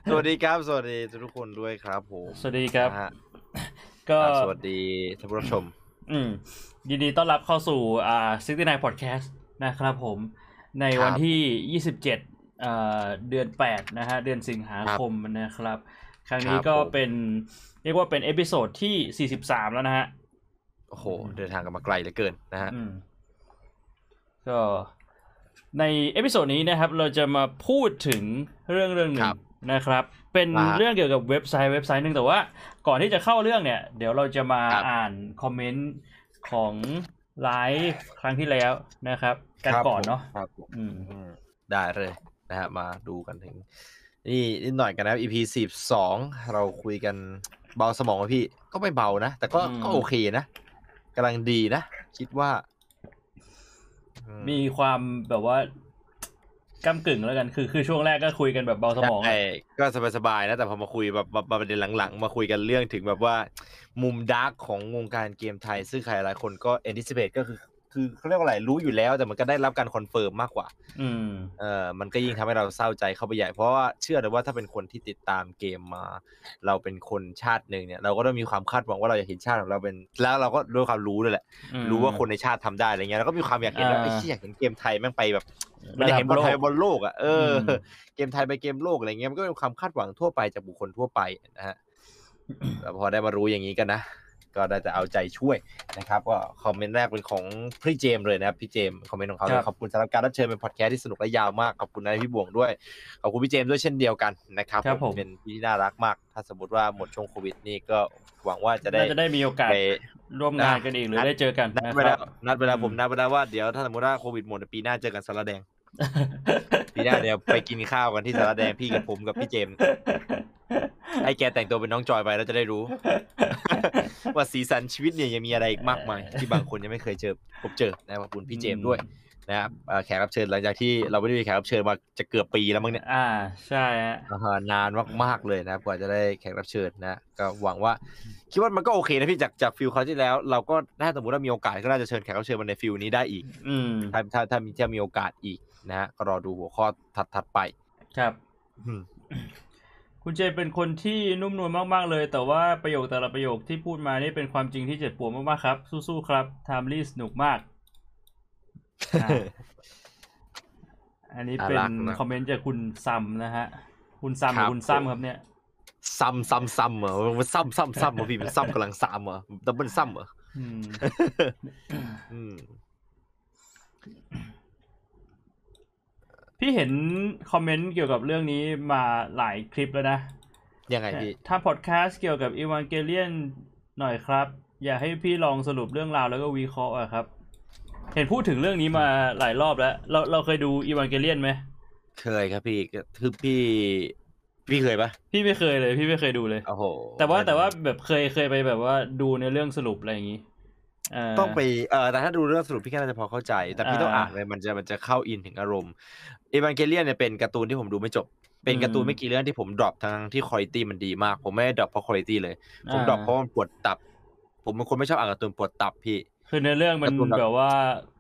สวัสดีครับสวัสดีทุกคนด้วยครับผมสวัสดีครับนะฮะก็สวัสดีท่านผู้รับชมอืมยินดีต้อนรับเข้าสู่69 Podcast นะครับผมในครับวันที่27เดือน8นะฮะเดือนสิงหาครับคมนะครับครั้งนี้ครับผมก็เป็นเรียกว่าเป็นเอพิโซดที่43แล้วนะฮะโอ้โหเดินทางกันมาไกลเหลือเกินนะฮะอืมก็ในเอพิโซดนี้นะครับเราจะมาพูดถึงเรื่องหคนึ่งรับนะครับเป็นว่าเรื่องเกี่ยวกับเว็บไซต์หนึ่งแต่ว่าก่อนที่จะเข้าเรื่องเนี่ยเดี๋ยวเราจะมาครับอ่านคอมเมนต์ของไลฟ์ครั้งที่แล้วนะครับกันครับผมก่อนเนาะครับผมอืมอืมได้เลยนะฮะมาดูกันถึงนี่นิดหน่อยกันนะครับ EP 42เราคุยกันเบาสมองไหมพี่ก็ไม่เบานะแต่ก็โอเคนะกำลังดีนะคิดว่ามีความแบบว่าก้ำกึ่งแล้วกันคือช่วงแรกก็คุยกันแบบเบาสมองใช่ก็สบายๆนะแต่พอมาคุยแบบประเด็นหลังๆมาคุยกันเรื่องถึงแบบว่ามุมดาร์กของวงการเกมไทยซึ่งใครหลายคนก็ anticipate ก็คือเขาเรียกว่าอะไรรู้อยู่แล้วแต่มันก็ได้รับการคอนเฟิร์มมากกว่าอืมมันก็ยิ่งทำให้เราเศร้าใจเข้าไปใหญ่เพราะว่าเชื่อเลยว่าถ้าเป็นคนที่ติดตามเกมมาเราเป็นคนชาติหนึ่งเนี่ยเราก็ต้องมีความคาดหวังว่าเราอยากเห็นชาติของเราเป็นแล้วเราก็ด้วยความรู้ด้วยแหละรู้ว่าคนในชาติทำได้อะไรเงี้ยแล้วก็มีความอยากเห็นว่าไอ้ที่อยากเห็นเกมไทยแม่งไปแบบมันอยากเห็นบอลไทยบอลโลกอ่ะเกมไทยไปเกมโลกอะไรเงี้ยมันก็เป็นความคาดหวังทั่วไปจากบุคคลทั่วไปนะฮะแล้วพอได้มารู้อย่างนี้กันนะก็ได้แต่เอาใจช่วยนะครับก็คอมเมนต์แรกเป็นของพี่เจมเลยนะครับพี่เจมคอมเมนต์ของเขาเลยขอบคุณสำหรับการรับเชิญเป็นพอดแคสต์ที่สนุกและยาวมากขอบคุณนะพี่บวงด้วยขอบคุณพี่เจมด้วยเช่นเดียวกันนะครับผมเป็นพี่ที่น่ารักมากถ้าสมมติว่าหมดช่วงโควิดนี่ก็หวังว่าจะได้มีโอกาสร่วมงานกันอีกหรือได้เจอกันนะครับนัดเวลาผมนัดเวลาว่าเดี๋ยวถ้าสมมติว่าโควิดหมดปีหน้าเจอกันสารแดงปีหน้าเดี๋ยวไปกินข้าวกันที่สารแดงพี่กับผมกับพี่เจมให้แกแต่งตัวเป็นน้องจอยไปแล้วจะได้รู้ ว่าสีสันชีวิตเนี่ยยังมีอะไรอีกมากมายที่บางคนยังไม่เคยพบเจอนะครับขอบคุณพี่เจมด้วยนะครับแขกรับเชิญหลังจากที่เราไม่ได้มีแขกรับเชิญมาจะเกือบปีแล้วมั้งเนี่ยใช่ฮะนานมากๆเลยนะครับกว่าจะได้แขกรับเชิญนะก็หวังว่าคิดว่ามันก็โอเคนะพี่จากฟิลเขาที่แล้วเราก็ถ้าสมมติว่ามีโอกาสก็น่าจะเชิญแขกรับเชิญมาในฟิลนี้ได้อีกถ้ามีโอกาสอีกนะฮะก็รอดูหัวข้อถัดไปครับคุณเจเป็นคนที่นุ่มนวลมากๆเลยแต่ว่าประโยคแต่ละประโยคที่พูดมานี่เป็นความจริงที่เจ็บปวดมากๆครับสู้ๆครับไทม์ลี่สนุกมากอันนี้เป็นคอมเมนต์จากคุณซัมนะฮะคุณซัมกับคุณซัมครับเนี่ยซ้ำเหรอมันซ้ำเหรอพี่มันซ้ำกำลังซ้ำเหรอดับเบิลซ้ำเหรอพี่เห็นคอมเมนต์เกี่ยวกับเรื่องนี้มาหลายคลิปแล้วนะยังไงพี่ทำพอดแคสต์เกี่ยวกับอีวานเกเลียนหน่อยครับอยากให้พี่ลองสรุปเรื่องราวแล้วก็วิเคราะห์อะครับเห็นพูดถึงเรื่องนี้มาหลายรอบแล้วเราเคยดูอีวานเกเลียนไหมเคยครับพี่คือพี่เคยปะพี่ไม่เคยเลยพี่ไม่เคยดูเลยโอ้โหแต่ว่าแบบเคยไปแบบว่าดูในเรื่องสรุปอะไรอย่างงี้ต้องไปแต่ถ้าดูเรื่องสรุปพี่แค่น่าจะพอเข้าใจแต่พี่ต้องอ่านเลยมันจะเข้าอินถึงอารมณ์อีวานเกเลียนเนี่ยเป็นการ์ตูนที่ผมดูไม่จบเป็นการ์ตูนไม่กี่เรื่องที่ผมดรอปทั้งที่คุณภาพมันดีมากผมไม่ได้ดรอปเพราะคุณภาพเลยผมดรอปเพราะมันปวดตับผมเป็นคนไม่ชอบอ่านการ์ตูนปวดตับพี่คือในเรื่องมันแบบว่า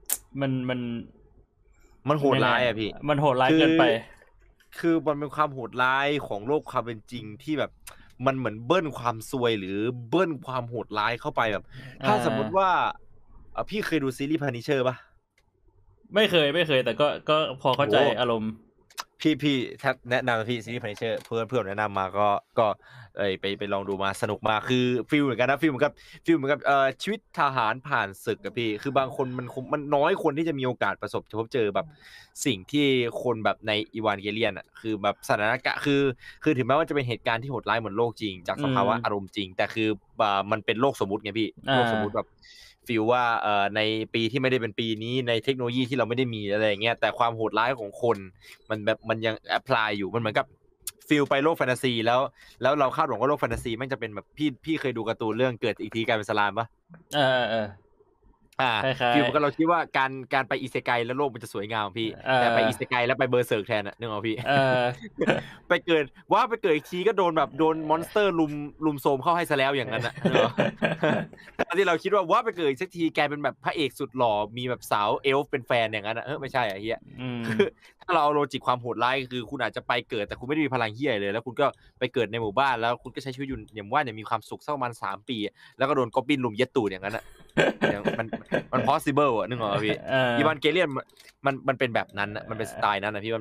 มันโหดร้ายอ่ะพี่มันโหดร้ายเกินไปคือมันเป็นความโหดร้ายของโลกความเป็นจริงที่แบบมันเหมือนเบิ้ลความซวยหรือเบิ้ลความโหดร้ายเข้าไปแบบถ้าสมมติว่าพี่เคยดูซีรีส์ Punisher ป่ะไม่เคยแต่ก็พอเข้าใจอารมณ์พี่ถ้าแนะนำพี่ซีรีส์ Punisher เพื่อนแนะนำมาก็ไปลองดูมาสนุกมากคือฟีลเหมือนกันนะฟีลเหมือนกับชีวิตทหารผ่านศึกกับพี่คือบางคนมันน้อยคนที่จะมีโอกาสพบเจอแบบสิ่งที่คนแบบในอีวานเกเลียนอ่ะคือแบบสถานการณ์คือถึงแม้ว่าจะเป็นเหตุการณ์ที่โหดร้ายเหมือนโลกจริงจากสภาวะอารมณ์จริงแต่คือมันเป็นโลกสมมุติไงพี่โลกสมมุติแบบฟีลว่าในปีที่ไม่ได้เป็นปีนี้ในเทคโนโลยีที่เราไม่ได้มีอะไรอย่างเงี้ยแต่ความโหดร้ายของคนมันยังแอพพลายอยู่มันเหมือนกับฟีลไปโลกแฟนตาซีแล้วเราคาดหวังว่าโลกแฟนตาซีแม่งจะเป็นแบบพี่เคยดูการ์ตูนเรื่องเกิดอีกทีกลายเป็นสลามปะฟิลเหมือนกับเราคิดว่าการไปอิเซไกแล้วโลกมันจะสวยงามพี่แต่ไปอิเซไกแล้วไปเบอร์เซิร์กแทนนึกออกพี่ไปเกิดอีกทีก็โดนมอนสเตอร์ลุมโซมเข้าให้ซะแล้วอย่างนั้นที่เราคิดว่าไปเกิดอีกสักทีแกเป็นแบบพระเอกสุดหล่อมีแบบสาวเอลฟ์เป็นแฟนอย่างนั้นไม่ใช่เฮียคือถ้าเราเอาโลจิกความโหดร้ายคือคุณอาจจะไปเกิดแต่คุณไม่ได้มีพลังเฮียเลยแล้วคุณก็ไปเกิดในหมู่บ้านแล้วคุณก็ใช้ชีวิตอยู่อย่างว่าเนี่ยมีความสุขสักประมาณ3 ปีแล้วก็โดนก๊อบบินลุมเย็ดตูดอย่างนั้นมัน possible นึกออกป่ะพี่อีวานเกเลียนมันเป็นแบบนั้นมันเป็นสไตล์นั้นนะพี่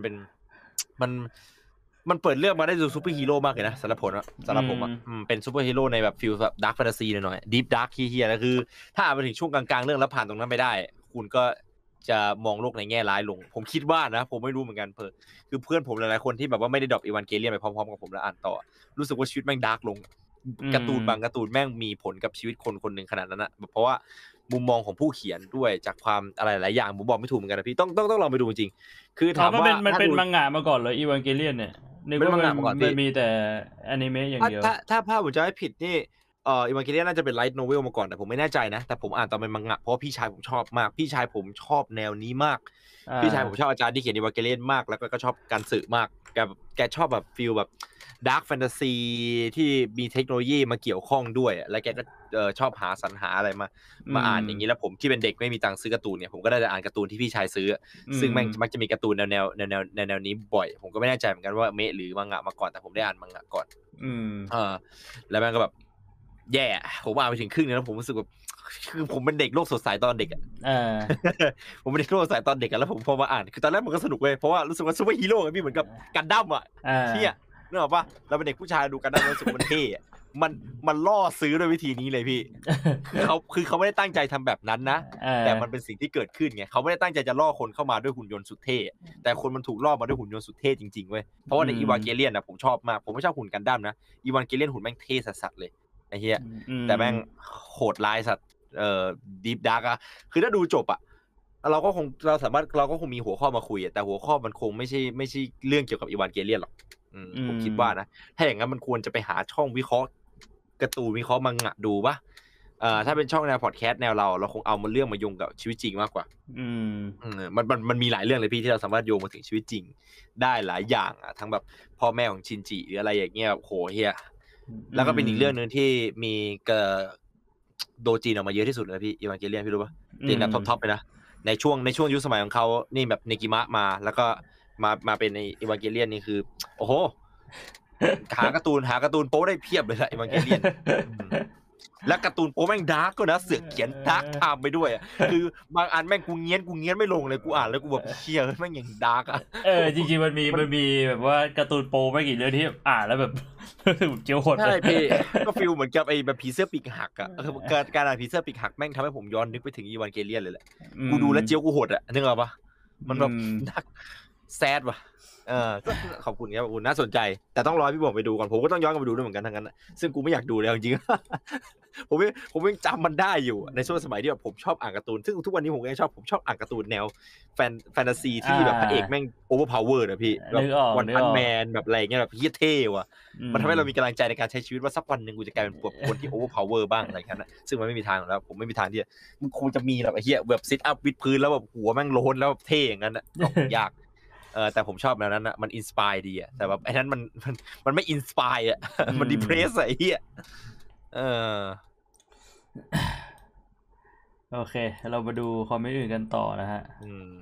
มันเปิดเรื่องมาได้ดูซูเปอร์ฮีโร่มากเลยนะสำหรับผมเป็นซูเปอร์ฮีโร่ในแบบฟิลแบบดาร์คแฟนตาซีหน่อยๆดีฟดาร์คเฮียๆแล้วคือถ้าอ่านไปถึงช่วงกลางๆเรื่องแล้วผ่านตรงนั้นไปได้คุณก็จะมองโลกในแง่ร้ายลงผมคิดว่านะผมไม่รู้เหมือนกันคือเพื่อนผมหลายๆคนที่แบบว่าไม่ได้ดรอปอีวานเกเลียนไปพร้อมๆกับผมแล้วอ่านต่อรู้สึกว่าชีวิตแม่งดาร์กลงการ์ตูนบางการ์ตูนแม่งมีผลกับชีวิตคนหนึ่งขนาดนั้นนะเพราะว่ามุมมองของผู้เขียนด้วยจากความอะไรหลายอย่างผมบอกไม่ถูกเหมือนกันนะพี่ต้องลองไปดูจริงคือถามว่ามันเป็นมังงะมาก่อนเหรออีวานเกเลียนเนี่ยเป็นมังงะมาก่อนพี่มันมีแต่อนิเมะอย่างเดียวถ้าภาพผมจะไม่ผิดนี่อีวานเกเลียนน่าจะเป็นไลท์โนเวลมาก่อนแต่ผมไม่แน่ใจนะแต่ผมอ่านตอนเป็นมังงะเพราะพี่ชายผมชอบมากพี่ชายผมชอบแนวนี้มากพี่ชายผมชอบอาจารย์ที่เขียนอีวานเกเลียนมากแล้วก็ชอบการสื่อมากแกชอบแบบฟีลแบบดาร์คแฟนตาซีที่มีเทคโนโลยีมาเกี่ยวข้องด้วยแล้วแกก็ชอบสรรหาอะไรมาอ่านอย่างนี้แล้วผมที่เป็นเด็กไม่มีตังค์ซื้อการ์ตูนเนี่ยผมก็ได้อ่านการ์ตูนที่พี่ชายซื้อซึ่งแม่งมักจะมีการ์ตูนแนวนี้บ่อยผมก็ไม่แน่ใจเหมือนกันว่าเมะหรือมังงะมาก่อนแต่ผมได้อ่านมังงะก่อนแล้วแม่งก็แบบแย่ผมอ่านไปถึงครึ่งนึงแล้วผมรู้สึกแบบคือผมเป็นเด็กโลกสดใสตอนเด็กผมเป็นเด็กโลกสดใสตอนเด็กแล้วผมพอมาอ่านคือตอนแรกมันก็สนุกเว้ยเพราะว่ารู้สึกว่าซูเปอร์ฮีโร่ไงพี่เหมือนกับกันดั้มเที่ยนึกออกปะเราเป็นเด็กผู้ชายดูกันดั้มรู้สึกมันเท่มันล่อซื้อด้วยวิธีนี้เลยพี่คือเขาไม่ได้ตั้งใจทำแบบนั้นนะแต่มันเป็นสิ่งที่เกิดขึ้นไงเขาไม่ได้ตั้งใจจะล่อคนเข้ามาด้วยหุ่นยนต์สุดเท่แต่คนมันถูกล่อมาด้วยหุ่นยนต์สุดเท่จริงๆเว้ยเพราะว่าในอีวานเกเลียนนะผมชอบมากผมไม่ชอบหุ่นกันดั้มนะอีวานเกเลียนหุ่นแม่งเท่สัสๆเลยไอ้เหี้ยแต่แม่งโหดร้ายสัตว์ดีฟดาร์กคือถ้าดูจบเราก็คงมีหัวข้อมาคุยแต่หัวข้อมันคงไม่ใช่เรื่องเกี่ยวกับอีวานเกเลียนหรอกผมคิดว่านะถ้าอย่างนั้นมันควรจะไปหาช่องวิเคราะห์การ์ตูนวิเคราะห์มังงะดูป่ะถ้าเป็นช่องแนวพอดแคสต์แนวเราคงเอาเรื่องมาโยงกับชีวิตจริงมากกว่ามันมีหลายเรื่องเลยพี่ที่เราสามารถโยงมาถึงชีวิตจริงได้หลายอย่างทั้งแบบพ่อแม่ของชินจิหรืออะไรอย่างเงี้ยโหเฮียแล้วก็เป็นอีกเรื่องนึงที่มีโดจีนออกมาเยอะที่สุดเลยพี่อีวานเกเลียนพี่รู้ป่ะจีนแบบท็อปๆเลยนะในช่วงยุคสมัยของเขานี่แบบเนกิมะมาแล้วก็มาเป็นในอีวานเกเลียนนี่คือโอ้โหหาการ์ตูนโป๊ได้เพียบเลยแหละอีวานเกเลียนแล้วการ์ตูนโป๊แม่งดาร์กก็นะเสือกเขียนดาร์กไทม์ไปด้วยคือบางอันแม่งกูเงี้ยนไม่ลงเลยกูอ่านแล้วกูแบบเชี่ยแม่งอย่างดาร์กจริงๆมันมีแบบว่าการ์ตูนโป๊ไม่กี่เรื่องที่อ่านแล้วแบบเจียวหดใช่พี่ก็ฟีลเหมือนกับไอ้แบบผีเสื้อปีกหักการอ่านผีเสื้อปีกหักแม่งทำให้ผมย้อนนึกไปถึงอีวานเกเลียนเลยแหละกูดูแล้วเจียวกูหดนึกออกปะมันแบบแซดว่ะก็ขอบคุณครับคุณน่าสนใจแต่ต้องรอพี่บอกไปดูก่อนผมก็ต้องย้อนกลับไปดูด้วยเหมือนกันทั้งนั้นซึ่งกูไม่อยากดูแล้วจริงๆผมยังจำมันได้อยู่ในช่วงสมัยที่แบบผมชอบอ่านการ์ตูนซึ่งทุกวันนี้ผมยังชอบอ่านการ์ตูนแนวแฟนตาซีที่แบบพระเอกแม่งโอเวอร์พาวเวอร์นะพี่แบบวันพันแมนแบบอะไรเงี้ยแบบเท่ว่ะมันทำให้เรามีกำลังใจในการใช้ชีวิตว่าสักวันนึงกูจะกลายเป็นคนที่โอเวอร์พาวเวอร์บ้างอะไรเงี้ยนะซึ่งมันไม่มีทางแล้วผมไม่มีทางที่มันคงจะมีหรอกไอ้เหี้ยแบบซิทอัพวิดพื้นแล้วแบบหัวแม่งโล้นแล้วเท่อย่างนั้นน่ะยากแต่ผมชอบแนวนั้นนะมันอินสไปร์ดีแต่แบบไอ้นั้นมันไม่อินสไปร์มันดีเพรสไอ้เหี้ยโอเคเรามาดูคอมเมนต์อื่นกันต่อนะฮะ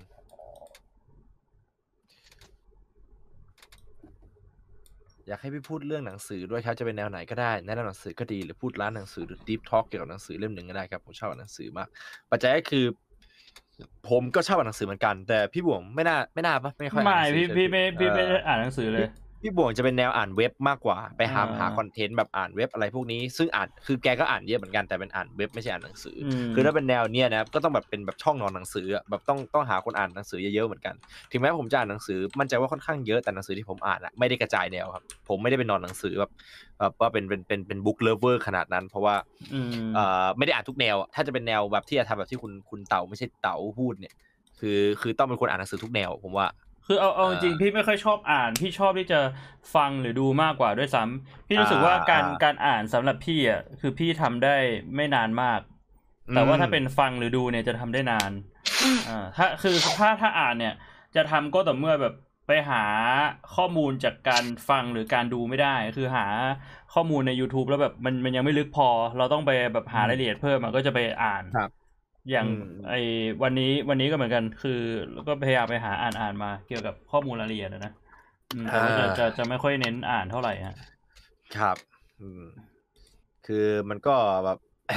อยากให้พี่พูดเรื่องหนังสือด้วยครับจะเป็นแนวไหนก็ได้แนะนำหนังสือก็ดีหรือพูดร้านหนังสือหรือดีฟทอล์กเกี่ยวกับหนังสือเล่มหนึ่งก็ได้ครับผมชอบหนังสือมากปัจจัยก็คือผมก็ชอบอ่านหนังสือเหมือนกันแต่พี่บ่วงไม่น่าปะไม่ค่อยอ่านหนังสือพี่ไม่อ่านหนังสือเลยพี่บ่วงจะเป็นแนวอ่านเว็บมากกว่าไปหาคอนเทนต์แบบอ่านเว็บอะไรพวกนี้ซึ่งอ่านคือแกก็อ่านเยอะเหมือนกันแต่เป็นอ่านเว็บไม่ใช่อ่านหนังสือคือถ้าเป็นแนวเนี้ยนะก็ต้องแบบเป็นแบบช่องนอนหนังสือแบบต้องหาคนอ่านหนังสือเยอะๆเหมือนกันถึงแม้ผมจะอ่านหนังสือมั่นใจว่าค่อนข้างเยอะแต่หนังสือที่ผมอ่านไม่ได้กระจายแนวครับผมไม่ได้เป็นนอนหนังสือแบบว่าเป็นบุ๊กเลิฟเวอร์ขนาดนั้นเพราะว่าไม่ได้อ่านทุกแนวถ้าจะเป็นแนวแบบที่จะทำแบบที่คุณเต๋าไม่ใช่เต๋าพูดเนี่ยคือต้องเป็นคนอ่านหนังสือทุกแนวผมว่าคือเอาจริงพี่ไม่ค่อยชอบอ่านพี่ชอบที่จะฟังหรือดูมากกว่าด้วยซ้ำพี่รู้สึกว่าการอ่านสำหรับพี่คือพี่ทำได้ไม่นานมากแต่ว่าถ้าเป็นฟังหรือดูเนี่ยจะทำได้นานถ้าอ่านเนี่ยจะทำก็ต่อเมื่อแบบไปหาข้อมูลจากการฟังหรือการดูไม่ได้คือหาข้อมูลใน YouTube แล้วแบบมันยังไม่ลึกพอเราต้องไปแบบหารายละเอียดเพิ่มมันก็จะไปอ่านอย่างวันนี้ก็เหมือนกันคือก็พยายามไปหาอ่านมาเกี่ยวกับข้อมูลรายละเอียดนะแต่ว่าจะไม่ค่อยเน้นอ่านเท่าไหร่ฮะครับคือมันก็แบบ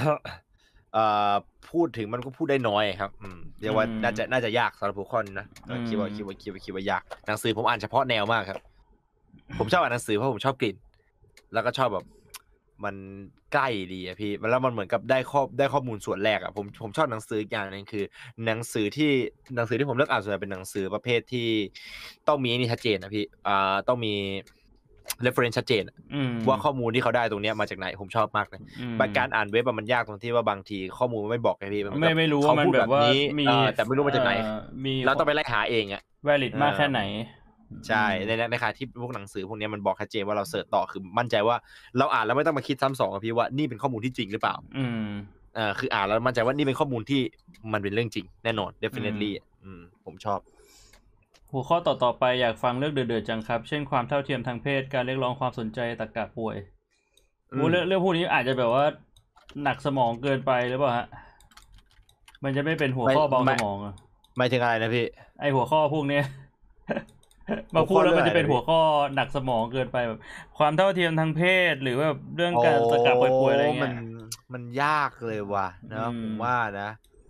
พูดถึงมันก็พูดได้น้อยครับเรียกว่าน่าจะยากสำหรับผู้คนนะคิดว่ายากหนังสือผมอ่านเฉพาะแนวมากครับผมชอบอ่านหนังสือเพราะผมชอบกลิ่นแล้วก็ชอบแบบมันใกล้ดีอะพี่แล้วมันเหมือนกับได้ข้อมูลส่วนแรกอะผมชอบหนังสืออีกอย่างนึงคือหนังสือที่ผมเลือกอ่านส่วนใหญ่เป็นหนังสือประเภทที่ต้องมีนี่ชัดเจนนะพี่ต้องมีreference ชัดเจนว่าข้อมูลที่เขาได้ตรงนี้มาจากไหนผมชอบมากเลยการอ่านเว็บมันยากตรงที่ว่าบางทีข้อมูลไม่บอกไงพี่ไม่รู้ว่ามันแบบว่ามีแต่ไม่รู้มาจากไหนเราต้องไปไล่หาเองอ่ะ valid มากแค่ไหนใช่ในขณะที่พวกหนังสือพวกนี้มันบอกชัดเจนว่าเราเสิร์ชต่อคือมั่นใจว่าเราอ่านแล้วไม่ต้องมาคิดซ้ำสองกับพี่ว่านี่เป็นข้อมูลที่จริงหรือเปล่าคืออ่านแล้วมั่นใจว่านี่เป็นข้อมูลที่มันเป็นเรื่องจริงแน่นอน definitely ผมชอบหัวข้อต่อไปอยากฟังเรื่องเดือดๆจังครับเช่นความเท่าเทียมทางเพศการเรียกร้องความสนใจตรรกะป่วยเรื่องพวกนี้อาจจะแบบว่าหนักสมองเกินไปหรือเปล่าฮะมันจะไม่เป็นหัวข้อเบาสมองอ่ะหมายถึงอะไรนะพี่ไอหัวข้อพวกนี้มาพูดแล้วมันจะเป็นหัวข้อหนักสมองเกินไปแบบความเท่าเทียมทางเพศหรือว่าเรื่องการตรรกะป่วยๆอะไรเงี้ยมันยากเลยว่ะนะผมว่านะ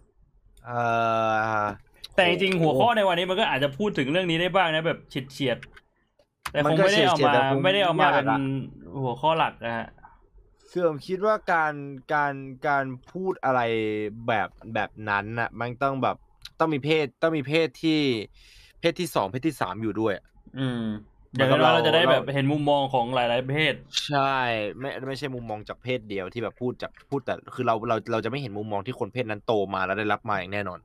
แต่จริงๆหัวข้อในวันนี้มันก็อาจจะพูดถึงเรื่องนี้ได้บ้างนะแบบเฉียดแต่คงไม่ได้เอามาเป็นหัวข้อหลักนะฮะคือผมคิดว่าการพูดอะไรแบบนั้นน่ะมันต้องมีเพศที่2เพศที่3อยู่ด้วยอย่างนั้นเราจะได้แบบเห็นมุมมองของหลายๆเพศใช่ไม่ใช่มุมมองจากเพศเดียวที่แบบพูดแต่คือเราจะไม่เห็นมุมมองที่คนเพศนั้นโตมาแล้วได้รับมาอย่างแน่นอน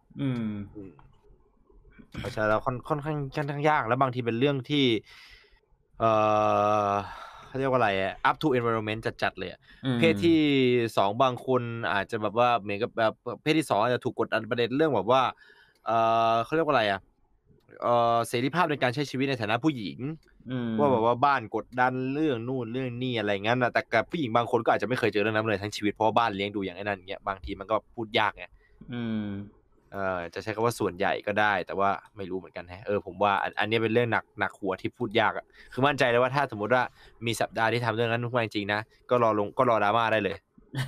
เพราะฉะนั้นเราค่อนข้างยากแล้วบางทีเป็นเรื่องที่เขาเรียกว่าอะไรup to environment จัดเลยเพศที่2บางคนอาจจะแบบว่าเหมือนกับแบบเพศที่2อาจจะถูกกดดันประเด็นเรื่องแบบว่าเขาเรียกว่าอะไรเสรีภาพในการใช้ชีวิตในฐานะผู้หญิงว่าแบบว่าบ้านกดดันเรื่องนู่นเรื่องนี่อะไรงั้นนะแต่กับผู้หญิงบางคนก็อาจจะไม่เคยเจอเรื่องนั้นเลยทั้งชีวิตเพราะว่าบ้านเลี้ยงดูอย่างนั้นอย่างเงี้ยบางทีมันก็พูดยากไงจะใช้คำว่าส่วนใหญ่ก็ได้แต่ว่าไม่รู้เหมือนกันฮะผมว่าอันนี้เป็นเรื่องหนักหัวที่พูดยากคือมั่นใจเลยว่าถ้าสมมติว่ามีสัปดาห์ที่ทำเรื่องนั้นทุกวันจริงๆนะก็รอดราม่าได้เลย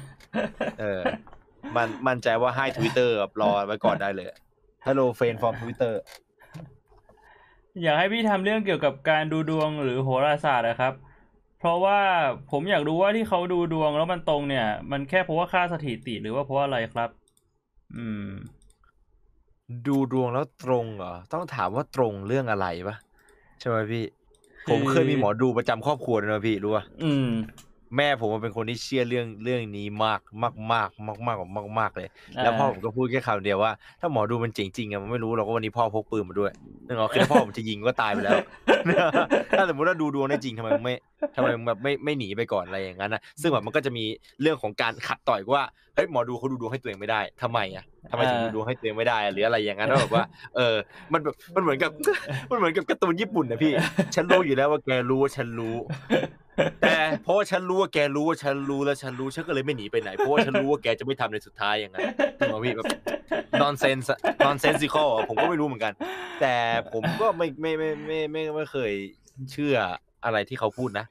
มั่นใจว่าให้ Twitter รอไว้ก่อนได้เลย Hello friend from Twitter อยากให้พี่ทำเรื่องเกี่ยวกับการดูดวงหรือโหราศาสตร์นะครับเพราะว่าผมอยากรู้ว่าที่เขาดูดวงแล้วมันตรงเนี่ยมันแค่เพราะว่าค่าสถิติหรือว่าเพราะอะไรครับดูดวงแล้วตรงเหรอต้องถามว่าตรงเรื่องอะไรปะใช่ไหมพี่ผมเคยมีหมอดูประจำครอบครัวนะพี่รู้ป่ะแม่ผมเป็นคนที่เชื่อเรื่องนี้มากเลยแล้วพ่อผมก็พูดแค่คำเดียวว่าถ้าหมอดูมันจริงๆมันไม่รู้หรอกว่าวันนี้พ่อพกปืนมาด้วยนึกออกคือพ่อผมจะยิงก็ตายไปแล้วถ้าสมมติว่าดูดวงได้จริงทำไมแบบไม่หนีไปก่อนอะไรอย่างนั้นนะซึ่งแบบมันก็จะมีเรื่องของการขัดต่อยว่าเฮ้ยหมอดูเขาดูดวงให้ตัวเองไม่ได้ทำไมถึงดูดวงให้ตัวเองไม่ได้หรืออะไรอย่างนั้นแบบว่ามันเหมือนกับการ์ตูนญี่ปุ่นนะพี่ฉันรู้อยู่แล้วว่าแกรู้ว่าฉันรู้แต่เพราะว่าฉันรู้ว่าแกรู้ว่าฉันรู้แล้วฉันก็เลยไม่หนีไปไหนเพราะว่าฉันรู้ว่าแกจะไม่ทำในสุดท้ายอย่างนั้นถูกมั้ยพี่แบบ nonsensical ผมก็ไม่รู้เหมือนกันแต่ผมก็ไม่เคยเชื่ออะไรที่เขาพูดนะ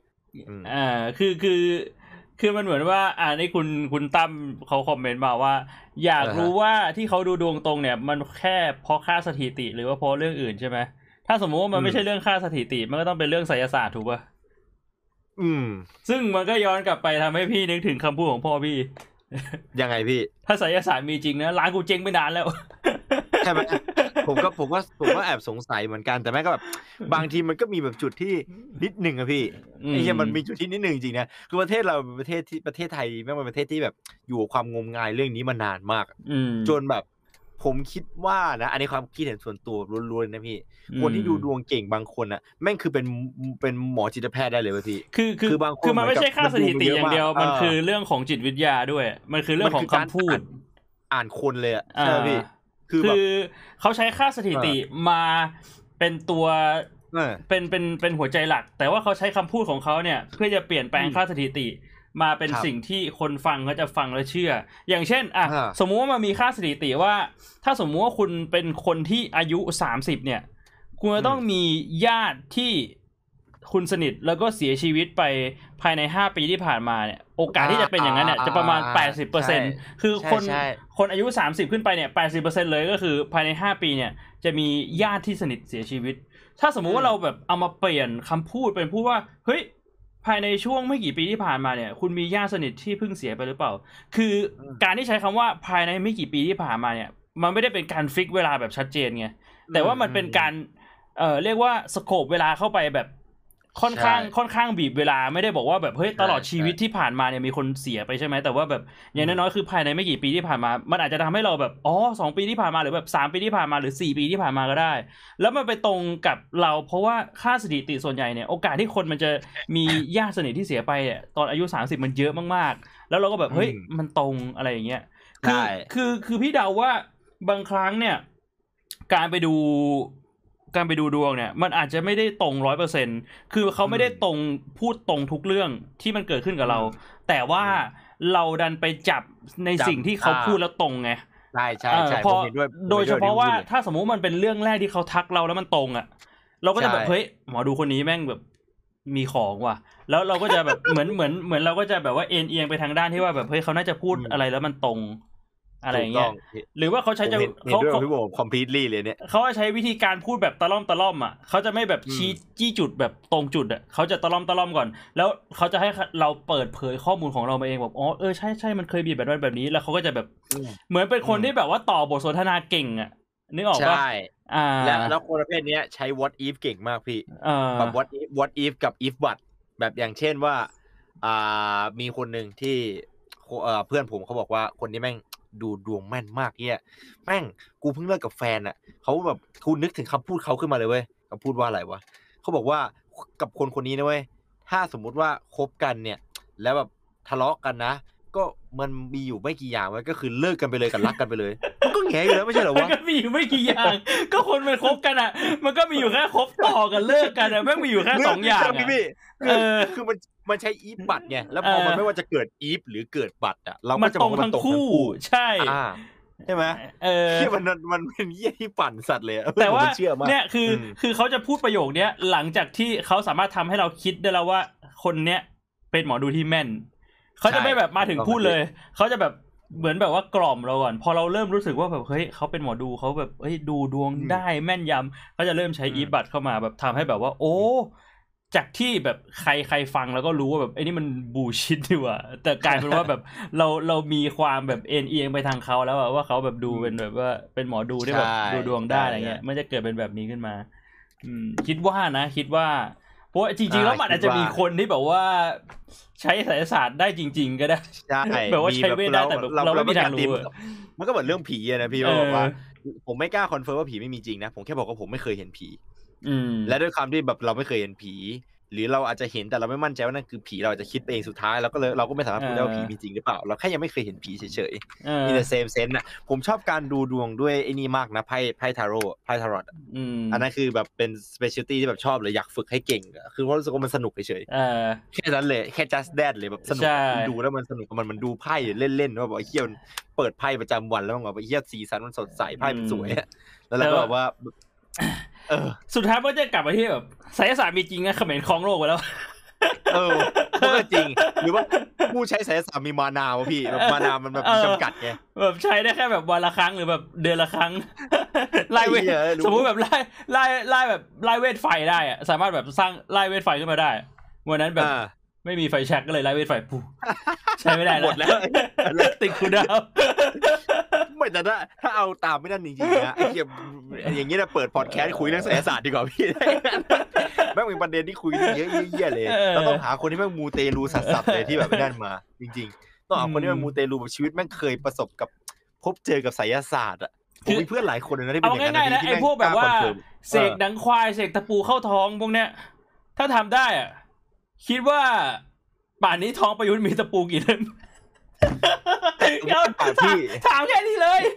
คือมันเหมือนว่านี่คุณตั้มเขาคอมเมนต์มาว่าอยากรู้ว่าที่เขาดูดวงตรงเนี่ยมันแค่เพราะค่าสถิติหรือว่าเพราะเรื่องอื่นใช่ไหมถ้าสมมติว่ามันไม่ใช่เรื่องค่าสถิติมันก็ต้องเป็นเรื่องไสยศาสตร์ถูกป่ะซึ่งมันก็ย้อนกลับไปทำให้พี่นึกถึงคำพูดของพ่อพี่ยังไงพี่ถ้าไสยศาสตร์มีจริงนะร้านกูเจ๊งไปนานแล้วใช่ไหมผมก็แอบสงสัยเหมือนกันแต่แม่ก็แบบบางทีมันก็มีแบบจุดที่นิดนึงอะพี่ไอ้เหี้ยมันมีจุดที่นิดนึงจริงนะคือประเทศเราประเทศไทยแม่งเป็นประเทศที่แบบอยู่กับความงมงายเรื่องนี้มานานมากจนแบบผมคิดว่านะอันนี้ความคิดเห็นส่วนตัวล้วนๆนะพี่คนที่ดูดวงเก่งบางคนน่ะแม่งคือเป็นหมอจิตแพทย์ได้เลยว่ะพี่คือบางคนคือมันไม่ใช่ค่าสถิติอย่างเดียวมันคือเรื่องของจิตวิทยาด้วยมันคือเรื่องของคำพูดอ่านคนเลยอ่ะใช่พี่คือเขาใช้ค่าสถิติมาเป็นตัวเป็นหัวใจหลักแต่ว่าเขาใช้คำพูดของเขาเนี่ยเพื่อจะเปลี่ยนแปลงค่าสถิติมาเป็นสิ่งที่คนฟังเขาจะฟังและเชื่ออย่างเช่นสมมุติว่ามันมีค่าสถิติว่าถ้าสมมุติว่าคุณเป็นคนที่อายุ30เนี่ยคุณจะต้องมีญาติที่คุณสนิทแล้วก็เสียชีวิตไปภายใน5ปีที่ผ่านมาเนี่ยโอกาสที่จะเป็นอย่างนั้นเนี่ยจะประมาณ 80% คือคนอายุ30ขึ้นไปเนี่ย 80% เลยก็คือภายใน5ปีเนี่ยจะมีญาติที่สนิทเสียชีวิตถ้าสมมุติว่าเราแบบเอามาเปลี่ยนคำพูดเป็นพูดว่าเฮ้ยภายในช่วงไม่กี่ปีที่ผ่านมาเนี่ยคุณมีญาติสนิทที่เพิ่งเสียไปหรือเปล่าคือการที่ใช้คำว่าภายในไม่กี่ปีที่ผ่านมาเนี่ยมันไม่ได้เป็นการฟิกเวลาแบบชัดเจนไงแต่ว่ามันเป็นการเรียกว่าสโคปเวลาเข้าไปแบบค่อนข้างบีบเวลาไม่ได้บอกว่าแบบเฮ้ยตลอดชีวิตที่ผ่านมาเนี่ยมีคนเสียไปใช่ไหมแต่ว่าแบบอย่างน้อยๆคือภายในไม่กี่ปีที่ผ่านมามันอาจจะทำให้เราแบบ2 ปีที่ผ่านมาหรือแบบ3 ปีที่ผ่านมาหรือ4 ปีที่ผ่านมาก็ได้แล้วมันไปตรงกับเราเพราะว่าค่าสถิติส่วนใหญ่เนี่ยโอกาสที่คนมันจะมีญาติสนิทที่เสียไปเนี่ยตอนอายุ30มันเยอะมากๆแล้วเราก็แบบเฮ้ยมันตรงอะไรอย่างเงี้ยคือพี่เดาว่าบางครั้งเนี่ยการไปดูดวงเนี่ยมันอาจจะไม่ได้ตรง 100% คือเขาไม่ได้ตรงพูดตรงทุกเรื่องที่มันเกิดขึ้นกับเราแต่ว่าเราดันไปจับในสิ่งที่เขาพูดแล้วตรงไงใช่ผมเห็นด้วยโดยเฉพาะว่าถ้าสมมุติมันเป็นเรื่องแรกที่เขาทักเราแล้วมันตรงอ่ะเราก็จะแบบเฮ้ยหมอดูคนนี้แม่งแบบมีของว่ะแล้วเราก็จะแบบเหมือนเราก็จะแบบว่าเอียงไปทางด้านที่ว่าแบบเฮ้ยเขาน่าจะพูดอะไรแล้วมันตรงอะไรอย่างเงี้ยหรือว่าเขาใช้จะเขาพี่บอก completely เลยเนี่ยเขาใช้วิธีการพูดแบบตะล่อมอ่ะเขาจะไม่แบบชี้จี้จุดแบบตรงจุดอ่ะเขาจะตะล่อมก่อนแล้วเขาจะให้เราเปิดเผยข้อมูลของเรามาเองแบบใช่มันเคยมีแบบนี้แล้วเขาก็จะแบบเหมือนเป็นคนที่แบบว่าต่อบทสนทนาเก่งอ่ะนึกออกป่ะใช่แล้วคนประเภทนี้ใช้ what if เก่งมากพี่แบบ what if กับ if but แบบอย่างเช่นว่ามีคนหนึ่งที่เพื่อนผมเขาบอกว่าคนนี้แม่งดูดวงแม่นมากเนี่ยแม่งกูเพิ่งเลิกกับแฟนอ่ะเขาแบบคุณนึกถึงคำพูดเขาขึ้นมาเลยเว้ยคำพูดว่าอะไรวะเขาบอกว่ากับคนนี้นะเว้ยถ้าสมมุติว่าคบกันเนี่ยแล้วแบบทะเลาะกันนะก็มันมีอยู่ไม่กี่อย่างไว้ก็คือเลิกกันไปเลยกับรักกันไปเลยมันก็แง่อยู่แล้วไม่ใช่เหรอวะก็มีอยู่ไม่กี่อย่างก็คนมันคบกันอ่ะมันก็มีอยู่แค่คบต่อกันเลิกกันอ่ะแม่งมีอยู่แค่2อย่างคือมันใช้อีฟบัตไงแล้วพอมันไม่ว่าจะเกิดอีฟหรือเกิดบัตอ่ะเราก็จะบอกว่ามันตรงทั้งคู่ใช่ใช่ไหมที่มันเป็นเยี่ยที่ปั่นสัตว์เลยแต่ว่าเนี่ยคือเขาจะพูดประโยคเนี้ยหลังจากที่เขาสามารถทำให้เราคิดได้แล้วว่าคนเนี้ยเป็นหมอดูที่แม่นเขาจะไม่แบบมาถึงพูดเลยเขาจะแบบเหมือนแบบว่ากล่อมเราก่อนพอเราเริ่มรู้สึกว่าแบบเฮ้ยเขาเป็นหมอดูเขาแบบเฮ้ยดูดวงได้แม่นยำเขาจะเริ่มใช้อีบัตเข้ามาแบบทำให้แบบว่าโอ้จากที่แบบใครฟังแล้วก็รู้ว่าแบบไอ้นี่มันบูชิตดีกว่าแต่กลายเป็นว่าแบบเรามีความแบบเอียงไปทางเขาแล้วว่าเขาแบบดูเป็นแบบว่าเป็นหมอดูได้แบบดูดวงได้อะไรเงี้ยมันจะเกิดเป็นแบบนี้ขึ้นมาคิดว่าเพราะจริงๆแล้วมันอาจจะมีคนที่แบบว่าใช้ไสยศาสตร์ได้จริงๆก็ได้แบบว่าใช้เวทได้แต่แบบเราไม่มีทางรู้มันก็เหมือนเรื่องผีนะพี่บอกว่าผมไม่กล้าคอนเฟิร์มว่าผีไม่มีจริงนะผมแค่บอกว่าผมไม่เคยเห็นผีและด้วยความที่แบบเราไม่เคยเห็นผีหรือเราอาจจะเห็นแต่เราไม่มั่นใจว่านั่นคือผีเราอาจจะคิดเองสุดท้ายเราก็ไม่สามารถพูดได้ว่าผีมีจริงหรือเปล่าเราแค่ยังไม่เคยเห็นผีเฉยๆ in the same sense นะผมชอบการดูดวงด้วยไอ้นี่มากนะไพ่ทาโร่อันนั้นคือแบบเป็น specialty ที่แบบชอบเลยอยากฝึกให้เก่งคือเพราะรู้สึกว่ามันสนุกเฉยๆแค่นั้นเลยแค่ just that เลยแบบสนุกดูแล้วมันสนุกมันดูไพ่เล่นๆว่าแบบเหี้ยมันเปิดไพ่ประจำวันแล้วมันแบบเหี้ยสีสันมันสดใสไพ่มันสวยแล้วก็แบบว่าสุดท้ายมันจะกลับมาที่แบบไสยศาสตร์มีจริงนะเขมรครองโลกไปแล้วมันก็จริงหรือว่าผู้ใช้ไสยศาสตร์มีมานาวะพี่แบบมานาวมันแบบมีจำกัดไงแบบใช้ได้แค่แบบวันละครั้งหรือแบบเดือนละครั้งไล่เวทสมมุติแบบไล่แบบไล่เวทไฟได้อะสามารถแบบสร้างไล่เวทไฟขึ้นมาได้วันนั้นแบบไม่มีไฟแช็กก็เลยไล่เวทไฟปุ๊บใช้ไม่ได้หมดแล้วติดคูดาวไม่แต่ถ้าเอาตามไม่ได้จริงๆนะไอ้เหี้ยอย่างงี้นะเปิดพอดแคสต์คุยเรื่องไสยศาสตร์ดีกว่าพี่แม่งเป็นประเด็นที่คุยเยอะแยะเลยเราต้องหาคนที่แม่งมูเตลูสัสๆเลยที่แบบนั่นมาจริงๆต้องหาคนที่แม่งมูเตลูแบบชีวิตแม่งเคยประสบกับพบเจอกับไสยศาสตร์อ่ะผมมีเพื่อนหลายคนเลยนะที่เป็นอย่างนั้นนะไอ้พวกแบบว่าเสกหนังควายเสกตะปูเข้าท้องพวกเนี้ยถ้าทำได้อ่ะคิดว่าป่านนี้ท้องประยุทธ์มีตะปูกี่เล่มพี่ถามแค่นี้เลย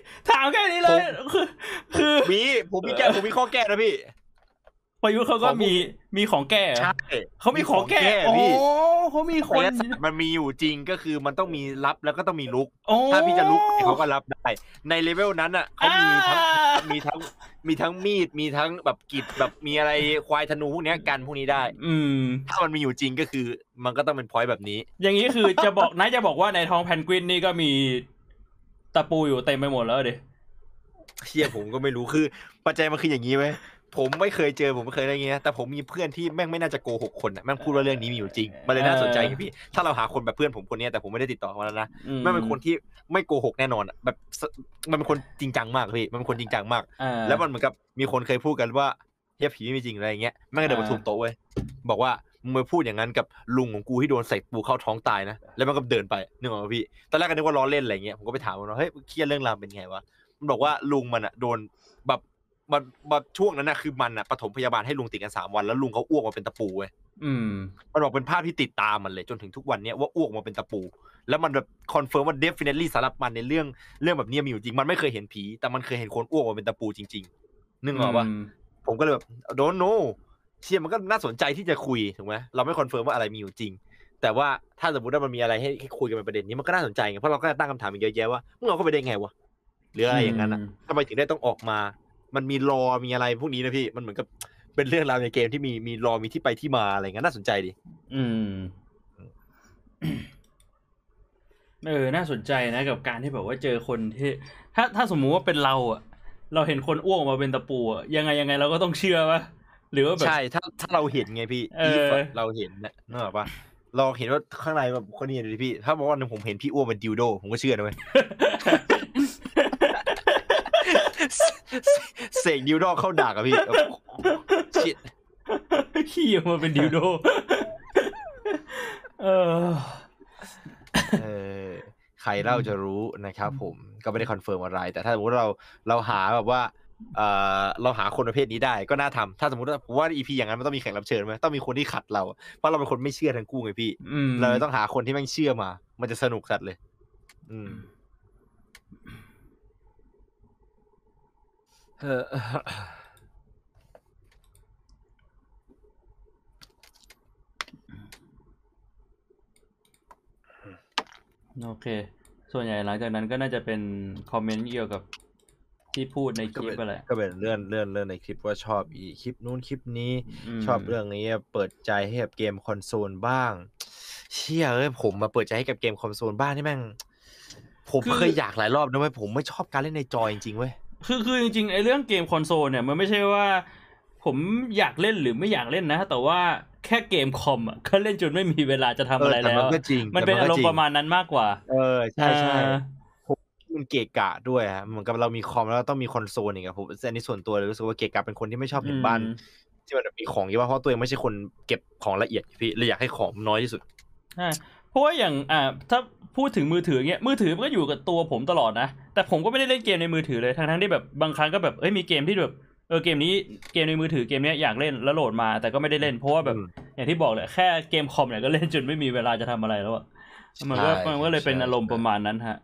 คือผมมีข้อแก้นะพี่ประยุทธ์เขาก็มีของแก้ใช่เขามีของแก้พี่เขามีคนมันมีอยู่จริงก็คือมันต้องมีรับแล้วก็ต้องมีลุกถ้าพี่จะลุกเขาก็รับได้ในเลเวลนั้นอ่ะเขามีทั้งมีทั้งมีดมีทั้งแบบกิจแบบมีอะไรควายธนูพวกนี้กันพวกนี้ได้ถ้ามันมีอยู่จริงก็คือมันก็ต้องเป็นพอยต์แบบนี้อย่างนี้คือจะบอกว่าในท้องแพนกวินนี่ก็มีตะปูอยู่เต็มไปหมดแล้วดิเชี่ยผมก็ไม่รู้คือปัจจัยมันคืออย่างนี้ไหมผมไม่เคยเจอผมไม่เคยอะไรเงี้ยแต่ผมมีเพื่อนที่แม่งไม่น่าจะโกหกคนอ่ะแม่งพูดว่าเรื่องนี้มีอยู่จริงมันเลยน่าสนใจพี่ถ้าเราหาคนแบบเพื่อนผมคนนี้แต่ผมไม่ได้ติดต่อมาแล้วนะแม่งเป็นคนที่ไม่โกหกแน่นอนอ่ะแบบมันเป็นคนจริงจังมากพี่มันเป็นคนจริงจังมากแล้วมันเหมือนกับมีคนเคยพูดกันว่าเฮียผีไม่มีจริงอะไรเงี้ยแม่งก็เดินมาทุบโต๊ะเว้ยบอกว่ามึงไปพูดอย่างนั้นกับลุงของกูที่โดนใส่ปูเข้าท้องตายนะแล้วมันก็เดินไปนึกออกไหมพี่ตอนแรกก็นึกว่าล้อเล่นอะไรเงี้ยผมก็ไปถามมันว่าเฮ้ยเครียดเรื่องราวเป็นไงวะมันบอกว่าลุงมันอ่ะโดนแบบช่วงนั้นน่ะคือมันอ่ะปฐมพยาบาลให้ลุงติดกัน3 วันแล้วลุงเขาอ้วกมาเป็นตะปูเว้ยมันบอกเป็นภาพที่ติดตามมันเลยจนถึงทุกวันนี้ว่าอ้วกมาเป็นตะปูแล้วมันแบบคอนเฟิร์มว่า definitely สำหรับมันในเรื่องแบบนี้มีอยู่จริงมันไม่เคยเห็นผีแต่มันเคยเห็นคนอ้วกมาเป็นตะปูจริงๆนึกออกป่ะผมก็เลยแบบ don't know เชี่ยมันก็น่าสนใจที่จะคุยถูกไหมเราไม่คอนเฟิร์มว่าอะไรมีอยู่จริงแต่ว่าถ้าสมมติว่ามันมีอะไรให้คุยกันเป็นประเด็นนี้มันก็น่าสนใจไงเพราะเราก็ตั้งคำถามอีกเยอะแยะว่ามึงเอาเข้าไปได้ไงวะหรืออะไรอย่างนั้นอ่ะทำไมถึงได้ต้องออกมามันมีรอมีอะไรพวกนี้นะพี่มันเหมือนกับเป็นเรื่องราวในเกมที่มีรอมีที่ไปที่มาอะไรเงี้ยน่าสนใจดิน่าสนใจนะกับการที่แบบว่าเจอคนที่ถ้าสมมุติว่าเป็นเราอ่ะเราเห็นคนอ้วกมาเป็นตะปูอ่ะยังไงเราก็ต้องเชื่อวะหรือว่าแบบใช่ถ้าเราเห็นไงพี่เราเห็นนะนึกออกปะเราเห็นว่าข้างในแบบคนนี้ดิพี่ถ้าบอกว่าผมเห็นพี่อ้วกเป็นดิวโดผมก็เชื่อนะเว้ยเสกดิวโดเข้าดักอะพี่ชิดขี้มาเป็นดิวโดใครเล่าจะรู้นะครับผมก็ไม่ได้คอนเฟิร์มอะไรแต่ถ้าสมมติเราหาแบบว่าเราหาคนประเภทนี้ได้ก็น่าทำถ้าสมมติว่าผมว่า EP อย่างนั้นมันต้องมีแขกรับเชิญไหมต้องมีคนที่ขัดเราเพราะเราเป็นคนไม่เชื่อทั้งคู่ไงพี่เราต้องหาคนที่แม่งเชื่อมามันจะสนุกสัตว์เลยโอเคส่วนใหญ่หลังจากนั้นก็น่าจะเป็นคอมเมนต์เกี่ยวกับที่พูดในคลิปอะไรก็เป็นเรื่องในคลิปว่าชอบอีคลิปนู้นคลิปนี้ชอบเรื่องนี้เปิดใจให้กับเกมคอนโซลบ้างเชี่ยผมมาเปิดใจให้กับเกมคอนโซลบ้างนี่แม่งผมเคยอยากหลายรอบนะเว้ยผมไม่ชอบการเล่นในจอจริงๆเว้ยคือจริงๆไอ้เรื่องเกมคอนโซลเนี่ยมันไม่ใช่ว่าผมอยากเล่นหรือไม่อยากเล่นนะแต่ว่าแค่เกมคอมอ่ะก็เล่นจนไม่มีเวลาจะทำอะไรแล้วมันเป็นอารมณ์ประมาณนั้นมากกว่าใช่มันเกะกะด้วยฮะเหมือนกับเรามีคอมแล้วต้องมีคอนโซลอีกอะผมอันนี้ส่วนตัวเลยรู้สึกว่าเกะกะเป็นคนที่ไม่ชอบเห็นบ้านที่มันมีของเยอะเพราะตัวเองไม่ใช่คนเก็บของละเอียดพี่เลยอยากให้ของน้อยที่สุดเพราะว่าอย่างถ้าพูดถึงมือถือเงี้ยมือถือมันก็อยู่กับตัวผมตลอดนะแต่ผมก็ไม่ได้เล่นเกมในมือถือเลยทั้งที่แบบบางครั้งก็แบบมีเกมที่แบบเกมในมือถือเกมนี้อยากเล่นแล้วโหลดมาแต่ก็ไม่ได้เล่นเพราะว่าแบบอย่างที่บอกแหละแค่เกมคอมเนี่ยก็เล่นจนไม่มีเวลาจะทำอะไรแล้วอ่ะมันก็เลยเป็นอารมณ์ประมาณนั้นฮะ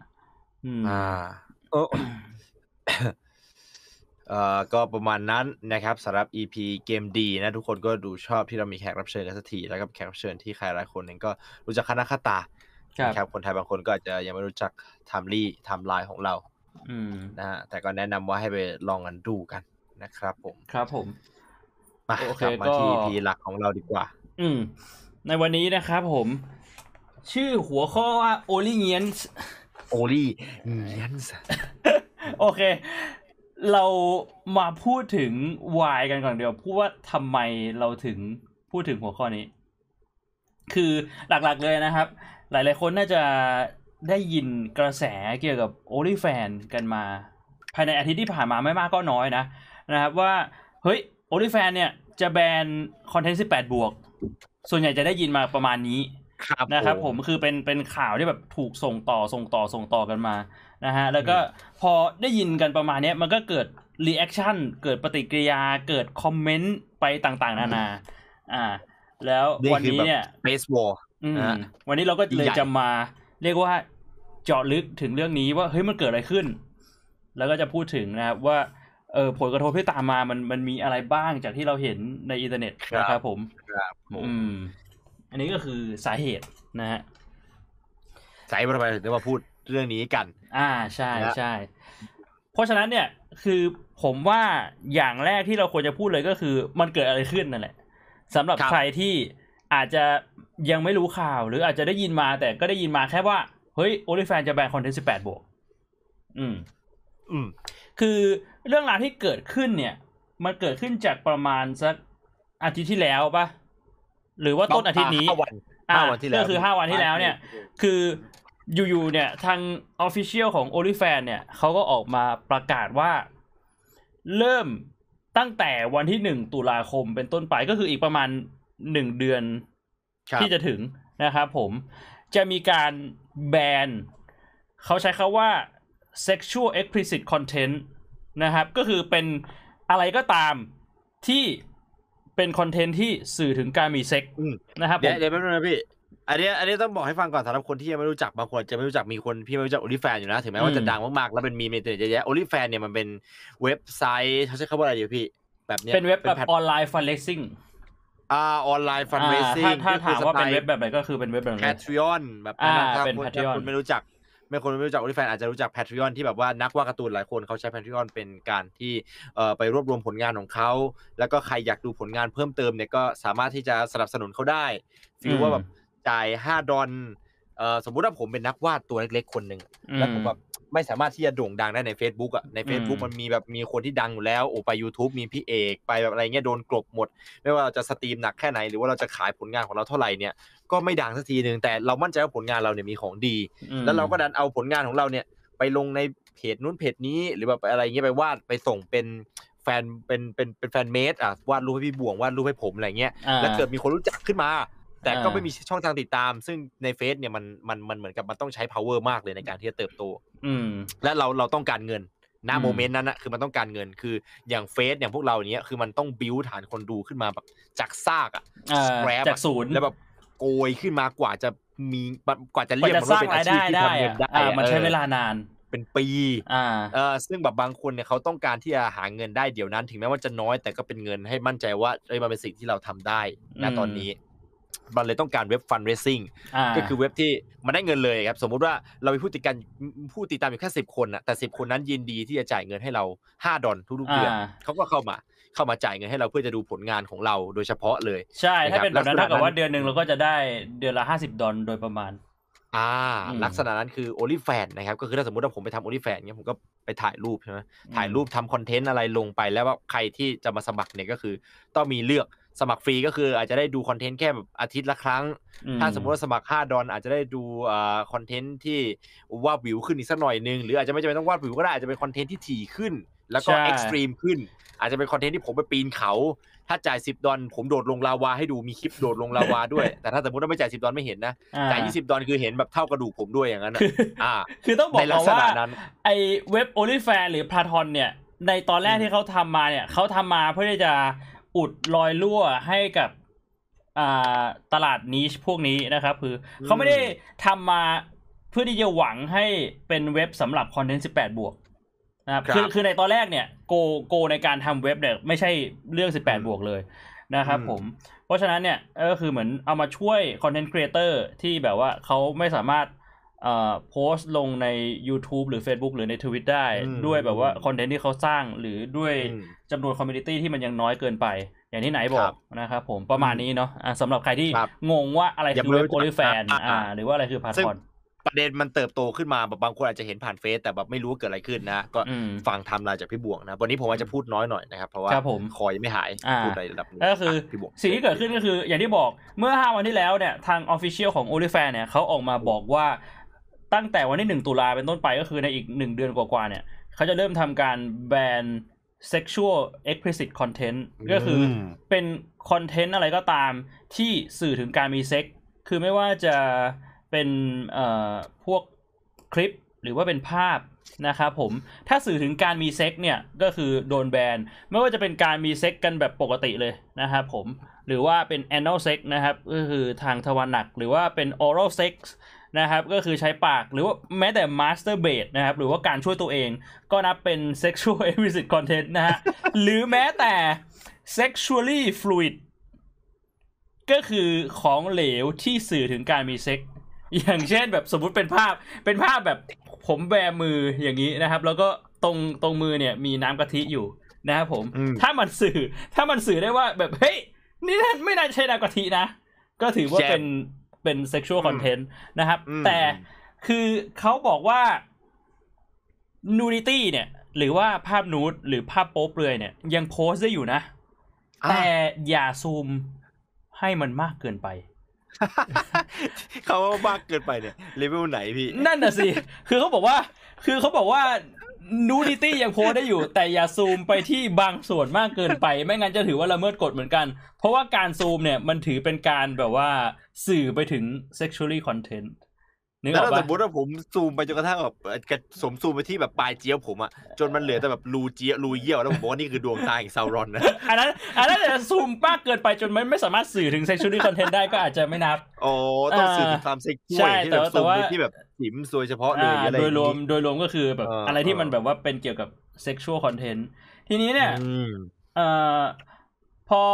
ก็ประมาณนั้นนะครับสำหรับ EP เกมดีนะทุกคนก็ดูชอบที่เรามีแขกรับเชิญกันสักทีแล้วก็แขกรับเชิญที่ใครหลายคนนึงก็รู้จักคณะตานะครับคนไทยบางคนก็อาจจะยังไม่รู้จักไทม์ไลน์ของเรานะฮะแต่ก็แนะนำว่าให้ไปลองกันดูกันนะครับผมครับผมมาที่ EP หลักของเราดีกว่าในวันนี้นะครับผมชื่อหัวข้อว่า Only Nians โอเคเรามาพูดถึง why กันก่อนเดี๋ยวพูดว่าทำไมเราถึงพูดถึงหัวข้อนี้คือหลักๆเลยนะครับหลายๆคนน่าจะได้ยินกระแสเกี่ยวกับ OnlyFans กันมาภายในอาทิตย์ที่ผ่านมาไม่มากก็น้อยนะครับว่าเฮ้ย OnlyFans เนี่ยจะแบนคอนเทนต์18 บวกส่วนใหญ่จะได้ยินมาประมาณนี้นะครับผมคือเป็นข่าวที่แบบถูกส่งต่อกันมานะฮะแล้วก็พอได้ยินกันประมาณนี้มันก็เกิดรีแอคชั่นเกิดปฏิกิริยาเกิดคอมเมนต์ไปต่างๆนานาแล้ววันนี้เนี่ย Space War วันนี้เราก็เลยจะมาเรียกว่าเจาะลึกถึงเรื่องนี้ว่าเฮ้ยมันเกิดอะไรขึ้นแล้วก็จะพูดถึงนะครับว่าผลกระทบที่ตามมามันมีอะไรบ้างจากที่เราเห็นในอินเทอร์เน็ตนะครับผมอันนี้ก็คือสาเหตุนะฮะสาเหตุทำไมถึงมาพูดเรื่องนี้กันใช่ใช่เพราะฉะนั้นเนี่ยคือผมว่าอย่างแรกที่เราควรจะพูดเลยก็คือมันเกิดอะไรขึ้นนั่นแหละสำหรับใครที่อาจจะยังไม่รู้ข่าวหรืออาจจะได้ยินมาแต่ก็ได้ยินมาแค่ว่าเฮ้ย OnlyFans จะแบนคอนเทนต์18 บวกคือเรื่องราวที่เกิดขึ้นเนี่ยมันเกิดขึ้นจากประมาณสักอาทิตย์ที่แล้วป่ะหรือว่าต้นอาทิตย์นี้ 5 วันที่แล้วก็คือ5 วันที่แล้วเนี่ยคืออยู่ๆเนี่ยทาง Official ของ OnlyFans เนี่ยเขาก็ออกมาประกาศว่าเริ่มตั้งแต่วันที่1 ตุลาคมเป็นต้นไปก็คืออีกประมาณ1 เดือนที่จะถึงนะครับผมจะมีการแบนเขาใช้คำว่า sexual explicit content นะครับก็คือเป็นอะไรก็ตามที่เป็นคอนเทนต์ที่สื่อถึงการมีเซ็กนะครับเดี๋ยวแป๊บนึงนะพี่อันนี้ต้องบอกให้ฟังก่อนสำหรับคนที่ยังไม่รู้จักบางคนจะไม่รู้จักมีคนพี่ไม่รู้จัก OnlyFans อยู่นะถึงแม้ว่าจะดังมากๆแล้วเป็นมีมในอินเทอร์เน็ตเยอะแยะ OnlyFans เนี่ยมันเป็นเว็บไซต์เขาใช้คำว่าอะไรอยู่พี่แบบเนี้ยเป็นเว็บแบบออนไลน์ฟันเลสซิ่งออนไลน์ฟันเรซิ่งถ้าถามว่าเป็นเว็บแบบไหนก็คือเป็นเว็บแบบนั้น Patreon แบบนั้นถ้าเป็น Patreon คนไม่รู้จักOnlyFans อาจจะรู้จัก Patreon ที่แบบว่านักวาดการ์ตูนหลายคนเขาใช้ Patreon เป็นการที่ไปรวบรวมผลงานของเขาแล้วก็ใครอยากดูผลงานเพิ่มเติมเนี่ยก็สามารถที่จะสนับสนุนเขาได้ฟีลว่าแบบจ่าย$5สมมุติว่าผมเป็นนักวาดตัวเล็กๆคนนึงแล้วผมแบบไม่สามารถที่จะโด่งดังได้ใน Facebook อ่ะใน Facebook มันมีคนที่ดังอยู่แล้วไป YouTube มีพี่เอกไปแบบอะไรเงี้ยโดนกลบหมดไม่ว่าเราจะสตรีมหนักแค่ไหนหรือว่าเราจะขายผลงานของเราเท่าไหร่เนี่ยก็ไม่ดังสักทีนึงแต่เรามั่นใจว่าผลงานเราเนี่ยมีของดีแล้วเราก็ดันเอาผลงานของเราเนี่ยไปลงในเพจนู้นเพจนี้หรือแบบอะไรเงี้ยไปวาดไปส่งเป็นแฟนเป็นแฟนเมดวาดรูปให้พี่บ่วงวาดรูปให้ผมอะไรเงี้ยแล้วเกิดมีคนรู้จักขึ้นมาแต่ก็ไม่มีช่องทางติดตามซึ่งในเฟซเนี่ยมันเหมือนกับมันต้องใช้ power มากเลยในการที่จะเติบโตและเราต้องการเงินณโมเมนต์นั้นนะคือมันต้องการเงินคืออย่างเฟซอย่างพวกเราเนี้ยคือมันต้องบิวฐานคนดูขึ้นมาแบบจากซากจากศูนย์แล้วแบบโกยขึ้นมากว่าจะเรียกมันว่าเป็นอาชีพที่ทำเงินได้มันใช้เวลานานเป็นปีซึ่งแบบบางคนเนี่ยเขาต้องการที่จะหาเงินได้เดี๋ยวนั้นถึงแม้ว่าจะน้อยแต่ก็เป็นเงินให้มั่นใจว่ามันเป็นสิ่งที่เราทำได้ณตอนนี้มันเลยต้องการเว็บฟันเรซซิ่งก็คือเว็บที่มันได้เงินเลยครับสมมุติว่าเรามีผู้ติดตามอยู่แค่10 คนนะแต่10 คนนั้นยินดีที่จะจ่ายเงินให้เรา$5ทุกๆเดือนเขาก็เข้ามาจ่ายเงินให้เราเพื่อจะดูผลงานของเราโดยเฉพาะเลยใช่ถ้าเป็นแบบนั้นเท่ากับว่าเดือนนึงเราก็จะได้เดือนละ$50โดยประมาณลักษณะนั้นคือ OnlyFans นะครับก็คือถ้าสมมุติว่าผมไปทำ OnlyFans เงี้ยผมก็ไปถ่ายรูปใช่ไหมถ่ายรูปทำคอนเทนต์อะไรลงไปแล้วว่าใครที่จะมาสมัครเนี่ยก็คือต้องมีเลือกสมัครฟรีก็คืออาจจะได้ดูคอนเทนต์แค่แบบอาทิตย์ละครั้งถ้าสมมติว่าสมัคร$5อาจจะได้ดูคอนเทนต์ที่วาดวิวขึ้นอีกสักหน่อยนึงหรืออาจจะไม่จำเป็นต้องวาดวิวก็ได้อาจจะเป็นคอนเทนต์ที่ถี่ขึ้นแล้วก็เอ็กซ์ตรีมขึ้นอาจจะเป็นคอนเทนต์ที่ผมไปปีนเขาถ้าจ่าย$10ผมโดดลงลาวาให้ดูมีคลิปโดดลงลาวาด้วยแต่ถ้าสมมติว่าไม่จ่าย$10ไม่เห็นนะจ่าย$20คือเห็นแบบเท่ากระดูกผมด้วยอย่างนั้นคือต้องบอกว่าไอเว็บ OnlyFans หรือ Platon เนี่ยในตอนแรกที่เขาทำมาเนี่ยเขาทำมาเพื่อที่จะอุดรอยรั่วให้กับตลาดนิชพวกนี้นะครับคือเขาไม่ได้ทำมาเพื่อที่จะหวังให้เป็นเว็บสำหรับคอนเทนต์18 บวกนะครับคือในตอนแรกเนี่ยโกในการทำเว็บเนี่ยไม่ใช่เรื่อง18 บวกเลยนะครับผมเพราะฉะนั้นเนี่ยก็คือเหมือนเอามาช่วยคอนเทนต์ครีเอเตอร์ที่แบบว่าเขาไม่สามารถโพสต์ลงใน YouTube หรือ Facebook หรือใน Twitter ได้ด้วยแบบว่าคอนเทนต์ที่เขาสร้างหรือด้วยจำนวนคอมมูนิตี้ที่มันยังน้อยเกินไปอย่างที่ไหนบอกนะครับผมประมาณนี้เนาะสำหรับใครที่งงว่าอะไรคือเว็บ OnlyFans หรือว่าอะไรคือพาร์ทอนประเด็นมันเติบโตขึ้นมาแบบบางคนอาจจะเห็นผ่านเฟซแต่แบบไม่รู้ว่าเกิดอะไรขึ้นนะก็ฟังไทม์ไลน์จากพี่บวงนะวันนี้ผมอาจจะพูดน้อยหน่อยนะครับเพราะว่าคอยไม่หายพูดในระดับนี้ก็คือสิ่งที่เกิดขึ้นก็คืออย่างที่บอกเมื่อ5 วันที่แล้วเนี่ยทาง Official ของ OnlyFans เนี่ยเขาออกมาบอกว่าตั้งแต่วันที่1 ตุลาเป็นต้นไปก็คือในอีก1 เดือนกว่าๆเนี่ยเขาจะเริ่มทำการแบน sexual explicit content ก็คือเป็นคอนเทนต์อะไรก็ตามที่สื่อถึงการมีเซ็กคือไม่ว่าจะเป็นพวกคลิปหรือว่าเป็นภาพนะครับผมถ้าสื่อถึงการมีเซ็กเนี่ยก็คือโดนแบนไม่ว่าจะเป็นการมีเซ็กกันแบบปกติเลยนะครับผมหรือว่าเป็น anal sex นะครับก็คือทางทวารหนักหรือว่าเป็น oral sex นะครับก็คือใช้ปากหรือว่าแม้แต่ masturbate นะครับหรือว่าการช่วยตัวเองก็นับเป็น sexual explicit content นะฮะ หรือแม้แต่ sexually fluid ก็คือของเหลวที่สื่อถึงการมีเซ็กส์อย่างเช่นแบบสมมุติเป็นภาพแบบผมแบมืออย่างนี้นะครับแล้วก็ตรงมือเนี่ยมีน้ำกะทิอยู่นะครับผมถ้ามันสื่อได้ว่าแบบเฮ้ยนี่ไม่น่าใช่น้ำกะทินะก็ถือว่าเป็น sexual content นะครับแต่คือเขาบอกว่า nudity เนี่ยหรือว่าภาพนูดหรือภาพโป๊เปลือยเนี่ยยังโพสได้อยู่นะแต่อย่าซูมให้มันมากเกินไปเขาว่ามากเกินไปเนี่ยเลเวลไหนพี่นั่นน่ะสิคือเขาบอกว่าnudity ยังโพสได้อยู่แต่อย่าซูมไปที่บางส่วนมากเกินไปไม่งั้นจะถือว่าละเมิดกฎเหมือนกันเพราะว่าการซูมเนี่ยมันถือเป็นการแบบว่าสื่อไปถึง sexually content แล้วสมมติว่าผมซูมไปจนกระทั่งแบบซูมไปที่แบบปลายเจี๊ยบผมอะจนมันเหลือแต่แบบรูเยี่ยวแล้วผมบอกว่านี่คือดวงตาแห่งซาวรอนนะอันนั้นจะซูมมากเกินไปจนมันไม่สามารถสื่อถึง sexually content ได้ก็อาจจะไม่นับอ๋อต้องสื่อถึงความเซ็กชวลที่แบบซูมไปที่แบบจิ๋มโดยเฉพาะเลยอะไรโดยรวมก็คือแบบอะไรที่มันแบบว่าเป็นเกี่ยวกับ sexual content ทีนี้เนี่ยพอ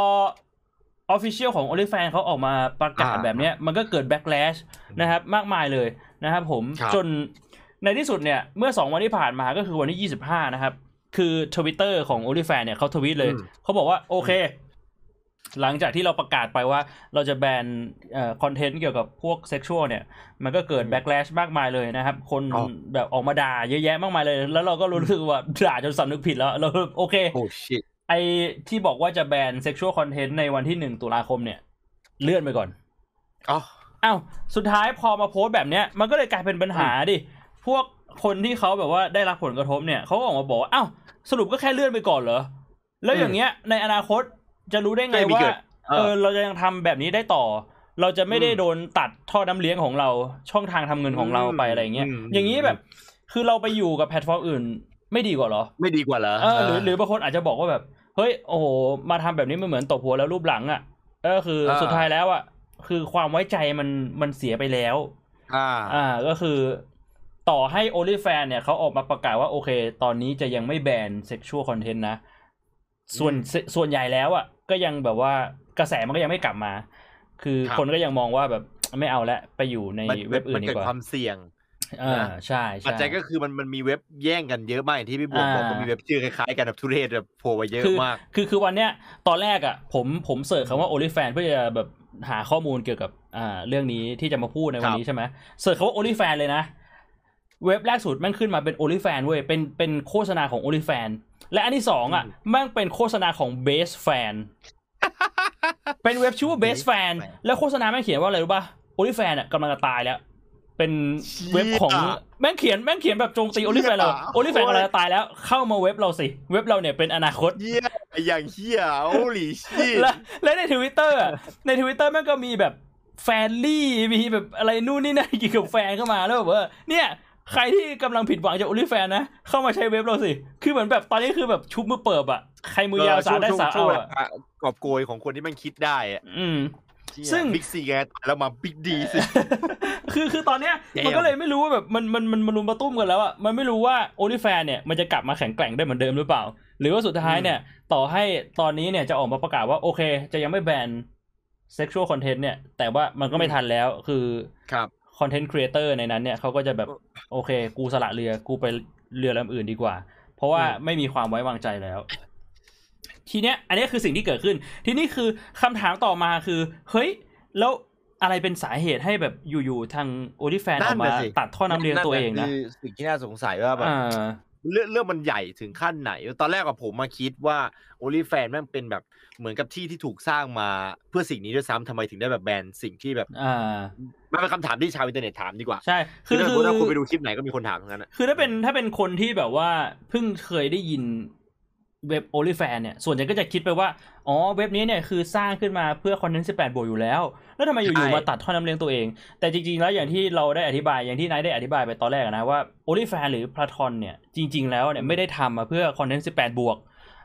official ของ OnlyFans เขาออกมาประกาศแบบนี้มันก็เกิด backlash นะครับมากมายเลยนะครับผมจนในที่สุดเนี่ยเมื่อ2วันที่ผ่านมาก็คือวันที่25นะครับคือ Twitter ของ OnlyFans เนี่ยเขาทวีตเลยเขาบอกว่าโอเคหลังจากที่เราประกาศไปว่าเราจะแบนคอนเทนต์เกี่ยวกับพวกเซ็กชวลเนี่ยมันก็เกิด backlash มากมายเลยนะครับคนแบบออกมาด่าเยอะแยะมากมายเลยแล้วเราก็รู้สึกว่าด่าจนสำนึกผิดแล้วเราโอเคไอที่บอกว่าจะแบน sexual content ในวันที่1 ตุลาคมเนี่ยเลื่อนไปก่อนอ้าวสุดท้ายพอมาโพสต์แบบเนี้ยมันก็เลยกลายเป็นปัญหาดิพวกคนที่เขาแบบว่าได้รับผลกระทบเนี่ยเขาก็ออกมาบอกว่าอ้าวสรุปก็แค่เลื่อนไปก่อนเหรอแล้วอย่างเงี้ยในอนาคตจะรู้ได้ไงว่าเราจะยังทำแบบนี้ได้ต่อเราจะไม่ได้โดนตัดท่อน้ำเลี้ยงของเราช่องทางทำเงินของเราไปอะไรเงี้ยอย่างนี้แบบคือเราไปอยู่กับแพลตฟอร์มอื่นไม่ดีกว่าหรอไม่ดีกว่าเหรอหรือบางคนอาจจะบอกว่าแบบเฮ้ยโอ้โหมาทำแบบนี้มันเหมือนตบหัวแล้วรูปหลังอ่ะคือสุดท้ายแล้วอ่ะคือความไว้ใจมันเสียไปแล้วก็คือต่อให้ OnlyFans เนี่ยเขาออกมาประกาศว่าโอเคตอนนี้จะยังไม่แบน sexual content นะส่วนใหญ่แล้วอ่ะก็ยังแบบว่ากระแสมันก็ยังไม่กลับมาคือคนก็ยังมองว่าแบบไม่เอาละไปอยู่ในเว็บอื่นดีกว่ามันเกิดความเสี่ยงใช่ปัจจัยก็คือมันมีเว็บแย่งกันเยอะมากที่พี่บวกบอกมันมีเว็บชื่อคล้ายๆกันแบบทุเรศแบบโผล่มาเยอะมากคือวันเนี้ยตอนแรกอ่ะผมเสิร์ชคำว่า OnlyFans เพื่อจะแบบหาข้อมูลเกี่ยวกับเรื่องนี้ที่จะมาพูดในวันนี้ใช่ไหมเสิร์ชคำว่า OnlyFans เลยนะเว็บแรกสุดแม่งขึ้นมาเป็น OnlyFans เว้ยเป็นโฆษณาของ OnlyFans และอันที่2อ่ะแม่งเป็นโฆษณาของ Best Fan เป็นเว็บชื่อว่า Best Fan แล้วโฆษณาแม่งเขียนว่าอะไรรู้ป่ะ OnlyFans อ่ะกำลังจะตายแล้วเป็นเว็บของแม่งเขียนแบบโจมตี OnlyFans เรา OnlyFans กำลังจะตายแล้วเข้ามาเว็บเราสิเว็บเราเนี่ยเป็นอนาคตเหี้ยอย่างเหี้ยโอ้ลิชิตและใน Twitter อ่ะใน Twitter แม่งก็มีแบบแฟนลี่มีแบบอะไรนู่นนี่นั่นเกี่ยวกับแฟนเข้ามาแล้วแบบว่าเนี่ยใครที่กำลังผิดหวังจาก OnlyFans นะเข้ามาใช้เว็บเราสิคือเหมือนแบบตอนนี้คือแบบชุบมือเปิบอ่ะใครมือยาวสาได้สาเอาอ่ะกอบโกยของคนที่มันคิดได้อ่ะซึ่งบิ๊กซีแกแล้วมาบิ๊กดีสิคือตอนเนี้ยมันก็เลยไม่รู้ว่าแบบมันรุมมาตุ้มกันแล้วอ่ะมันไม่รู้ว่า OnlyFans เนี่ยมันจะกลับมาแข็งแกร่งได้เหมือนเดิมหรือเปล่าหรือว่าสุดท้ายเนี่ยต่อให้ตอนนี้เนี่ยจะออกมาประกาศว่าโอเคจะยังไม่แบน sexual content เนี่ยแต่ว่ามันก็ไม่ทันแล้วคือcontent creator ในนั้นเนี่ยเขาก็จะแบบโอเคกูสละเรือกูไปเรือลำอื่นดีกว่าเพราะว่าไม่มีความไว้วางใจแล้วทีเนี้ยอันนี้คือสิ่งที่เกิดขึ้นทีนี้คือคำถามต่อมาคือเฮ้ยแล้วอะไรเป็นสาเหตุให้แบบอยู่ๆทาง OnlyFans ออกมาตัดท่อน้ำเลี้ยงตัวเองนะคือสิ่งที่น่าสงสัยว่าแบบเรื่องมันใหญ่ถึงขั้นไหนตอนแรกกับผมมาคิดว่า OnlyFans มันเป็นแบบเหมือนกับที่ถูกสร้างมาเพื่อสิ่งนี้ด้วยซ้ำทำไมถึงได้แบบแบนสิ่งที่แบบมันเป็นคำถามที่ชาวอินเทอร์เน็ตถามดีกว่าใช่คือถ้าคุณไปดูคลิปไหนก็มีคนถามทั้งนั้นคือถ้าเป็นคนที่แบบว่าเพิ่งเคยได้ยินเว็บ OnlyFans เนี่ยส่วนใหญ่ก็จะคิดไปว่าอ๋อเว็บนี้เนี่ยคือสร้างขึ้นมาเพื่อคอนเทนต์18 บวกอยู่แล้วทำไมอยู่ๆมาตัดท่อน้ำเลี้ยงตัวเองแต่จริงๆแล้วอย่างที่เราได้อธิบายอย่างที่นายได้อธิบายไปตอนแรกนะว่า OnlyFans หรือ Platon เนี่ยจริงๆแล้วเนี่ยไม่ได้ทำมาเพื่อคอนเทนต์18 บวก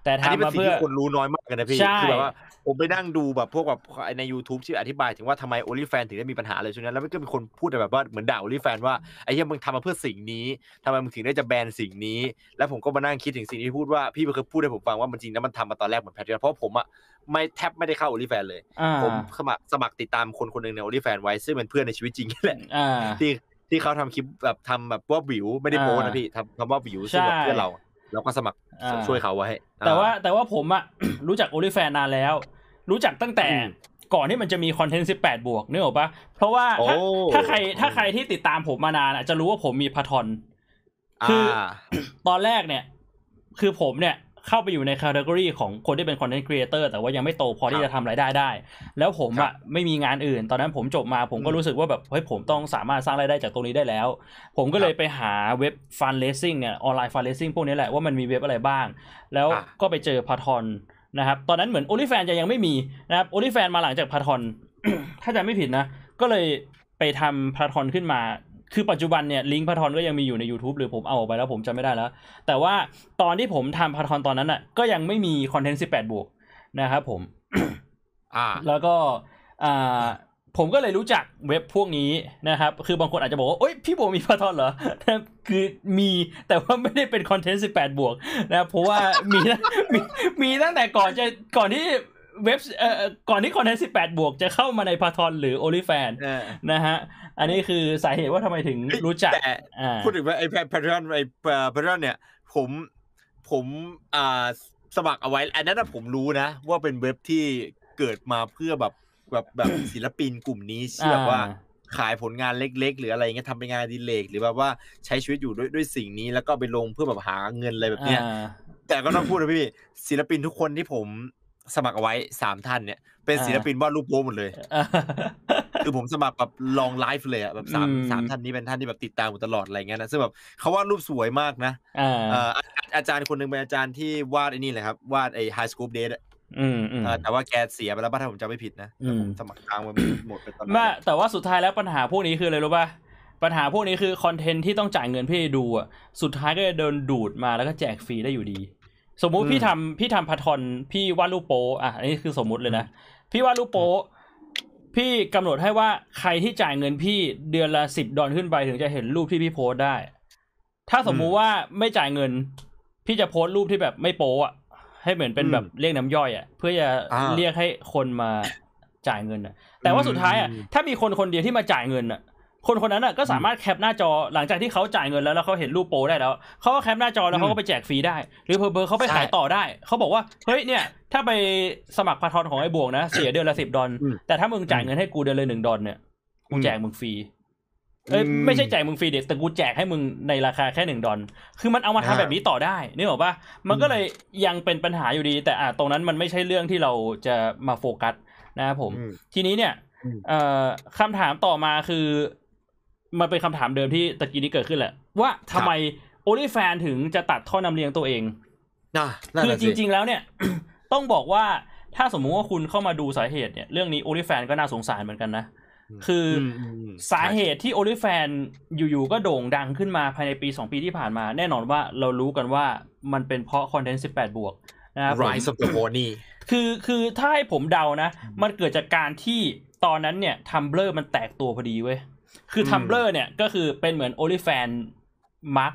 แต่ทำมาเพื่อคนรู้น้อยมากกันนะพี่คือแบบว่าผมไปนั่งดูแบบพวกแบบใน YouTube ที่อธิบายถึงว่าทำไม OnlyFans ถึงได้มีปัญหาอะไรช่วงนั้นแล้วมันก็มีคนพูดแบบว่าเหมือนด่า OnlyFans ว่าไอ้เหี้ยมึงทำมาเพื่อสิ่งนี้ทำไมมึงถึงได้จะแบนสิ่งนี้แล้วผมก็มานั่งคิดถึงสิ่งที่พูดว่าพี่เคยพูดให้ผมฟังว่ามันจริงนะมันทำมาตอนแรกเหมือนแพทเทิร์นเพราะผมอะแทบไม่ได้เข้า OnlyFans เลยผมสมัครติดตามคนนึงใน OnlyFans ไว้ซึ่งเป็นเพื่อนในชีวิตจริงแหละที่เขาทำคลิปแบบทำแบบว่าวิวไม่ได้โพสนะพี่ทำว่าวิวซึ่งแบบเพื่อนเราก็สมัครช่วยเขาไว้แต่ว่าผมอะรู้จัก OnlyFans นานแล้วรู้จักตั้งแต่ก่อนที่มันจะมีคอนเทนต์18 บวกนึกออกปะเพราะว่าถ้าใครที่ติดตามผมมานานจะรู้ว่าผมมีพาทอนคือตอนแรกเนี่ยคือผมเนี่ยเข้าไปอยู่ในแคตตากรีของคนที่เป็นคอนเทนต์ครีเอเตอร์แต่ว่ายังไม่โตพอที่จะทำรายได้แล้วผมอะไม่มีงานอื่นตอนนั้นผมจบมาผมก็รู้สึกว่าแบบเฮ้ยผมต้องสามารถสร้างรายได้จากตรงนี้ได้แล้วผมก็เลยไปหาเว็บฟันเลสซิ่งเนี่ยออนไลน์ฟันเลสซิ่งพวกนี้แหละว่ามันมีเว็บอะไรบ้างแล้วก็ไปเจอพาทอนนะครับตอนนั้นเหมือน OnlyFans ยังไม่มีนะครับ OnlyFans มาหลังจากพาทอน ถ้าจำไม่ผิดนะก็เลยไปทำพาทอนขึ้นมาคือปัจจุบันเนี่ยลิงก์พาทอนก็ยังมีอยู่ใน YouTube หรือผมเอาออกไปแล้วผมจำไม่ได้แล้วแต่ว่าตอนที่ผมทำพาทอนตอนนั้นน่ะก็ยังไม่มีคอนเทนต์18 บวกนะครับผมแล้วก็ผมก็เลยรู้จักเว็บพวกนี้นะครับคือบางคนอาจจะบอกว่าโอ๊ยพี่โบมีพาทอนเหรอคือมีแต่ว่าไม่ได้เป็นคอนเทนต์18 บวกนะเพราะว่ามีตั้งแต่ก่อนที่เว็บก่อนที่คอนเทนต์18 บวกจะเข้ามาในพาทอนหรือ OnlyFans นะฮะอันนี้คือสาเหตุว่าทำไมถึงรู้จักพูดถึงว่าไอ้แพทเทิร์นเนี่ยผมสมัครเอาไว้อันนั้นผมรู้นะว่าเป็นเว็บที่เกิดมาเพื่อแบบศิลปินกลุ่มนี้ที่แบบว่าขายผลงานเล็กๆหรืออะไรเงี้ยทำเป็นงานอดิเรกหรือแบบว่าใช้ชีวิตอยู่ด้วยสิ่งนี้แล้วก็ไปลงเพื่อแบบหาเงินอะไรแบบเนี้ยแต่ก็ต้องพูดนะพี่ศิลปินทุกคนที่ผมสมัครเอาไว้3ท่านเนี่ยเป็นศิลปินวาดรูปโป๊หมดเลยคือผมสมัครแบบลองไลฟ์เลยอ่ะแบบ3ท่านนี้เป็นท่านที่แบบติดตามผมตลอดอะไรเงี้ยนะซึ่งแบบเขาวาดรูปสวยมากนะอาจารย์คนนึงเป็นอาจารย์ที่วาดไอ้นี่แหละครับวาดไอ้ High School Date แต่ว่าแกเสียไปแล้วถ้าผมจำไม่ผิดนะผมสมัครค้างไว้หมดไปตอนนั้นแต่ว่าสุดท้ายแล้วปัญหาพวกนี้คืออะไรรู้ป่ะปัญหาพวกนี้คือคอนเทนต์ที่ต้องจ่ายเงินพี่ดูอ่ะสุดท้ายก็จะโดนดูดมาแล้วก็แจกฟรีได้อยู่ดีสมมุติพี่ทำพาทอนพี่วาดรูปโป๊อันนี้คือสมมุติเลยนะพี่วาดรูปโป๊พี่กำหนดให้ว่าใครที่จ่ายเงินพี่เดือนละ$10ขึ้นไปถึงจะเห็นรูปที่พี่โพสได้ถ้าสมมุติว่าไม่จ่ายเงินพี่จะโพสรูปที่แบบไม่โป๊อ่ะให้เหมือนเป็นแบบเรียกน้ำย่อยอ่ะเพื่อจะเรียกให้คนมาจ่ายเงินอ่ะแต่ว่าสุดท้ายอ่ะถ้ามีคนเดียวที่มาจ่ายเงินอ่ะคนนั้นอ่ะก็สามารถแคปหน้าจอหลังจากที่เขาจ่ายเงินแล้วเขาเห็นรูปโป๊ได้แล้วเขาก็แคปหน้าจอแล้วเขาก็ไปแจกฟรีได้หรือเผลอๆเขาไปขายต่อได้เขาบอกว่าเฮ้ยเนี่ยถ้าไปสมัครพาทอนของไอ้บวกนะเสียเดือนละ$10แต่ถ้ามึงจ่ายเงินให้กูเดือนละ$1เนี่ยกูแจกมึงฟรีไม่ใช่แจกมึงฟรีเด็ดแต่กูแจกให้มึงในราคาแค่$1คือมันเอามาทำแบบนี้ต่อได้นึกออกป่ะมันก็เลยยังเป็นปัญหาอยู่ดีแต่ตรงนั้นมันไม่ใช่เรื่องที่เราจะมาโฟกัสนะครับผมทีนี้เนี่ยคำถามต่อมาคือมันเป็นคำถามเดิมที่ตะกี้นี้เกิดขึ้นแหละว่าทำไม OnlyFans ถึงจะตัดท่อนำเลี้ยงตัวเองคือจริงๆแล้วเนี่ย ต้องบอกว่าถ้าสมมุติว่าคุณเข้ามาดูสาเหตุเนี่ยเรื่องนี้ OnlyFans ก็น่าสงสารเหมือนกันนะคือสาเหตุที่ OnlyFans อยู่ๆก็โด่งดังขึ้นมาภายในปี2ปีที่ผ่านมาแน่นอนว่าเรารู้กันว่ามันเป็นเพราะคอนเทนต์18 บวกนะครับ Rise of the Pony คือถ้าให้ผมเดานะมันเกิดจากการที่ตอนนั้นเนี่ย Tumblr มันแตกตัวพอดีเว้ยคือ Tumblr เนี่ยก็คือเป็นเหมือน OnlyFans Mark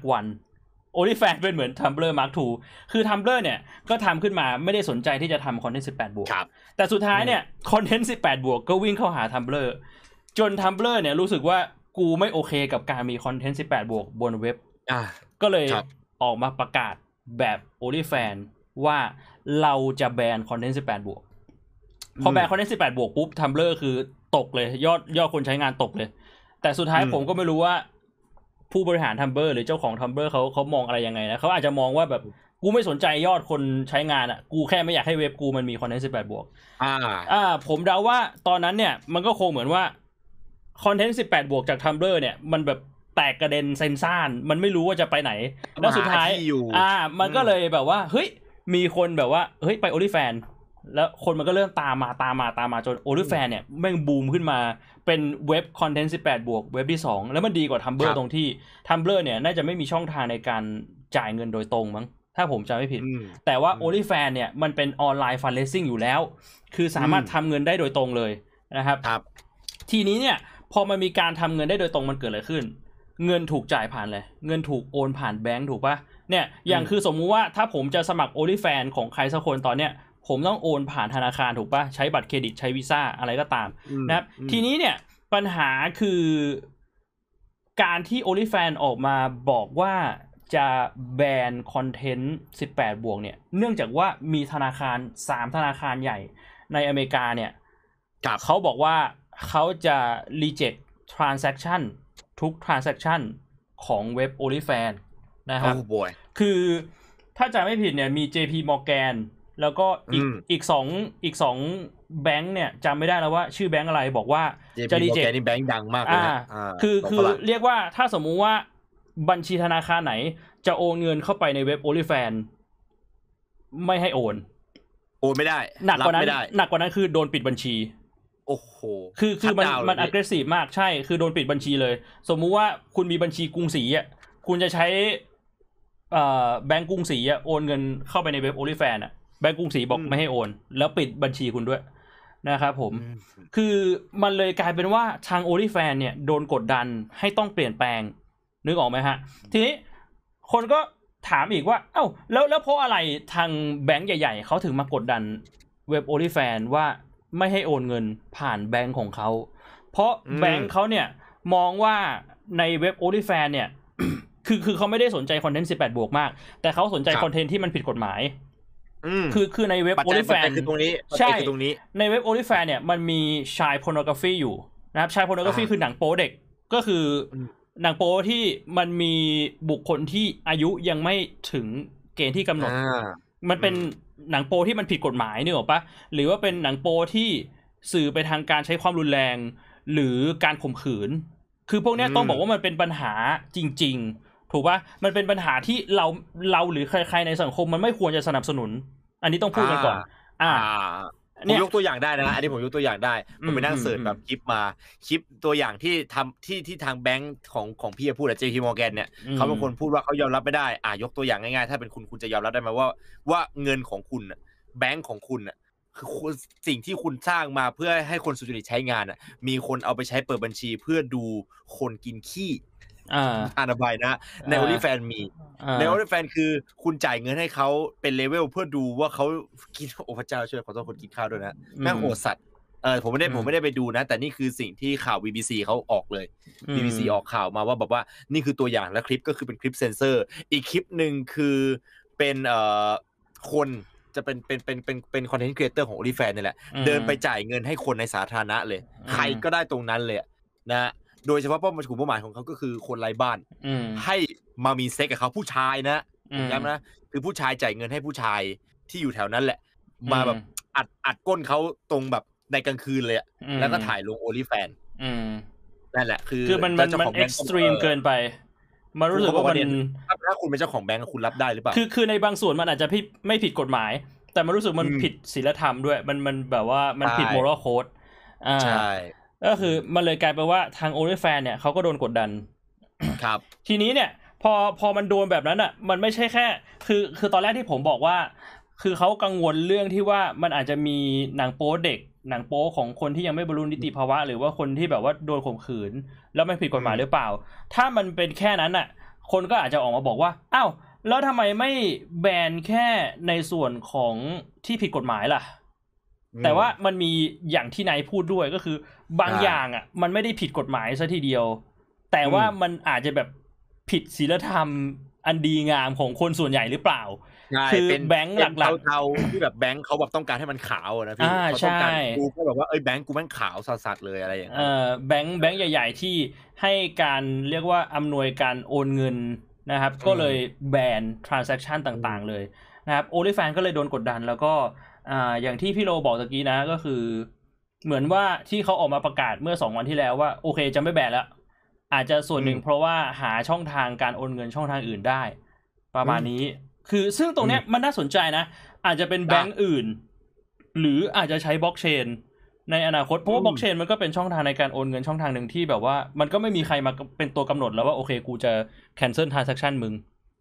1 OnlyFans เป็นเหมือน Tumblr Mark 2คือ Tumblr เนี่ยก็ทำขึ้นมาไม่ได้สนใจที่จะทำคอนเทนต์18 บวกแต่สุดท้ายเนี่ยคอนเทนต์18 บวกก็วิ่งเข้าหา Tumblr จน Tumblr เนี่ยรู้สึกว่ากูไม่โอเคกับการมีคอนเทนต์18 บวกบนเว็บก็เลยออกมาประกาศแบบ OnlyFans ว่าเราจะแบนคอนเทนต์18 บวกพอแบนคอนเทนต์18 บวกปุ๊บ Tumblr คือตกเลยยอดคนใช้งานตกเลยแต่สุดท้ายผมก็ไม่รู้ว่าผู้บริหาร Tumblr หรือเจ้าของ Tumblr เขามองอะไรยังไงนะเขาอาจจะมองว่าแบบกูไม่สนใจยอดคนใช้งานอ่ะกูแค่ไม่อยากให้เว็บกูมันมีคอนเทนต์18 บวกผมเดาว่าตอนนั้นเนี่ยมันก็คงเหมือนว่าคอนเทนต์18 บวกจาก Tumblr เนี่ยมันแบบแตกกระเด็นเซนซ่านมันไม่รู้ว่าจะไปไหนแล้วสุดท้ายมันก็เลยแบบว่าเฮ้ยมีคนแบบว่าเฮ้ยไป OnlyFans แล้วคนมันก็เริ่มตามมาจน OnlyFans เนี่ยแม่งบูมขึ้นมาเป็นเว็บคอนเทนต์18 บวกเว็บที่2แล้วมันดีกว่า Tumblr ตรงที่ Tumblr เนี่ยน่าจะไม่มีช่องทางในการจ่ายเงินโดยตรงมั้งถ้าผมจำไม่ผิดแต่ว่า OnlyFans เนี่ยมันเป็นออนไลน์ฟันเรซซิ่งอยู่แล้วคือสามารถทำเงินได้โดยตรงเลยนะครับทีนี้เนี่ยพอมันมีการทำเงินได้โดยตรงมันเกิดอะไรขึ้นเงินถูกจ่ายผ่านเลยเงินถูกโอนผ่านแบงก์ถูกปะเนี่ยอย่างคือสมมุติว่าถ้าผมจะสมัคร OnlyFans ของใครสักคนตอนเนี้ยผมต้องโอนผ่านธนาคารถูกปะใช้บัตรเครดิตใช้วีซ่าอะไรก็ตามนะครับทีนี้เนี่ยปัญหาคือการที่ OnlyFans ออกมาบอกว่าจะแบนคอนเทนต์18บวกเนี่ยเนื่องจากว่ามีธนาคาร3ธนาคารใหญ่ในอเมริกาเนี่ยเขาบอกว่าเขาจะ reject transaction ทุก transaction ของเว็บ OnlyFans นะครับคือถ้าจำไม่ผิดเนี่ยมี JP Morgan แล้วก็อีก2แบงค์เนี่ยจำไม่ได้แล้วว่าชื่อแบงค์อะไรบอกว่าจะ reject นี่แบงค์ดังมากเลยนะคือเรียกว่าถ้าสมมุติว่าบัญชีธนาคารไหนจะโอนเงินเข้าไปในเว็บ OnlyFans ไม่ให้โอนไม่ได้หนักกว่านั้นคือโดนปิดบัญชีโอ้โหคือมัน aggressive มากใช่คือโดนปิดบัญชีเลยสมมุติว่าคุณมีบัญชีกรุงศรีอ่ะคุณจะใช้แบงก์กรุงศรีอ่ะโอนเงินเข้าไปในเว็บ OnlyFans อ่ะแบงก์กรุงศรีบอกไม่ให้โอนแล้วปิดบัญชีคุณด้วยนะครับผมคือมันเลยกลายเป็นว่าทาง OnlyFans เนี่ยโดนกดดันให้ต้องเปลี่ยนแปลงนึกออกไหมฮะทีนี้คนก็ถามอีกว่าเอ้าแล้วเพราะอะไรทางแบงก์ใหญ่ๆเขาถึงมากดดันเว็บ OnlyFans ว่าไม่ให้โอนเงินผ่านแบงก์ของเขาเพราะแบงก์เขาเนี่ยมองว่าในเว็บ OnlyFans เนี่ย คือเขาไม่ได้สนใจคอนเทนต์18บวกมากแต่เขาสนใจคอนเทนต์ที่มันผิดกฎหมายคือในเว็บ OnlyFans คือตรงนี้ใช่ในเว็บ OnlyFans เนี่ยมันมี child pornography อยู่นะครับ child pornography คือหนังโป๊เด็กก็คือหนังโป๊ที่มันมีบุคคลที่อายุยังไม่ถึงเกณฑ์ที่กำหนดมันเป็นหนังโป๊ที่มันผิดกฎหมายนึกออกปะหรือว่าเป็นหนังโป๊ที่สื่อไปทางการใช้ความรุนแรงหรือการข่มขืนคือพวกนี้ต้องบอกว่ามันเป็นปัญหาจริงๆถูกปะมันเป็นปัญหาที่เราหรือใครๆในสังคมมันไม่ควรจะสนับสนุนอันนี้ต้องพูดกันก่อนผมยกตัวอย่างได้นะอันนี้ผมยกตัวอย่างได้ผมไปนั่งเสิร์ชแบบคลิปตัวอย่างที่ทำที่ทางแบงค์ของพี่พูดอะ JP Morgan เนี่ยเขาเป็นคนพูดว่าเขายอมรับไม่ได้ยกตัวอย่างง่ายๆถ้าเป็นคุณจะยอมรับได้ไหมว่าเงินของคุณแบงค์ของคุณคือสิ่งที่คุณสร้างมาเพื่อให้คนสุจริตใช้งานมีคนเอาไปใช้เปิดบัญชีเพื่อดูคนกินขี้ระบายนะใน OnlyFans มีใน OnlyFans คือคุณจ่ายเงินให้เขาเป็นเลเวลเพื่อดูว่าเขากินโอ้พระเจ้าช่วยขอโทษคนกินข้าวด้วยนะแม่งโหดสัตว์ผมไม่ได้ไปดูนะแต่นี่คือสิ่งที่ข่าว BBC เขาออกเลย BBC ออกข่าวมาว่าแบบว่านี่คือตัวอย่างและคลิปก็คือเป็นคลิปเซนเซอร์อีกคลิปนึงคือเป็นคนจะเป็นคอนเทนต์ครีเอเตอร์ของ OnlyFans นี่แหละเดินไปจ่ายเงินให้คนในสาธารณะเลยใครก็ได้ตรงนั้นเลยนะโดยเฉพาะเป้าหมายของเขาก็คือคนไร้บ้านให้มามีเซ็กกับเขาผู้ชายนะย้ำนะคือผู้ชายจ่ายเงินให้ผู้ชายที่อยู่แถวนั้นแหละมาแบบอัดก้นเขาตรงแบบในกลางคืนเลยแล้วก็ถ่ายลง OnlyFans นั่นแหละคือมันเอ็กซ์ตรีมเกินไปมารู้สึกว่ามันถ้าคุณเป็นเจ้าของแบงก์คุณรับได้หรือเปล่าคือในบางส่วนมันอาจจะไม่ผิดกฎหมายแต่มันรู้สึกมันผิดศีลธรรมด้วยมันแบบว่ามันผิด moral code ใช่ก็คือมันเลยกลายเป็นว่าทาง OnlyFans เนี่ยเขาก็โดนกดดันครับทีนี้เนี่ยพอมันโดนแบบนั้นอ่ะมันไม่ใช่แค่คือตอนแรกที่ผมบอกว่าคือเขากังวลเรื่องที่ว่ามันอาจจะมีหนังโป๊เด็กหนังโป๊ของคนที่ยังไม่บรรลุนิติภาวะหรือว่าคนที่แบบว่าโดนข่มขืนแล้วไม่ผิดกฎหมายหรือเปล่าถ้ามันเป็นแค่นั้นอ่ะคนก็อาจจะออกมาบอกว่าอ้าวแล้วทำไมไม่แบนแค่ในส่วนของที่ผิดกฎหมายล่ะแต่ว่ามันมีอย่างที่นายพูดด้วยก็คือบางอย่างอ่ะมันไม่ได้ผิดกฎหมายซะทีเดียวแต่ว่ามันอาจจะแบบผิดศีลธรรมอันดีงามของคนส่วนใหญ่หรือเปล่าคือแบงค์หลักๆเทาๆที่แบบแบงค์เขาแบบต้องการให้มันขาวนะพี่เขาต้องการดูก็แบบว่าแบงค์กูแม่งขาวสัสๆเลยอะไรอย่างเงี้ยแบงค์ใหญ่ๆที่ให้การเรียกว่าอำนวยการโอนเงินนะครับก็เลยแบน transaction ต่างๆเลยนะครับ OnlyFans ก็เลยโดนกดดันแล้วก็อย่างที่พี่โรบอกตะกี้นะก็คือเหมือนว่าที่เขาออกมาประกาศเมื่อ2วันที่แล้วว่าโอเคจะไม่แบนแล้วอาจจะส่วนหนึ่งเพราะว่าหาช่องทางการโอนเงินช่องทางอื่นได้ประมาณนี้คือซึ่งตรงเนี้ยมันน่าสนใจนะอาจจะเป็นแบงก์อื่นหรืออาจจะใช้บล็อกเชนในอนาคตเพราะว่าบล็อกเชนมันก็เป็นช่องทางในการโอนเงินช่องทางหนึ่งที่แบบว่ามันก็ไม่มีใครมาเป็นตัวกำหนดแล้วว่าโอเคกูจะ cancel transaction มึง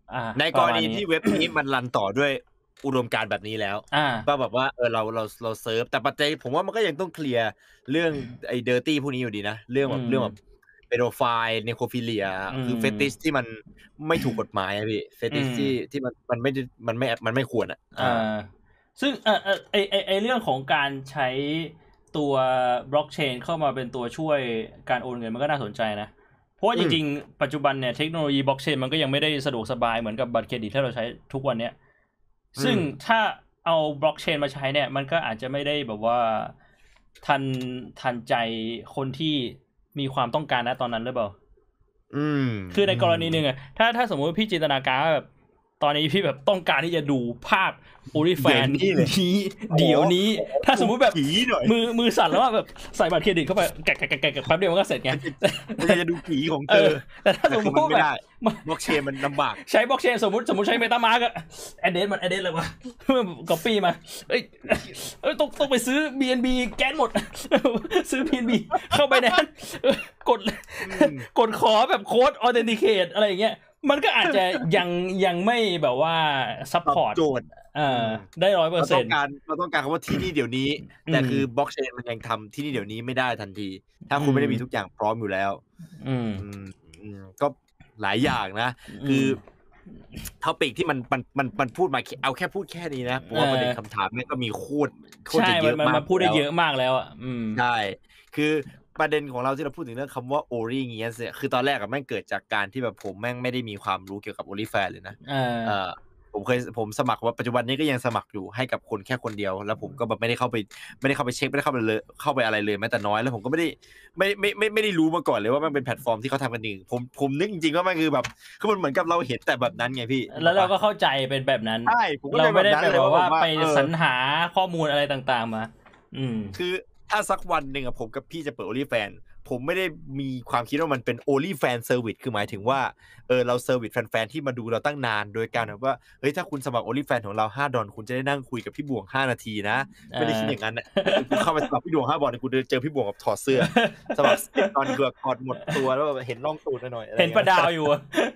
ในกรณีที่เว็บนี้มันรันต่อด้วยอุดมการณ์แบบนี้แล้วก็แบบว่าเราเซิร์ฟแต่ปัจจัยผมว่ามันก็ยังต้องเคลียร์เรื่องไอ้เดอร์ตี้พวกนี้อยู่ดีนะเรื่องแบบเปโดไฟล์เนโครฟิเลียคือเฟติชที่มันไม่ถูกกฎหมายอะพี่เฟติชที่มันไม่ควรซึ่งไอเรื่องของการใช้ตัวบล็อกเชนเข้ามาเป็นตัวช่วยการโอนเงินมันก็น่าสนใจนะเพราะว่าจริงๆปัจจุบันเนี่ยเทคโนโลยีบล็อกเชนมันก็ยังไม่ได้สะดวกสบายเหมือนกับบัตรเครดิตที่เราใช้ทุกวันเนี้ยซึ่งถ้าเอาบล็อกเชนมาใช้เนี่ยมันก็อาจจะไม่ได้แบบว่าทันใจคนที่มีความต้องการนะตอนนั้นหรือเปล่าคือในกรณีหนึ่งอะถ้าสมมติว่าพี่จินตนาการแบบตอนนี้พี่แบบต้องการที่จะดูภาพโอลิแฟนนี้เดี๋ยวนี้ถ้าสมมุติแบบมือสั่นแล้วว่าแบบใส่บัตรเครดิตเข้าไปแกะแป๊บเดียวมันก็เสร็จไงจะดูผีของเธอแต่ถ้าสมมติไม่ได้บล็อกเชนมันลำบากใช้บล็อกเชนสมมติใช้เมตามาร์กแอดเดสเลยวะก๊อปปี้มาต้องไปซื้อ BNB แก๊สหมดซื้อ BNB เข้าไปในนั้นกดขอแบบโค้ดออเทนติเคทอะไรอย่างเงี้ยมันก็อาจจะยังไม่แบบว่าซัพพอร์ตโจทย์ได้ 100% เราต้องการคำว่าที่นี่เดี๋ยวนี้แต่คือบล็อกเชนมันยังทำที่นี่เดี๋ยวนี้ไม่ได้ทันทีถ้าคุณไม่ได้มีทุกอย่างพร้อมอยู่แล้วก็หลายอย่างนะคือท็อปิกที่มันพูดมาเอาแค่พูดแค่นี้นะเพราะว่าประเด็นคำถามนี่ก็มีโคตรจะเยอะมากมันพูดได้เยอะมากแล้วอ่ะใช่คือประเด็นของเราที่เราพูดถึงเรื่องคำว่า Origins เนี่ยคือตอนแรกอะแม่งเกิดจากการที่แบบผมแม่งไม่ได้มีความรู้เกี่ยวกับ OnlyFans เลยนะผมสมัครว่าปัจจุบันนี้ก็ยังสมัครอยู่ให้กับคนแค่คนเดียวแล้วผมก็แบบไม่ได้เข้าไปเช็คไม่ได้เข้าไปอะไรเลยแม้แต่น้อยแล้วผมก็ไม่ได้รู้มาก่อนเลยว่ามันเป็นแพลตฟอร์มที่เขาทำกันจริงผมนึกจริงๆว่ามันคือแบบคือมันเหมือนกับเราเห็นแต่แบบนั้นไงพี่แล้วเราก็เข้าใจเป็นแบบนั้นใช่เราไม่ได้แบบว่าไปสรรหาข้อมูลอะไรต่างๆมาคือถ้าสักวันหนึ่งอะผมกับพี่จะเปิด OnlyFans ผมไม่ได้มีความคิดว่ามันเป็น OnlyFans Service คือหมายถึงว่าเราเซอร์วิสแฟนๆที่มาดูเราตั้งนานโดยการแบบว่าเฮ้ยถ้าคุณสมัคร OnlyFans ของเรา$5คุณจะได้นั่งคุยกับพี่บ่วง5นาทีนะไม่ได้คิดอย่างนั้นน่ะกูเข้าไปสมัครพี่บ่วง$5กูเจอพี่บ่วงกับถอดเสื้อสมัครตอนเกือบถอดหมดตัวแล้วแบบเห็นร่องตูดหน่อยเห็นประดาวอยู่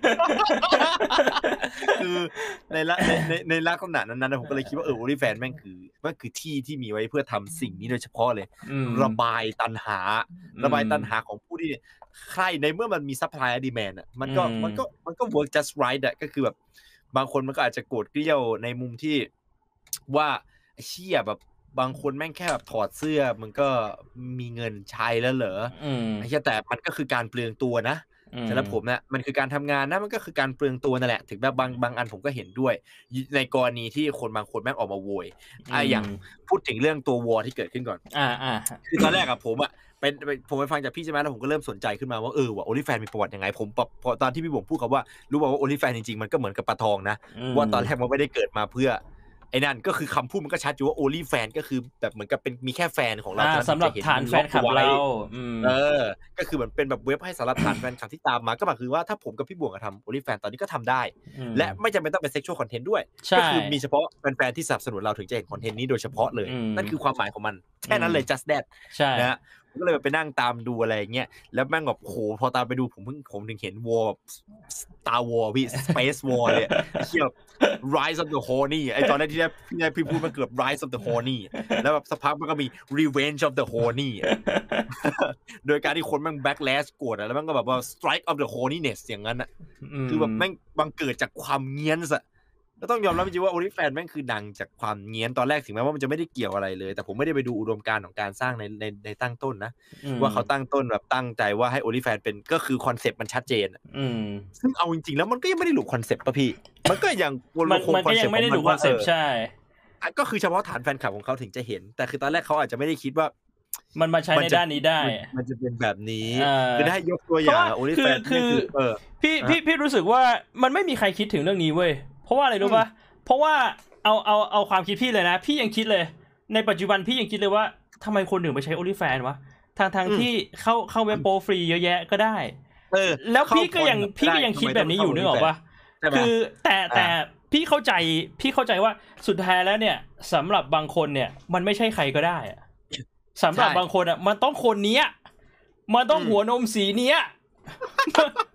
คือในลักษณะนั้นผมก็เลยคิดว่าOnlyFans แม่งคือที่มีไว้เพื่อทำสิ่งนี้โดยเฉพาะเลยระบายตัณหาของผู้ที่ใครในเมื่อมันมี supply and demand อ่ะมันก็ work just right อ่ะก็คือแบบบางคนมันก็อาจจะโกรธเกรี้ยวในมุมที่ว่าเชี่ยแบบบางคนแม่งแค่แบบถอดเสื้อมันก็มีเงินใช้แล้วเหรอไอ้เหี้ยแต่มันก็คือการเปลืองตัวนะสำหรับผมนะมันคือการทำงานนะมันก็คือการเปลืองตัวนั่นแหละถึงแบบบางอันผมก็เห็นด้วยในกรณีที่คนบางคนแม่งออกมาโวยอย่างพูดถึงเรื่องตัววอร์ที่เกิดขึ้นก่อนคือตอนแรกอะผมไปฟังจากพี่ใช่ไหมแล้วผมก็เริ่มสนใจขึ้นมาว่าว่า OnlyFans มีประวัติยังไงผมพอตอนที่พี่บ่งพูดเขาว่ารู้ป่าวว่า OnlyFans จริงๆมันก็เหมือนกับปลาทองนะว่าตอนแรกมันไม่ได้เกิดมาเพื่อไอ้นั่นก็คือคำพูดมันก็ชัดอยู่ว่า OnlyFans ก็คือแบบเหมือนกับเป็นมีแค่แฟนของเราสำหรับฐานแฟนคลับเราก็คือเหมือนเป็นแบบเว็บให้สำหรับฐานแฟนคลับที่ตามมาก็หมายคือว่าถ้าผมกับพี่บ่วงทำ OnlyFans ตอนนี้ก็ทำได้และไม่จำเป็นต้องเป็น sexual content ด้วยก็คือมีเฉพาะแฟนๆที่สนับสนุนเราถึงจะเห็นคอนเทนต์นี้โดยเฉพาะเลยนั่นคือความหมายของมันแค่นั้นเลย just that นะก็เลยไปนั่งตามดูอะไรอย่างเงี้ยแล้วแม่งแบบโหพอตามไปดูผมถึงเห็นวอร์ Star War พี่ Space War เลยเหี้ย Rise of the Horny ไอ้ตอนแรกที่พี่พูดมันเกือบ Rise of the Horny แล้วแบบสักพักมันก็มี Revenge of the Horny โดยการที่คนแม่ง backlash โกรธแล้วแม่งก็แบบว่า Strike of the Horniness อย่างนั้นน่ะคือแบบแม่งบังเกิดจากความเงี้ยนซะก็ต้องยอมรับจริงๆว่า OnlyFans แม่งคือดังจากความเงี้ยนตอนแรกถึงแม้ว่ามันจะไม่ได้เกี่ยวอะไรเลยแต่ผมไม่ได้ไปดูอุดมการณ์ของการสร้างในตั้งต้นนะว่าเขาตั้งต้นแบบตั้งใจว่าให้ OnlyFans เป็นก็คือคอนเซ็ปต์มันชัดเจนซึ่งเอาจริงๆแล้วมันก็ยังไม่ได้หลุดคอนเซ็ปต์ป่ะพี่มันก็ยังมันก็ยังไม่ได้หลุดคอนเซ็ปต์ใช่ก็คือเฉพาะฐานแฟนคลับของเขาถึงจะเห็นแต่คือตอนแรกเขาอาจจะไม่ได้คิดว่ามันมาใช้ในด้านนี้ได้มันจะเป็นแบบนี้คือได้ยกตัวอย่าง OnlyFans คือพี่รู้สึกว่ามันไม่มีใครคิดถึงเรื่องนี้เว้ยเพราะว่าอะไรรู้ป่ะเพราะว่าเอาความคิดพี่เลยนะพี่ยังคิดเลยในปัจจุบันพี่ยังคิดเลยว่าทำไมคนถึงไปใช้ OnlyFans วะทางที่เข้าเว็บโปรฟรีเยอะแยะก็ได้แล้วพี่ก็ยังคิดแบบนี้อยู่นึกออกป่ะคือแต่พี่เข้าใจว่าสุดท้ายแล้วเนี่ยสำหรับบางคนเนี่ยมันไม่ใช่ใครก็ได้สำหรับบางคนอ่ะมันต้องคนนี้มันต้องหัวนมสีเนี้ย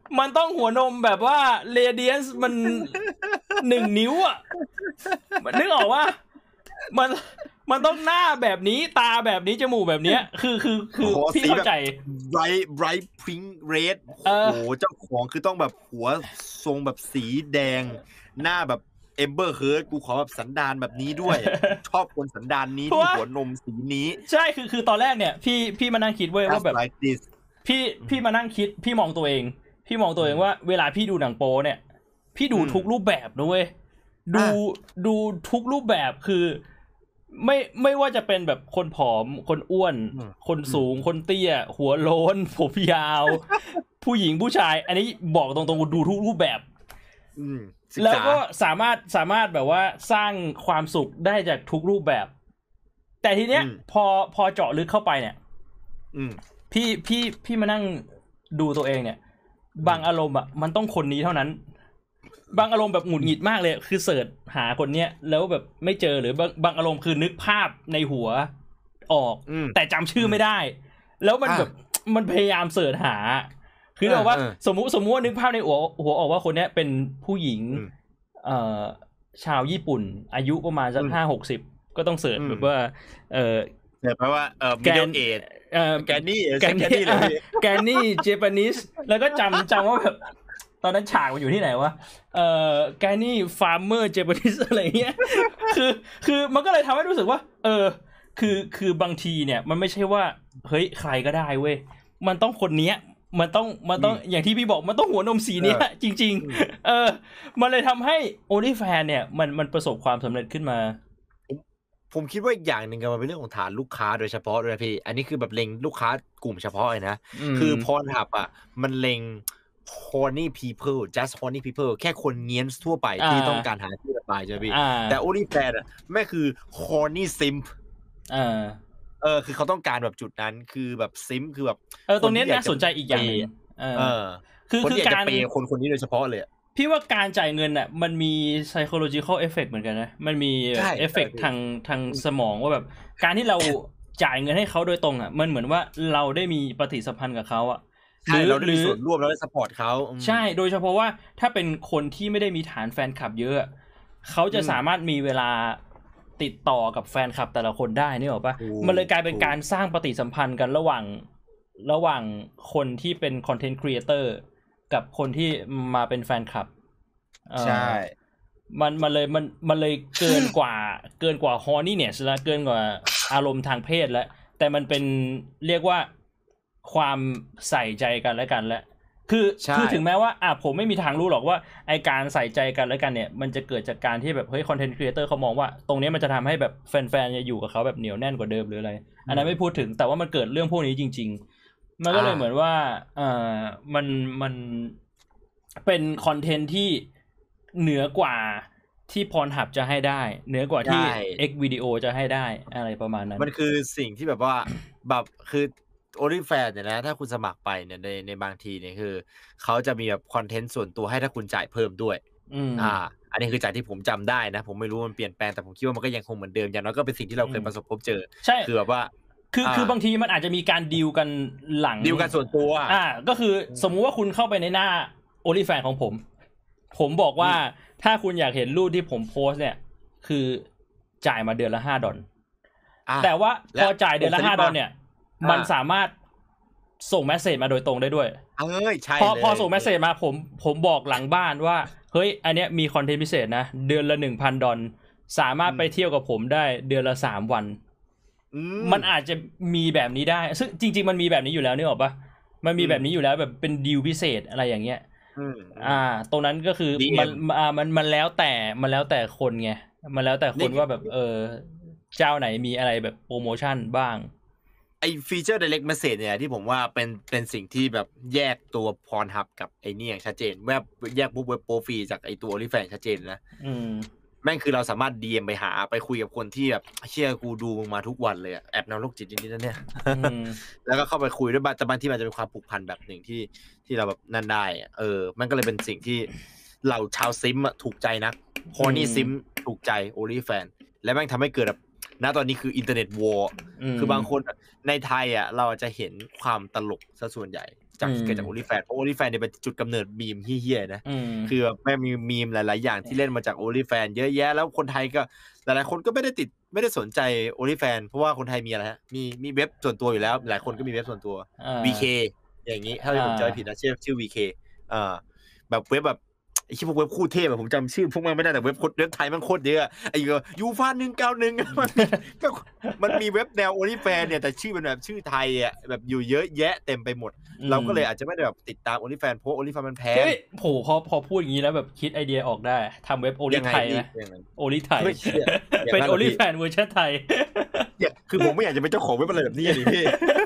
มันต้องหัวนมแบบว่าเรเดียนซ์มัน1 นิ้วอ่ะนึกออกว่ามันต้องหน้าแบบนี้ตาแบบนี้จมูกแบบเนี้ยคือพี่เข้าใจ bright pink red โอ้โหเจ้าของคือต้องแบบหัวทรงแบบสีแดงหน้าแบบเอมเบอร์เฮิร์ตกูขอแบบสันดานแบบนี้ด้วย ชอบคนสันดานนี้ที่หัวนมสีนี้ใช่คือตอนแรกเนี่ยพี่มานั่งคิดเว้ยว่าแบบพี่มานั่งคิดพี่มองตัวเองว่าเวลาพี่ดูหนังโป๊เนี่ยพี่ดูทุกรูปแบบด้วยดูทุกรูปแบบคือไม่ว่าจะเป็นแบบคนผอมคนอ้วนคนสูงคนเตี้ยหัวโล้นผมยาว ผู้หญิงผู้ชายอันนี้บอกตรงๆดูทุกรูปแบบแล้วก็สามารถแบบว่าสร้างความสุขได้จากทุกรูปแบบแต่ทีเนี้ยพอเจาะลึกเข้าไปเนี่ยพี่มานั่งดูตัวเองเนี่ยบางอารมณ์อ่ะมันต้องคนนี้เท่านั้นบางอารมณ์แบบหงุดหงิดมากเลยคือเสิร์ชหาคนเนี้ยแล้วแบบไม่เจอหรือบางอารมณ์คือนึกภาพในหัวออกแต่จำชื่อไม่ได้แล้วมันแบบมันพยายามเสิร์ชหาคือเราว่าสมมุติว่านึกภาพในหัวออกว่าคนเนี้ยเป็นผู้หญิงชาวญี่ปุ่นอายุประมาณสัก50-60ก็ต้องเสิร์ชแบบว่าแปลว่าmiddle age แกนนี่เจแปนิสแล้วก็จำว่าแบบตอนนั้นฉากมันอยู่ที่ไหนวะแกนนี่ฟาร์มเมอร์เจแปนิสอะไรเงี้ยคือมันก็เลยทำให้รู้สึกว่าคือบางทีเนี่ยมันไม่ใช่ว่าเฮ้ยใครก็ได้เว้ยมันต้องคนเนี้ยมันต้องอย่างที่พี่บอกมันต้องหัวนมสีเนี้ยจริงๆมันเลยทำให้ OnlyFans เนี่ยมันประสบความสำเร็จขึ้นมาผมคิดว่าอย่างหนึ่งมันเป็นเรื่องของฐานลูกค้าโดยเฉพาะด้วยพี่อันนี้คือแบบเล็งลูกค้ากลุ่มเฉพาะเลยนะคือ Pornhub อ่ะมันเล็ง horny people just horny people แค่คนเงี้ยนทั่วไปที่ต้องการหาที่ระบายใช่ไหมพี่แต่ OnlyFans อ่ะแม่คือ horny simp คือเขาต้องการแบบจุดนั้นคือแบบซิมคือแบบตรงนี้น่าสนใจอีกอย่างนึงคือการเปย์คนนี้โดยเฉพาะเลยพี่ว่าการจ่ายเงินน่ะมันมี psychological effect เหมือนกันนะมันมีเอฟเฟกต์ทางสมองว่าแบบการที่เราจ่ายเงินให้เขาโดยตรงอ่ะมันเหมือนว่าเราได้มีปฏิสัมพันธ์กับเขาอ่ะเราได้มีส่วนร่วมเราได้ซัพพอร์ตเขาใช่โดยเฉพาะว่าถ้าเป็นคนที่ไม่ได้มีฐานแฟนคลับเยอะเขาจะสามารถมีเวลาติดต่อกับแฟนคลับแต่ละคนได้นี่หรอปะมันเลยกลายเป็นการสร้างปฏิสัมพันธ์กันระหว่างคนที่เป็นคอนเทนต์ครีเอเตอร์กับคนที่มาเป็นแฟนคลับใช่มันเลยเกินกว่า horniness แล้วเกินกว่าอารมณ์ทางเพศแล้วแต่มันเป็นเรียกว่าความใส่ใจกันและกันและคือถึงแม้ว่าผมไม่มีทางรู้หรอกว่าไอการใส่ใจกันและกันเนี่ยมันจะเกิดจากการที่แบบเฮ้ยคอนเทนต์ครีเอเตอร์เขามองว่าตรงนี้มันจะทำให้แบบแฟนๆจะอยู่กับเขาแบบเหนียวแน่นกว่าเดิมหรืออะไรอันนั้นไม่พูดถึงแต่ว่ามันเกิดเรื่องพวกนี้จริงๆมันก็เลยเหมือนว่ามันเป็นคอนเทนต์ที่เหนือกว่าที่ Pornhub จะให้ได้เหนือกว่าที่ X Video จะให้ได้อะไรประมาณนั้นมันคือสิ่งที่แบบว่าแบบคือ OnlyFans เนี่ยนะถ้าคุณสมัครไปเนี่ยในบางทีเนี่ยคือเขาจะมีแบบคอนเทนต์ส่วนตัวให้ถ้าคุณจ่ายเพิ่มด้วยอันนี้คือจากที่ผมจำได้นะผมไม่รู้มันเปลี่ยนแปลงแต่ผมคิดว่ามันก็ยังคงเหมือนเดิมอย่างน้อยก็เป็นสิ่งที่เราเคยประสบพบเจอใช่คือแบบว่าคือบางทีมันอาจจะมีการดีลกันหลังดีลกันส่วนตัวก็คือสมมุติว่าคุณเข้าไปในหน้า OnlyFans ของผมบอกว่าถ้าคุณอยากเห็นรูปที่ผมโพสเนี่ยคือจ่ายมาเดือนละ$5แต่ว่าพอจ่ายเดือนละ$5เนี่ยมันสามารถส่งเมสเสจมาโดยตรงได้ด้วยใช่พอส่งเมสเสจมาผมบอกหลังบ้านว่าเฮ้ยอันเนี้ยมีคอนเทนต์พิเศษนะเดือนละ$1,000สามารถไปเที่ยวกับผมได้เดือนละ3 วันมันอาจจะมีแบบนี้ได้ซึ่งจริงๆมันมีแบบนี้อยู่แล้วนึกออกปะมันมีแบบนี้อยู่แล้วแบบเป็นดีลพิเศษอะไรอย่างเงี้ยตรงนั้นก็คือมันแล้วแต่คนไงมันแล้วแต่คนว่าแบบเจ้าไหนมีอะไรแบบโปรโมชั่นบ้างไอ้ฟีเจอร์ direct message เนี่ยที่ผมว่าเป็นสิ่งที่แบบแยกตัว Pornhub กับไอ้นี่อย่างชัดเจนแยกเว็บโปรไฟล์จากไอ้ตัว OnlyFans ชัดเจนนะแม่งคือเราสามารถ DM ไปหาไปคุยกับคนที่แบบเชื่อกูดูมึงมาทุกวันเลยแอบนำโรคจิตนิดๆนะเนี่ยแล้วก็เข้าไปคุยด้วยแต่บางที่มันจะเป็นความผูกพันแบบหนึ่งที่เราแบบนั่นได้มันก็เลยเป็นสิ่งที่เราชาวซิมถูกใจนักฮอนี่ซิมถูกใจ OnlyFans และแม่งทำให้เกิดแบบณตอนนี้คืออินเทอร์เน็ตวอร์คือบางคนในไทยเราจะเห็นความตลกซะส่วนใหญ่จากเกิดจาก OnlyFans เพราะ OnlyFans เนี่ยเป็นจุดกำเนิดมีมเหี้ยๆนะคือแบบแม่มีมีมหลายๆอย่างที่เล่นมาจาก OnlyFans เยอะแยะแล้วคนไทยก็หลายๆคนก็ไม่ได้สนใจ OnlyFans เพราะว่าคนไทยมีอะไรฮะมีเว็บส่วนตัวอยู่แล้วหลายคนก็มีเว็บส่วนตัว VK อย่างนี้ถ้าผมจำไม่ผิดนะชื่อ VK แบบเว็บแบบไอ้พวกเว็บคู่เทพผมจำชื่อพวกมันไม่ได้แต่เว็บไทยมันโคตรเยอะไอ้ยูฟา191มันมีเว็บแนว OnlyFans เนี่ยแต่ชื่อเป็นแบบชื่อไทยอ่ะแบบอยู่เยอะแยะเต็มไปหมดเราก็เลยอาจจะไม่ได้แบบติดตาม OnlyFans เพราะ OnlyFans มันแพงโหพอพูดอย่างนี้แล้วแบบคิดไอเดียออกได้ทำเว็บ Only ไทยไหม Only ไทยเป็น OnlyFans เวอร์ชันไทยคือผมไม่อยากจะเป็นเจ้าของเว็บอะไรแบบนี้ดิพี่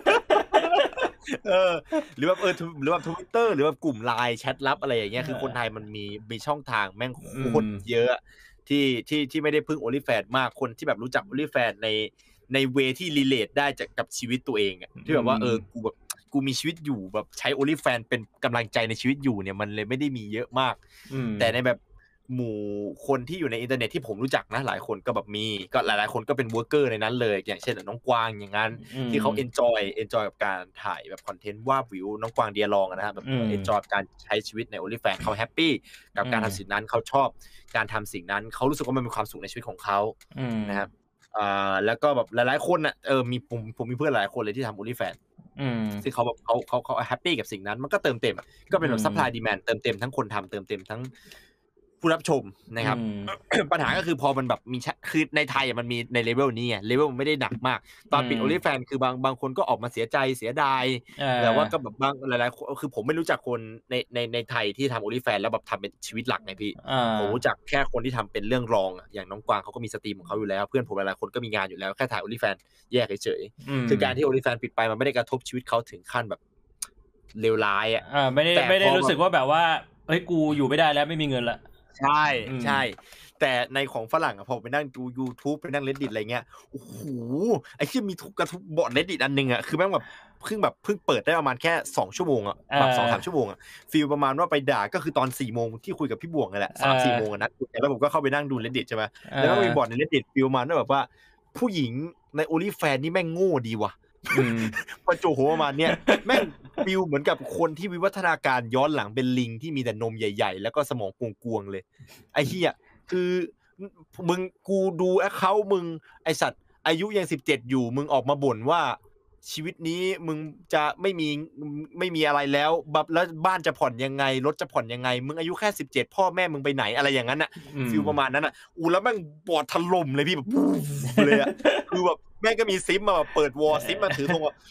หรือแบบหรือแบบ Twitter หรือแบบกลุ่ม LINE แชทลับอะไรอย่างเงี้ยคือคนไทยมันมีช่องทางแม่งโคตรเยอะที่ไม่ได้พึ่ง OnlyFans มากคนที่แบบรู้จัก OnlyFans ในเวที่รีเลทได้จากกับชีวิตตัวเองอ่ะที่แบบว่ากูมีชีวิตอยู่แบบใช้ OnlyFans เป็นกำลังใจในชีวิตอยู่เนี่ยมันเลยไม่ได้มีเยอะมากแต่ในแบบหมู่คนที่อยู่ในอินเทอร์เน็ตที่ผมรู้จักนะหลายคนก็แบบมีก็หลายๆคนก็เป็นเวิร์กเกอร์ในนั้นเลยอย่างเช่นน้องกวางอย่างนั้นที่เขาเอนจอยกับการถ่ายแบบคอนเทนต์วาดวิวน้องกวางเดียลองนะครับแบบเอนจอยการใช้ชีวิตใน OnlyFans เขาแฮปปี้กับการทำสิ่งนั้นเขาชอบการทำสิ่งนั้นเขารู้สึกว่ามันมีความสุขในชีวิตของเขานะครับแล้วก็แบบหลายๆคนน่ะผมมีเพื่อนหลายคนเลยที่ทำ OnlyFansซึ่งเขาแบบเขาแฮปปี้กับสิ่งนั้นมันก็เติมเต็มก็เป็นแบบซัพพลายดีแมนด์เติมเต็มทั้งคนทำเติมเต็มทั้งผู้รับชมนะครับ ปัญหาก็คือพอมันแบบมีคือในไทยมันมีในเลเวลนี้ไงเลเวลมันไม่ได้หนักมากตอนปิด OnlyFans คือบางคนก็ออกมาเสียใจเสียดายแต่ว่าก็แบบบางหลายๆคือผมไม่รู้จักคนในไทยที่ทำ OnlyFans แล้วแบบทำเป็นชีวิตหลักไงพี่ผมรู้จักแค่คนที่ทำเป็นเรื่องรองอย่างน้องกวางเขาก็มีสตรีมของเขาอยู่แล้วเพื่อนผมหลายๆคนก็มีงานอยู่แล้วแค่ถ่าย OnlyFans แยกเฉยๆคือการที่ OnlyFans ปิดไปมันไม่ได้กระทบชีวิตเขาถึงขั้นแบบเลวร้ายไม่ได้รู้สึกว่าแบบว่าเฮ้ยกูอยู่ไม่ได้แล้วไม่มีเงินละใช่แต่ในของฝรั่งพอไปนั่งดู YouTube ไปนั่ง Reddit อะไรเงี้ยโอ้โหไอ้ที่มีกระทุบบอท Reddit อันนึงคือแม่งแบบเพิ่งเปิดได้ประมาณแค่2ชั่วโมงแบบ 2-3 ชั่วโมงฟีลประมาณว่าไปด่าก็คือตอน 4 โมงที่คุยกับพี่บ่วงนั่นแหละ 3-4 โมงนัดแล้วผมก็เข้าไปนั่งดู Reddit ใช่มั้ยแล้วก็มีบอทใน Reddit ฟีลประมาณแบบว่าผู้หญิงใน OnlyFans นี่แม่งโง่ดีว่ะประโจโหประมาณเนี้ยแม่งฟิลเหมือนกับคนที่วิวัฒนาการย้อนหลังเป็นลิงที่มีแต่นมใหญ่ๆแล้วก็สมองกวงๆเลยไอ้เหี้ยคือมึงกูดูแอคเคาท์มึงไอสัตว์อายุยัง17อยู่มึงออกมาบ่นว่าชีวิตนี้มึงจะไม่มีอะไรแล้วแล้วบ้านจะผ่อนยังไงรถจะผ่อนยังไงมึงอายุแค่17พ่อแม่มึงไปไหนอะไรอย่างนั้นน่ะฟีลประมาณนั้นน่ะแล้วแม่งบอดถล่มเลยพี่แบบเลยอ่ะคือแบบแม่งก็มีซิมมาแบบเปิดวอลซิมมาถือธงอ่ะ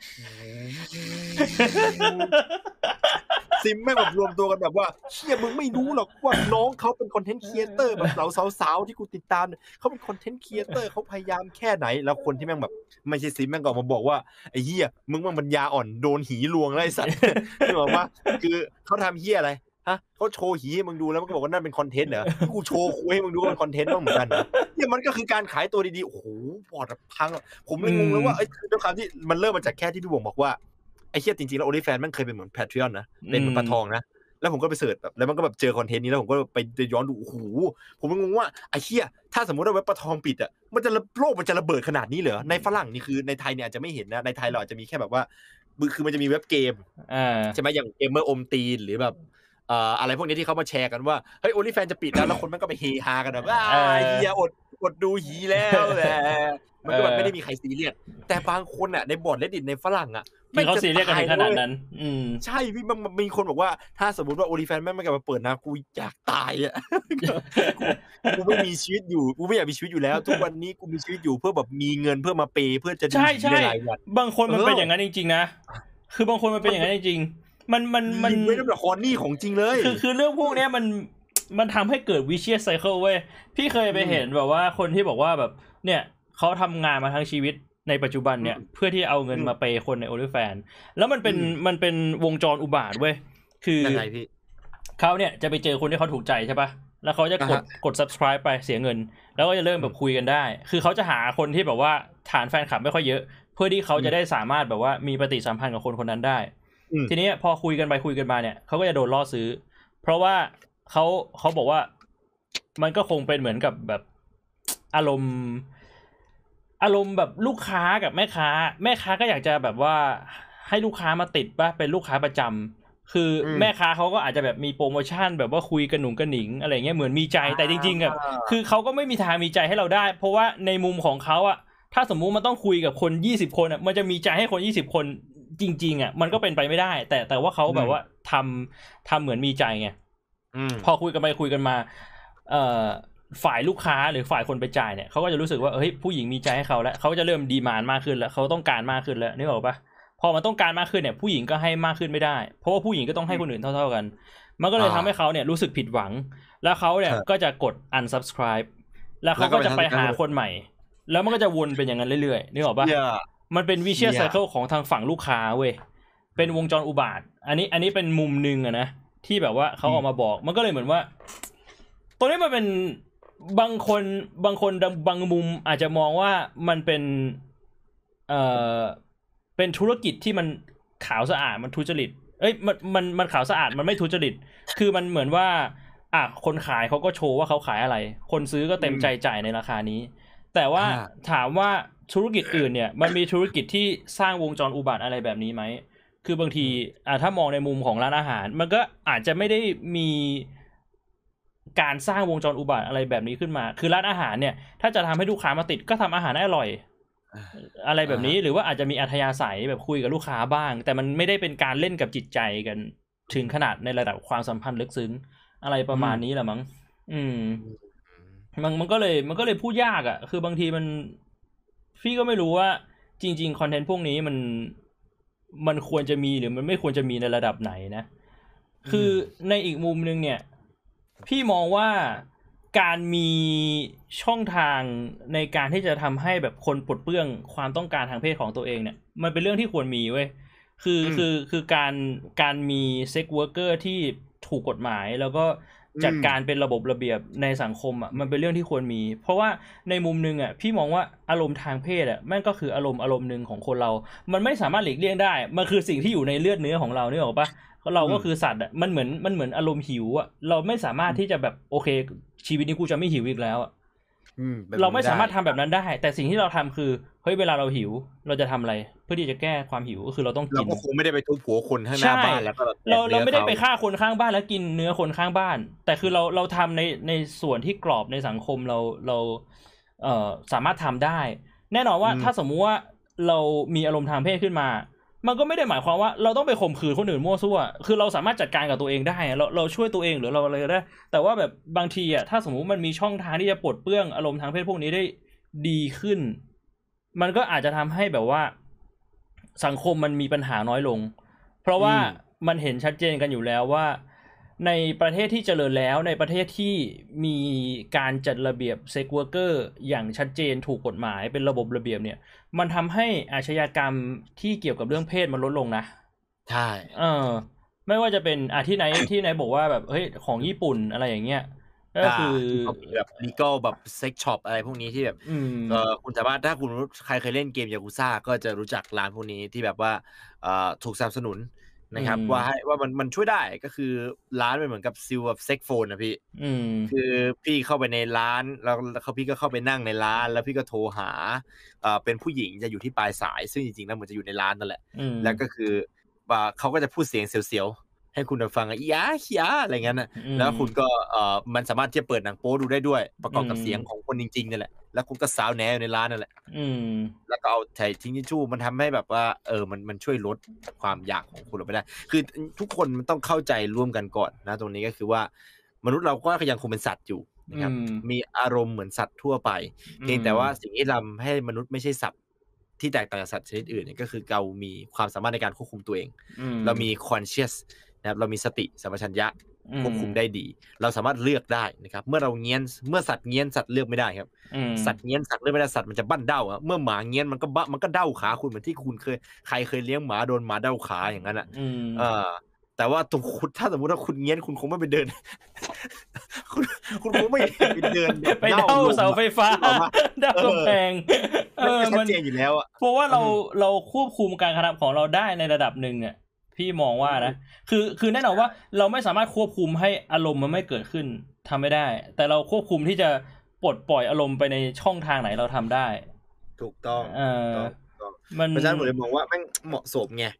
ซิมแม่งแบบรวมตัวกันแบบว่าเชี่ยมึงไม่รู้หรอกว่าน้องเขาเป็นคอนเทนต์ครีเอเตอร์แบบเราสาวๆที่กูติดตามเขาเป็นคอนเทนต์ครีเอเตอร์เขาพยายามแค่ไหนแล้วคนที่แม่งแบบไม่ใช่ซิมแม่งก็ออกมาบอกว่าไอ้เหี้ยมึงมันปัญญาอ่อนโดนหีลวงแล้วไอ้สัตว์ที่บอกว่าคือเขาทำเหี้ยอะไรฮะเขาโชว์หีให้มึงดูแล้วมันก็บอกว่านั่นเป็นคอนเทนต์เหรอกูโชว์คุยให้มึงดูว่าเป็นคอนเทนต์บ้างเหมือนกันเนี่ยมันก็คือการขายตัวดีๆโอ้โหปอดพังผมเลยงงแล้วว่าด้วยความที่มันเริ่มมาจากแค่ที่พี่บ่วงบอกว่าไอ้เหี้ยจริงๆแล้ว OnlyFans มันเคยเป็นเหมือน Patreon นะเป็นเหมือนปลาทองนะแล้วผมก็ไปเสิร์ชแบบแล้วมันก็แบบเจอคอนเทนต์นี้แล้วผมก็ไปย้อนดูโอ้โหผมงงว่าไอ้เหี้ยถ้าสมมุติว่าเว็บปลาทองปิดมันจะโลกมันจะระเบิดขนาดนี้เหรอในฝรั่งนี่คือในไทยเนี่ยอาจจะไม่เห็นนะในไทยเราอาจจะมีแค่แบบว่าคือมันจะมีเว็บเกมใช่มั้ยอย่างเกมเมอร์อมตีนหรือแบบอะไรพวกนี้ที่เขามาแชร์กันว่าเฮ้ย OnlyFans จะปิดแล้วคนมันก็ไปเฮฮากันแบบเหี้ยอดดูหีแล้วแหละมันก็แบบไม่ได้มีใครซีเรียสแต่บางคนในบอร์ด Reddit ในฝรั่งไม่เขาซีเรียสกันขนาดนั้นใช่พี่มันมีคนบอกว่าถ้าสมมุติว่า OnlyFans ไม่กลับมาเปิดนะกูอยากตายกูไม่มีชีวิตอยู่กูไม่อยากมีชีวิตอยู่แล้วทุกวันนี้กูมีชีวิตอยู่เพื่อแบบมีเงินเพื่อมาเปย์เพื่อจะดูในรายวันบางคนมันเป็นอย่างนั้นจริงๆนะคือบางคนมันเป็นอย่างนั้นจริงๆมันไม่ได้แบบคอนนี่ของจริงเลยคือเรื่องพวกนี้มันทำให้เกิด vicious cycle เว้ยพี่เคยไปเห็นแบบว่าคนที่บอกว่าแบบเนี่ยเขาทำงานมาทั้งชีวิตในปัจจุบันเนี่ยเพื่อที่เอาเงินมาเปย์คนใน OnlyFans แล้วมันเป็นวงจรอุบาทเว้ยคือเขาเนี่ยจะไปเจอคนที่เขาถูกใจใช่ปะแล้วเขาจะกด subscribe ไปเสียเงินแล้วก็จะเริ่มแบบคุยกันได้คือเขาจะหาคนที่แบบว่าฐานแฟนคลับไม่ค่อยเยอะเพื่อที่เขาจะได้สามารถแบบว่ามีปฏิสัมพันธ์กับคนคนนั้นได้ทีนี้พอคุยกันไปคุยกันมาเนี่ยเขาก็จะโดนล่อซื้อเพราะว่าเขาบอกว่ามันก็คงเป็นเหมือนกับแบบอารมณ์แบบลูกค้ากับแม่ค้าก็อยากจะแบบว่าให้ลูกค้ามาติดป่ะเป็นลูกค้าประจำคือแม่ค้าเขาก็อาจจะแบบมีโปรโมชั่นแบบว่าคุยกันหนุงกระหนิงอะไรเงี้ยเหมือนมีใจแต่จริงๆแบบคือเขาก็ไม่มีทางมีใจให้เราได้เพราะว่าในมุมของเขาอ่ะถ้าสมมุติมันต้องคุยกับคน20คนอ่ะมันจะมีใจให้คน20คนจริงๆอ่ะมันก็เป็นไปไม่ได้แต่ว่าเขาแบบว่าทำเหมือนมีใจไงพอคุยกันไปคุยกันมาฝ่ายลูกค้าหรือฝ่ายคนไปจ่ายเนี่ยเขาก็จะรู้สึกว่าเฮ้ยผู้หญิงมีใจให้เขาแล้วเขาจะเริ่มดีมานด์มากขึ้นแล้วเขาต้องการมากขึ้นแล้วนึกออกปะพอมันต้องการมากขึ้นเนี่ยผู้หญิงก็ให้มากขึ้นไม่ได้เพราะว่าผู้หญิงก็ต้องให้คนอื่นเท่าๆกันมันก็เลยทำให้เขาเนี่ยรู้สึกผิดหวังแล้วเขาเนี่ยก็จะกด unsubscribe แล้วเขาก็จะไปหาคนใหม่แล้วมันก็จะวนเป็นอย่างนั้นเรื่อยๆนึกออกปะมันเป็น vicious cycle ของทางฝั่งลูกค้าเว้ยเป็นวงจรอุบาทอันนี้เป็นมุมนึงอะนะที่แบบว่าเขาออกมาบอกมันก็เลยเหมือนว่าตรงนี้มันเป็นบางคนบางมุมอาจจะมองว่ามันเป็นเป็นธุรกิจที่มันขาวสะอาดมันทุจริตมันขาวสะอาดมันไม่ทุจริตคือมันเหมือนว่าคนขายเขาก็โชว์ว่าเขาขายอะไรคนซื้อก็เต็มใจจ่ายในราคานี้แต่ว่าถามว่าธุรกิจอื่นเนี่ยมันมีธุรกิจที่สร้างวงจรอุบาทอะไรแบบนี้ไหมคือบางทีถ้ามองในมุมของร้านอาหารมันก็อาจจะไม่ได้มีการสร้างวงจรอุบาทอะไรแบบนี้ขึ้นมาคือร้านอาหารเนี่ยถ้าจะทำให้ลูกค้ามาติดก็ทำอาหารให้อร่อยอะไรแบบนี้หรือว่าอาจจะมีอัธยาศัยแบบคุยกับลูกค้าบ้างแต่มันไม่ได้เป็นการเล่นกับจิตใจกันถึงขนาดในระดับความสัมพันธ์ลึกซึ้งอะไรประมาณนี้แหละมั้งมันก็เลยพูดยากอ่ะคือบางทีพี่ก็ไม่รู้ว่าจริงๆคอนเทนต์พวกนี้มันควรจะมีหรือมันไม่ควรจะมีในระดับไหนนะคือในอีกมุมนึงเนี่ยพี่มองว่าการมีช่องทางในการที่จะทำให้แบบคนปลดเปลื้องความต้องการทางเพศของตัวเองเนี่ยมันเป็นเรื่องที่ควรมีเว้ยคือการมีเซ็กเวิร์กเกอร์ที่ถูกกฎหมายแล้วก็จัดการเป็นระบบระเบียบในสังคมอ่ะมันเป็นเรื่องที่ควรมีเพราะว่าในมุมนึงอ่ะพี่มองว่าอารมณ์ทางเพศอ่ะแม่งก็คืออารมณ์นึงของคนเรามันไม่สามารถหลีกเลี่ยงได้มันคือสิ่งที่อยู่ในเลือดเนื้อของเราเนี่ยหรอปะเราก็คือสัตว์อ่ะมันเหมือนอารมณ์หิวอ่ะเราไม่สามารถที่จะแบบโอเคชีวิตนี้กูจะไม่หิวอีกแล้วอ่ะเราไม่สามารถทำแบบนั้นได้แต่สิ่งที่เราทำคือเฮ้ยเวลาเราหิวเราจะทำอะไรเพื่อที่จะแก้ความหิวก็คือเราต้องกินเราก็คงไม่ได้ไปทุบหัวคนข้างหน้าบ้านแล้วก็เราไม่ได้ไปฆ่าคนข้างบ้านแล้วกินเนื้อคนข้างบ้านแต่คือเราทำในส่วนที่กรอบในสังคมเราสามารถทำได้แน่นอนว่าถ้าสมมุติว่าเรามีอารมณ์ทางเพศขึ้นมามันก็ไม่ได้หมายความว่าเราต้องไปข่มขืนคนอื่นมั่วซั่วคือเราสามารถจัดการกับตัวเองได้เราช่วยตัวเองหรือเราอะไรก็ได้แต่ว่าแบบบางทีถ้าสมมุติมันมีช่องทางที่จะปลดเปลื้องอารมณ์ทางเพศพวกนี้ได้ดีขึ้นมันก็อาจจะทำให้แบบว่าสังคมมันมีปัญหาน้อยลงเพราะว่ามันเห็นชัดเจนกันอยู่แล้วว่าในประเทศที่เจริญแล้วในประเทศที่มีการจัดระเบียบเซ็กเวิร์กเกอร์อย่างชัดเจนถูกกฎหมายเป็นระบบระเบียบเนี่ยมันทำให้อาชญากรรมที่เกี่ยวกับเรื่องเพศมันลดลงนะใช่ไม่ว่าจะเป็นที่ไหนบอกว่าแบบเฮ้ยของญี่ปุ่นอะไรอย่างเงี้ยก็คือแบบ legal แบบ sex shop อะไรพวกนี้ที่แบบคุณสามารถถ้าคุณใครเคยเล่นเกมยากุซ่าก็จะรู้จักร้านพวกนี้ที่แบบว่าถูกสนับสนุนนะครับว่ามันช่วยได้ก็คือร้านเป็นเหมือนกับซิลแบบเซ็กโฟนนะพี่คือพี่เข้าไปในร้านแล้วพี่ก็เข้าไปนั่งในร้านแล้วพี่ก็โทรหาเป็นผู้หญิงจะอยู่ที่ปลายสายซึ่งจริงๆแล้วมันจะอยู่ในร้านนั่นแหละแล้วก็คือเขาก็จะพูดเสียงเสียวๆให้คุณฟังอียาอะไรเงี้ยนะแล้วคุณก็มันสามารถที่จะเปิดหนังโป๊ดูได้ด้วยประกอบกับเสียงของคนจริงๆนั่นแหละแล้วคุณก็สาวแหนอยู่ในร้านนั่นแหละแล้วก็เอาใส่ทิ้งทิชชู่มันทำให้แบบว่ามันช่วยลดความอยากของคุณลงไปได้คือทุกคนมันต้องเข้าใจร่วมกันก่อนนะตรงนี้ก็คือว่ามนุษย์เราก็ยังคงเป็นสัตว์อยู่นะครับมีอารมณ์เหมือนสัตว์ทั่วไปเพียงแต่ว่าสิ่งที่ทำให้มนุษย์ไม่ใช่สัตว์ที่แตกต่างจากสัตว์ชนิดอื่นเนี่ยก็คือเรามีความสามารถในการควบคุมตัวเองเรามี conscious นะครับเรามีสติสัมปชัญญะควบคุมได้ดีเราสามารถเลือกได้นะครับเมื่อสัตว์เงี้ยนสัตว์เลือกไม่ได้ครับสัตว์เงี้ยนสัตว์เลือกไม่ได้สัตว์มันจะบั้นเด้าเมื่อหมาเงี้ยนมันก็เด้าขาคุณเหมือนที่คุณใครเคยเลี้ยงหมาโดนหมาเด้าขาอย่างนั้นแต่ว่าตัวคุณถ้าสมมติว่าคุณเงี้ยนคุณคงไม่ไปเดินคุณคงไม่ไปเดินไปเด้าเสาไฟฟ้าเด้ากำแพงมันชัดเจนอยู่แล้วเพราะว่าเราควบคุมการกระทำของเราได้ในระดับหนึ่งพี่มองว่านะคือแน่นอนว่าเราไม่สามารถควบคุมให้อารมณ์มันไม่เกิดขึ้นทำไม่ได้แต่เราควบคุมที่จะปลดปล่อยอารมณ์ไปในช่องทางไหนเราทำได้ถูกต้องเพราะฉะนั้นผมเลยมองว่าแม่งเหมาะสมไง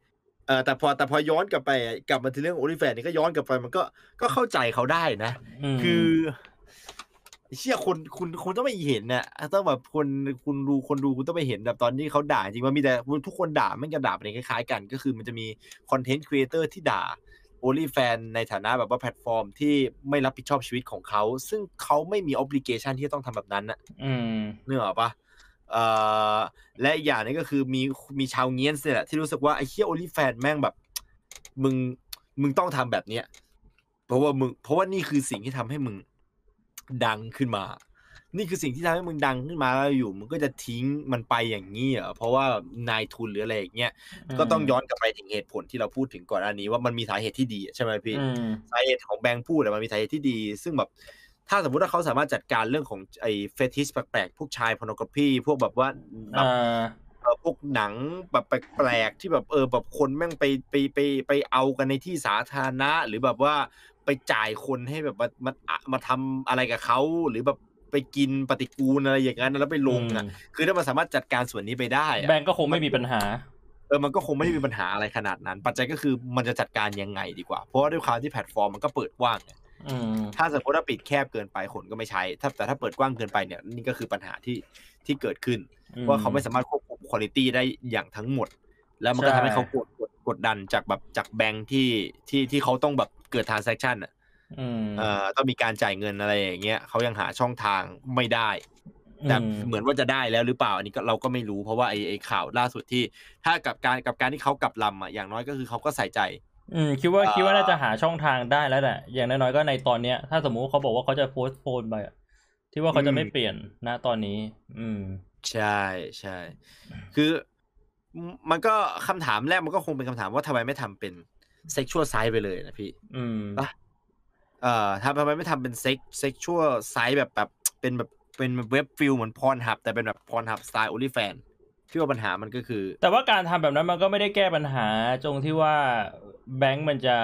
แต่พอย้อนกลับมาที่เรื่อง OnlyFans นี่ก็ย้อนกลับไปมันก็เข้าใจเขาได้นะคือเชี่ยคุณต้องไปเห็นน่ะต้องแบบคนดูคุณต้องไปเห็นแบบตอนที่เขาด่าจริงว่ามีแต่ทุกคนด่ามันจะด่าไปคล้ายๆกันก็คือมันจะมีคอนเทนต์ครีเอเตอร์ที่ด่า OnlyFans ในฐานะแบบว่าแพลตฟอร์มที่ไม่รับผิดชอบชีวิตของเขาซึ่งเขาไม่มี obligation ที่จะต้องทำแบบนั้นน่ะนึกออกปะและอีกอย่างนึงก็คือมีชาวเงี้ยนเนี่ยแหละที่รู้สึกว่าไอ้เหี้ย OnlyFans แม่งแบบมึงต้องทำแบบเนี้ยเพราะว่านี่คือสิ่งที่ทำให้มึงดังขึ้นมานี่คือสิ่งที่ทำให้มึงดังขึ้นมาแล้วอยู่มึงก็จะทิ้งมันไปอย่างนี้เหรอเพราะว่านายทุนหรืออะไรอย่างเงี้ยก็ต้องย้อนกลับไปถึงเหตุผลที่เราพูดถึงก่อนอันนี้ว่ามันมีสาเหตุที่ดีใช่ไหมพี่สาเหตุของแบงค์พูดมันมีสาเหตุที่ดีซึ่งแบบถ้าสมมุติว่าเขาสามารถจัดการเรื่องของไอ้เฟติชแปลกๆพวกชายพอร์โนกราฟีพวกแบบว่าแบบพวกหนังแบบแปลกๆที่แบบแบบคนแม่งไปเอากันในที่สาธารณะหรือแบบว่าไปจ่ายคนให้แบบมาทำอะไรกับเขาหรือแบบไปกินปฏิกูลอะไรอย่างนั้นแล้วไปลงอ่ะคือถ้ามันสามารถจัดการส่วนนี้ไปได้แบงก์ก็คงไม่มีปัญหามันก็คงไม่ได้มีปัญหาอะไรขนาดนั้นปัจจัยก็คือมันจะจัดการยังไงดีกว่าเพราะว่าด้วยความที่แพลตฟอร์มมันก็เปิดกว้างถ้าสมมติว่าปิดแคบเกินไปคนก็ไม่ใช้แต่ถ้าเปิดกว้างเกินไปเนี่ยนี่ก็คือปัญหาที่เกิดขึ้นว่าเขาไม่สามารถควบคุมคุณภาพได้อย่างทั้งหมดแล้วมันก็ทำให้เขากดดันจากแบงค์ที่เขาต้องแบบเกิด transaction อ่ะต้องมีการจ่ายเงินอะไรอย่างเงี้ยเขายังหาช่องทางไม่ได้แต่เหมือนว่าจะได้แล้วหรือเปล่าอันนี้ก็เราก็ไม่รู้เพราะว่าไอ้ข่าวล่าสุดที่ถ้ากับการที่เขากลับลำอ่ะอย่างน้อยก็คือเขาก็ใส่ใจคิดว่าน่าจะหาช่องทางได้แล้วแหละอย่างน้อยๆก็ในตอนเนี้ยถ้าสมมุติเขาบอกว่าเขาจะโพสต์โพนไปที่ว่าเขาจะไม่เปลี่ยนณตอนนี้ใช่ใช่คือมันก็คำถามแรกมันก็คงเป็นคำถามว่าทำไมไม่ทำเป็นเซ็กชวลไซส์ไปเลยนะพี่ทำไมไม่ทำเป็นเซ็กชวลไซส์แบบเป็นเว็บฟิลเหมือนพรฮับแต่เป็นแบบพรฮับสไตล์ OnlyFans ที่ว่าปัญหามันก็คือแต่ว่าการทำแบบนั้นมันก็ไม่ได้แก้ปัญหาตรงที่ว่าแบงก์มันจะ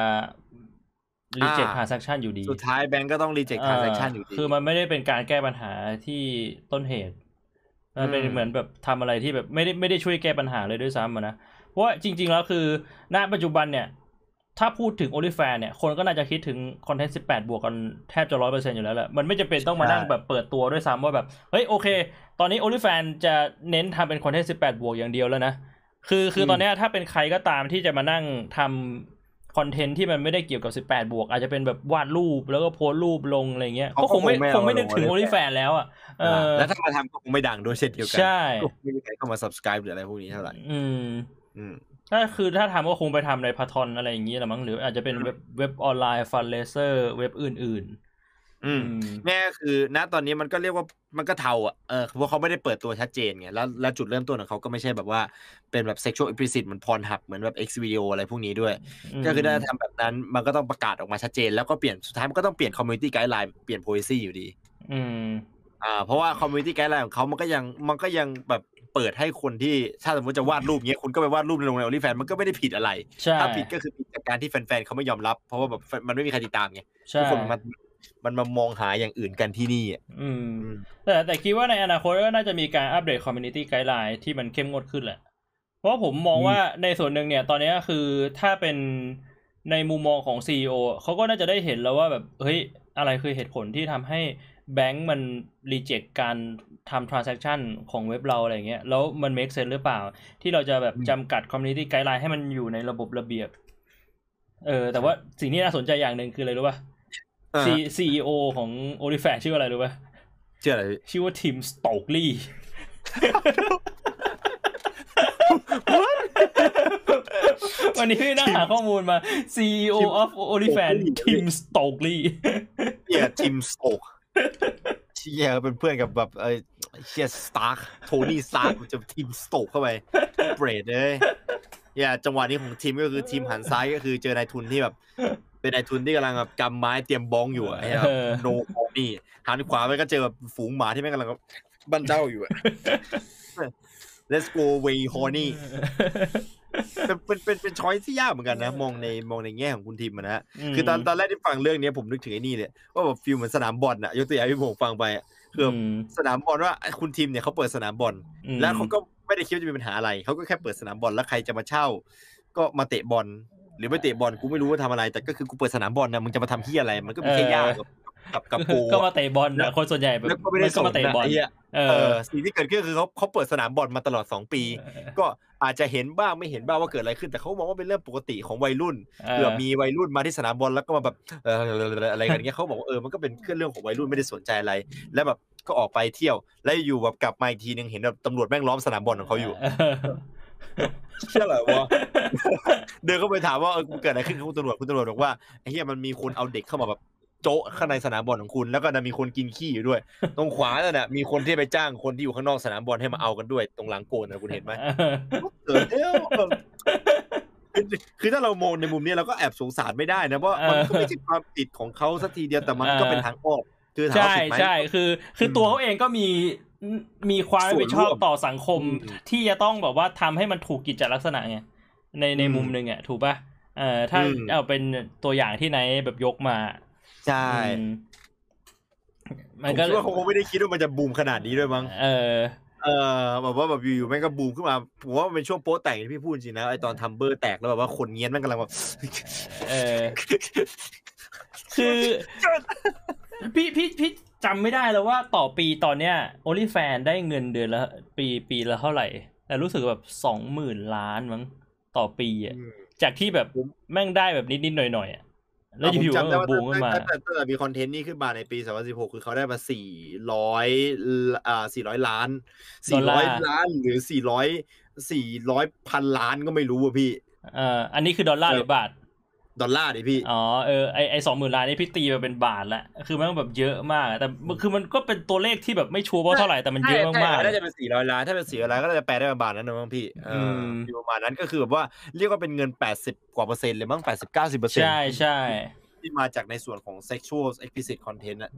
reject transaction อยู่ดีสุดท้ายแบงก์ก็ต้อง reject transaction อยู่ดีคือมันไม่ได้เป็นการแก้ปัญหาที่ต้นเหตุมันเป็นเหมือนแบบทำอะไรที่แบบไม่ได้ช่วยแก้ปัญหาเลยด้วยซ้ำนะเพราะว่าจริงๆแล้วคือณปัจจุบันเนี่ยถ้าพูดถึง OnlyFans เนี่ยคนก็น่าจะคิดถึงคอนเทนต์18บวกกันแทบจะ 100% อยู่แล้วแหละมันไม่จำเป็นต้องมานั่งแบบเปิดตัวด้วยซ้ำว่าแบบเฮ้ยโอเคตอนนี้ OnlyFans จะเน้นทำเป็นคอนเทนต์18บวกอย่างเดียวแล้วนะคือตอนนี้ถ้าเป็นใครก็ตามที่จะมานั่งทำคอนเทนต์ที่มันไม่ได้เกี่ยวกับ18บวกอาจจะเป็นแบบวาดรูปแล้วก็โพสรูปลงอะไรเงี้ยก็คงไม่นึกถึง OnlyFans แล้วอ่ะแล้วถ้ามาทำก็คงไม่ดังด้วยเช่นเดียวกันก็ไม่มีใครเข้ามา subscribe หรืออะไรพวกนี้เท่าไหร่ถ้าทำก็คงไปทำในพาทอนอะไรอย่างนี้แหละมั้งหรืออาจจะเป็นเว็บออนไลน์ฟันเลเซอร์เว็บอื่นแน่คือณตอนนี้มันก็เรียกว่ามันก็เทาเพราะเขาไม่ได้เปิดตัวชัดเจนไงแล้วจุดเริ่มต้นของเขาก็ไม่ใช่แบบว่าเป็นแบบ sexual explicit เหมือน Pornhub เหมือนแบบ X video อะไรพวกนี้ด้วยก็คือถ้าทำแบบนั้นมันก็ต้องประกาศออกมาชัดเจนแล้วก็เปลี่ยนสุดท้ายมันก็ต้องเปลี่ยน community guideline เปลี่ยน policy อยู่ดีเพราะว่า community guideline ของเขามันก็ยังแบบเปิดให้คนที่ถ้าสมมติจะวาดรูปเงี้ยคุณก็ไปวาดรูปลงใน OnlyFans มันก็ไม่ได้ผิดอะไรถ้าผิดก็คือผิดจากการที่แฟนๆเขาไม่ยอมรับเพราะว่าแบบมันไม่มีใครติดตามไงทุกคนมันมามองหาอย่างอื่นกันที่นี่แต่คิดว่าในอนาคตก็น่าจะมีการอัปเดต community guideline ที่มันเข้มงวดขึ้นแหละเพราะผมมองว่าในส่วนหนึ่งเนี่ยตอนนี้คือถ้าเป็นในมุมมองของ CEO เขาก็น่าจะได้เห็นแล้วว่าแบบเฮ้ยอะไรคือเหตุผลที่ทำให้แบงก์มัน reject การทำ transaction ของเว็บเราอะไรเงี้ยแล้วมัน make sense หรือเปล่าที่เราจะแบบจำกัด community guideline ให้มันอยู่ในระบบระเบียบแต่ว่าสิ่งที่น่าสนใจอย่างหนึ่งคืออะไรรู้ป่ะCEO ของ OnlyFans ชื่ออะไรรู้ป่ะชื่ออะไรชื่อว่าทิมสโตกลีวันนี้พี่นั่งหาข้อมูลมา CEO of OnlyFans ทิมสโตกลีทิมสโตกเชี่ยเป็นเพื่อนกับแบบเชี่ยสตาร์คโทนี่สตาร์คจะทิมสโตกเข้าไปเบรดเลยจังหวะนี้ของทีมก็คือทีมหันซ้ายก็คือเจอนายทุนที่แบบเป็นนายทุนที่กำลังแบบกำไม้เตรียมบ้องอยู่ไอ้แบบโนโอนี่หันขวาไปก็เจอแบบฝูงหมาที่แม่งกำลังบันเจ้าอยู่ Let's go way horny เป็นช้อยที่ยากเหมือนกันนะมองในแง่ของคุณทีมนะคือตอนแรกที่ฟังเรื่องนี้ผมนึกถึงไอ้นี่เลยว่าแบบฟีลเหมือนสนามบอลน่ะยกตัวอย่างที่ผมฟังไปคือสนามบอลว่าคุณทีมเนี่ยเขาเปิดสนามบอลแล้วเขาก็ไม่ได้คิดว่าจะมีปัญหาอะไรเขาก็แค่เปิดสนามบอลแล้วใครจะมาเช่าก็มาเตะบอลหรือไม่เตะบอลกูไม่รู้ว่าทำอะไรแต่ก็คือกูเปิดสนามบอลนะมึงจะมาทำที่อะไรมันก็มีแค่หญ้ากับโกก็มาเตะบอลนะคนส่วนใหญ่แบบก็ไม่ได้มาเตะบอลสิ่งที่เกิดขึ้นคือเขาเปิดสนามบอลมาตลอด2 ปีก็อาจจะเห็นบ้างไม่เห็นบ้างว่าเกิดอะไรขึ้นแต่เขามองว่าเป็นเรื่องปกติของวัยรุ่นเผื่อมีวัยรุ่นมาที่สนามบอลแล้วก็มาแบบอะไรกันเงี้ยเขาบอกว่ามันก็เป็นเรื่องของวัยรุ่นไม่ได้สนใจอะไรแล้วแบบก็ออกไปเที่ยวแล้วอยู่แบบกลับมาอีกทีนึงเห็นแบบตำรวจแม่งล้อมสนามบอลของเขาอยู่เชื่อเหรอวะเดินเข้าไปถามว่าเกิดอะไรขึ้นคุณตำรวจบอกว่าไอ้เหี้ยมันมีคนเอาเด็กเข้ามาแบบโจ๊ะข้างในสนามบอลของคุณแล้วก็มีคนกินขี้อยู่ด้วยตรงขวานั่นน่ะมีคนที่ไปจ้างคนที่อยู่ข้างนอกสนามบอลให้มาเอากันด้วยตรงหลังโกนนะคุณเห็นไหมคือถ้าเรามองในมุมนี้เราก็แอบสงสารไม่ได้นะเพราะมันก็ไม่ใช่ความผิดของเขาสักทีเดียวแต่มันก็เป็นทางอ้อมคือถามว่าผิดไหมใช่คือตัวเขาเองก็มีความรับผิดชอบต่อสังคมที่จะต้องแบบว่าทำให้มันถูกกิจลักษณะไงในมุมนึงอ่ะถูกป่ะถ้าเอาเป็นตัวอย่างที่ไหนแบบยกมาใช่มันก็คิดว่าเขาคงไม่ได้คิดว่ามันจะบูมขนาดนี้ด้วยมั้งแบบว่าแบบอยู่ๆแม่งก็บูมขึ้นมาผมว่ามันเป็นช่วงโป๊ะแตกที่พี่พูดจริงนะไอตอนทัมเบอร์แตกแล้วแบบว่าคนเงี้ยนแม่งกำลังแบบคือพี่จำไม่ได้แล้วว่าต่อปีตอนเนี้ย OnlyFans ได้เงินเดือนละปีละเท่าไหร่แต่รู้สึกแบบ 20,000 ล้านมั้งต่อปีอ่ะจากที่แบบแม่งได้แบบนิดๆหน่อยๆอ่ะแล้วอยู่ๆก็บูมขึ้นมาตั้งแต่มีคอนเทนต์นี้ขึ้นมาในปี2016คือเขาได้มา400 ล้านหรือ400,000 ล้านก็ไม่รู้อ่ะพี่อันนี้คือดอลลาร์หรือบาทดอลลาร์ดิพี่ไอ 20,000 ล้านนี่พี่ตีมาเป็นบาทละคือมันแบบเยอะมากแต่คือมันก็เป็นตัวเลขที่แบบไม่ชัวร์ว่าเท่าไหร่แต่มันเยอะมากๆน่าจะเป็น400 ล้านถ้าเป็น400 ล้านก็น่าจะแปลได้ประมาณนั้นนะมั้งพี่ประมาณนั้นก็คือแบบว่าเรียกว่าเป็นเงิน80 กว่าเปอร์เซ็นต์เลยมั้ง80-90% ใช่ที่มาจากในส่วนของ sexual explicit content อ่ะ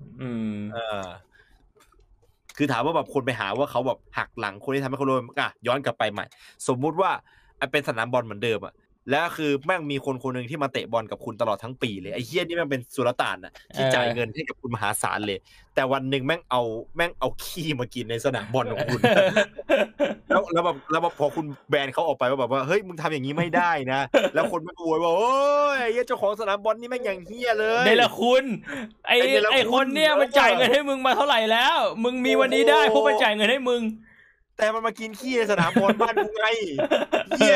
คือถามว่าแบบคนไปหาว่าเขาแบบหักหลังคนที่ทำให้เขาโดนย้อนกลับไปใหม่สมมุติว่าเป็นสนามบอลเหมือนเดิมอ่ะแล้วคือแม่งมีคนนึงที่มาเตะบอลกับคุณตลอดทั้งปีเลยไอ้เหี้ยนี่แม่งเป็นสุลต่านน่ะที่จ่ายเงินให้กับคุณมหาศาลเลยแต่วันนึงแม่งเอาขี้มากินในสนามบอลของคุณแล้วแบบพอคุณแบนเขาออกไปว่าแบบว่าเฮ้ยมึงทำอย่างนี้ไม่ได้นะแล้วคนมันอวยว่าโอ้ยไอ้เจ้าของสนามบอลนี่แม่งอย่างเหี้ยเลยนี่แหละคุณไอ้คนเนี่ยมันจ่ายเงินให้มึงมาเท่าไหร่แล้วมึงมีวันนี้ได้เพราะมันจ่ายเงินให้มึงแต่มันมากินขี้ในสนามบอลบ้านกูไงเหี้ย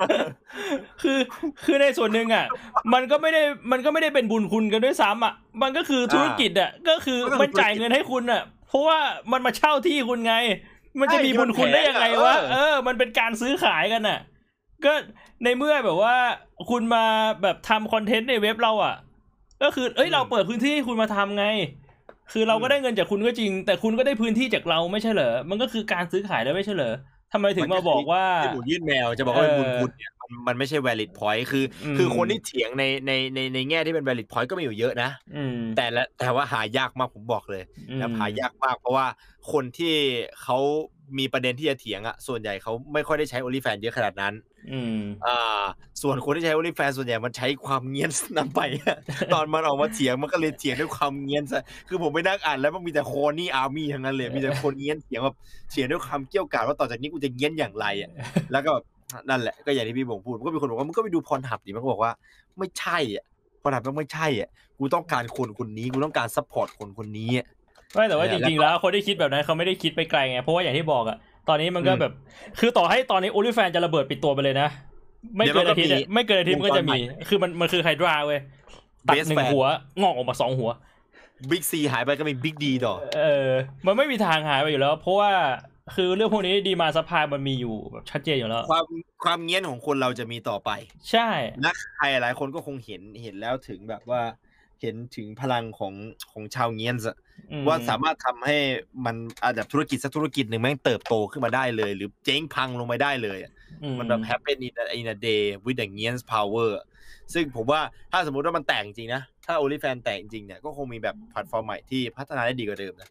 คือในส่วนหนึ่งอ่ะมันก็ไม่ได้เป็นบุญคุณกันด้วยซ้ำอ่ะมันก็คือธุรกิจอ่ะก็คือมันจ่ายเงินให้คุณอ่ะเพราะว่ามันมาเช่าที่คุณไงมันจะมีบุญคุณได้ยังไงวะมันเป็นการซื้อขายกันอ่ะก็ในเมื่อแบบว่าคุณมาแบบทำคอนเทนต์ในเว็บเราอ่ะก็คือเราเปิดพื้นที่ให้คุณมาทำไงคือเราก็ได้เงินจากคุณก็จริงแต่คุณก็ได้พื้นที่จากเราไม่ใช่เหรอมันก็คือการซื้อขายแล้วไม่ใช่เหรอทำไมถึงมาบอกว่าหมูยื่นแมวจะบอกว่าเป็นบุญคุณเนี่ยมันไม่ใช่ valid point คือคนที่เถียงในแง่ที่เป็น valid point ก็มีอยู่เยอะนะแต่ว่าหายากมากผมบอกเลยหายากมากเพราะว่าคนที่เขามีประเด็นที่จะเถียงอ่ะส่วนใหญ่เขาไม่ค่อยได้ใช้ OnlyFans เยอะขนาดนั้นส่วนคนที่ใช้ OnlyFans ส่วนใหญ่มันใช้ความเงี้ยนนำไปตอนมันออกมาเถียงมันก็เลยเถียงด้วยความเงี้ยนซะคือผมไปนั่งอ่านแล้วมันมีแต่โคนี่อาร์มี่ทั้งนั้นเลยมีแต่คนเงี้ยนเถียงแบบเถียงด้วยความเกี้ยวกาดว่าต่อจากนี้กูจะเงี้ยนอย่างไรอ่ะแล้วก็นั่นแหละก็อย่างที่พี่บ่งพูดมันก็มีคนบอกว่ามึงก็ไปดูพรทับดิมันก็บอกว่าไม่ใช่อ่ะพรทับมันไม่ใช่อ่ะกูต้องการคนนี้กูต้องการซัพพอร์ตคนนี้ไม่แต่ว่าจริงๆแล้วคนที่คิดแบบนั้นเขาไม่ได้คิดไปไกลไงเพราะว่าอย่างที่บอกอ่ะตอนนี้มันก็แบบคือต่อให้ตอนนี้ OnlyFans จะระเบิดปิดตัวไปเลยนะไม่เกินอาทิตย์มันก็จะมีคือมันคือไฮดราเว้ยตัด1หัวงอกออกมา2หัวบิ๊กซีหายไปก็มีบิ๊กดีต่อมันไม่มีทางหายไปอยู่แล้วเพราะว่าคือเรื่องพวกนี้ดีมาซัพพลายมันมีอยู่แบบชัดเจนอยู่แล้วความเงี้ยนของคนเราจะมีต่อไปใช่นักใครหลายคนก็คงเห็นแล้วถึงแบบว่าเห็นถึงพลังของชาวเงี้ยนว่าสามารถทำให้มันอาจจะธุรกิจสักธุรกิจหนึ่งแม่งเติบโตขึ้นมาได้เลยหรือเจ๊งพังลงไปได้เลยมันแบบ happen in a day with the Ngien's power ซึ่งผมว่าถ้าสมมติว่ามันแตกจริงนะถ้า OnlyFans แตกจริงเนี่ยก็คงมีแบบแพลตฟอร์มใหม่ที่พัฒนาได้ดีกว่าเดิมนะ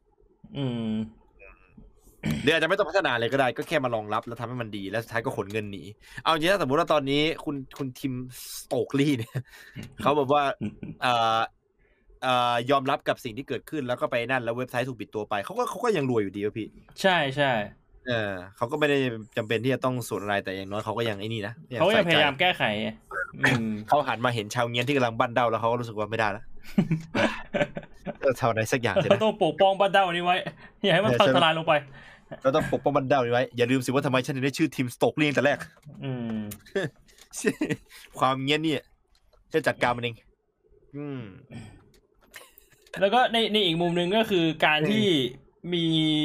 หรืออาจจะไม่ต้องพัฒนาเลยก็ได้ก็แค่มารองรับแล้วทำให้มันดีแล้วสุดท้ายก็ขนเงินหนีเอาจริงถ้าสมมติว่าตอนนี้คุณทิมสโตกลีเนี่ยเขาบอกว่ายอมรับกับสิ่งที่เกิดขึ้นแล้วก็ไปนั่นแล้วเว็บไซต์ถูกปิดตัวไปเขาก็ยังรวยอยู่ดีวะพี่ใช่เขาก็ไม่ได้จำเป็นที่จะต้องสูตรอะไรแต่อย่างน้อยเขาก็ยังไอ้นี่นะเขายังพยายามแก้ไขเขาหันมาเห็นชาวเงี้ยที่กำลังบั้นเด้าแล้วเขาก็รู้สึกว่าไม่ได้แล้วทำอะไรสักอย่างเราต้องปกป้องบั้นเด้านี้ไว้อย่าให้มันพังทลายลงไปเราต้องปกป้องบั้นเด้านี้ไว้อย่าลืมสิว่าทำไมฉันถึงได้ชื่อทีมสโตกลี่ตั้งแต่แรกความเงี้ยนี่จะจัดการมันเองแล้วก็ในอีกมุมนึงก็คือการที่มี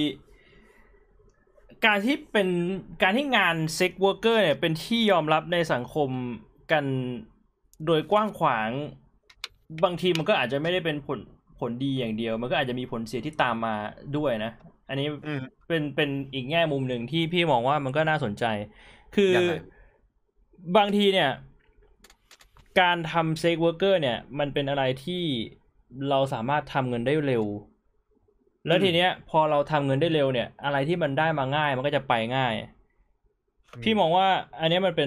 การที่งานเซ็กเวิร์กเกอร์เนี่ยเป็นที่ยอมรับในสังคมกันโดยกว้างขวางบางทีมันก็อาจจะไม่ได้เป็นผลดีอย่างเดียวมันก็อาจจะมีผลเสียที่ตามมาด้วยนะอันนี้เป็นอีกแง่มุมหนึ่งที่พี่มองว่ามันก็น่าสนใจคือบางทีเนี่ยการทำเซ็กเวิร์กเกอร์เนี่ยมันเป็นอะไรที่เราสามารถทำเงินได้เร็วแล้วทีเนี้ยพอเราทำเงินได้เร็วเนี่ยอะไรที่มันได้มาง่ายมันก็จะไปง่ายพี่มองว่าอันนี้มัน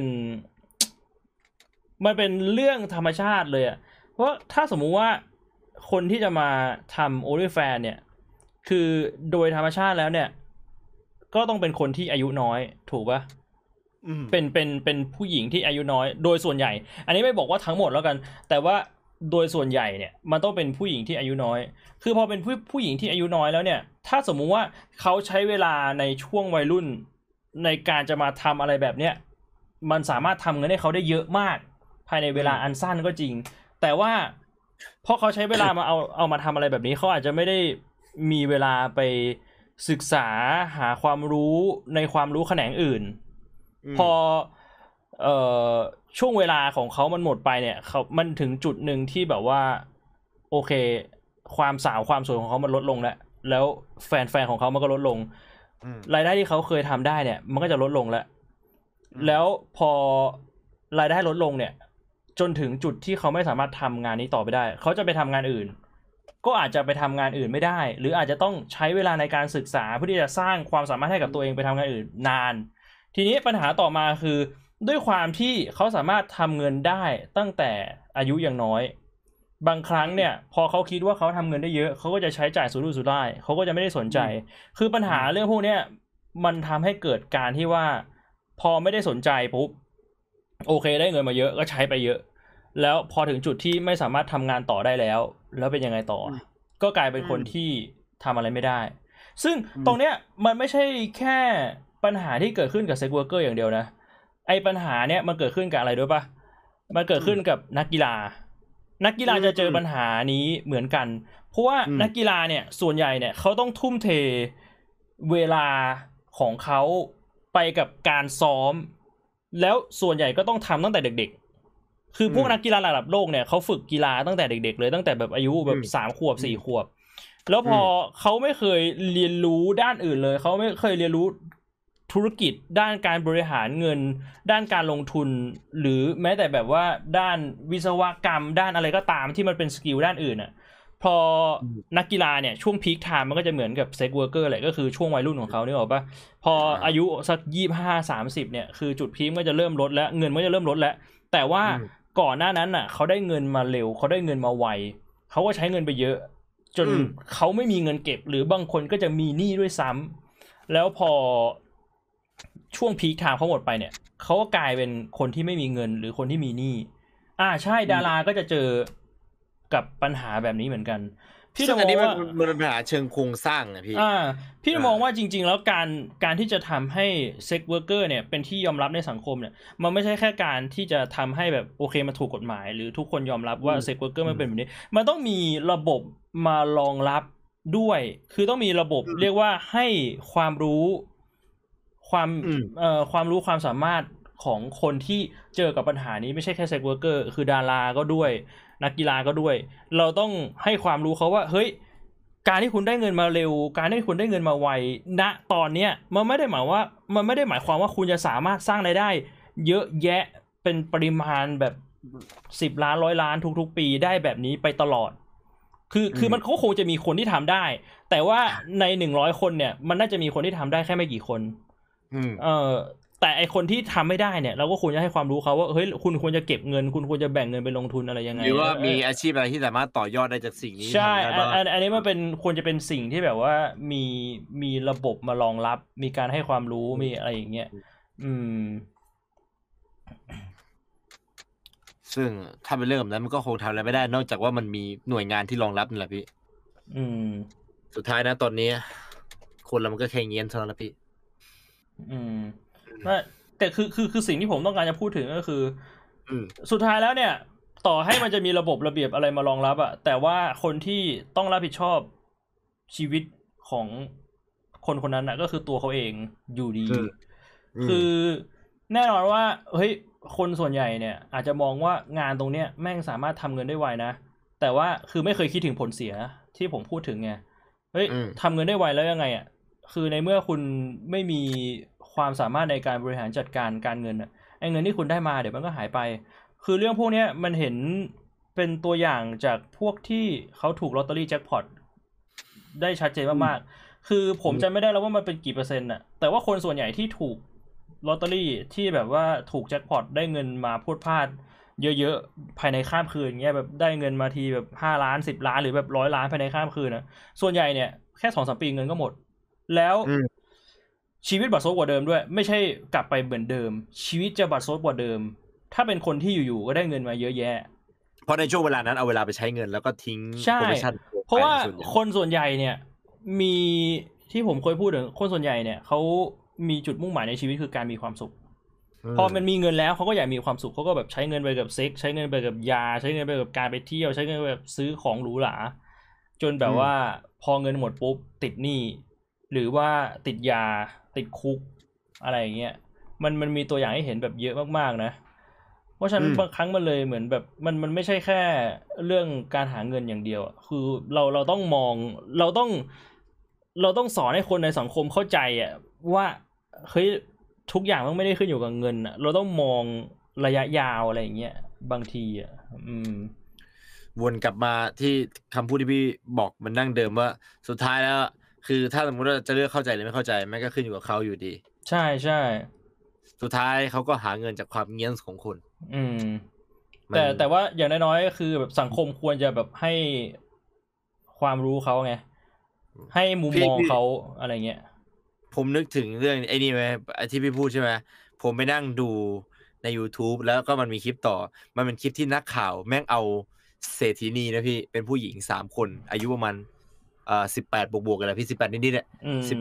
เป็นเรื่องธรรมชาติเลยอ่ะเพราะถ้าสมมุติว่าคนที่จะมาทำ OnlyFans เนี่ยคือโดยธรรมชาติแล้วเนี่ยก็ต้องเป็นคนที่อายุน้อยถูกป่ะเป็นผู้หญิงที่อายุน้อยโดยส่วนใหญ่อันนี้ไม่บอกว่าทั้งหมดแล้วกันแต่ว่าโดยส่วนใหญ่เนี่ยมันต้องเป็นผู้หญิงที่อายุน้อยคือพอเป็นผู้หญิงที่อายุน้อยแล้วเนี่ยถ้าสมมุติว่าเขาใช้เวลาในช่วงวัยรุ่นในการจะมาทำอะไรแบบเนี้ยมันสามารถทำเงินให้เขาได้เยอะมากภายในเวลาอันสั้นก็จริงแต่ว่าพอเขาใช้เวลามาเอามาทำอะไรแบบนี้เขาอาจจะไม่ได้มีเวลาไปศึกษาหาความรู้ในความรู้แขนงอื่นพอช่วงเวลาของเขามันหมดไปเนี่ยมันถึงจุดหนึ่งที่แบบว่าโอเคความสาวความสวยของเขามันลดลงแล้วแฟนของเขามันก็ลดลงรายได้ที่เขาเคยทำได้เนี่ยมันก็จะลดลงแล้วพอรายได้ลดลงเนี่ยจนถึงจุดที่เขาไม่สามารถทำงานนี้ต่อไปได้เขาจะไปทำงานอื่นก็อาจจะไปทำงานอื่นไม่ได้หรืออาจจะต้องใช้เวลาในการศึกษาเพื่อที่จะสร้างความสามารถให้กับตัวเองไปทำงานอื่นนานทีนี้ปัญหาต่อมาคือด้วยความที่เขาสามารถทำเงินได้ตั้งแต่อายุยังน้อยบางครั้งเนี่ยพอเขาคิดว่าเขาทำเงินได้เยอะเขาก็จะใช้จ่ายสุรุ่ยสุร่ายเขาก็จะไม่ได้สนใจคือปัญหาเรื่องพวกนี้มันทำให้เกิดการที่ว่าพอไม่ได้สนใจปุ๊บโอเคได้เงินมาเยอะก็ใช้ไปเยอะแล้วพอถึงจุดที่ไม่สามารถทำงานต่อได้แล้วเป็นยังไงต่อก็กลายเป็นคนที่ทำอะไรไม่ได้ซึ่งตรงเนี้ยมันไม่ใช่แค่ปัญหาที่เกิดขึ้นกับเซ็กเวิร์กเกอร์อย่างเดียวนะไอ้ปัญหาเนี้ยมันเกิดขึ้นกับอะไรด้วยป่ะมันเกิดขึ้นกับนักกีฬาจะเจอปัญหานี้เหมือนกันเพราะว่านักกีฬาเนี่ยส่วนใหญ่เนี่ยเขาต้องทุ่มเทเวลาของเขาไปกับการซ้อมแล้วส่วนใหญ่ก็ต้องทำตั้งแต่เด็กๆคือพวกนักกีฬาระดับโลกเนี่ยเขาฝึกกีฬาตั้งแต่เด็กๆเลยตั้งแต่แบบอายุแบบ3 ขวบ 4 ขวบแล้วพอเขาไม่เคยเรียนรู้ด้านอื่นเลยเขาไม่เคยเรียนรู้ธุรกิจด้านการบริหารเงินด้านการลงทุนหรือแม้แต่แบบว่าด้านวิศวกรรมด้านอะไรก็ตามที่มันเป็นสกิลด้านอื่นอ่ะพอนักกีฬาเนี่ยช่วงพีคไทม์มันก็จะเหมือนกับเซ็กเวิร์กเกอร์แหละก็คือช่วงวัยรุ่นของเขาเนี่ยหรอปะพออายุสัก25-30เนี่ยคือจุดพีคก็จะเริ่มลดแล้วเงินก็จะเริ่มลดแล้วแต่ว่าก่อนหน้านั้นน่ะเขาได้เงินมาเร็วเขาได้เงินมาไวเขาก็ใช้เงินไปเยอะจนเขาไม่มีเงินเก็บหรือบางคนก็จะมีหนี้ด้วยซ้ำแล้วพอช่วงพีคไทม์เขาหมดไปเนี่ยเขาก็กลายเป็นคนที่ไม่มีเงินหรือคนที่มีหนี้ใช่ดาราก็จะเจอกับปัญหาแบบนี้เหมือนกันพี่จะมองว่ามันเป็นปัญหาเชิงโครงสร้างนะพี่จะมองว่าจริงๆแล้วการที่จะทำให้เซ็กเวิร์กเกอร์เนี่ยเป็นที่ยอมรับในสังคมเนี่ยมันไม่ใช่แค่การที่จะทำให้แบบโอเคมันถูกกฎหมายหรือทุกคนยอมรับว่าเซ็กเวิร์กเกอร์มันเป็นแบบนี้มันต้องมีระบบมารองรับด้วยคือต้องมีระบบเรียกว่าให้ความรู้ความรู้ความสามารถของคนที่เจอกับปัญหานี้ไม่ใช่แค่เซ็กเวิร์กเกอร์คือดาราก็ด้วยนักกีฬาก็ด้วยเราต้องให้ความรู้เขาว่าเฮ้ยการที่คุณได้เงินมาเร็วการที่คุณได้เงินมาไวณตอนเนี้ยมันไม่ได้หมายความว่าคุณจะสามารถสร้างรายได้เยอะแยะเป็นปริมาณแบบ10 ล้าน100 ล้านทุกๆปีได้แบบนี้ไปตลอดคือมันก็คงจะมีคนที่ทำได้แต่ว่าใน100 คนเนี่ยมันน่าจะมีคนที่ทำได้แค่ไม่กี่คนแต่ไอคนที่ทำไม่ได้เนี่ยเราก็ควรจะให้ความรู้เขาว่าเฮ้ยคุณควรจะเก็บเงินคุณควรจะแบ่งเงินไปลงทุนอะไรยังไงหรือว่ามีอาชีพอะไรที่สามารถต่อยอดได้จากสิ่งนี้ใช่ทำได้บ้างอันนี้มันเป็นควรจะเป็นสิ่งที่แบบว่ามีระบบมารองรับมีการให้ความรู้มีอะไรอย่างเงี้ยซึ่งถ้าเป็นเรื่องแบบนั้นมันก็คงทำอะไรไม่ได้นอกจากว่ามันมีหน่วยงานที่รองรับนั่นแหละพี่สุดท้ายนะตอนนี้คนเรามันก็แค่เงี้ยนเท่านั้นแหละพี่แต่คือสิ่งที่ผมต้องการจะพูดถึงก็คือสุดท้ายแล้วเนี่ยต่อให้มันจะมีระบบระเบียบอะไรมารองรับอะแต่ว่าคนที่ต้องรับผิดชอบชีวิตของคนคนนั้นนะก็คือตัวเขาเองอยู่ดีคือแน่นอนว่าเฮ้ยคนส่วนใหญ่เนี่ยอาจจะมองว่างานตรงเนี้ยแม่งสามารถทำเงินได้ไวนะแต่ว่าคือไม่เคยคิดถึงผลเสียที่ผมพูดถึงไงเฮ้ยทำเงินได้ไวแล้วยังไงอ่ะคือในเมื่อคุณไม่มีความสามารถในการบริหารจัดการการเงินอ่ะไอ้เงินที่คุณได้มาเดี๋ยวมันก็หายไปคือเรื่องพวกนี้มันเห็นเป็นตัวอย่างจากพวกที่เขาถูกลอตเตอรี่แจ็คพอตได้ชัดเจนมากๆคือผมจำไม่ได้แล้วว่ามันเป็นกี่เปอร์เซ็นต์น่ะแต่ว่าคนส่วนใหญ่ที่ถูกลอตเตอรี่ที่แบบว่าถูกแจ็คพอตได้เงินมาพูดพลาดเยอะๆภายในข้ามคืนเงี้ยแบบได้เงินมาทีแบบ5 ล้าน10 ล้านหรือแบบ100 ล้านภายในข้ามคืนนะส่วนใหญ่เนี่ยแค่ 2-3 ปีเงินก็หมดแล้วชีวิตบัดซบกว่าเดิมด้วยไม่ใช่กลับไปเหมือนเดิมชีวิตจะบัดซบกว่าเดิมถ้าเป็นคนที่อยู่ๆก็ได้เงินมาเยอะแยะเพราะในช่วงเวลานั้นเอาเวลาไปใช้เงินแล้วก็ทิ้ง profession เพราะว่าคนส่วนใหญ่เนี่ยมีที่ผมเคยพูดถึงคนส่วนใหญ่เนี่ยเขามีจุดมุ่งหมายในชีวิตคือการมีความสุขพอมันมีเงินแล้วเขาก็อยากมีความสุขเขาก็แบบใช้เงินไปกับเซ็กใช้เงินไปกับยาใช้เงินไปกับการไปเที่ยวใช้เงินไปแบบซื้อของหรูหราจนแบบว่าพอเงินหมดปุ๊บติดหนี้หรือว่าติดยาติดคุกอะไรอย่างเงี้ยมันมีตัวอย่างให้เห็นแบบเยอะมากๆนะเพราะฉะนั้นบางครั้งมันเลยเหมือนแบบมันไม่ใช่แค่เรื่องการหาเงินอย่างเดียวคือเราต้องมองเราต้องสอนให้คนในสังคมเข้าใจอ่ะว่าเฮ้ยทุกอย่างมันไม่ได้ขึ้นอยู่กับเงินอ่ะเราต้องมองระยะยาวอะไรอย่างเงี้ยบางทีอ่ะวนกลับมาที่คำพูดที่พี่บอกมันนั่งเดิมว่าสุดท้ายแล้วคือถ้าสมมติว่าจะเลือกเข้าใจหรือไม่เข้าใจแม่ก็ขึ้นอยู่กับเขาอยู่ดีใช่ใช่สุดท้ายเขาก็หาเงินจากความเงี้ยนของคุณแต่ว่าอย่างน้อยๆก็คือแบบสังคมควรจะแบบให้ความรู้เขาไงให้มุมมองเขาอะไรเงี้ยผมนึกถึงเรื่องไอ้นี่ไหมที่พี่พูดใช่ไหมผมไปนั่งดูใน YouTube แล้วก็มันมีคลิปต่อมันเป็นคลิปที่นักข่าวแม่งเอาเศรษฐีนีนะพี่เป็นผู้หญิง3 คนอายุประมาณ18 บวกๆกันแหละพี่18นิดๆเนี่ย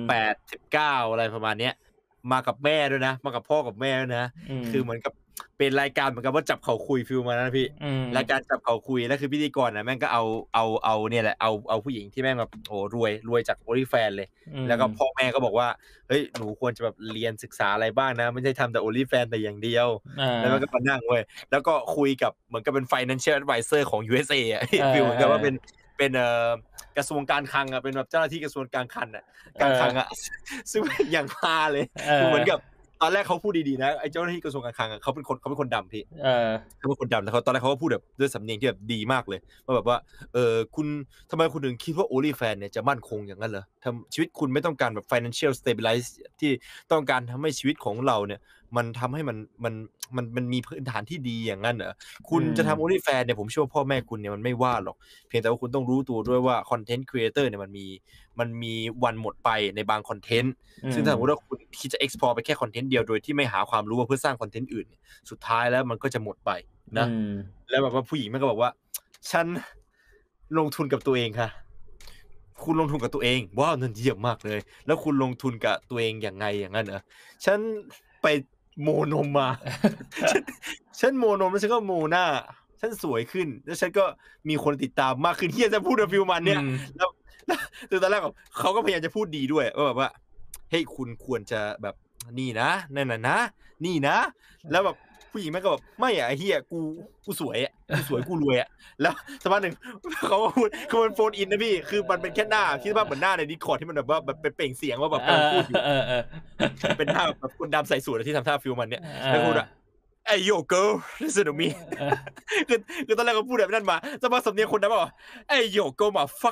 18 19อะไรประมาณเนี้ยมากับแม่ด้วยนะมากับพ่อกับแม่ด้วยนะคือเหมือนกับเป็นรายการเหมือนกับว่าจับเขาคุยฟิลมานะพี่รายการจับเขาคุยแล้วคือพิธีกรนะแม่งก็เอาเนี่ยแหละเอาผู้หญิงที่แม่งแบบโอ้รวยจากโอลิแฟนเลยแล้วก็พ่อแม่ก็บอกว่าเฮ้ยหนูควรจะแบบเรียนศึกษาอะไรบ้างนะไม่ใช่ทำแต่โอลิแฟนแต่อย่างเดียวแล้วมันก็มานั่งเว้ยแล้วก็คุยกับเหมือนกับเป็น financial advisor ของ USA อ่ะฟิลเหมือนกับว่าเป็นกระทรวงการคลังอ่ะเป็นแบบเจ้าหน้าที่กระทรวงการคลังอ่ะซึ่งอย่างฮาเลยเหมือนกับตอนแรกเขาพูดดีๆนะไอ้เจ้าหน้าที่กระทรวงการคลังอ่ะเขาเป็นคนดำพี่เขาเป็นคนดำแล้วเขาตอนแรกเขาก็พูดแบบด้วยสำเนียงที่แบบดีมากเลยว่าแบบว่าคุณทำไมคุณถึงคิดว่า OnlyFans เนี่ยจะมั่นคงอย่างนั้นเหรอทำชีวิตคุณไม่ต้องการแบบ financial stabilize ที่ต้องการทำให้ชีวิตของเราเนี่ยมันทำให้มันมีพื้นฐานที่ดีอย่างนั้นเหรอคุณจะทำ OnlyFans เนี่ยผมเชื่อว่าพ่อแม่คุณเนี่ยมันไม่ว่าหรอกเพียงแต่ว่าคุณต้องรู้ตัวด้วยว่า content creator เนี่ยมันมีวันหมดไปในบางคอนเทนต์ซึ่งถ้าสมมติว่าคุณคิดจะ export ไปแค่คอนเทนต์เดียวโดยที่ไม่หาความรู้เพื่อสร้างคอนเทนต์อื่นสุดท้ายแล้วมันก็จะหมดไปนะแล้วแบบว่าผู้หญิงมันก็บอกว่าฉันลงทุนกับตัวเองค่ะคุณลงทุนกับตัวเองว้าวนั่นเยี่ยมมากเลยแล้วคุณลงทุนกับตัวเองอย่างไงอย่างนั้นเหรอฉันไปโมนมมาฉันโมนมแล้วฉันก็โมหน้าฉันสวยขึ้นแล้วฉันก็มีคนติดตามมากขึ้นที่จะพูดในฟิลมันเนี่ยแล้วตอนแรกเขาก็พยายามจะพูดดีด้วยว่าแบบว่าเฮ้ยคุณควรจะแบบนี่นะนั่นน่ะนะนี่นะแล้วแบบผู้หญิงแม่งก็แบบไม่อ่ะไอ้เหี้ยกูสวยอ่ะกูสวยกูรวยอ่ะแล้วสักพักนึงเขาก็พูดคือมันโฟนอินนะพี่คือมันเป็นแค่หน้าคิดว่าเหมือนหน้าใน Discord ที่มันแบบว่าแบบเป็นเปล่งเสียงว่าแบบกำลังพูดอยู่เป็นหน้าแบบคนดำใส่สูทที่ทำท่าฟิลมันเนี่ยแล้วพูดอ่ะไอ้โยเกิร์ล listen to me คือตอนแรกเขาพูดแบบนั้นมาสักพักสำเนียงคนนั้นบอกไอ้โยเกิร์ลมา fuck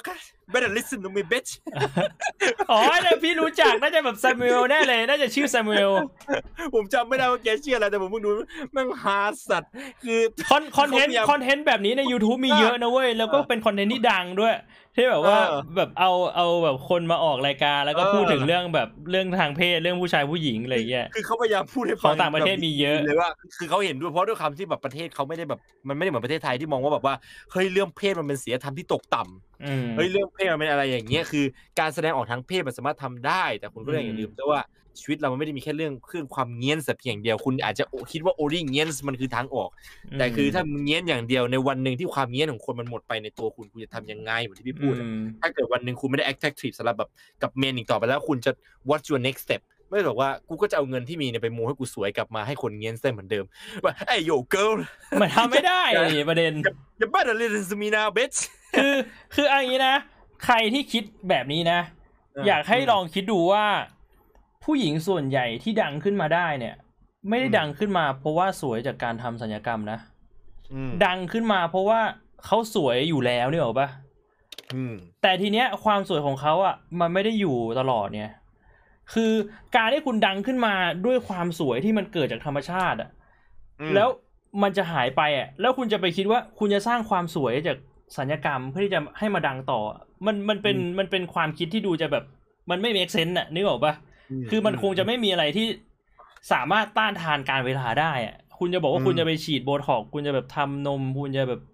better listen to me bitch อ๋อเนี่ยพี่รู้จักน่าจะแบบซามูเอลแน่เลยน่าจะชื่อซามูเอลผมจำไม่ได้ว่าแกชื่ออะไรแต่ผมเพิ่งดูแม่งฮาสัตว์คือคอนเทนต์แบบนี้ใน YouTube มีเยอะนะเว้ยแล้วก็เป็นคอนเทนต์ที่ดังด้วยที่แบบว่าแบบเอาแบบคนมาออกรายการแล้วก็พูดถึงเรื่องแบบเรื่องทางเพศเรื่องผู้ชายผู้หญิงอะไรเงี้ยคือเขาพยายามพูดให้ฟังต่างประเทศมีเยอะเลยว่าคือเขาเห็นด้วยเพราะด้วยคำที่แบบประเทศเขาไม่ได้แบบมันไม่ได้เหมือนประเทศไทยที่มองว่าแบบว่าเฮ้ยเรื่องเพศมันเป็นศีลธรรมที่ตกต่ำเฮ้ยเรื่องเพศมันเป็นอะไรอย่างเงี้ยคือการแสดงออกทางเพศมันสามารถทำได้แต่คุณก็อย่าลืมด้วยว่าชีวิตเรามันไม่ได้มีแค่เรื่องความเงี้ยนแต่เพียงเดียวคุณอาจจะคิดว่าโอริเงี้ยนมันคือทางออกแต่คือถ้ามึงเงี้ยนอย่างเดียวในวันนึงที่ความเงี้ยนของคนมันหมดไปในตัวคุณจะทำยังไงเหมือนที่พี่พูดถ้าเกิดวันนึงคุณไม่ได้ attractive สำหรับแบบกับเมนอีกต่อไปแล้วคุณจะ what's your next step ไม่บอกว่ากูก็จะเอาเงินที่มีเนี่ยไปมูให้กูสวยกลับมาให้คนเงี้ยนได้เหมือนเดิมว่าไอ้โยเกิร์ลมันทำไม่ได้ประเด็นอย่าบ้าเดลิสมีนาเบสคืออย่างนี้นะใครที่คิดแบบนี้นะอยากให้ลองคิดดูว่าผู้หญิงส่วนใหญ่ที่ดังขึ้นมาได้เนี่ยไม่ได้ดังขึ้นมาเพราะว่าสวยจากการทำศัลยกรรมนะดังขึ้นมาเพราะว่าเขาสวยอยู่แล้วเนี่ยหรอปะแต่ทีเนี้ยความสวยของเขาอ่ะมันไม่ได้อยู่ตลอดเนี่ยคือการที่คุณดังขึ้นมาด้วยความสวยที่มันเกิดจากธรรมชาติอ่ะแล้วมันจะหายไปอ่ะแล้วคุณจะไปคิดว่าคุณจะสร้างความสวยจากศัลยกรรมเพื่อที่จะให้มาดังต่อมันเป็นความคิดที่ดูจะแบบมันไม่ make sense น่ะนึกออกปะคือมันคงจะไม่มีอะไรที่สามารถต้านทานการเวลาได้อ่ะคุณจะบอกว่าคุณจะไปฉีดโบท็อกซ์คุณจะแบบทำนมคุณจะแบบ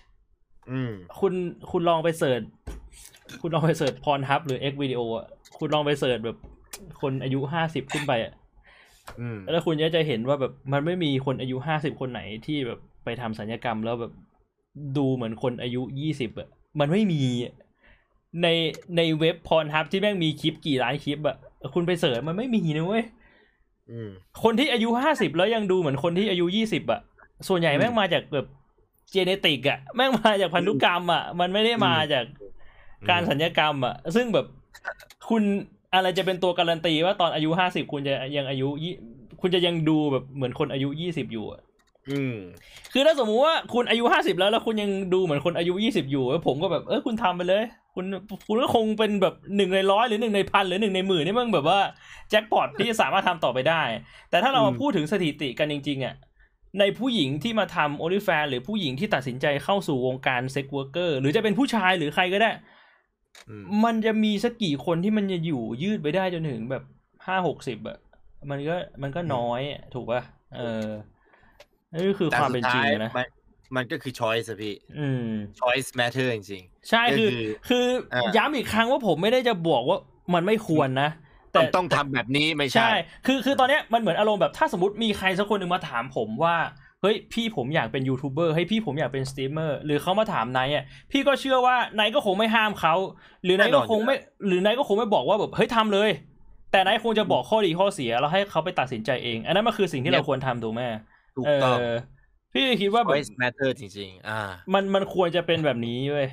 คุณลองไปเสิร์ชพรฮับหรือ X วิดีโออ่ะคุณลองไปเสิร์ชแบบคนอายุ50ขึ้นไปอ่ะแล้วคุณจะเห็นว่าแบบมันไม่มีคนอายุ50คนไหนที่แบบไปทำศัลยกรรมแล้วแบบดูเหมือนคนอายุ20อ่ะมันไม่มีในเว็บพรฮับที่แม่งมีคลิปกี่ล้านคลิปอ่ะคุณไปเสิร์ชมันไม่มีนะเว้ยคนที่อายุ50แล้วยังดูเหมือนคนที่อายุ20อ่ะส่วนใหญ่แม่งมาจากแบบเจเนติกอ่ะแม่งมาจากพันธุกรรมอ่ะมันไม่ได้มาจากการศัลยกรรมอ่ะซึ่งแบบคุณอะไรจะเป็นตัวการันตีว่าตอนอายุ50คุณจะยังอายุคุณจะยังดูแบบเหมือนคนอายุ20อยู่อ่ะคือถ้าสมมุติว่าคุณอายุ50แล้วคุณยังดูเหมือนคนอายุ20อยู่ผมก็แบบคุณทำไปเลยคุณก็คงเป็นแบบ1ใน100หรือ1ใน1,000หรือ1ใน10,000นี่มันแบบว่าแจ็คพอตที่จะสามารถทำต่อไปได้แต่ถ้าเรามาพูดถึงสถิติกันจริงๆอ่ะในผู้หญิงที่มาทำ OnlyFans หรือผู้หญิงที่ตัดสินใจเข้าสู่วงการเซ็กเวิร์กเกอร์หรือจะเป็นผู้ชายหรือใครก็ได้มันจะมีสักกี่คนที่มันจะอยู่ยืดไปได้จนถึงแบบ50-60อ่ะมันก็น้อยถูกป่ะนี่คือความเป็นจริงนะมันก็คือ choice อะพี่choice matter จริงๆใช่คือย้ำอีกครั้งว่าผมไม่ได้จะบอกว่ามันไม่ควรนะแต่ต้องทำแบบนี้ไม่ใช่คือตอนนี้มันเหมือนอารมณ์แบบถ้าสมมติมีใครสักคนหนึ่งมาถามผมว่าเฮ้ยพี่ผมอยากเป็นยูทูบเบอร์เฮ้ยพี่ผมอยากเป็นสตรีมเมอร์หรือเขามาถามไนท์อ่ะพี่ก็เชื่อว่าไนท์ก็คงไม่ห้ามเขาหรือไนท์ก็คงไม่บอกว่าแบบเฮ้ยทำเลยแต่ไนท์คงจะบอกข้อดีข้อเสียแล้วให้เขาไปตัดสินใจเองอันนั้นมันคือสิ่งที่เราควรทำถูกไหมถูกต้องพี่คิดว่าแบบ choice matter จริงๆมันควรจะเป็นแบบนี้เว้ย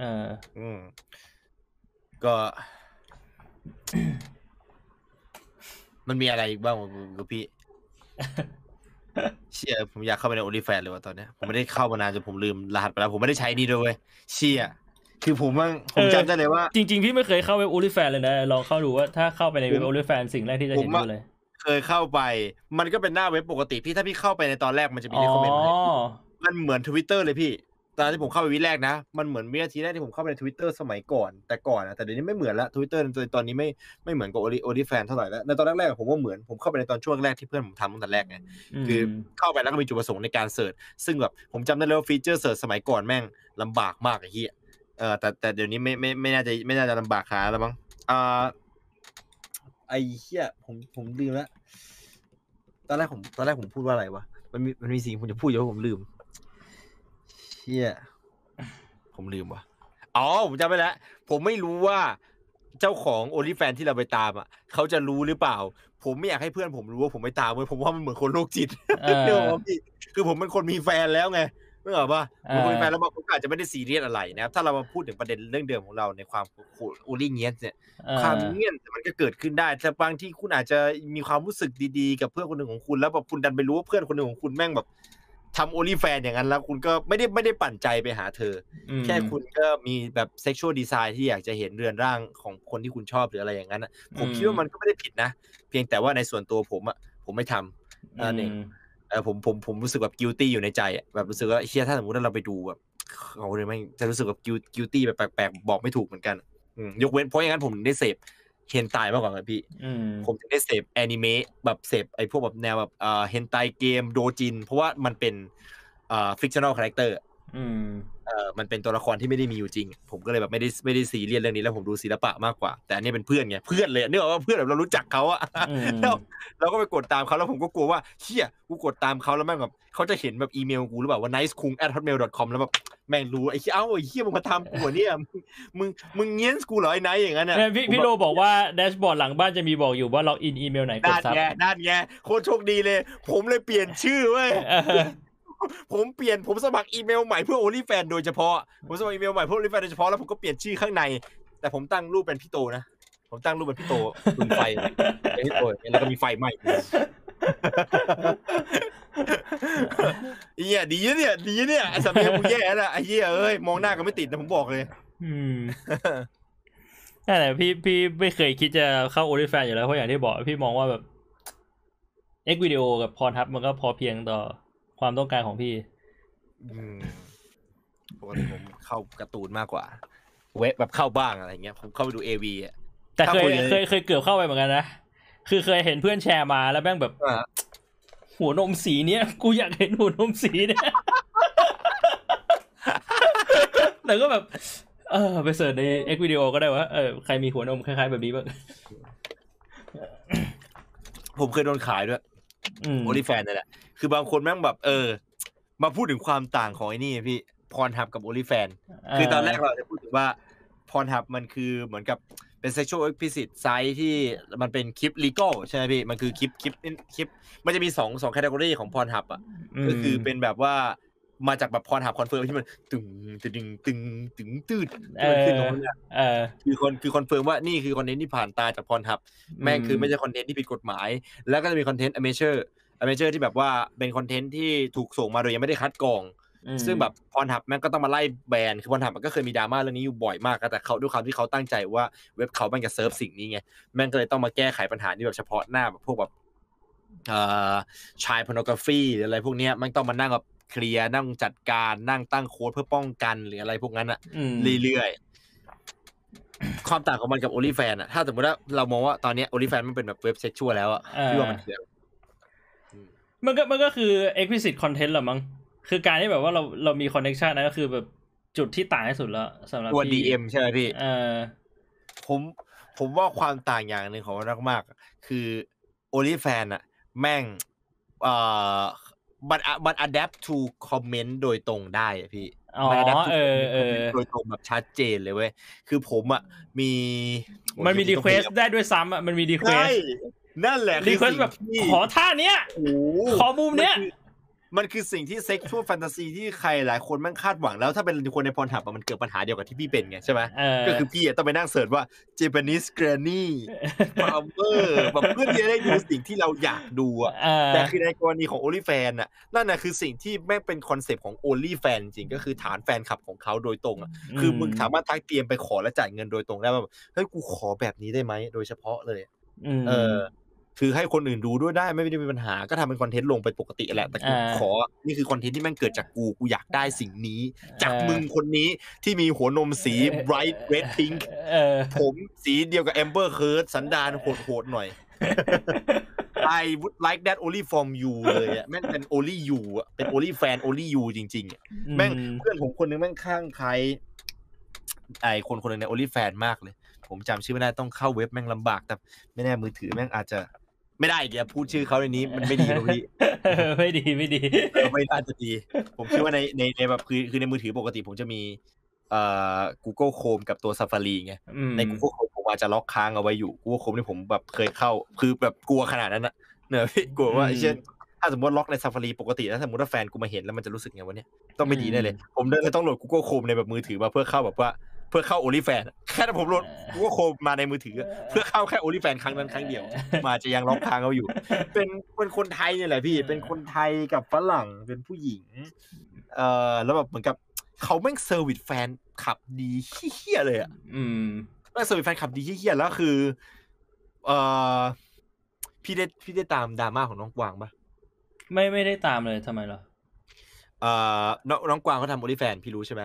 ก็ มันมีอะไรอีกบ้างกับพี่ เชี่ยผมอยากเข้าไปใน OnlyFans เลยว่ะตอนนี้ผมไม่ได้เข้ามานานจนผมลืมรหัสไปแล้วผมไม่ได้ใช้นี่ด้วยเว้ยเชี่ยคือผมจำได้เลยว่าจริงๆพี่ไม่เคยเข้าเว็บ OnlyFans เลยนะลองเข้าดูว่าถ้าเข้าไปในเว็บ OnlyFans สิ่งแรกที่จะเห็นคืออะไรเคยเข้าไปมันก็เป็นหน้าเว็บปกติพี่ถ้าพี่เข้าไปในตอนแรกมันจะมีคอมเมนต์มันเหมือน Twitter เลยพี่ตอนที่ผมเข้าไปวิแรกนะมันเหมือนวินาทีแรกที่ผมเข้าไปใน Twitter สมัยก่อนแต่ก่อนนะแต่เดี๋ยวนี้ไม่เหมือนละ Twitter ตอนนี้ไม่เหมือนกับ OnlyFans เท่าไหร่แล้วในตอนแรกๆผมว่าเหมือนผมเข้าไปในตอนช่วงแรกที่เพื่อนผมทำตั้งแต่แรกไงคือเข้าไปแล้วก็มีจุดประสงค์ในการเสิร์ชซึ่งแบบผมจำได้เลยว่าฟีเจอร์เสิร์ชสมัยก่อนแม่งลำบากมากไอ้เหี้ยแต่เดี๋ยวนี้ไม่น่าจะลำบากขาแล้วมั้งไอ้เหี้ยผมลืมแล้วตอนแรกผมพูดว่าอะไรวะมันมีสิ่งผมจะพูดอยู่ว่าผมลืมเชี่ยผมลืมว่ะผมจำไปแล้วผมไม่รู้ว่าเจ้าของ OnlyFans ที่เราไปตามอ่ะเขาจะรู้หรือเปล่าผมไม่อยากให้เพื่อนผมรู้ว่าผมไปตามเว้ยผมว่ามันเหมือนคนโรคจิตคือผมเป็นคนมีแฟนแล้วไงไม่เหรอป่ะคนมีแฟนแล้วผมอาจจะไม่ได้ซีเรียสอะไรนะครับถ้าเรามาพูดถึงประเด็นเรื่องเดิมของเราในความโอลี่เงี้ยเนี่ยความเงี้ยมันก็เกิดขึ้นได้แต่บางที่คุณอาจจะมีความรู้สึกดีๆกับเพื่อนคนหนึ่งของคุณแล้วแบบคุณดันไปรู้ว่าเพื่อนคนหนึ่งของคุณแม่งแบบทำ OnlyFans อย่างนั้นแล้วคุณก็ไม่ได้ปั่นใจไปหาเธอแค่คุณก็มีแบบ sexual design ที่อยากจะเห็นเรือนร่างของคนที่คุณชอบหรืออะไรอย่างนั้นนะผมคิดว่ามันก็ไม่ได้ผิดนะเพียงแต่ว่าในส่วนตัวผมไม่ทำนั่นเองผมรู้สึกแบบ guilty อยู่ในใจแบบรู้สึกว่าเฮียถ้าสมมติว่าเราไปดูแบบเขาเลยไม่จะรู้สึกแบบ guilty แบบแปลกๆบอกไม่ถูกเหมือนกันยกเว้นเพราะอย่างนั้นผมได้เสพเฮนไตมากกว่าครับพี่ผมถึงได้เสพแอนิเมะแบบเสพไอ้พวกแบบแนวแบบเฮนไตเกมโดจินเพราะว่ามันเป็นfictional character มันเป็นตัวละครที่ไม่ได้มีอยู่จริงผมก็เลยแบบไม่ได้ซีเรียสเรื่องนี้แล้วผมดูศิลปะมากกว่าแต่อันนี้เป็นเพื่อนไงเพื่อนเลยนึกออกว่าเพื่อนแบบเรารู้จักเขาอะแล้วเราก็ไปกดตามเขาแล้วผมก็กลัวว่าเชี่ยกูกดตามเขาแล้วแม่งแบบเขาจะเห็นแบบอีเมลกูหรือเปล่าว่า nicekung@hotmail.com แล้วแบบแม่งรู้ไอ้เหี้ยมึงมาทำกูเนี่ยมึงเงี้ยกูเหรอไอ้ไนท์อย่างนั้นน่ะพี่โลบอกว่าแดชบอร์ดหลังบ้านจะมีบอกอยู่ว่าล็อกอินอีเมลไหนกดซับด้านไงโคตรโชคดีเลยผมเลยเปลี่ยนชื่อเว้ยผมสมัครอีเมลใหม่เพื่อ OnlyFans โดยเฉพาะผมสมัครอีเมลใหม่เพื่อ OnlyFans โดยเฉพาะแล้วผมก็เปลี่ยนชื่อข้างในแต่ผมตั้งรูปเป็นพี่โตนะผมตั้งรูปเป็นพี่โตคุณไฟเป็นพี่โตแล้วก็มีไฟไหม้เหี้ยดีเนี่ยไอ้สามีกูแย่แล้วไอ้เหี้ยเอ้ยมองหน้าก็ไม่ติดนะผมบอกเลยนั่นแหละพี่ไม่เคยคิดจะเข้า OnlyFans อยู่แล้วเพราะอย่างที่บอกพี่มองว่าแบบ X Video กับ Pornhub มันก็พอเพียงต่อความต้องการของพี่ปกติผมเข้าการ์ตูนมากกว่าเว็บแบบเข้าบ้างอะไรเงี้ยผมเข้าไปดู AV อ่ะแต่เคยเกือบเข้าไปเหมือนกันนะคือเคยเห็นเพื่อนแชร์มาแล้วแม่งแบบหัวนมสีเนี้ยกูอยากเห็นหัวนมสีเนี่ยแล้วก็แบบไปเสิร์ชใน X Video ก็ได้ว่าใครมีหัวนมคล้ายๆแบบนี้บ้างผมเคยโดนขายด้วยOnlyFans นั่นแหละคือบางคนแม่งแบบมาพูดถึงความต่างของไอ้นี่พี่ Pornhub กับ OnlyFans คือตอนแรกเราจะพูดถึงว่า Pornhub มันคือเหมือนกับเป็น sexual explicit site ที่มันเป็นคลิป legal ใช่ไหมพี่มันคือคลิปมันจะมี2 category ของ Pornhub อ่ะก็คือเป็นแบบว่ามาจากแบบ Pornhub confirm ที่มันตึงตืดมันขึ้นตรงนั้นคือคอนเฟิร์มว่านี่คือคอนเทนต์ที่ผ่านตาจาก Pornhub แม่งคือไม่ใช่คอนเทนต์ที่ผิดกฎหมายแล้วก็จะมีคอนเทนต์ amateur ที่แบบว่าเป็นคอนเทนต์ที่ถูกส่งมาโดยยังไม่ได้คัดกรองซึ่งแบบ Pornhub แม่งก็ต้องมาไล่แบนคือ Pornhub มันก็เคยมีดราม่าเรื่องนี้อยู่บ่อยมากแต่เขาด้วยความที่เขาตั้งใจว่าเว็บเขาแม่งจะเซิร์ฟสิ่งนี้ไงแม่งก็เลยต้องมาแก้ไขปัญหานี้แบบเฉพาะหน้าแบบพวกแบบchild pornography หรืออะไรพวกนี้มันต้องมานั่งแบบเคลียร์นั่งจัดการนั่งตั้งโค้ดเพื่อป้องกันหรืออะไรพวกนั้นอ่ะเรื่อยๆความต่างของมันกับ OnlyFans อ่ะถ้าสมมติว่าเรามองว่าตอนนี้ OnlyFans มันเป็นแบบเว็บเซ็กชวลแล้วอ่ะพี่ว่ามันคือมันก็คือ explicit content แหละมั้งคือการที่แบบว่าเรามี connection นะก็คือแบบจุดที่ต่างที่สุดแล้วสำหรับตัว DM ใช่ไหมพี่ผมว่าความต่างอย่างหนึ่งของมันมากๆคือ OnlyFans อ่ะแม่งมัน adapt to comment โดยตรงได้อ่ะพี่มัน adapt to comment โดยตรงแบบชัดเจนเลยเว้ยคือผมอ่ะมันมี request ได้ด้วยซ้ำอ่ะมันมี request นั่นแหละ request แบบขอท่าเนี้ยขอมุมเนี้ยมันคือสิ่งที่ sexual fantasy ที่ใครหลายคนแม่งคาดหวังแล้วถ้าเป็นคนใน Pornhub มันเกิดปัญหาเดียวกับที่พี่เป็นไงใช่ไหมก็คือพี่ต้องไปนั่งเสิร์ชว่า Japanese granny power แบบเพื่อที่จะได้ดูสิ่งที่เราอยากดูอ่ะแต่คือในกรณีของ OnlyFans อ่ะนั่นน่ะคือสิ่งที่แม่งเป็นคอนเซปต์ของ OnlyFans จริงก็คือฐานแฟนคลับของเขาโดยตรงอ่ะคือมึงสามารถทักเตรียมไปขอและจ่ายเงินโดยตรงได้ว่าเฮ้ยกูขอแบบนี้ได้ไหมโดยเฉพาะเลยคือให้คนอื่นดูด้วยได้ไม่ได้มีปัญหาก็ทำเป็นคอนเทนต์ลงไปปกติแหละแต่กูขอนี่คือคอนเทนต์ที่แม่งเกิดจากกูอยากได้สิ่งนี้จากมึงคนนี้ที่มีหัวนมสี bright red pink ผมสีเดียวกับ Amber Heard สันดานโหดๆหน่อย I would like that only from you เลยอ่ะแม่งเป็น only you อ่ะเป็น only fan only you จริงๆอ่ะแม่งเพื่อนผมคนนึงแม่งข้างใครไอคนนึงใน only fan มากเลยผมจำชื่อไม่ได้ต้องเข้าเว็บแม่งลำบากแต่ไม่แน่มือถือแม่งอาจจะไม่ได้อย่าพูดชื่อเขาในนี้มันไม่ดีนะพี่ไม่ดีไม่น่าจะดีผมคิดว่าในแบบคือในมือถือปกติผมจะมีGoogle Chrome กับตัว Safari ไงใน Google Chrome ผมอาจจะล็อกค้างเอาไว้อยู่ Google Chrome นี่ผมแบบเคยเข้าคือแบบกลัวขนาดนั้นนะเนี่ยพี่กลัวว่าเช่นถ้าสมมติล็อกใน Safari ปกติแล้วสมมติว่าแฟนกูมาเห็นแล้วมันจะรู้สึกไงวะเนี่ยต้องไม่ดีแน่เลยผมเลยต้องโหลด Google Chrome ในแบบมือถือมาเพื่อเข้าแบบว่าพื่อเข้า OnlyFans แค่ถ้าผมโหลดก็โคมาในมือถือเพื่อเข้าแค่ OnlyFans ครั้งนั้นครั้งเดียวมาจะยังล็อกค้างเขาอยู่เป็นคนไทยนี่แหละพี่เป็นคนไทยกับฝรั่งเป็นผู้หญิงแล้วแบบเหมือนกับเขาแม่งเซอร์วิสแฟนขับดีเหี้ยเลยอ่ะแม่งเซอร์วิสแฟนขับดีเหี้ยแล้วคือพี่ได้ตามดราม่าของน้องกวางปะไม่ได้ตามเลยทำไมล่ะน้องกวางเขาทำ OnlyFans พี่รู้ใช่ไหม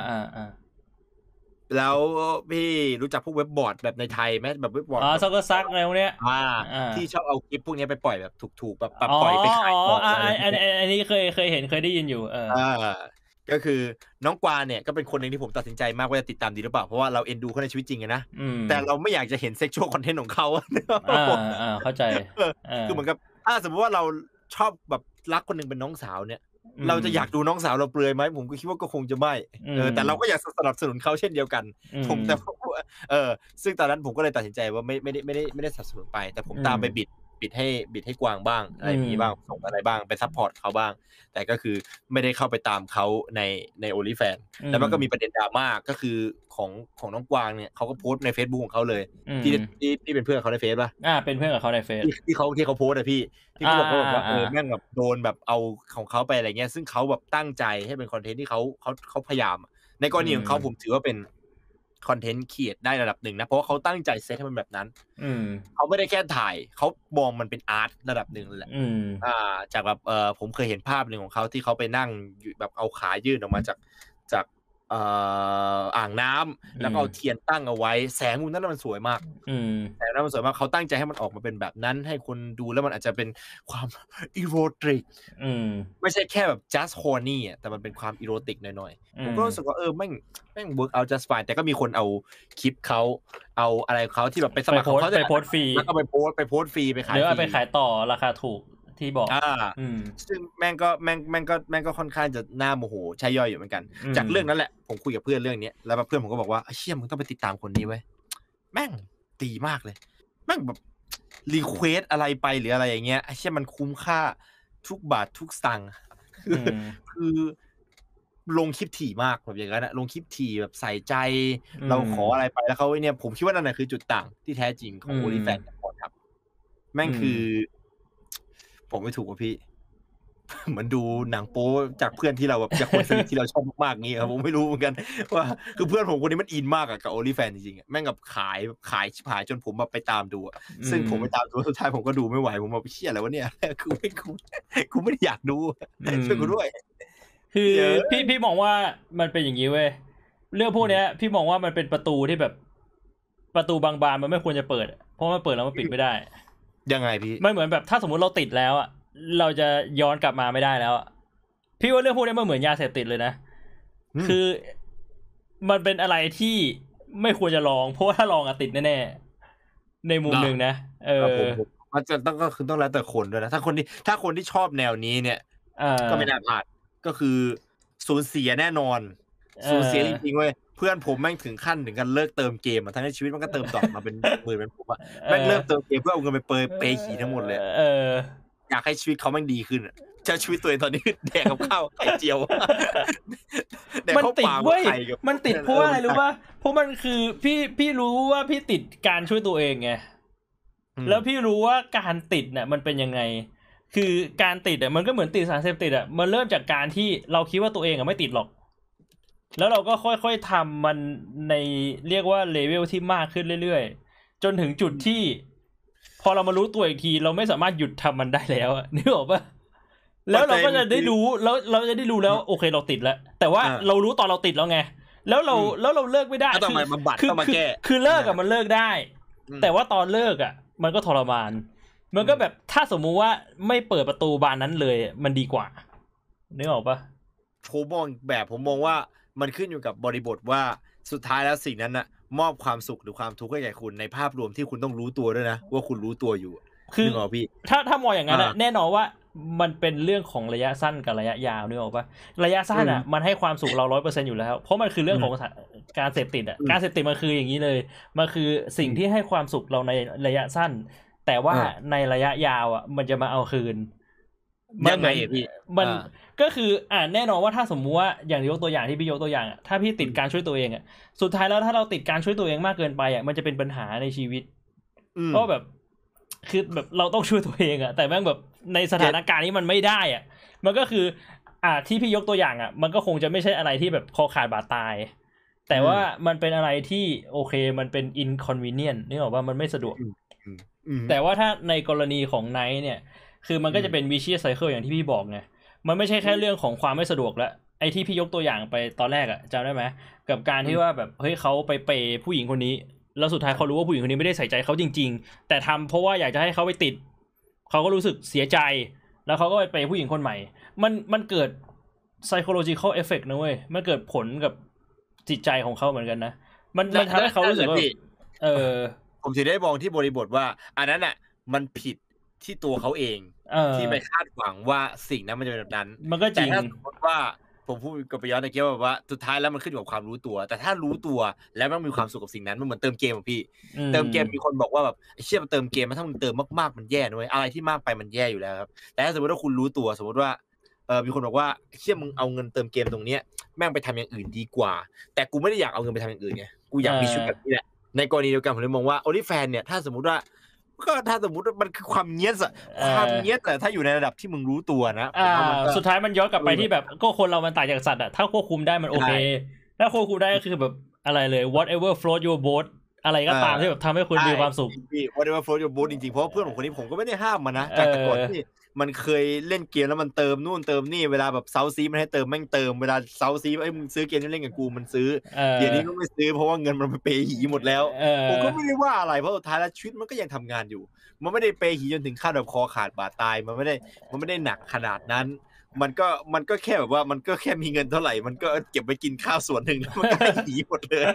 แล้วพี่รู้จักพวกเว็บบอร์ดแบบในไทยไหมแบบเว็บบอร์ดซักก็ซักอะไรพวกเนี้ยที่ชอบเอาคลิปพวกนี้ไปปล่อยแบบถูกๆแบบปล่อยไปขายของอันนี้เคยเห็นเคยได้ยินอยู่ก็คือน้องกวางเนี่ยก็เป็นคนหนึ่งที่ผมตัดสินใจมากว่าจะติดตามดีหรือเปล่าเพราะว่าเราเอ็นดูเขาในชีวิตจริงนะแต่เราไม่อยากจะเห็นเซ็กชวลคอนเทนต์ของเขาเข้าใจคือเหมือนกับสมมติว่าเราชอบแบบรักคนหนึ่งเป็นน้องสาวเนี่ยเราจะอยากดูน้องสาวเราเปลือยไหมผมก็คิดว่าก็คงจะไม่แต่เราก็อยากสนับสนุนเขาเช่นเดียวกันผมแต่ซึ่งตอนนั้นผมก็เลยตัดสินใจว่าไม่ได้สนับสนุนไปแต่ผมตามไปบิดให้กวางบ้างอะไรอย่างนี้บ้างส่งอะไรบ้างไปซัพพอร์ตเขาบ้างแต่ก็คือไม่ได้เข้าไปตามเขาใน OnlyFans แล้วมันก็มีประเด็นดราม่าก็คือของน้องกวางเนี่ยเขาก็โพสต์ใน Facebook ของเขาเลยที่เป็นเพื่อนเขาในเฟซป่ะเป็นเพื่อนกับเขาในเฟซที่เขาโพสต์อะพี่ที่เขาบอกว่าแม่งแบบโดนแบบเอาของเขาไปอะไรเงี้ยซึ่งเขาแบบตั้งใจให้เป็นคอนเทนต์ที่เขาพยายามในกรณีของเขาผมถือว่าเป็นคอนเทนต์เขียนได้ระดับหนึ่งนะเพราะว่าเขาตั้งใจเซตให้มันแบบนั้นเขาไม่ได้แค่ถ่ายเขามองมันเป็นอาร์ตระดับหนึ่งแหละจากแบบผมเคยเห็นภาพหนึ่งของเขาที่เขาไปนั่งแบบเอาขายื่นออกมาจากอ่างน้ำแล้วก็เอาเทียนตั้งเอาไว้แสงมุมนั้นมันสวยมากแสงนั้นมันสวยมากเขาตั้งใจให้มันออกมาเป็นแบบนั้นให้คนดูแล้วมันอาจจะเป็นความอีโรติกไม่ใช่แค่แบบ just horny อ่ะแต่มันเป็นความอีโรติกหน่อยๆผมก็รู้สึกว่าแม่ง work out just fine แต่ก็มีคนเอาคลิปเขาเอาอะไรของเขาที่แบบไปสมัครเขาไปโพสฟรีแล้วก็ไปโพสฟรีไปขายหรือเอาไปขายต่อราคาถูกที่บอกซึ่งแม่งก็ค่อนข้างจะน่าโมโหใช่ย่อยอยู่เหมือนกันจากเรื่องนั้นแหละผมคุยกับเพื่อนเรื่องนี้แล้วเพื่อนผมก็บอกว่าเชี่ยมึงต้องไปติดตามคนนี้ไว้แม่งดีมากเลยแม่งแบบรีเควสอะไรไปหรืออะไรอย่างเงี้ยเชี่ยมันคุ้มค่าทุกบาททุกสตางค์คือลงคลิปถี่มากแบบอย่างนั้นนะลงคลิปถี่แบบใส่ใจเราขออะไรไปแล้วเขาเนี่ยผมคิดว่านั่นแหละคือจุดต่างที่แท้จริงของ OnlyFans ครับแม่งคือผมไม่ถูกว่าพี่เหมือนดูหนังโป๊จากเพื่อนที่เราแบบจากคนสนิทที่เราชอบมากๆงี้ครับผมไม่รู้เหมือนกันว่าคือเพื่อนผมคนนี้มันอินมากกับ OnlyFans จริงๆแม่งแบบขายชิบหายจนผมแบบไปตามดูซึ่งผมไปตามดูสุดท้ายผมก็ดูไม่ไหวผมแบบเชี่ยอะไรวะเนี่ยกูไม่ได้อยากดูช่วยกูด้วยคือพี่มองว่ามันเป็นอย่างนี้เว้ยเรื่องพวกเนี้ยพี่มองว่ามันเป็นประตูที่แบบประตูบางบานมันไม่ควรจะเปิดเพราะมันเปิดแล้วมันปิดไม่ได้ยังไงพี่ไม่เหมือนแบบถ้าสมมุติเราติดแล้วอ่ะเราจะย้อนกลับมาไม่ได้แล้วพี่ว่าเรื่องพวกนี้มันเหมือนยาเสพติดเลยนะคือมันเป็นอะไรที่ไม่ควรจะลองเพราะว่าถ้าลองติดแน่ๆในมุมนึงนะมันจะต้องแล้วแต่คนด้วยนะถ้าคนที่ชอบแนวนี้เนี่ยก็ไม่น่าพลาดก็คือสูญเสียแน่นอนสูญเสียจริงๆเว้ยเพื่อนผมแม่งถึงขั้นถึงกันเลิกเติมเกมทั้งที่ชีวิตมันก็เติมต่อมาเป็นหมื่นเป็นผมแม่งเลิกเติมเกมเพื่อเอาเงินไปเปย์ขี่ทั้งหมดเลยอยากให้ชีวิตเขาแม่งดีขึ้นจะชีวิตตัวเองตอนนี้แดกกับข้าวไข่เจียวมันติดเว้ยมันติดเพราะอะไรรู้ป่ะเพราะมันคือพี่รู้ว่าพี่ติดการช่วยตัวเองไงแล้วพี่รู้ว่าการติดเนี่ยมันเป็นยังไงคือการติดมันก็เหมือนติดสารเสพติดมันเริ่มจากการที่เราคิดว่าตัวเองไม่ติดหรอกแล้วเราก็ค่อยๆทำมันในเรียกว่าเลเวลที่มากขึ้นเรื่อยๆจนถึงจุดที่พอเรามารู้ตัวอีกทีเราไม่สามารถหยุดทำมันได้แล้วนึกออกปะแล้วเราก็จะได้รู้แล้วเราจะได้รู้แล้วโอเคเราติดแล้วแต่ว่าเรารู้ตอนเราติดแล้วไงแล้วเราเลิกไม่ได้คือเลิกมันเลิกได้แต่ว่าตอนเลิกมันก็ทรมานมันก็แบบถ้าสมมุติว่าไม่เปิดประตูบานนั้นเลยมันดีกว่านึกออกปะผมมองว่ามันขึ้นอยู่กับบริบทว่าสุดท้ายแล้วสิ่งนั้นมอบความสุขหรือความทุกข์ให้แก่คุณในภาพรวมที่คุณต้องรู้ตัวด้วยนะว่าคุณรู้ตัวอยู่คือพี่ถ้ามองอย่างนั้นแน่นอนว่ามันเป็นเรื่องของระยะสั้นกับระยะยาวนึกออกปะระยะสั้นมันให้ความสุขเรา 100% อยู่แล้วเพราะมันคือเรื่องของการเสพติดการเสพติดมันคืออย่างนี้เลยมันคือสิ่งที่ให้ความสุขเราในระยะสั้นแต่ว่าในระยะยาวมันจะมาเอาคืนยังไงพี่มันก็คือแน่นอนว่าถ้าสมมุติว่าอย่างยกตัวอย่างที่พี่ยกตัวอย่างถ้าพี่ติดการช่วยตัวเองสุดท้ายแล้วถ้าเราติดการช่วยตัวเองมากเกินไปมันจะเป็นปัญหาในชีวิตเพราะแบบคือแบบเราต้องช่วยตัวเองแต่แม่งแบบในสถานการณ์นี้มันไม่ได้มันก็คือที่พี่ยกตัวอย่างมันก็คงจะไม่ใช่อะไรที่แบบคอขาดบาดตายแต่ว่ามันเป็นอะไรที่โอเคมันเป็น inconvenient นึกออกว่ามันไม่สะดวกแต่ว่าถ้าในกรณีของไนท์เนี่ยคือมันก็จะเป็น vicious cycle อย่างที่พี่บอกไงมันไม่ใช่แค่เรื่องของความไม่สะดวกแล้วไอ้ที่พี่ยกตัวอย่างไปตอนแรกจำได้ไหมกับการที่ว่าแบบเฮ้ยเขาไปเปย์ผู้หญิงคนนี้แล้วสุดท้ายเขารู้ว่าผู้หญิงคนนี้ไม่ได้ใส่ใจเขาจริงๆแต่ทำเพราะว่าอยากจะให้เขาไปติดเขาก็รู้สึกเสียใจแล้วเขาก็ไปเปย์ผู้หญิงคนใหม่มันเกิด psychological effect นะเว้ยมันเกิดผลกับจิตใจของเขาเหมือนกันนะมันทำให้เขารู้สึกว่าผมถึงได้มองที่บริบทว่าอันนั้นมันผิดที่ตัวเขาเองที่ไปคาดหวังว่าสิ่งนั้นมันจะเป็นแบบนั้นมันก็จริงแต่ถ้าสมมติว่าผมพูดกับไปย้อนในเกมว่าสุดท้ายแล้วมันขึ้นอยู่กับความรู้ตัวแต่ถ้ารู้ตัวแล้วมันมีความสุขกับสิ่งนั้นมันเหมือนเติมเกมพี่เติมเกมมีคนบอกว่าแบบไอ้เชี่ยมันเติมเกมถ้ามึงเติมมากๆมันแย่ด้วยอะไรที่มากไปมันแย่อยู่แล้วครับแต่ถ้าสมมติว่าคุณรู้ตัวสมมติว่ามีคนบอกว่าเชี่ยมึงเอาเงินเติมเกมตรงเนี้ยแม่งไปทำอย่างอื่นดีกว่าแต่กูไม่ได้อยากเอาเงินไปทำอย่างอื่นไงกูอยากมีชีวิตแบบนี้แหละในกรณีเดียวกันผมเลยมองว่า OnlyFans เนี่ยถ้าสมมติว่ามันคือความเงี้ยแต่ถ้าอยู่ในระดับที่มึงรู้ตัวนะสุดท้ายมันย้อนกลับไปที่แบบก็คนเรามันต่างจากสัตว์ถ้าควบคุมได้มันโอเคถ้าควบคุมได้ก็คือแบบอะไรเลย whatever float your boat อะไรก็ตามที่แบบทำให้คุณมีความสุข whatever float your boat จริงๆเพราะเพื่อนของคนนี้ผมก็ไม่ได้ห้ามมันนะแต่ก่อนที่มันเคยเล่นเกมแล้วมันเติมนู่นเติมนี่เวลาแบบเซาซีมันให้เติมแม่งเติมเวลาเซาซีมึงซื้อเกมนี้เล่นกับกูมันซื้อเดี๋ยวนี้ก็ไม่ซื้อเพราะว่าเงินมันไปเปย์หีหมดแล้วผมก็ไม่ได้ว่าอะไรเพราะสุดท้ายแล้วชีวิตมันก็ยังทำงานอยู่มันไม่ได้เปย์หีจนถึงขั้นแบบคอขาดบาดตายมันไม่ได้หนักขนาดนั้นมันก็แค่แบบว่ามันก็แค่มีเงินเท่าไหร่มันก็เก็บไว้กินข้าวส่วนหนึ่งแล้วมันก็หีหมดเลย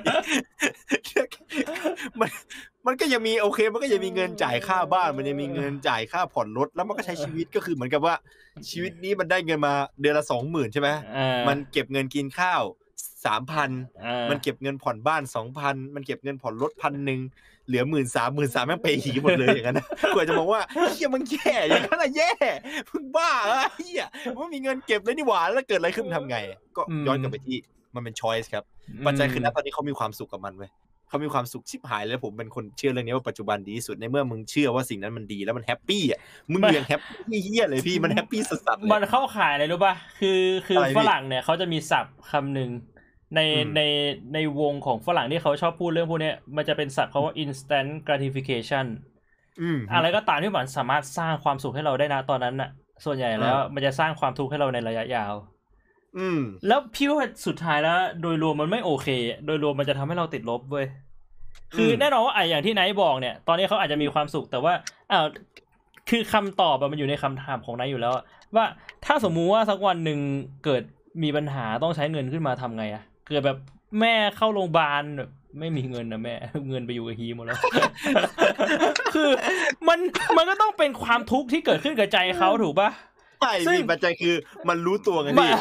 มันก็ยังมีโอเคมันก็ยังมีเงินจ่ายค่าบ้านมันยังมีเงินจ่ายค่าผ่อนรถแล้วมันก็ใช้ชีวิตก็คือเหมือนกับว่าชีวิตนี้มันได้เงินมาเดือนละ 20,000 ใช่ไหมมันเก็บเงินกินข้าว 3,000 มันเก็บเงินผ่อนบ้าน 2,000 มันเก็บเงินผ่อนรถ 1,000 เหลือ 13,000 แม่งเปย์หีหมดเลยอย่างนั้นนะกูจะมองว่าเหี้ยมันแย่อย่างนั้นแย่มึงบ้าเหี้ยมันมีเงินเก็บเลยนี่หว่าแล้วเกิดอะไรขึ้นทำไงก็ย้อนกลับไปที่มันเป็น choice ครับปัจจัยคือณตอนนี้เขามีความสุขกับมันเว้ยเขามีความสุขชิบหายแล้วผมเป็นคนเชื่อเรื่องนี้ว่าปัจจุบันดีที่สุดในเมื่อมึงเชื่อว่าสิ่งนั้นมันดีแล้วมันแฮปปี้มึงยังแฮปปี้เหี้ยเลยพี่มันแฮปปี้สัสๆมันเข้าข่ายอะไรรู้ป่ะคือฝรั่งเนี่ยเขาจะมีศัพท์คำหนึ่งในวงของฝรั่งที่เขาชอบพูดเรื่องพวกนี้มันจะเป็นศัพท์คำว่า instant gratification อะไรก็ตามที่มันสามารถสร้างความสุขให้เราได้นะตอนนั้นน่ะส่วนใหญ่แล้วมันจะสร้างความทุกข์ให้เราในระยะยาวแล้วพี่ว่าสุดท้ายแล้วโดยรวมมันไม่โอเคโดยรวมมันจะทำให้เราติดลบเว้ยคือแน่นอนว่าอย่างที่ไนท์บอกเนี่ยตอนนี้เขาอาจจะมีความสุขแต่ว่าคือคำตอบมันอยู่ในคำถามของไนท์อยู่แล้วว่าถ้าสมมุติว่าสักวันหนึ่งเกิดมีปัญหาต้องใช้เงินขึ้นมาทำไงเกิดแบบแม่เข้าโรงพยาบาลไม่มีเงินนะแม่เงินไปอยู่กับฮีหมดแล้ว คือมันก็ต้องเป็นความทุกข์ที่เกิดขึ้นกับใจเขาถูกปะใช่พี่ปัจจัยคือมันรู้ตัวไงพี่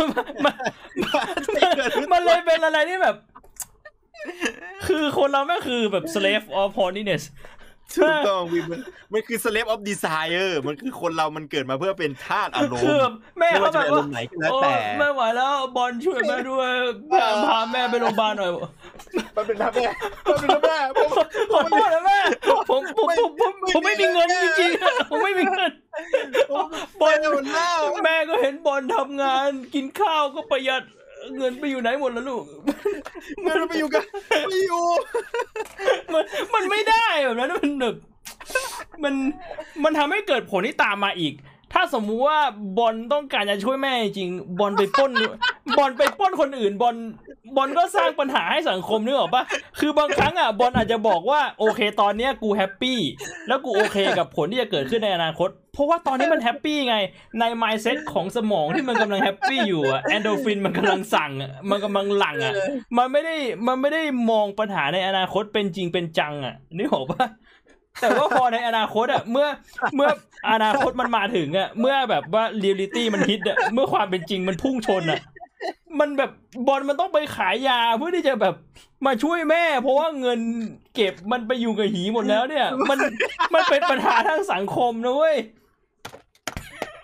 มันเลยเป็นอะไรที่แบบคือคนเราไม่คือแบบ slave of horniness ถูกต้องมันคือ slave of desire มันคือคนเรามันเกิดมาเพื่อเป็นทาสอารมณ์แม่เขาแบบว่าไม่ไหวแล้วบอลช่วยแม่ด้วยพาแม่ไปโรงพยาบาลหน่อยมันเป็นแม่ขอโทษนะแม่ผมไม่มีเงินจริงๆผมไม่มีเงินบอลแม่ก็เห็นบอลทำงานกินข้าวก็ประหยัดเงินไปอยู่ไหนหมดแล้วลูกเงินไปอยู่กันไม่อยู่มันไม่ได้แบบนั้นมันแบบมันทำให้เกิดผลที่ตามมาอีกถ้าสมมุติว่าบอลต้องการจะช่วยแม่จริงบอลไปปล้นคนอื่นบอลก็สร้างปัญหาให้สังคมนึกออกปะคือบางครั้งบอลอาจจะบอกว่าโอเคตอนนี้กูแฮปปี้แล้วกูโอเคกับผลที่จะเกิดขึ้นในอนาคตเพราะว่าตอนนี้มันแฮปปี้ไงใน mindset ของสมองที่มันกำลังแฮปปี้อยู่แอนโดรฟินมันกำลังสั่งมันกำลังหลั่งมันไม่ได้มองปัญหาในอนาคตเป็นจริงเป็นจังนึกออกปะแต่ว่าพอในอนาคตเมื่ออนาคตมันมาถึงเมื่อแบบว่าเรียลลิตี้มันฮิตเมื่อความเป็นจริงมันพุ่งชนมันแบบบอลมันต้องไปขายยาเพื่อที่จะแบบมาช่วยแม่เพราะว่าเงินเก็บมันไปอยู่กับหีหมดแล้วเนี่ยมันเป็นปัญหาทางสังคมนะเว้ย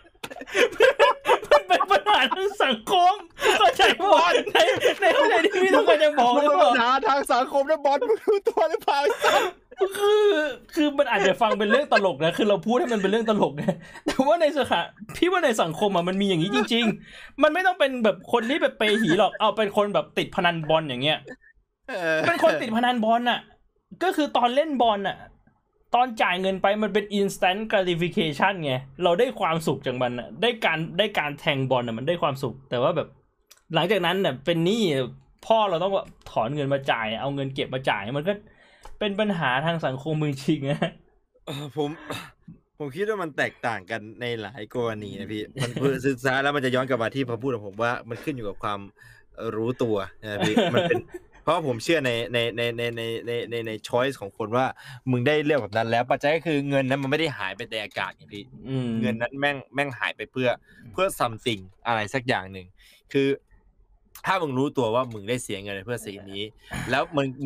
มันเป็นปัญหาทางสังคมเข้าใจป่ะในที่พี่ต้องการจะบอกเลยว่าปัญหาทางสังคมนะบอลมึงรู้ตัวหรือเปล่าคือมันอาจจะฟังเป็นเรื่องตลกนะคือเราพูดให้มันเป็นเรื่องตลกไงแต่ว่าในพี่ว่าในสังคมอ่ะมันมีอย่างนี้จริงๆมันไม่ต้องเป็นแบบคนที่แบบเปย์หีหรอกเอาเป็นคนแบบติดพนันบอลอย่างเงี้ยเป็นคนติดพนันบอลน่ะก็คือตอนเล่นบอลน่ะตอนจ่ายเงินไปมันเป็น instant gratification ไงเราได้ความสุขจากมันน่ะได้การแทงบอลน่ะมันได้ความสุขแต่ว่าแบบหลังจากนั้นน่ะเป็นหนี้พ่อเราต้องถอนเงินมาจ่ายเอาเงินเก็บมาจ่ายมันก็เป็นปัญหาทางสังคมจริงๆนะผมคิดว่ามันแตกต่างกันในหลายกรณีนะพี่มันศึกษาแล้วมันจะย้อนกลับมาที่ผมพูดของผมว่ามันขึ้นอยู่กับความรู้ตัวนะพี่มันเป็นเพราะผมเชื่อใน choice ของคนว่ามึงได้เลือกแบบนั้นแล้วปัจจัยก็คือเงินนั้นมันไม่ได้หายไปในอากาศไงพี่เงินนั้นแม่งหายไปเพื่อ something อะไรสักอย่างหนึ่งคือถ้ามึงรู้ตัวว่ามึงได้เสียเงินเพื่อสิ่งนี้แล้ว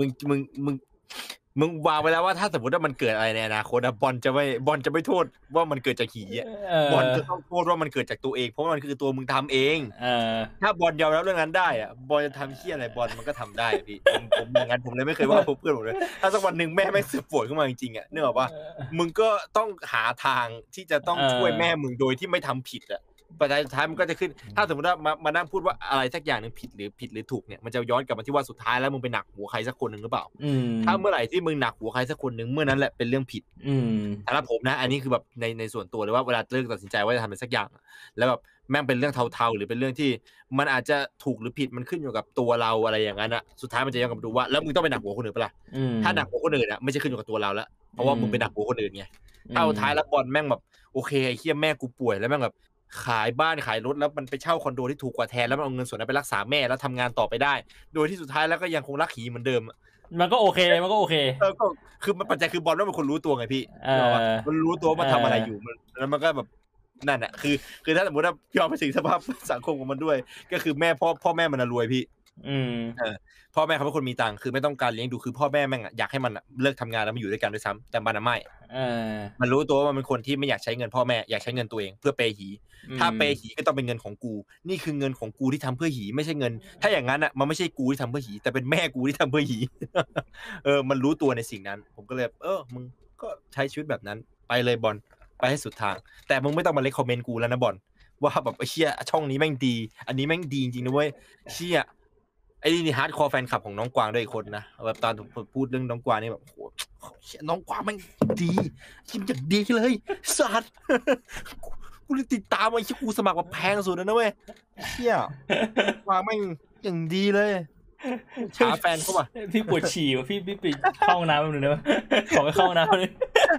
มึงวางไว้แล้วว่าถ้าสมมติว่ามันเกิดอะไรในอนาคตนะบอลจะไม่โทษว่ามันเกิดจากหีอ่ะบอลจะต้องโทษว่ามันเกิดจากตัวเองเพราะมันคือตัวมึงทำเองถ้าบอลยอมรับเรื่องนั้นได้อ่ะบอลจะทำเหี้ยอะไรบอลมันก็ทำได้พี่ผมอย่างนั้นผมเลยไม่เคยว่าเพื่อนผมเลยถ้าสักวันนึงแม่ไม่เสือกป่วยขึ้นมาจริงๆอ่ะนึกออกป่ะมึงก็ต้องหาทางที่จะต้องช่วยแม่มึงโดยที่ไม่ทำผิดอ่ะปัจจัยสุดท้ายมันก็จะขึ้นถ้าสมมติว่ามานั่งพูดว่าอะไรสักอย่างนึงผิดหรือถูกเนี่ยมันจะย้อนกลับมาที่ว่าสุดท้ายแล้วมึงไปหนักหัวใครสักคนนึงหรือเปล่าถ้าเมื่อไหร่ที่มึงหนักหัวใครสักคนนึงเมื่อนั้นแหละเป็นเรื่องผิดสำหรับผมนะอันนี้คือแบบในส่วนตัวเลยว่าเวลาเลือกตัดสินใจว่าจะทำอะไรสักอย่างแล้วแบบแม่งเป็นเรื่องเทาๆหรือเป็นเรื่องที่มันอาจจะถูกหรือผิดมันขึ้นอยู่กับตัวเราอะไรอย่างนั้นอะสุดท้ายมันจะย้อนกลับมาดูว่าแล้วมึงต้องไปหนักหัวคนอื่นเปล่าถ้าหนักหัวคนอื่นอะไม่ใช่ขึ้นอยู่กับตัวเราแล้วเพราะว่ามึงไปหนักหัวคนอื่นไงถ้าสุดท้ายแล้วบอลแม่งแบบโอเคไอ้เหี้ยแม่กูป่วยแล้วแม่งแบบขายบ้านขายรถแล้วมันไปเช่าคอนโดที่ถูกกว่าแทนแล้วมันเอาเงินส่วนนั้นไปรักษาแม่แล้วทำงานต่อไปได้โดยที่สุดท้ายแล้วก็ยังคงรักหีเหมือนเดิมมันก็โอเคก็คือมันปัจจัยคือบอลว่าเป็นคนรู้ตัวไงพี่มันรู้ตัวว่าทำอะไรอยู่มันแล้วมันก็แบบนั่นแหละคือถ้าสมมติว่ายอมไปถึงสภาพสังคมของมันด้วยก็คือแม่พ่อแม่มันรวยพี่พ่อแม่เขาเป็นคนมีตังค์คือไม่ต้องการเลี้ยงดูคือพ่อแม่แม่งอยากให้มันเลิกทำงานแล้วมาอยู่ด้วยกันด้วยซ้ำแต่มันไม่มันรู้ตัวว่ามันเป็นคนที่ไม่อยากใช้เงินพ่อแม่อยากใช้เงินตัวเองเพื่อเปย์หีถ้าเปย์หีก็ต้องเป็นเงินของกูนี่คือเงินของกูที่ทำเพื่อหีไม่ใช่เงินถ้าอย่างนั้นอ่ะมันไม่ใช่กูที่ทำเพื่อหีแต่เป็นแม่กูที่ทำเพื่อหีมันรู้ตัวในสิ่งนั้นผมก็เลยมึงก็ใช้ชีวิตแบบนั้นไปเลยบอลไปให้สุดทางแต่มึงไม่ต้องมาเลคคอมเมนต์กูแล้วนะบอลว่าแบบเชี่ยช่องนี้แม่งดีอันนี้แม่งดีจริงนะเว้ยเชี่ยไอ้นี่ฮาร์ดคอร์แฟนคลับของน้องกวางด้วยอีกคนนะแบบตอนพูดเรื่องน้องกวางนี่แบบโหน้องกวางแม่งดีชิมอย่างดีเลยสัตว์กูติดตามไอ้ที่กูสมัครมาแพงสุดนะเว้ยเชี่ยกวางแม่งอย่างดีเลยหาแฟนเขาป่ะพี่ปวดฉี่ว่ะพี่ไปเข้าห้องน้ำแป๊บนึงได้ป่ะขอไปเข้าห้องน้ำเลย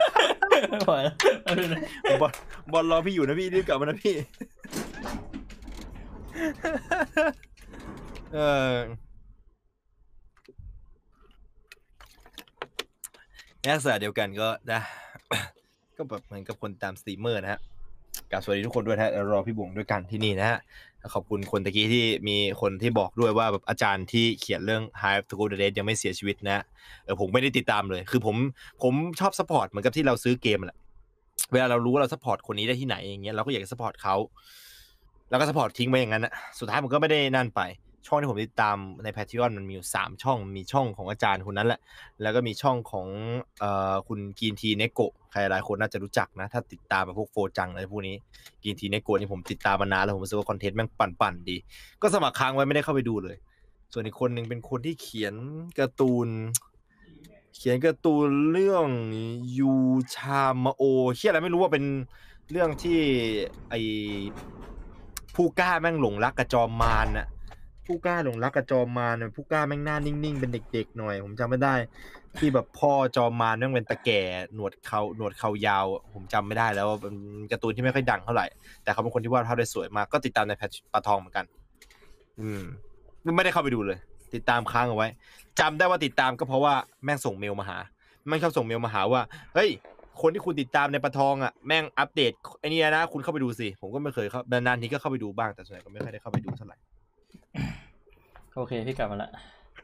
บอลรอพี่อยู่นะพี่รีบกลับมานะพี่ลักษณะเดียวกันก็นะก็แบบเหมือนกับคนตามสตรีมเมอร์นะฮะกราบสวัสดีทุกคนด้วยนะฮะรอพี่บุ๋งด้วยกันที่นี่นะฮะขอบคุณคนตะกี้ที่มีคนที่บอกด้วยว่าแบบอาจารย์ที่เขียนเรื่อง Hive to Go the Dead ยังไม่เสียชีวิตนะผมไม่ได้ติดตามเลยคือผมชอบซัพพอร์ตเหมือนกับที่เราซื้อเกมแหละเวลาเรารู้ว่าเราซัพพอร์ตคนนี้ได้ที่ไหนอย่างเงี้ยเราก็อยากจะซัพพอร์ตเขาแล้วก็ซัพพอร์ตทิ้งไว้อย่างนั้นนะสุดท้ายมันก็ไม่ได้นั่นไปช่องที่ผมติดตามใน Patreon มันมีอยู่3ช่องมีช่องของอาจารย์คนนั้นแหละแล้วก็มีช่องของคุณกินทีเนโกะใครหลายคนน่าจะรู้จักนะถ้าติดตามพวกโฟจังอะไรพวกนี้กินทีเนโกะนี่ผมติดตามมานานแล้วผมรู้สึกว่าคอนเทนต์แม่งปั่นดีก็สมัครค้างไว้ไม่ได้เข้าไปดูเลยส่วนอีกคนนึงเป็นคนที่เขียนการ์ตูนเรื่องยูชามาโอเหี้ยอะไรไม่รู้ว่าเป็นเรื่องที่ไอผู้กล้าแม่งหลงรักกับจอมมารน่ะผู้กล้าหลงรักกับจอมมารผู้กล้าแม่งหน้านิ่งๆเป็นเด็กๆหน่อยผมจำไม่ได้ที่แบบพ่อจอมมารแม่งเป็นตะแก่หนวดเขายาวผมจำไม่ได้แล้วเป็นการ์ตูนที่ไม่ค่อยดังเท่าไหร่แต่เขาเป็นคนที่วาดภาพได้สวยมากก็ติดตามในปลาทองเหมือนกันไม่ได้เข้าไปดูเลยติดตามค้างเอาไว้จำได้ว่าติดตามก็เพราะว่าแม่งส่งเมลมาหาแม่งชอบส่งเมลมาหาว่าเฮ้ยคนที่คุณติดตามในปลาทองอ่ะแม่งอัปเดตไอ้นี่นะคุณเข้าไปดูสิผมก็ไม่เคยเข้านานๆทีก็เข้าไปดูบ้างแต่ส่วนใหญ่ก็ไม่ค่อยได้เข้าไปดูเท่าไหร่โอเคพี่กลับมาละ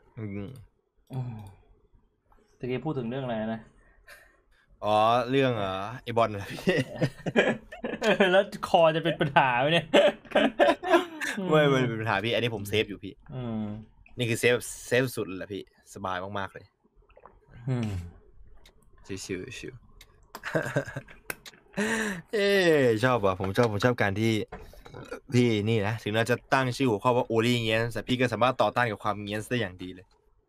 ตะกี้พูดถึงเรื่องอะไรนะอ๋อเรื่องไอ้บอลพี่แล้วคอจะเป็นปัญหาไหมเนี่ยไม่เป็นปัญหาพี่อันนี้ผมเซฟอยู่พี่นี่คือเซฟสุดเลยพี่สบายมากๆเลยชิวชอบว่ะผมชอบการที่พี่นี่นะถึงเราจะตั้งชื่อหัวข้อว่าโอลี่เงี้ยแต่พี่ก็สามารถต่อต้านกับความเงี้ยได้อย่างดีเลย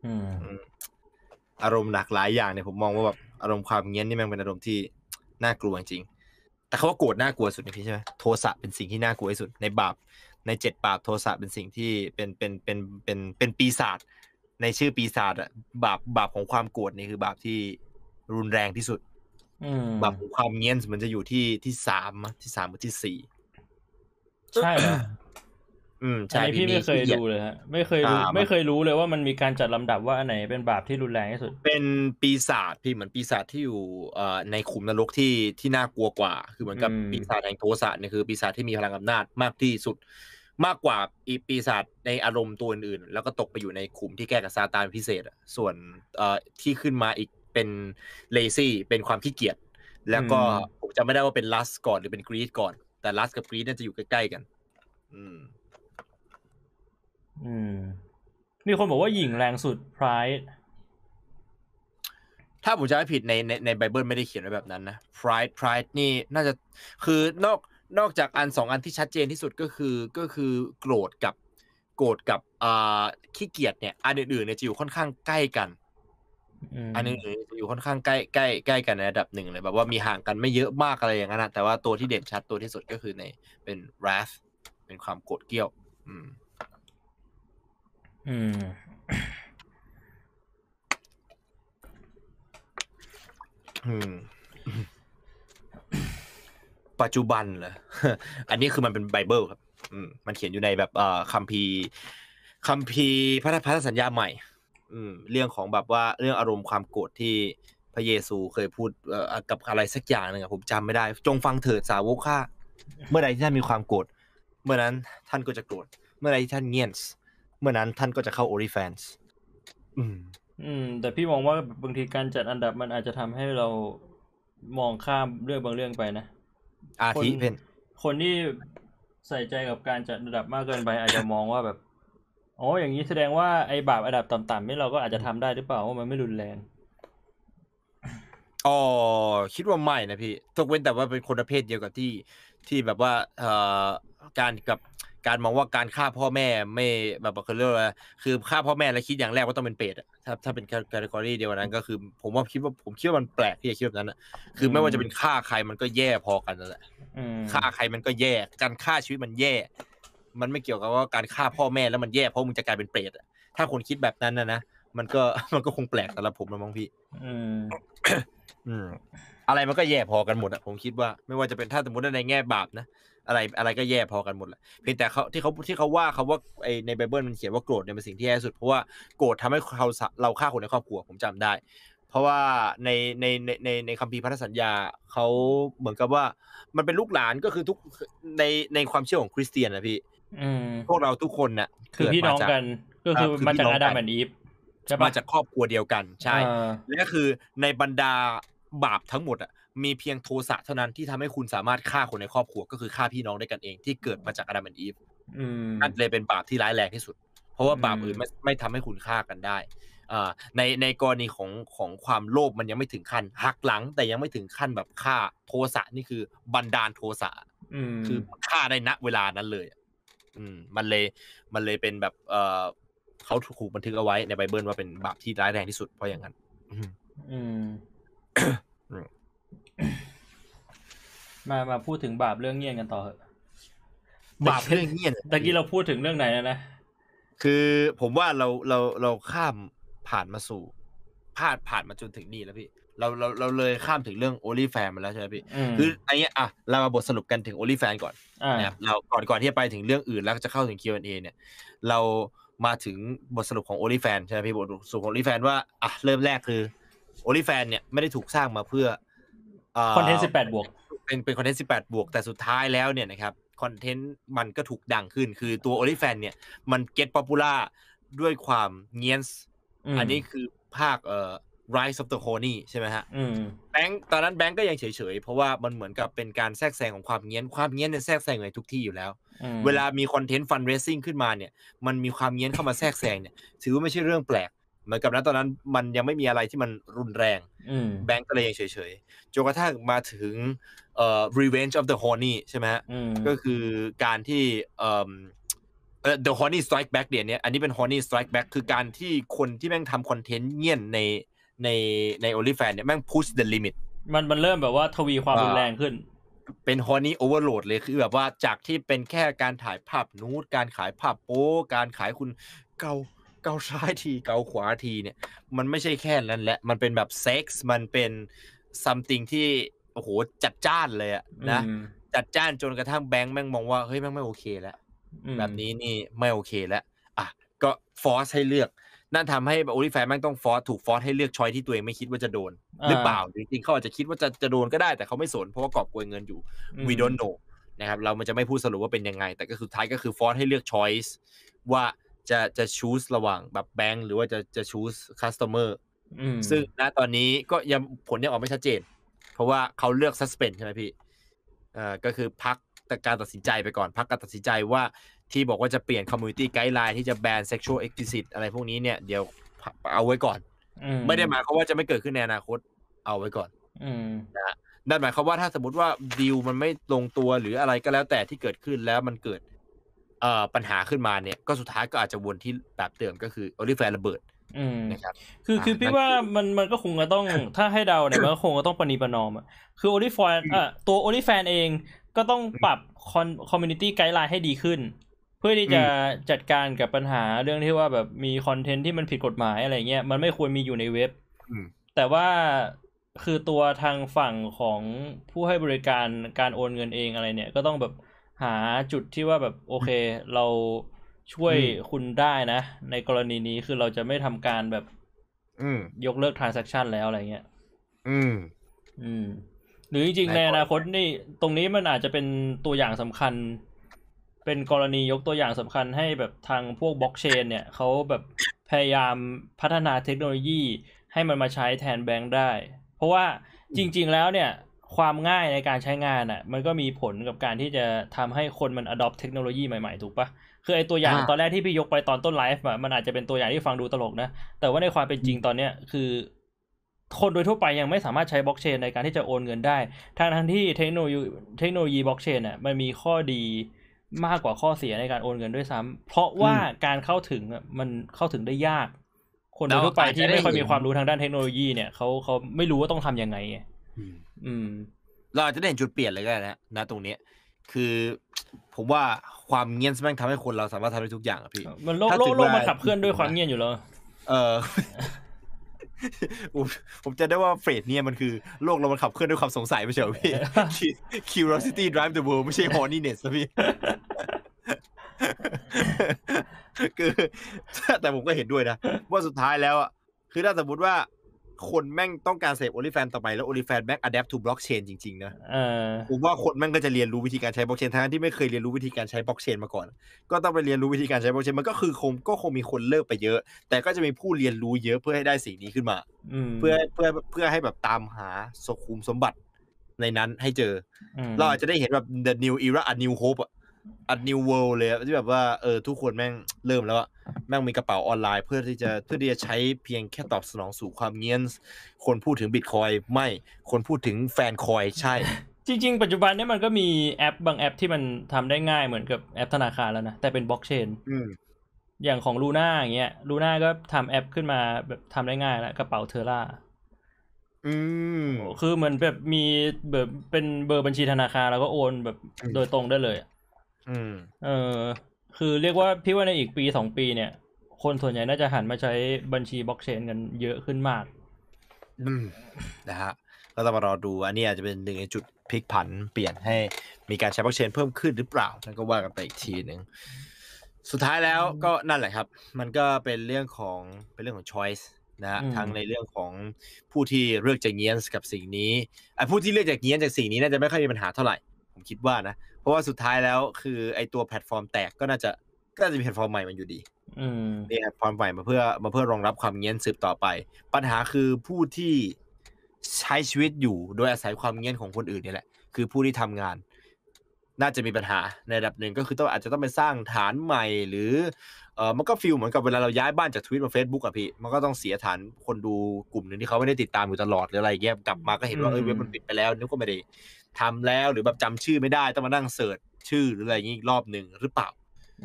อารมณ์หลากหลายอย่างเนี่ยผมมองว่าแบบอารมณ์ความเงี้ยนี่มันเป็นอารมณ์ที่น่ากลัวจริงแต่เขาว่าโกรธน่ากลัวสุดในพี่ใช่ไหมโทสะเป็นสิ่งที่น่ากลัวที่สุดในบาปใน7 บาปโทสะเป็นสิ่งที่เป็นปีศาจในชื่อปีศาจอะบาปของความโกรธนี่คือบาปที่รุนแรงที่สุดบาปของความเงี้ยมันจะอยู่ที่3หรือที่4 ใช่เหรอใช่พี่ไม่เคยดูเลยฮะไม่เคยรู้เลยว่ามันมีการจัดลำดับว่าอันไหนเป็นบาปที่รุนแรงที่สุดเป็นปีศาจพี่เหมือนปีศาจที่อยู่ในขุมนรกที่น่ากลัวกว่าคือเหมือนกับปีศาจแห่งโทสะเนี่ยคือปีศาจที่มีพลังอำนาจมากที่สุดมากกว่าปีศาจในอารมณ์ตัวอื่นๆแล้วก็ตกไปอยู่ในขุมที่แก้กับซาตานพิเศษส่วนที่ขึ้นมาอีกเป็นเลซี่เป็นความขี้เกียจแล้วก็ผมจำไม่ได้ว่าเป็นลัสก่อนหรือเป็นกรีดก่อนแต่ลัสกับกรีดน่าจะอยู่ใกล้ๆกันมีคนบอกว่าหญิงแรงสุด Pride ถ้าผมจำไม่ผิดในไบเบิลไม่ได้เขียนไว้แบบนั้นนะ Pride นี่น่าจะคือนอกจาก2 อันที่ชัดเจนที่สุดก็คือโกรธกับขี้เกียจเนี่ยอันอื่นๆเนี่ยจะอยู่ค่อนข้างใกล้กันอันอื่นๆจะอยู่ค่อนข้างใกล้กันในระดับหนึ่งเลยแบบว่ามีห่างกันไม่เยอะมากอะไรอย่างนั้นนะแต่ว่าตัวที่เด่นชัดตัวที่สุดก็คือเป็น wrath เป็นความโกรธเกรี้ยวปัจจุบันเหรอ อันนี้คือมันเป็นไบเบิลครับมันเขียนอยู่ในแบบคัมภีร์พันธสัญญาใหม่เรื่องของแบบว่าเรื่องอารมณ์ความโกรธที่พระเยซูเคยพูดกับอะไรสักอย่างนึงผมจำไม่ได้จงฟังเถิดสาวกข้าเมื่อใดที่ท่านมีความโกรธเมื่อนั้นท่านก็จะโกรธเมื่อใดที่ท่านเงียบเมื่อนั้นท่านก็จะเข้าโอลิแฟนส์แต่พี่มองว่าบางทีการจัดอันดับมันอาจจะทำให้เรามองข้ามเรื่องบางเรื่องไปนะอาทิเป็นคนที่ใส่ใจกับการจัดอันดับมากเกินไปอาจจะมองว่าแบบอ๋ออย่างนี้แสดงว่าไอ้บาปอันดับต่ำๆนี่เราก็อาจจะทำได้หรือเปล่าว่ามันไม่รุนแรงคิดว่าไม่นะพี่ยกเว้นแต่ว่าเป็นคนประเภทเดียวกับที่แบบว่าการมองว่าการฆ่าพ่อแม่ไม่แบบเขาเรียกว่าคือฆ่าพ่อแม่แล้วคิดอย่างแรกว่าต้องเป็นเปรตถ้าเป็นแคตตากรีเดียวนั้นก็คือผมคิดว่ามันแปลกที่จะคิดแบบนั้นคือไม่ว่าจะเป็นฆ่าใครมันก็แย่พอกันนั่นแหละฆ่าใครมันก็แย่การฆ่าชีวิตมันแย่มันไม่เกี่ยวกับว่าการฆ่าพ่อแม่แล้วมันแย่เพราะมึงจะกลายเป็นเปรตถ้าคนคิดแบบนั้นนะมันก็คงแปลกสำหรับผมนะมั้งพี่อะไรมันก็แย่พอกันหมดผมคิดว่าไม่ว่าจะเป็นถ้าสมมติในแง่บาปนะอะไรก็แย่พอกันหมดแหละเพียงแต่เขาว่าในไบเบิลมันเขียนว่าโกรธเนี่ยเป็นสิ่งที่แย่สุดเพราะว่าโกรธทำให้เราฆ่าคนในครอบครัวผมจำได้เพราะว่าในคัมภีร์พันธสัญญาเขาเหมือนกับว่ามันเป็นลูกหลานก็คือทุกในความเชื่อของคริสเตียนนะพี่พวกเราทุกคนน่ะคือพี่น้องกันก็คือมาจากอาดัมและอีฟมาจากครอบครัวเดียวกันใช่และคือในบรรดาบาปทั้งหมดมีเพียงโทสะเท่านั้นที่ทำให้คุณสามารถฆ่าคนในครอบครัวก็คือฆ่าพี่น้องด้วยกันเองที่เกิดมาจากอาดัมและอีฟนั่นเลยเป็นบาปที่ร้ายแรงที่สุดเพราะว่าบาปอื่นไม่ทำให้คุณฆ่ากันได้ในกรณีของความโลภมันยังไม่ถึงขั้นหักหลังแต่ยังไม่ถึงขั้นแบบฆ่าโทสะนี่คือบันดาลโทสะคือฆ่าได้ณเวลานั้นเลยมันเลยเป็นแบบเขาถูกบันทึกเอาไว้ในไบเบิลว่าเป็นบาปที่ร้ายแรงที่สุดเพราะอย่างนั้นมาพูดถึงบาปเรื่องเงียบกันต่อเถอะบาปเรื่องเงียบตะกี้เราพูดถึงเรื่องไหนนะคือผมว่าเราข้ามผ่านมาจนถึงนี่แล้วพี่เราเลยข้ามถึงเรื่องโอลิแฟนมาแล้วใช่ไหมพี่คืออันนี้เรามาบทสรุปกันถึงโอลิแฟนก่อนนะครับเราก่อนที่จะไปถึงเรื่องอื่นแล้วจะเข้าถึง Q&A เนี่ยเรามาถึงบทสรุปของโอลิแฟนใช่ไหมพี่บทสรุปของโอลิแฟนว่าเริ่มแรกคือโอลิแฟนเนี่ยไม่ได้ถูกสร้างมาเพื่อคอนเทนต์18 บวกเป็นคอนเทนต์18 บวกแต่สุดท้ายแล้วเนี่ยนะครับคอนเทนต์มันก็ถูกดังขึ้นคือตัว OnlyFans เนี่ยมัน get popular ด้วยความเงียนส์อันนี้คือภาค Rise of the Honey ใช่ไหมฮะแบงค์ตอนนั้นแบงค์ก็ยังเฉยๆเพราะว่ามันเหมือนกับเป็นการแทรกแซงของความเงี้ยนเนี่ยแทรกแซงในทุกที่อยู่แล้วเวลามีคอนเทนต์ฟันเรซซิ่งขึ้นมาเนี่ยมันมีความเงี้ยนเข้ามาแทรกแซงเนี่ยถือว่าไม่ใช่เรื่องแปลกเหมือนกับนั้นตอนนั้นมันยังไม่มีอะไรที่มันรุนแรงแบงค์ก็เลยยังเฉยๆจนกระทั่งมาถึงRevenge of the Honey ใช่ไหมฮะก็คือการที่The Honey Strike Back เนี่ยอันนี้เป็น Honey Strike Back คือการที่คนที่แม่งทำคอนเทนต์เงี้ยนใน OnlyFans เนี่ยแม่ง push the limit มันเริ่มแบบว่าทวีความรุนแรงขึ้นเป็น Honey Overload เลยคือแบบว่าจากที่เป็นแค่การถ่ายภาพนูดการขายภาพโป๊การขายคุณเกาซ้ายทีเกาขวาทีเนี่ยมันไม่ใช่แค่นั้นแหละมันเป็นแบบเซ็กส์มันเป็น something ที่โอ้โหจัดจ้านเลยอะนะจัดจ้านจนกระทั่งแบงค์แม่งมองว่าเฮ้ยแม่งไม่โอเคแล้วแบบนี้นี่ไม่โอเคแล้วอ่ะก็ฟอร์สให้เลือกนั่นทำให้โอลิแฟนแม่งต้องถูกฟอร์สให้เลือกช้อยที่ตัวเองไม่คิดว่าจะโดนหรือเปล่าจริงๆเขาอาจจะคิดว่าจะโดนก็ได้แต่เขาไม่สนเพราะว่ากอบโกยเงินอยู่ we don't know นะครับเรามันจะไม่พูดสรุปว่าเป็นยังไงแต่ก็สุดท้ายก็คือฟอร์สให้เลือกช้อยส์ว่าจะ choose ระหว่างแบบแบงค์หรือว่าจะ choose customer ซึ่งณตอนนี้ก็ยังผลยังออกไม่ชัดเจนเพราะว่าเขาเลือก suspend ใช่ไหมพี่ก็คือพักการตัดสินใจไปก่อนพักการตัดสินใจว่าที่บอกว่าจะเปลี่ยน community guideline ที่จะ ban sexual explicit อะไรพวกนี้เนี่ยเดี๋ยวเอาไว้ก่อนไม่ได้หมายความว่าจะไม่เกิดขึ้นในอนาคตเอาไว้ก่อนนะนั่นหมายความว่าถ้าสมมติว่าดีลมันไม่ลงตัวหรืออะไรก็แล้วแต่ที่เกิดขึ้นแล้วมันเกิดปัญหาขึ้นมาเนี่ยก็สุดท้ายก็อาจจะวนที่แบบเดิมก็คือ OnlyFans ระเบิดนะครับคือพี่ว่ามันก็คงจะต้องถ้าให้เดาเนี่ยมันก็คงจะต้องประนีประนอมคือ OnlyFans ตัว OnlyFans เองก็ต้องปรับcommunity guideline ให้ดีขึ้นเพื่อที่จะจัดการกับปัญหาเรื่องที่ว่าแบบมีคอนเทนต์ที่มันผิดกฎหมายอะไรเงี้ยมันไม่ควรมีอยู่ในเว็บแต่ว่าคือตัวทางฝั่งของผู้ให้บริการการโอนเงินเองอะไรเนี่ยก็ต้องแบบหาจุดที่ว่าแบบโอเคเราช่วยคุณได้นะในกรณีนี้คือเราจะไม่ทำการแบบยกเลิก transaction แล้วอะไรเงี้ยหรือจริงๆในอนาคตนี่ตรงนี้มันอาจจะเป็นตัวอย่างสำคัญเป็นกรณียกตัวอย่างสำคัญให้แบบทางพวกบล็อกเชนเนี่ยเขาแบบพยายามพัฒนาเทคโนโลยีให้มันมาใช้แทนแบงค์ได้เพราะว่าจริงๆแล้วเนี่ยความง่ายในการใช้งานอ่ะมันก็มีผลกับการที่จะทำให้คนมัน adopt เทคโนโลยีใหม่ๆถูกปะคือไอตัวอย่างตอนแรกที่พี่ยกไปตอนต้นไลฟ์มันอาจจะเป็นตัวอย่างที่ฟังดูตลกนะแต่ว่าในความเป็นจริงตอนเนี้ยคือคนโดยทั่วไปยังไม่สามารถใช้บล็อกเชนในการที่จะโอนเงินได้ทั้งที่เทคโนโลยีบล็อกเชนอ่ะมันมีข้อดีมากกว่าข้อเสียในการโอนเงินด้วยซ้ำเพราะว่าการเข้าถึงมันเข้าถึงได้ยากคนโดยทั่วไปที่ไม่ค่อยมีความรู้ทางด้านเทคโนโลยีเนี่ยเขาไม่รู้ว่าต้องทำยังไงเราอาจจะได้เห็นจุดเปลี่ยนเลยก็ได้นะตรงนี้คือผมว่าความเงียบแม่งทำให้คนเราสามารถทำได้ทุกอย่างอะพี่มันโลกมันขับเคลื่อนด้วยความเงียบอยู่แล้วผมจะได้ว่าเฟรดเนี่ยมันคือโลกเรามันขับเคลื่อนด้วยความสงสัยไม่ใช่เหรอพี่ curiosity drive the world ไม่ใช่ horniness นะพี่คือแต่ผมก็เห็นด้วยนะว่าสุดท้ายแล้วอ่ะคือถ้าสมมติว่าคนแม่งต้องการเสพ OnlyFans ต่อไปแล้ว OnlyFans แม่ง adapt to blockchain จริงๆนะผมว่าคนแม่งก็จะเรียนรู้วิธีการใช้ blockchain ทั้งที่ไม่เคยเรียนรู้วิธีการใช้ blockchain มาก่อนก็ต้องไปเรียนรู้วิธีการใช้ blockchain มันก็คือคงมีคนเลิกไปเยอะแต่ก็จะมีผู้เรียนรู้เยอะเพื่อให้ได้สิ่งนี้ขึ้นมาเพื่อให้แบบตามหาสมบัติในนั้นให้เจอเราอาจจะได้เห็นแบบ the new era a new hope a new world เลยที่แบบว่าทุกคนแม่งเริ่มแล้วแม่งมีกระเป๋าออนไลน์เพื่อที่จะใช้เพียงแค่ตอบสนองสู่ความเงียบคนพูดถึง Bitcoin ไม่คนพูดถึงแฟนคอยใช่จริงๆปัจจุบันนี้มันก็มีแอปบางแอปที่มันทำได้ง่ายเหมือนกับแอปธนาคารแล้วนะแต่เป็นบล็อกเชนอย่างของ Luna อย่างเงี้ย Luna ก็ทำแอปขึ้นมาแบบทำได้ง่ายแล้วกระเป๋าเทอร่าคือเหมือนแบบมีแบบเป็นเบอร์บัญชีธนาคารแล้วก็โอนแบบโดยตรงได้เลยคือเรียกว่าพี่ว่าในอีกปี2ปีเนี่ยคนส่วนใหญ่น่าจะหันมาใช้บัญชีบล็อกเชนกันเยอะขึ้นมากนะฮะก็ต้องมารอดูอันนี้อาจจะเป็นหนึ่งในจุดพลิกผันเปลี่ยนให้มีการใช้บล็อกเชนเพิ่มขึ้นหรือเปล่านั่นก็ว่ากันไปอีกทีนึงสุดท้ายแล้วก็นั่นแหละครับมันก็เป็นเรื่องของ choice นะฮะทั้งในเรื่องของผู้ที่เลือกจะเงียนกับสิ่งนี้ผู้ที่เลือกจะเงียนจากสิ่งนี้น่าจะไม่ค่อยมีปัญหาเท่าไหร่ผมคิดว่านะเพราะว่าสุดท้ายแล้วคือไอตัวแพลตฟอร์มแตกก็น่าจะก็จะมีแพลตฟอร์มใหม่มันอยู่ดีมีแพลตฟอร์มใหม่มาเพื่อรองรับความเงี้ยนสืบต่อไปปัญหาคือผู้ที่ใช้ชีวิตอยู่โดยอาศัยความเงี้ยนของคนอื่นนี่แหละคือผู้ที่ทำงานน่าจะมีปัญหาในระดับหนึ่งก็คืออาจจะต้องไปสร้างฐานใหม่หรือมันก็ฟีลเหมือนกับเวลาเราย้ายบ้านจากทวิตมา Facebook อ่ะพี่มันก็ต้องเสียฐานคนดูกลุ่มนึงที่เขาไม่ได้ติดตามอยู่ตลอดหรืออะไรเงี้ยกลับมาก็เห็นว่าเว็บมันปิดไปแล้วนึกว่าไม่ได้ทำแล้วหรือแบบจำชื่อไม่ได้ต้องมานั่งเสิร์ชชื่อหรืออะไรอย่างงี้อีกรอบนึงหรือเปล่า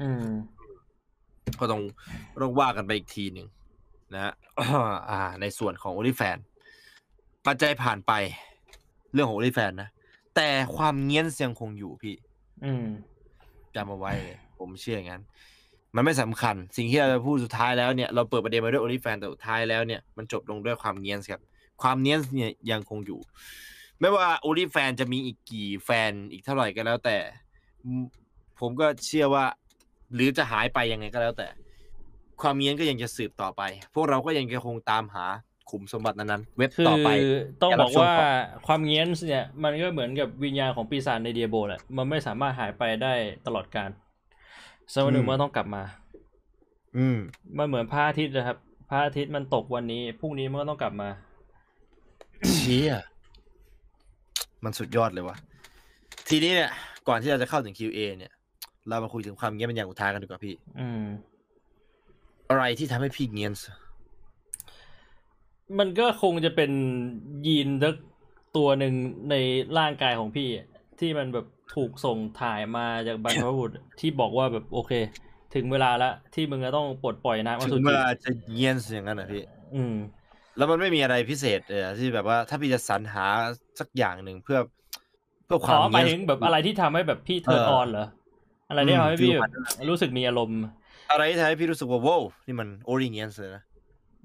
ก็ต้องว่ากันไปอีกทีนึงนะในส่วนของ OnlyFans ปัจจัยผ่านไปเรื่องของ OnlyFans นะแต่ความเงี้ยนยังคงอยู่พี่จำเอาไว้เลยผมเชื่ออย่างนั้นมันไม่สำคัญสิ่งที่เราจะพูดสุดท้ายแล้วเนี่ยเราเปิดประเด็นมาด้วย OnlyFans แต่สุดท้ายแล้วเนี่ยมันจบลงด้วยความเงี้ยนครับความเงี้ยนเนี่ยยังคงอยู่ไม่ว่า OnlyFans จะมีอีกกี่แฟนอีกเท่าไหร่ก็แล้วแต่ผมก็เชื่อว่าหรือจะหายไปยังไงก็แล้วแต่ความเงี้ยนก็ยังจะสืบต่อไปพวกเราก็ยังจะคงตามหาขุมสมบัตินั้นเว็บต่อไปคือต้องบอกว่าความเงี้ยนเนี่ยมันก็เหมือนกับวิญญาณของปีศาจในเดียโบแหละมันไม่สามารถหายไปได้ตลอดกาลสักวันหนึ่งมันต้องกลับมามันเหมือนพระอาทิตย์นะครับพระอาทิตย์มันตกวันนี้พรุ่งนี้มันก็ต้องกลับมาเชี่ยมันสุดยอดเลยวะทีนี้เนี่ยก่อนที่เราจะเข้าถึง QA เนี่ยเรามาคุยถึงความเงี้ยนเป็นอย่างอุทานกันดีกว่าพี่อะไรที่ทำให้พี่เงี้ยนมันก็คงจะเป็นยีนตัวหนึ่งในร่างกายของพี่ที่มันแบบถูกส่งถ่ายมาจากบรรพบุรุษที่บอกว่าแบบโอเคถึงเวลาแล้วที่มึงจะต้องปลดปล่อยน้ำอสุจิถึงเวลาจะเงี้ยนอย่างนั้นเหรอพี่แล้วมันไม่มีอะไรพิเศษเลยที่แบบว่าถ้าพี่จะสรรหาสักอย่างหนึ่งเพื่อความหมายถึงแบบอะไรที่ทำให้แบบพี่เทิร์นออนเหรออะไรที่ทำให้พี่แบบรู้สึกมีอารมณ์อะไรที่ทำให้พี่รู้สึกว่าโว้นี่มันโอริเงี้ยนเลยนะ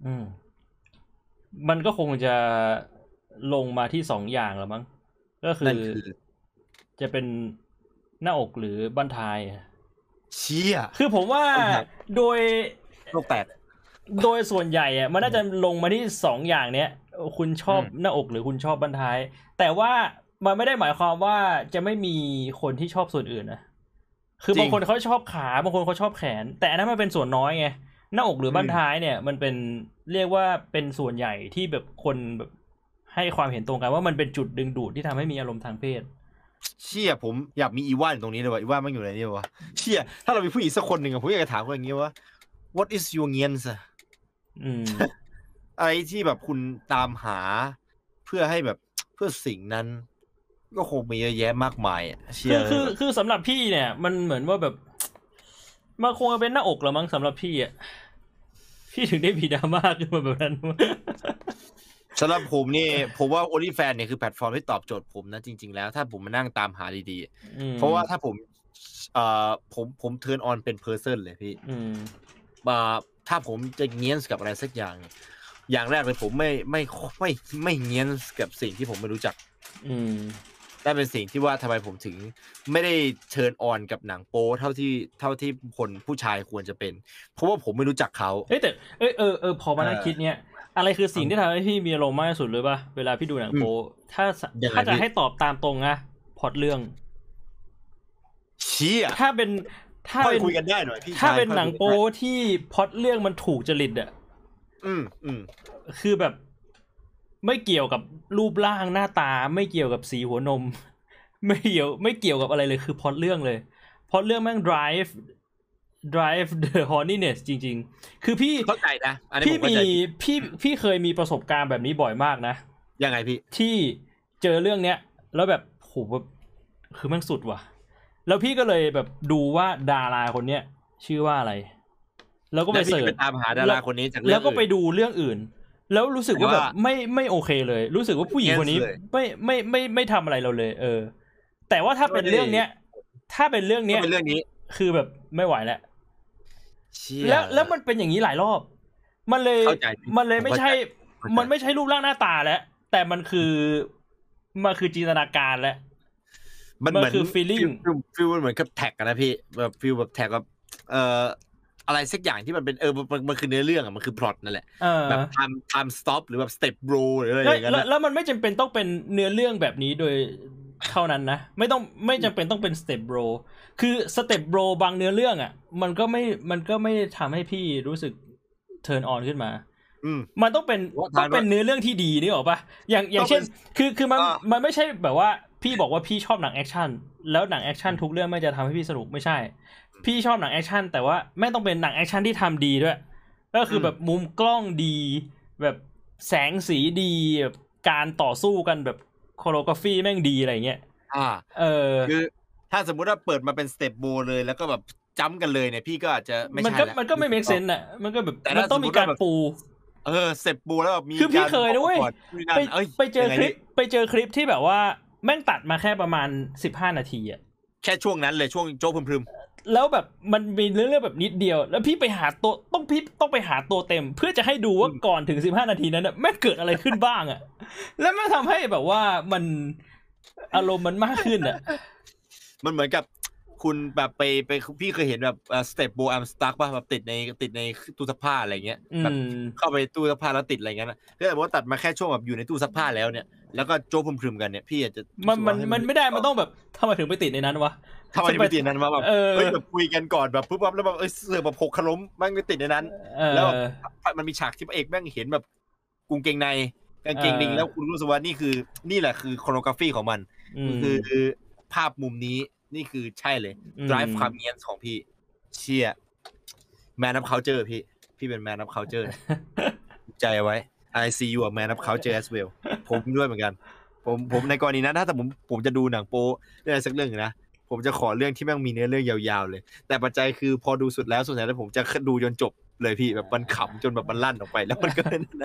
มันก็คงจะลงมาที่2อย่างแล้วมั้งก็คือจะเป็นหน้าอกหรือบั้นท้ายเชี่ยคือผมว่าโดยโลกแตกโดยส่วนใหญ่อะมันน่าจะลงมาที่2อย่างเนี้ยคุณชอบหน้าอกหรือคุณชอบบั้นท้ายแต่ว่ามันไม่ได้หมายความว่าจะไม่มีคนที่ชอบส่วนอื่นนะคือบางคนเขาชอบขาบางคนเขาชอบแขนแต่อันนั้นมันเป็นส่วนน้อยไงหน้าอกหรือบั้นท้ายเนี่ยมันเป็นเรียกว่าเป็นส่วนใหญ่ที่แบบคนแบบให้ความเห็นตรงกันว่ามันเป็นจุดดึงดูดที่ทำให้มีอารมณ์ทางเพศเชี่ยผมอยากมีอีว่านตรงนี้เลยว่ะอีว่านมันอยู่ไหนนี่วะเชี่ยถ้าเรามีผู้หญิงสักคนหนึ่งผมอยากจะถามเขาอย่างงี้ว่า what is your เงี้ยนอะไรที่แบบคุณตามหาเพื่อให้แบบเพื่อสิ่งนั้นก็คงมีเยอะแยะมากมายเชี่ยคือสำหรับพี่เนี่ยมันเหมือนว่าแบบมันคงเป็นหน้าอกละมั้งสำหรับพี่อ่ะพี่ถึงได้มีดราม่าขึ้นมาแบบนั้นสำหรับผมนี่ผมว่า OnlyFans เนี่ยคือแพลตฟอร์มที่ตอบโจทย์ผมนะจริงๆแล้วถ้าผมมานั่งตามหาดีๆเพราะว่าถ้าผมเทิร์นออนเป็นเพอร์เซนเลยพี่ถ้าผมจะเงี้ยนกับอะไรสักอย่างอย่างแรกเลยผมไม่เงี้ยนกับสิ่งที่ผมไม่รู้จักนั่นเป็นสิ่งที่ว่าทำไมผมถึงไม่ได้เทิร์นออนกับหนังโป๊เท่าที่คนผู้ชายควรจะเป็นเพราะว่าผมไม่รู้จักเขาแต่พอมานั่งคิดเนี่ยอะไรคือสิ่งที่ทำให้พี่มีอารมณ์มากที่สุดเลยป่ะเวลาพี่ดูหนังโป๊ถ้าจะให้ตอบตามตรงนะพล็อตเรื่องเชี่ยถ้าเป็นคุยกันได้หน่อยพี่ถ้าเป็นหนังโป๊ที่พล็อตเรื่องมันถูกจริตอ่ะคือแบบไม่เกี่ยวกับรูปร่างหน้าตาไม่เกี่ยวกับสีหัวนมไม่เกี่ยวกับอะไรเลยคือพล็อตเรื่องเลยพล็อตเรื่องแม่ง drive the horniness จริงๆคือพี่เข้าใจนะอันนี้ผมเข้าใจพี่เคยมีประสบการณ์แบบนี้บ่อยมากนะยังไงพี่ที่เจอเรื่องเนี้ยแล้วแบบโหแบบคือแม่งสุดว่ะแล้วพี่ก็เลยแบบดูว่าดาราคนเนี้ยชื่อว่าอะไรแล้วก็ไปเสิร์ชตามหาดาราคนนี้จากเรื่องแล้วก็ไปดูเรื่องอื่นแล้วรู้สึกว่าแบบไม่โอเคเลยรู้สึกว่าผู้หญิงคนนี้ไม่ทำอะไรเราเลยแต่ว่าถ้าเป็นเรื่องเนี้ยถ้าเป็นเรื่องเนี้ยคือแบบไม่ไหวแล้วมันเป็นอย่างนี้หลายรอบมันเลยไม่ใช่รูปร่างหน้าตาแล้วแต่มันคือจินตนาการแล้วมันคือ feeling มันเหมือนกับแท็กนะพี่แบบฟีลแบบแท็กแบบอะไรสักอย่างที่มันเป็นมันคือเนื้อเรื่องมันคือพล็อตนั่นแหละแบบ time stop หรือแบบ step bro หรืออะไรอย่างเงี้ยแล้วมันไม่จำเป็นต้องเป็นเนื้อเรื่องแบบนี้โดยเท่านั้นนะไม่จำเป็นต้องเป็นสเต็ปโบรคือสเต็ปโบรบางเนื้อเรื่องอ่ะมันก็ไม่ทำให้พี่รู้สึกเทิร์นออนขึ้นมามันต้องเป็นเนื้อเรื่องที่ดีนี่หรอปะอย่างเช่นคือมันไม่ใช่แบบว่าพี่บอกว่าพี่ชอบหนังแอคชั่นแล้วหนังแอคชั่นทุกเรื่องไม่จะทำให้พี่สนุกไม่ใช่พี่ชอบหนังแอคชั่นแต่ว่าไม่ต้องเป็นหนังแอคชั่นที่ทำดีด้วยก็คือแบบมุมกล้องดีแบบแสงสีดีแบบการต่อสู้กันแบบโคโรกราฟีแม่งดีอะไรเงี้ยคือถ้าสมมุติว่าเปิดมาเป็นสเต็ปโบเลยแล้วก็แบบจ้ำกันเลยเนี่ยพี่ก็อาจจะไม่ใช่มันก็ไม่เมคเซนส์อ่ะมันก็แบบมันต้องมีการปูสเต็ปโบแล้วแบบมีคือพี่เคยด้วยไปเจอคลิปที่แบบว่าแม่งตัดมาแค่ประมาณ15 นาทีอ่ะแค่ช่วงนั้นเลยช่วงโจ๊กพรึมแล้วแบบมันมีเรื่องแบบนิดเดียวแล้วพี่ไปหาตัวต้องไปหาตัวเต็มเพื่อจะให้ดูว่าก่อนถึง15 นาทีนั้นน่ะแม่งเกิดอะไรขึ้นบ้างอ่ะแล้วมันทำให้แบบว่ามันอารมณ์มันมากขึ้นอ่ะมันเหมือนกับคุณแบบไปพี่เคยเห็นแบบสเต็ปโบอัมสตั๊กป่ะแบบติดในตู้ซักผ้าอะไรเงี้ยแบบเข้าไปตู้ซักผ้าแล้วติดอะไรเงี้ยนะถ้าสมมติว่าตัดมาแค่ช่วงแบบอยู่ในตู้ซักผ้าแล้วเนี่ยแล้วก็โจ๊กพรึมกันเนี่ยพี่อาจจะมันไม่ได้มันต้องแบบทำไมถึงไปติดในนั้นวะทำไมถึงไปติดนั้นวะแบบเฮ้ยแบบคุยกันก่อนแบบปุ๊บปั๊บแล้วแบบเสือแบบหกขล้มแม่งไปติดในนั้นแล้วมันมีฉากที่พระเอกแม่งเห็นแบบกุงเกงในกางเกงลิงแล้วคุณรู้สึกว่านี่แหละคือโคโรกราฟีของมันคือภาพมุมนี้นี่คือใช่เลย drive ความเงียนของพี่เชี่ย man of culture พี่เป็น man of culture ใจไว้ I see you a man of culture as well ผมด้วยเหมือนกันผมในกรณีนั้นถ้าแต่ผมจะดูหนังโป๊เรื่องอะไรสักเรื่องนะผมจะขอเรื่องที่แม่งมีเนื้อเรื่องยาวๆเลยแต่ปัจจัยคือพอดูสุดแล้วผมจะดูจนจบเลยพี่แบบมันขำจนแบบมันลั่นออกไปแล้วมันก็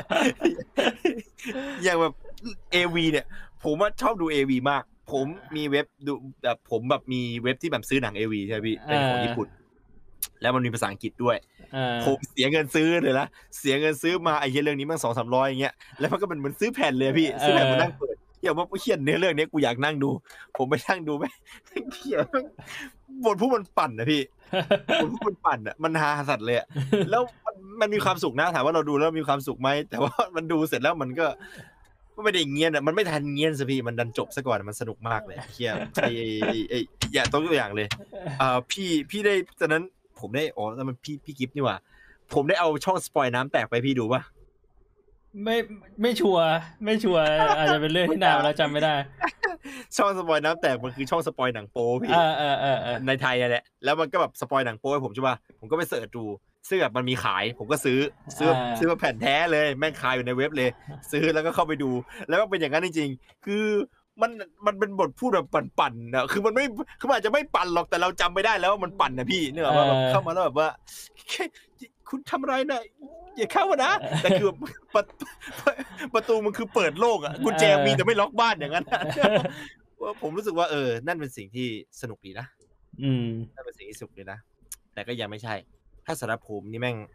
อย่างแบบ AV เนี่ยผมว่าชอบดู AV มากผมมีเว็บดูแบบผมแบบมีเว็บที่แบบซื้อหนัง AV ใช่พี่เป็นของญี่ปุ่นแล้วมันมีภาษาอังกฤษด้วยผมเสียเงินซื้อเลยนะเสียเงินซื้อมาไอ้เรื่องนี้มัน200-300อย่างเงี้ยแล้วมันก็เป็นเหมือนซื้อแผ่นเลยพี่ซื้อแผ่นมานั่งเปิดอย่างว่าเขียนเนื้อเรื่องนี้กูอยากนั่งดูผมไปนั่งดูไหมเขียนบทผู้มันปั่นนะพี่บทผู้มันปั่นอ่ะมันฮาสัตว์เลยอ่ะแล้วมันมีความสุขนะถามว่าเราดูแล้วมีความสุขไหมแต่ว่ามันดูเสร็จแล้วมันก็ไม่ได้เงียนอ่ะมันไม่ทันเงียนสิพี่มันดันจบซะก่อนมันสนุกมากเลยเฮียอย่าตัวอย่างเลยพี่ได้ตอนนั้นผมได้แล้วมันพี่กิฟต์นี่หว่าผมได้เอาช่องสปอยน้ำแตกไปพี่ดูป่ะไม่ชัวร์อาจจะเป็นเรื่องที่นานแล้วจำไม่ได้ช่องสปอยน้ำแตกมันคือช่องสปอยหนังโป๊พี่ในไทยแหละแล้วมันก็แบบสปอยหนังโป๊ให้ผมใช่ป่ะผมก็ไปเสิร์ชดูซึ่งแบบมันมีขายผมก็ซื้อมาแผ่นแท้เลยแม่งขายอยู่ในเว็บเลยซื้อแล้วก็เข้าไปดูแล้วก็เป็นอย่างนั้นจริงๆคือมันเป็นบทพูดแบบปั่นๆนะคือมันอาจจะไม่ปั่นหรอกแต่เราจำไม่ได้แล้วว่ามันปั่นนะพี่เนี่ยว่าแบบเข้ามาแล้วแบบว่าคุณทำอะไรนะอย่าเข้ามานะแต่คือประตูมันคือเปิดโลกอ่ะกุญแจมีแต่ไม่ล็อกบ้านอย่างนั้นผมรู้สึกว่านั่นเป็นสิ่งที่สนุกดีนะนั่นเป็นสิ่งที่สนุกดีนะแต่ก็ยังไม่ใช่ถ้าสำหรับผมนี่แม่ง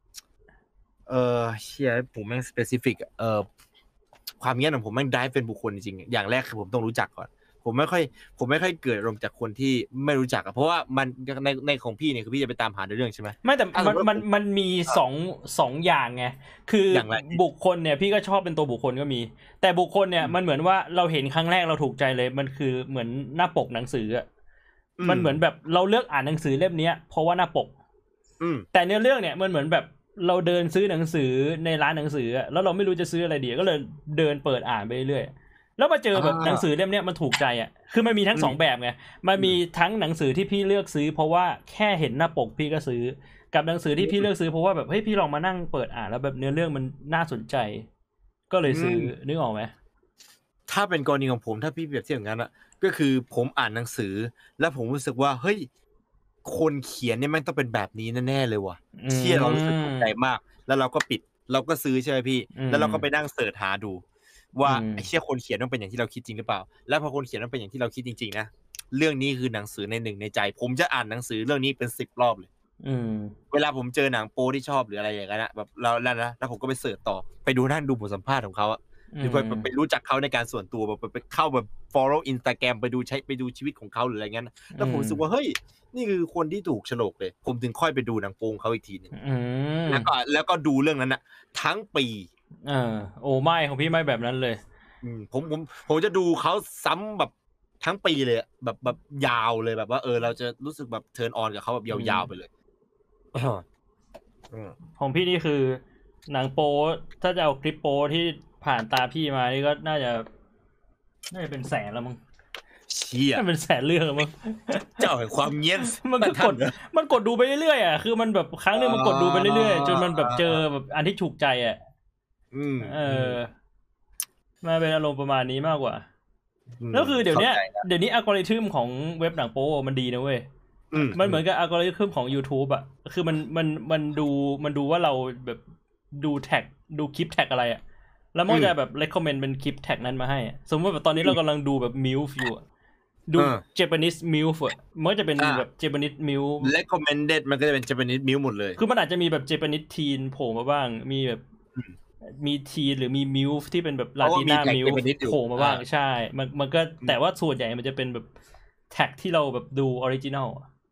เชียร์ผมแม่งสเปซิฟิกความเงี้ยของผมแม่งได้เป็นบุคคลจริงๆอย่างแรกคือผมต้องรู้จักก่อนผมไม่ค่อยเกิดอารมณ์จากคนที่ไม่รู้จักเพราะว่ามันในของพี่เนี่ยคือพี่จะไปตามหาเรื่องใช่ไหมไม่แต่มันมีสองอย่างไงคือบุคคลเนี่ยพี่ก็ชอบเป็นตัวบุคคลก็มีแต่บุคคลเนี่ยมันเหมือนว่าเราเห็นครั้งแรกเราถูกใจเลยมันคือเหมือนหน้าปกหนังสืออะมันเหมือนแบบเราเลือกอ่านหนังสือเล่มนี้เพราะว่าหน้าปกแต่เนื้อเรื่องเนี่ยมันเหมือนแบบเราเดินซื้อหนังสือในร้านหนังสือแล้วเราไม่รู้จะซื้ออะไรดีก็เลยเดินเปิดอ่านไปเรื่อยแล้วมาเจอแบบหนังสือเล่มเนี้ยมันถูกใจอ่ะคือมันมีทั้ง2แบบไงมันมีทั้งหนังสือที่พี่เลือกซื้อเพราะว่าแค่เห็นหน้าปกพี่ก็ซื้อกับหนังสือที่พี่เลือกซื้อเพราะว่าแบบเฮ้ยพี่ลองมานั่งเปิดอ่านแล้วแบบเนื้อเรื่องมันน่าสนใจก็เลยซื้อนึกออกไหมถ้าเป็นกรณีของผมถ้าพี่เปรียบเทียบอย่างนั้นอ่ะก็คือผมอ่านหนังสือแล้วผมรู้สึกว่าเฮ้ยคนเขียนเนี่ยแม่งต้องเป็นแบบนี้แน่ๆเลยว่ะเชี่ยเรารู้สึกถูกใจมากแล้วเราก็ปิดเราก็ซื้อใช่ไหมพี่แล้วเราก็ไปนั่งเสิร์ชหาดูว่าไอ้เชี่ยคนเขียนต้องเป็นอย่างที่เราคิดจริงหรือเปล่าแล้วพอคนเขียนต้องเป็นอย่างที่เราคิดจริงๆนะเรื่องนี้คือหนังสือในหนึ่งในใจผมจะอ่านหนังสือเรื่องนี้เป็น10 รอบเลยเวลาผมเจอหนังโป๊ที่ชอบหรืออะไรอย่างเงี้ยนะแบบแล้วผมก็ไปเสิร์ชต่อไปดูนั่งดูบทสัมภาษณ์ของเขาอะหรือไปรู้จักเขาในการส่วนตัวแบบไปเข้าแบบ follow Instagram ไปดูชีวิตของเขาหรืออะไรเงี้ยแล้วผมรู้สึกว่าเฮ้ยนี่คือคนที่ถูกโฉลกเลยผมถึงค่อยไปดูหนังโป๊เขาอีกทีนึงแล้วก็ดูเรื่องนั้นนะทั้งปีโอ้ไม่ของพี่ไม่แบบนั้นเลยผมจะดูเขาซ้ำแบบทั้งปีเลยแบบยาวเลยแบบว่าเราจะรู้สึกแบบเทิร์นออนกับเขาแบบยาวๆไปเลยของพี่นี่คือหนังโป๊ถ้าจะเอาคลิปโป๊ที่ผ่านตาพี่มานี่ก็น่าจะเป็นแสนแล้วมั้งเชี่ยเป็นแสนเรื่องแล้วมั้งเจ้าแห่งความเงี้ยมันก็มันกดดูไปเรื่อยๆอ่ะคือมันแบบครั้งนึงมันกดดูไปเรื่อยๆจนมันแบบเจอแบบอันที่ถูกใจอ่ะมาเป็นอารมณ์ประมาณนี้มากกว่าแล้วคือเดี๋ยวนี้อัลกอริทึมของเว็บหนังโป๊มันดีนะเว้ยมันเหมือนกับอัลกอริทึมของ YouTube อ่ะคือมันดูว่าเราแบบดูแท็กดูคลิปแท็กอะไรอ่ะแล้วมันจะแบบ recommend เป็นคลิปแท็กนั้นมาให้สมมติแบบตอนนี้เรากำลังดูแบบ MILF อยู่ดู Japanese MILF มันก็จะเป็นแบบ Japanese MILF recommended มันก็จะเป็น Japanese MILF หมดเลยคือมันอาจจะมีแบบ Japanese teen โผล่มาบ้างมีแบบมีทีหรือมีมิลฟ์ที่เป็นแบบลาติน่ามิลฟ์โผล่มาบ้างใช่มันก็แต่ว่าส่วนใหญ่มันจะเป็นแบบแท็กที่เราแบบดูออริจินัล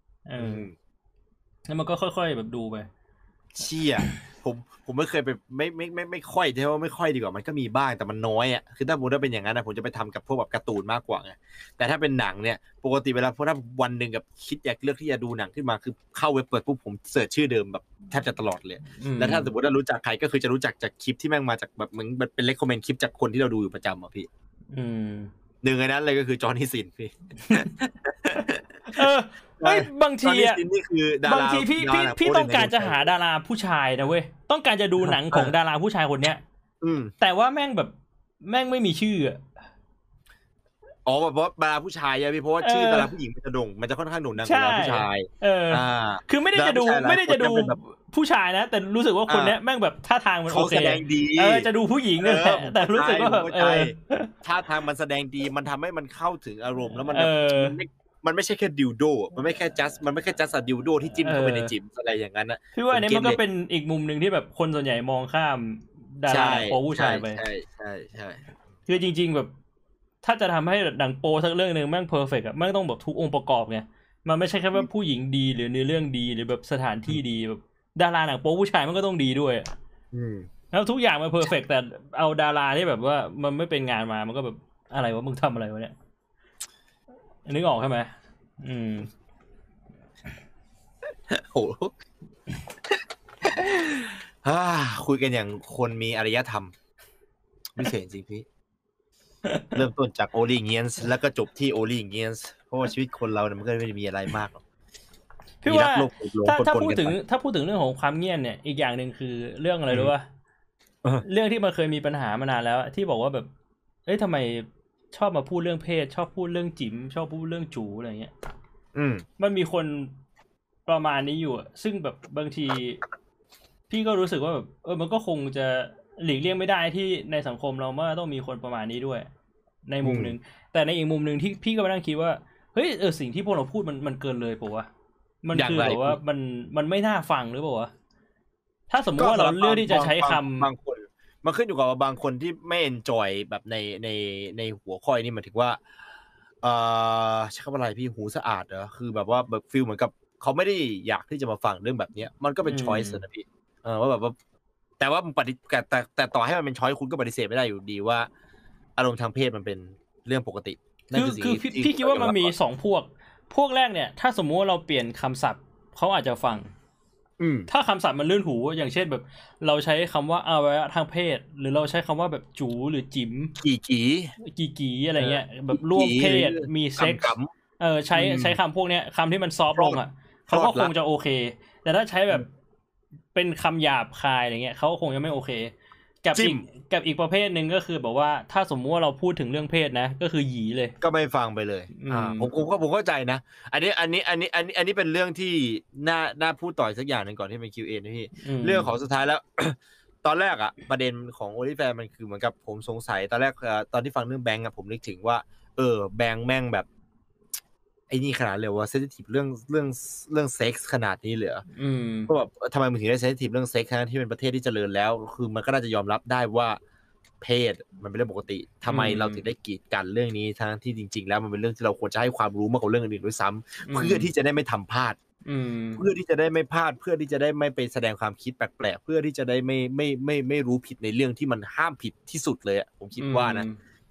แล้วมันก็ค่อยๆแบบดูไปเชี่ยผมไม่เคยไปไม่ค่อยใช่ว่าไม่ค่อยดีกว่ามันก็มีบ้างแต่มันน้อยอ่ะคือถ้าผมเป็นอย่างนั้นนะผมจะไปทำกับพวกแบบการ์ตูนมากกว่าไงแต่ถ้าเป็นหนังเนี่ยปกติเวลาถ้าวันหนึ่งกับคิดอยากเลือกที่จะดูหนังขึ้นมาคือเข้าเว็บเปิดปุ๊บผมเสิร์ชชื่อเดิมแบบแทบจะตลอดเลยแล้วถ้าสมมติว่ารู้จักใครก็คือจะรู้จักจากคลิปที่แม่งมาจากแบบเหมือนเป็นเรคคอมเมนต์คลิปจากคนที่เราดูอยู่ประจำอ่ะพี่หนึ่งในนั้นเลยก็คือจอห์นนี่ซินพี่บางทีอ่ะบางทีพี่ต้องการจะหาดาราผู้ชายนะเว้ยต้องการจะดูหนังของดาราผู้ชายคนเนี้ยแต่ว่าแม่งไม่มีชื่ออ๋อแบบว่าดาราผู้ชายใช่พี่เพราะว่าชื่อดาราผู้หญิงมันจะค่อนข้างโด่งดังกว่าดาราผู้ชายคือไม่ได้จะดูผู้ชายนะแต่รู้สึกว่าคนเนี้ยแม่งแบบท่าทางมันโอเคแสดงดีจะดูผู้หญิงแต่รู้สึกว่าแบบท่าทางมันแสดงดีมันทำให้มันเข้าถึงอารมณ์แล้วมันไม่ใช่แค่ดิวโดมันไม่แค่จัสดิวโดที่จิ้มเข้าไปในจิมอะไรอย่างนั้นนะพี่ว่าอันนี้มันก็เป็นอีกมุมนึงที่แบบคนส่วนใหญ่มองข้ามดาราโป๊ผู้ชายไปใช่คือจริงๆแบบถ้าจะทำให้หนังโป๊สักเรื่องนึงแม่งเพอร์เฟกต์อ่ะแม่งต้องแบบทุกองค์ประกอบไงมันไม่ใช่แค่ว่าผู้หญิงดีหรือเนื้อเรื่องดีหรือแบบสถานที่ดีแบบดาราหนังโป๊ผู้ชายมันก็ต้องดีด้วยแล้วทุกอย่างมันเพอร์เฟกต์แต่เอาดาราที่แบบว่ามันไม่เป็นงานมามันก็แบบอะไรวะมึงทำอะไรวะเนี่ยนึกออกใช่ไหมโหคุยกันอย่างคนมีอารยธรรมไม่เฉยจริงพี่เริ่มต้นจากโอลิเงียนส์แล้วก็จบที่โอลิเงียนส์เพราะว่าชีวิตคนเราเนี่ยมันก็ไม่ได้มีอะไรมากหรอกพี่ว่าถ้าพูดถึงเรื่องของความเงียบเนี่ยอีกอย่างนึงคือเรื่องอะไรรู้ป่ะเรื่องที่มันเคยมีปัญหามานานแล้วที่บอกว่าแบบทำไมชอบมาพูดเรื่องเพศชอบพูดเรื่องจิ๋มชอบพูดเรื่องจูอะไรเงี้ยมันมีคนประมาณนี้อยู่ซึ่งแบบบางทีพี่ก็รู้สึกว่าแบบมันก็คงจะหลีกเลี่ยงไม่ได้ที่ในสังคมเราว่าต้องมีคนประมาณนี้ด้วยในมุมนึงแต่ในอีกมุมนึงที่พี่ก็มานั่งคิดว่าเฮ้ยสิ่งที่พวกเราพูดมันเกินเลยป่ะวะมันคือแบบว่ามันไม่น่าฟังหรือเปล่าวะถ้าสมมติว่าเราเลือกที่จะใช้คำบางคนมันขึ้นอยู่กับว่าบางคนที่ไม่เอนจอยแบบในหัวข้อนี่หมายถึงว่าใช้คำอะไรพี่หูสะอาดเหรอคือแบบว่าแบบฟีลเหมือนกับเขาไม่ได้อยากที่จะมาฟังเรื่องแบบนี้มันก็เป็นช้อยส์นะพี่ว่าแบบว่าแต่ว่าแต่ต่อให้มันเป็นช้อยส์คุณก็ปฏิเสธไม่ได้อยู่ดีว่าอารมณ์ทางเพศมันเป็นเรื่องปกติคือพี่คิดว่ามันมี2พวกแรกเนี่ยถ้าสมมุติว่าเราเปลี่ยนคำศัพท์เขาอาจจะฟังถ้าคำศัพท์มันลื่นหูอย่างเช่นแบบเราใช้คำว่าอวัยวะทางเพศหรือเราใช้คำว่าแบบจูหรือจิ๋มกี่อะไรเงี้ยแบบร่วมเพศมีเซ็กซ์ใช้คำพวกเนี้ยคำที่มันซอฟต์ลงอ่ะเขาก็คงจะโอเคแต่ถ้าใช้แบบเป็นคำหยาบคายอะไรเงี้ยเขาก็คงจะไม่โอเคกับอีกประเภทหนึ่งก็คือแบบว่าถ้าสมมติว่าเราพูดถึงเรื่องเพศนะก็คือหยีเลยก็ไม่ฟังไปเลยผมเข้าใจนะอันนี้เป็นเรื่องที่น่าพูดต่อสักอย่างนึงก่อนที่เป็น Q&A นะพี่เรื่องของสุดท้ายแล้ว ตอนแรกอะประเด็นของโอลิแฟนมันคือเหมือนกับผมสงสัยตอนแรกตอนที่ฟังเรื่องแบงก์อะผมนึกถึงว่าแบงก์แม่งแบบไอ้นี่ขนาดเลยว่าเซนซิทีฟเรื่องเซ็กส์ขนาดนี้เลยก็แบบทำไมมึงถึงได้เซนซิทีฟเรื่องเซ็กส์ที่เป็นประเทศที่เจริญแล้วคือมันก็น่าจะยอมรับได้ว่าเพศมันเป็นเรื่องปกติทำไมเราถึงได้กีดกันเรื่องนี้ทั้งที่จริงๆแล้วมันเป็นเรื่องที่เราควรจะให้ความรู้มากกว่าเรื่องอื่นด้วยซ้ำเพื่อที่จะได้ไม่ทำพลาดเพื่อที่จะได้ไม่พลาดเพื่อที่จะได้ไม่ไปแสดงความคิดแปลกๆเพื่อที่จะได้ไม่รู้ผิดในเรื่องที่มันห้ามผิดที่สุดเลยผมคิดว่านะ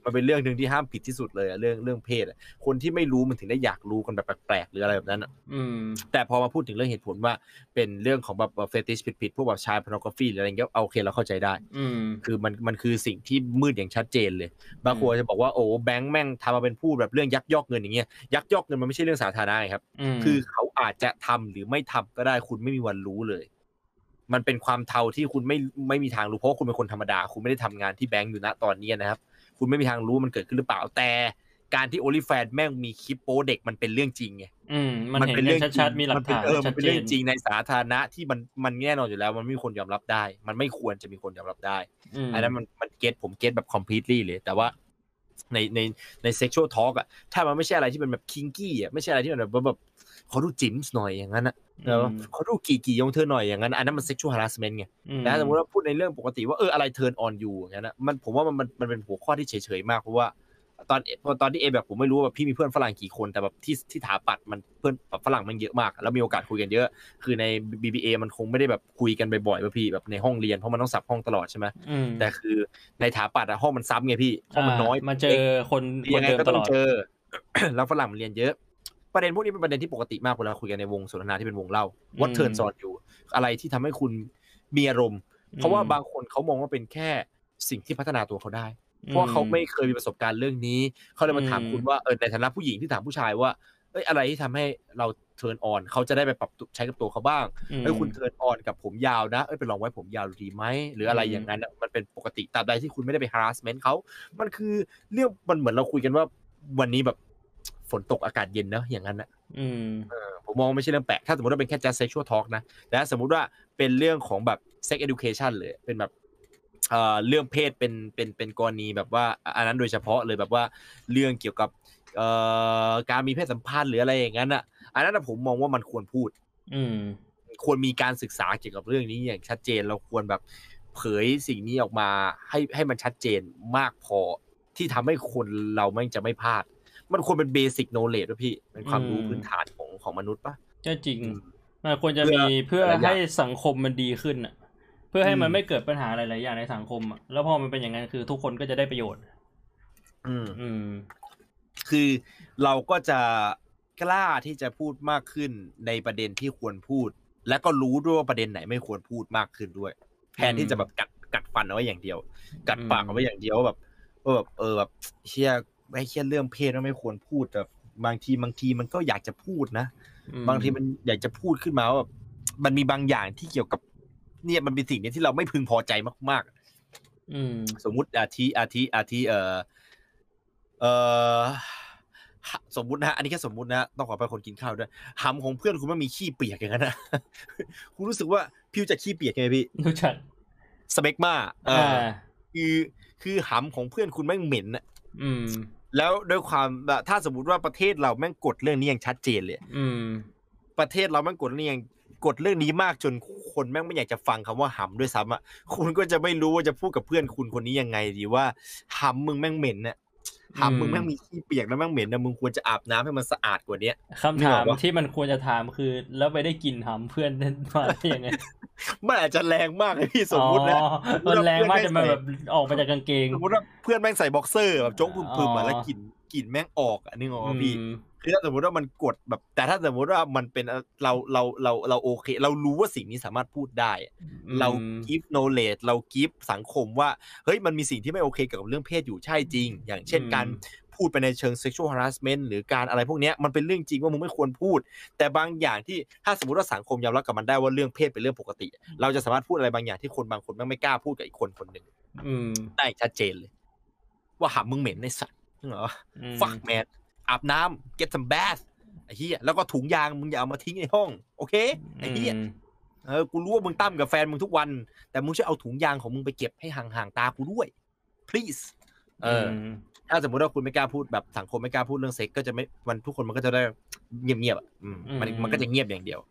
มันเป็นเรื่องนึงที่ห้ามผิดที่สุดเลยเรื่องเพศคนที่ไม่รู้มันถึงได้อยากรู้กันแบบแปลกๆหรืออะไรแบบนั้นแต่พอมาพูดถึงเรื่องเหตุผลว่าเป็นเรื่องของแบบเฟติชผิดๆพวกแบบชายพอร์โนกราฟีหรืออะไรเงี้ยโอเคเราเข้าใจได้คือมันคือสิ่งที่มืดอย่างชัดเจนเลยบางคนจะบอกว่าโอ้แบงค์แม่งทำมาเป็นพูดแบบเรื่องยักยอกเงินอย่างเงี้ยยักยอกเงินมันไม่ใช่เรื่องสาธารณะครับคือเขาอาจจะทำหรือไม่ทำก็ได้คุณไม่มีวันรู้เลยมันเป็นความเทาที่คุณไม่มีทางรู้เพราะคุณเป็นคนธรรมดาคุณไม่ได้ทำงานที่แบงค์อยู่ณตอนนี้นะครับคุณไม่มีทางรู้มันเกิดขึ้นหรือเปล่าแต่การที่ OnlyFans แม่งมีคลิปโป๊เด็กมันเป็นเรื่องจริงไงมันเป็นเรื่องชัดๆมีหลักฐานมันเป็นเรื่องจริงในสาธารณะที่มันแน่นอนอยู่แล้วมันไม่มีคนยอมรับได้มันไม่ควรจะมีคนยอมรับได้อันนั้นมันผมเก็ตแบบ completely เลยแต่ว่าใน sexual talk อ่ะถ้ามันไม่ใช่อะไรที่เป็นแบบ kinky อ่ะไม่ใช่อะไรที่แบบขอดูจิ๋มหน่อยอย่างนั้นอ่ะขอดูกี่ยงเธอหน่อยอย่างนั้นอันนั้นมัน sexual harassment ไงแต่สมมติว่าพูดในเรื่องปกติว่าอะไร turn on you อย่างนั้นนะผมว่ามันเป็นหัวข้อที่เฉยๆมากเพราะว่าตอนที่แบบผมไม่รู้ว่าพี่มีเพื่อนฝรั่งกี่คนแต่แบบที่ถาปัดมันเพื่อนฝรั่งมันเยอะมากแล้วมีโอกาสคุยกันเยอะคือใน BBA มันคงไม่ได้แบบคุยกันบ่อยๆป่ะพี่แบบในห้องเรียนเพราะมันต้องสับห้องตลอดใช่ไหมแต่คือในถาปัดอะห้องมันซ้ำไงพี่ห้องมันน้อยมาเจอคนยังไงเดิมก็ตต้ลองอดเจอ แล้วฝรั่งมันเรียนเยอะประเด็นพวกนี้เป็นประเด็นที่ปกติมากเวลาคุยกันในวงสนทนาที่เป็นวงเล่า What turns on you อะไรที่ทำให้คุณมีอารมณ์เพราะว่าบางคนเขามองว่าเป็นแค่สิ่งที่พัฒนาตัวเขาได้เพราะเขาไม่เคยมีประสบการณ์เรื่องนี้เขาเลยมาถามคุณว่าในฐานะผู้หญิงที่ถามผู้ชายว่าอะไรที่ทำให้เรา turn on เขาจะได้ไปปรับใช้กับตัวเขาบ้างคุณ turn on กับผมยาวนะไปลองไว้ผมยาวดีไหมหรืออะไรอย่างนั้นมันเป็นปกติตราบใดที่คุณไม่ได้ไป harassment เขามันคือเรื่องมันเหมือนเราคุยกันว่าวันนี้แบบฝนตกอากาศเย็นนะอย่างนั้นนะผมมองไม่ใช่เรื่องแปลกถ้าสมมติว่าเป็นแค่ just sexual talk นะแต่สมมุติว่าเป็นเรื่องของแบบ sex education เลยเป็นแบบเรื่องเพศเป็นกรณีแบบว่าอันนั้นโดยเฉพาะเลยแบบว่าเรื่องเกี่ยวกับการมีเพศสัมพันธ์หรืออะไรอย่างนั้นอ่ะอันนั้นผมมองว่ามันควรพูดควรมีการศึกษาเกี่ยวกับเรื่องนี้อย่างชัดเจนเราควรแบบเผยสิ่งนี้ออกมาให้มันชัดเจนมากพอที่ทำให้คนเราไม่จะไม่พลาดมันควรเป็นเบสิกโนเลจด้วยพี่เป็นความรู้พื้นฐานของมนุษย์ป่ะก็จริงมันควรจะมีเพื่อให้สังคมมันดีขึ้นอ่ะเพื่อให้มันไม่เกิดปัญหาหลายๆอย่างในสังคมอ่ะแล้วพอมันเป็นอย่างนั้นคือทุกคนก็จะได้ประโยชน์คือเราก็จะกล้าที่จะพูดมากขึ้นในประเด็นที่ควรพูดและก็รู้ด้วยว่าประเด็นไหนไม่ควรพูดมากขึ้นด้วยแทนที่จะแบบกัดฟันเอาไว้อย่างเดียวกัดปากเอาไว้อย่างเดียวแบบแบบเชี่ยไม่เชี่ยเรื่องเพศไม่ควรพูดแต่บางทีมันก็อยากจะพูดนะบางทีมันอยากจะพูดขึ้นมาว่าแบบมันมีบางอย่างที่เกี่ยวกับเนี่ยมันเป็นสิ่งนี้ที่เราไม่พึงพอใจมากๆสมมุติอาทิสมมุตินะอันนี้แค่สมมุตินะต้องขอไปคนกินข้าวด้วยหำของเพื่อนคุณมันมีขี้เปียกอย่างนั้นนะคุณรู้สึกว่าพิวจะขี้เปียกไงพี่รู้จักสเปกมาคือหำของเพื่อนคุณแม่งเหม็นอ่ะแล้วด้วยความถ้าสมมุติว่าประเทศเราแม่งกดเรื่องนี้อย่างชัดเจนเลยประเทศเราแม่งกดเรื่องนี้มากจนคนแม่งไม่อยากจะฟังคำว่าหำด้วยซ้ำอ่ะคุณก็จะไม่รู้ว่าจะพูดกับเพื่อนคุณคนนี้ยังไงดีว่าหำมึงแม่งเหม็นน่ะหำมึงแม่งมีขี้เปียกแล้วแม่งเหม็นนะมึงควรจะอาบน้ำให้มันสะอาดกว่านี้คำถามที่มันควรจะถามคือแล้วไปได้กลิ่นหำเพื่อนมาได้ยังไงมันอาจจะแรงมากเลยพี่สมมุตินะมันแรงมากจะมาแบบออกมาจากกางเกงสมมติว่าเพื่อนแม่งใส่บ็อกเซอร์แบบโจ๊กพึมๆแล้วกลิ่นแม่งออกนึกออกป่ะพี่คือถ้าสมมติว่ามันกดแบบแต่ถ้าสมมติว่ามันเป็นเราโอเคเรารู้ว่าสิ่งนี้สามารถพูดได้เรา give knowledge เรา give สังคมว่าเฮ้ยมันมีสิ่งที่ไม่โอเคเกี่ยวกับเรื่องเพศอยู่ใช่จริงอย่างเช่นการพูดไปในเชิง sexual harassment หรือการอะไรพวกนี้มันเป็นเรื่องจริงว่ามึงไม่ควรพูดแต่บางอย่างที่ถ้าสมมติว่าสังคมยอมรับกับมันได้ว่าเรื่องเพศเป็นเรื่องปกติเราจะสามารถพูดอะไรบางอย่างที่คนบางคนไม่กล้าพูดกับอีกคนหนึ่งได้ชัดเจนเลยว่าหำมึงเหม็นในสัตว์เหรอ fuck man อาบน้ำ get some bath ไอ้เหี้ยแล้วก็ถุงยางมึงอย่าเอามาทิ้งในห้องโอเคไอ้เหี้ยกูรู้ว่ามึงตั้มกับแฟนมึงทุกวันแต่มึงช่วยเอาถุงยางของมึงไปเก็บให้ห่างๆตากูด้วย please ถ้าสมมติว่าคุณไม่กล้าพูดแบบสังคมไม่กล้าพูดเรื่องเซ็กก็จะไม่วันทุกคนมันก็จะได้เงียบๆมันก็จะเงียบอย่างเดียว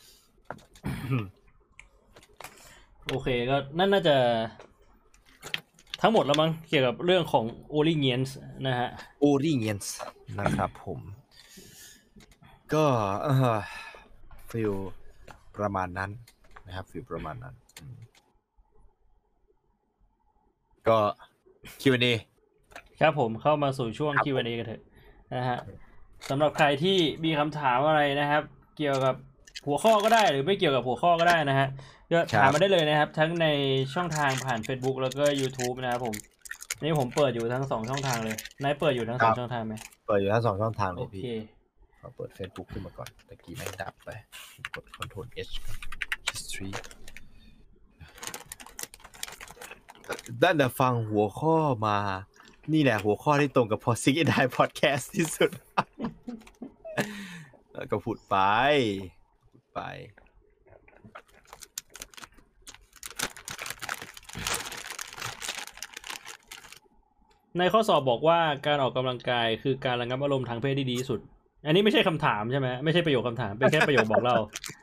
โอเคก็นั่นน่าจะทั้งหมดแล้วมั้งเกี่ยวกับเรื่องของ Origins นะฮะ Origins นะครับผมก็ฟีลประมาณนั้นนะครับฟีลประมาณนั้นก็ Q&A ครับผมเข้ามาสู่ช่วง Q&A กันเถอะนะฮะสำหรับใครที่มีคำถามอะไรนะครับ เกี่ยวกับหัวข้อก็ได้หรือไม่เกี่ยวกับหัวข้อก็ได้นะฮะก็ถามมาได้เลยนะครับทั้งในช่องทางผ่าน Facebook แล้วก็ YouTube นะครับผมนี่ผมเปิดอยู่ทั้ง2ช่องทางเลยนายเปิดอยู่ทั้ง2ช่องทางไหมเปิดอยู่ทั้ง2ช่องทางเลโอยพี่เคเราเปิด Facebook ขึ้นมาก่อนตะกี้แม่งดับไปกด Ctrl H History ได้แต่ฟังหัวข้อมานี่แหละหัวข้อที่ตรงกับพอซิกได้พอดแคสต์ที่สุด แล้วก็พูดไปในข้อสอบบอกว่าการออกกำลังกายคือการระงับอารมณ์ทางเพศที่ดีที่สุดอันนี้ไม่ใช่คำถามใช่ไหมไม่ใช่ประโยคคำถามเป็นแค่ประโยคบอกเล่า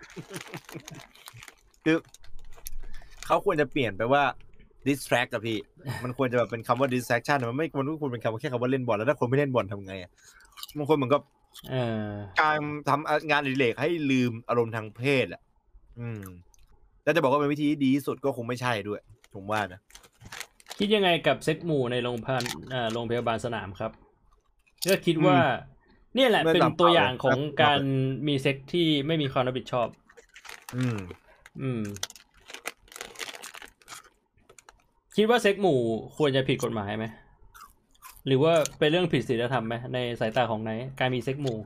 คือเขาควรจะเปลี่ยนไปว่า distract อะพี่ มันควรจะแบบเป็นคำว่า distraction มันไม่ควรเป็นคำว่าแค่คำว่าเล่นบอลแล้วถ้าคนไม่เล่นบอลทำไงอะบางคนมันก็การทำงานอดิเรกให้ลืมอารมณ์ทางเพศอ่ะแล้วจะบอกว่าเป็นวิธีที่ดีที่สุดก็คงไม่ใช่ด้วยผมว่านะคิดยังไงกับเซ็กหมู่ในโรงพยาบาลสนามครับก็คิดว่าเนี่ยแหละเป็นตัวอย่างของการมีเซ็กที่ไม่มีความรับผิดชอบคิดว่าเซ็กหมู่ควรจะผิดกฎหมายไหมหรือว่าเป็นเรื่องผิดศีลธรรมไหมในสายตาของนายการมีเซ็กหมู่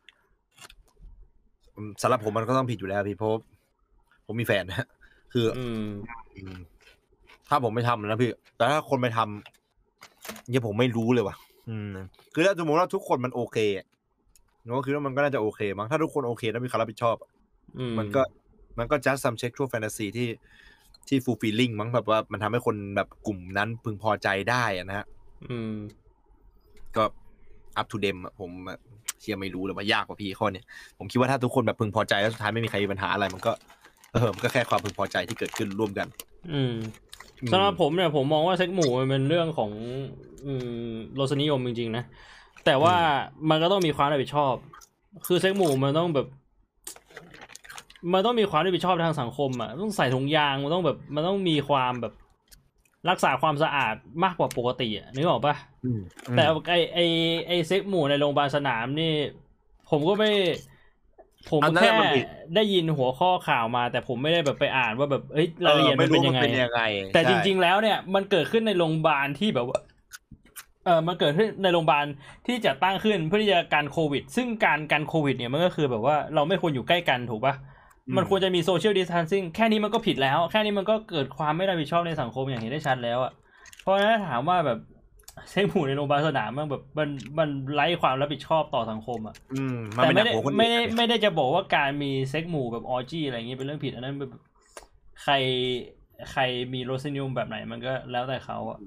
สำหรับผมมันก็ต้องผิดอยู่แล้วพี่เพราะผมมีแฟนนะคือถ้าผมไม่ทำนะพี่แต่ถ้าคนไปทำเนี่ยผมไม่รู้เลยว่ะคือถ้าสมมติว่าทุกคนมันโอเคผมก็คิดว่ามันก็น่าจะโอเคมั้งถ้าทุกคนโอเคแล้วมีความรับผิดชอบมันก็ just some sexual fantasy ที่ fulfilling มั้งแบบว่ามันทำให้คนแบบกลุ่มนั้นพึงพอใจได้นะฮะก็ up to them ผมเชื่อไม่รู้เลยว่ายากกว่าพี่ข้อเนี้ยผมคิดว่าถ้าทุกคนแบบพึงพอใจแล้วสุดท้ายไม่มีใครมีปัญหาอะไรมันก็มันก็แค่ความพึงพอใจที่เกิดขึ้นร่วมกันสำหรับผมเนี่ยผมมองว่าเซ็กหมู่มันเป็นเรื่องของรสนิยมจริงๆนะแต่ว่ามันก็ต้องมีความรับผิดชอบคือเซ็กหมู่มันต้องแบบมันต้องมีความรับผิดชอบทางสังคมอ่ะต้องใส่ถุงยางมันต้องมีความแบบรักษาความสะอาดมากกว่าปกติอ่ะนึกออกปะแต่ไอเซ็กหมู่ในโรงพยาบาลสนามนี่ผมก็ไม่ผมแค่ได้ยินหัวข้อข่าวมาแต่ผมไม่ได้แบบไปอ่านว่าแบบรายละเอียดมันเป็นยังไงแต่จริงๆแล้วเนี่ยมันเกิดขึ้นในโรงพยาบาลที่แบบว่ามันเกิดขึ้นในโรงพยาบาลที่จะตั้งขึ้นเพื่อที่จะกันโควิดซึ่งการกันโควิดเนี่ยมันก็คือแบบว่าเราไม่ควรอยู่ใกล้กันถูกปะมันควรจะมีโซเชียลดิสแทนซิ่งแค่นี้มันก็ผิดแล้วแค่นี้มันก็เกิดความไม่รับผิดชอบในสังคมอย่างเห็นได้ชัดแล้วอ่ะเพราะฉะนั้นถามว่าแบบเซ็กหมู่ในโรงพยาบาลสนามมันแบบมันไร้ความรับผิดชอบต่อสังคมอ่ะแต่ไม่ได้จะบอกว่าการมีเซ็กหมู่แบบออร์จี้อะไรอย่างเงี้ยเป็นเรื่องผิดอันนั้นแบบใครมีรสนิยมแบบไหนมันก็แล้วแต่เขาอ่ะ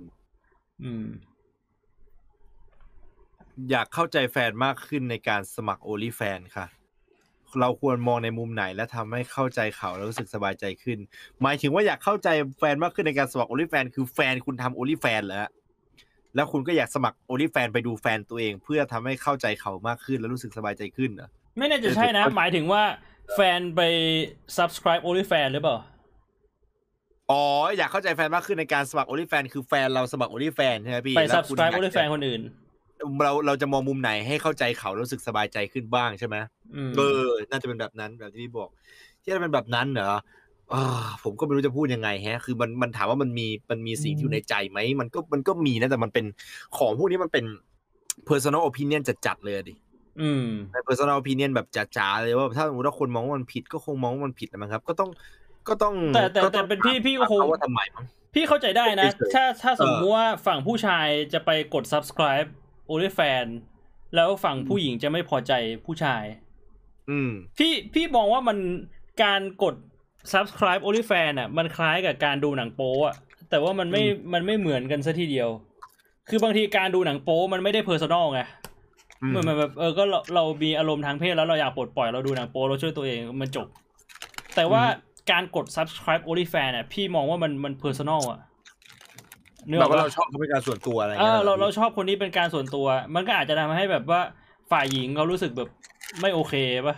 อยากเข้าใจแฟนมากขึ้นในการสมัคร OnlyFans ค่ะเราควรมองในมุมไหนและทำให้เข้าใจเขาแล้วรู้สึกสบายใจขึ้นหมายถึงว่าอยากเข้าใจแฟนมากขึ้นในการสมัคร OnlyFans คือแฟนคุณทำ OnlyFans แล้วคุณก็อยากสมัคร OnlyFans ไปดูแฟนตัวเองเพื่อทำให้เข้าใจเขามากขึ้นแล้วรู้สึกสบายใจขึ้นเหรอไม่น่าจะใช่นะหมายถึงว่าแฟนไป subscribe OnlyFans หรือเปล่าอ๋ออยากเข้าใจแฟนมากขึ้นในการสมัคร OnlyFans คือแฟนเราสมัคร OnlyFans ใช่ไหมพี่ไป subscribe OnlyFans คนอื่นเราจะมองมุมไหนให้เข้าใจเขารู้สึกสบายใจขึ้นบ้างใช่ไหมน่าจะเป็นแบบนั้นแบบที่พี่บอกที่จะเป็นแบบนั้นเหรอผมก็ไม่รู้จะพูดยังไงคือมันถามว่ามันมีสิ่งที่อยู่ในใจไหมมันก็มีนะแต่มันเป็นของพวกนี้มันเป็น personal opinion จัดเลยดิใน personal opinion แบบจ๋าๆเลยว่าถ้าสมมติว่าคนมองว่ามันผิดก็คงมองว่ามันผิดนะครับก็ต้องแต่เป็นพี่ก็คงว่าทำไมมั้งพี่เข้าใจได้นะถ้าสมมติว่าฝั่งผู้ชายจะไปกด subscribe OnlyFans แล้วฝั่งผู้หญิงจะไม่พอใจผู้ชายพี่มองว่ามันการกด subscribe OnlyFans อ่ะมันคล้ายกับการดูหนังโป๊อ่ะแต่ว่ามันไม่เหมือนกันซะทีเดียวคือบางทีการดูหนังโป๊มันไม่ได้ personal ไงเหมือนแบบก็เรามีอารมณ์ทางเพศแล้วเราอยากปลดปล่อยเราดูหนังโป๊เราช่วยตัวเองมันจบแต่ว่าการกด subscribe OnlyFans อ่ะพี่มองว่ามัน personal อ่ะแบบว่าเราชอบเขาเป็นการส่วนตัวอะไรเงี้ยเราชอบคนนี้เป็นการส่วนตัวมันก็อาจจะทำให้แบบว่าฝ่ายหญิงเขารู้สึกแบบไม่โอเคป่ะ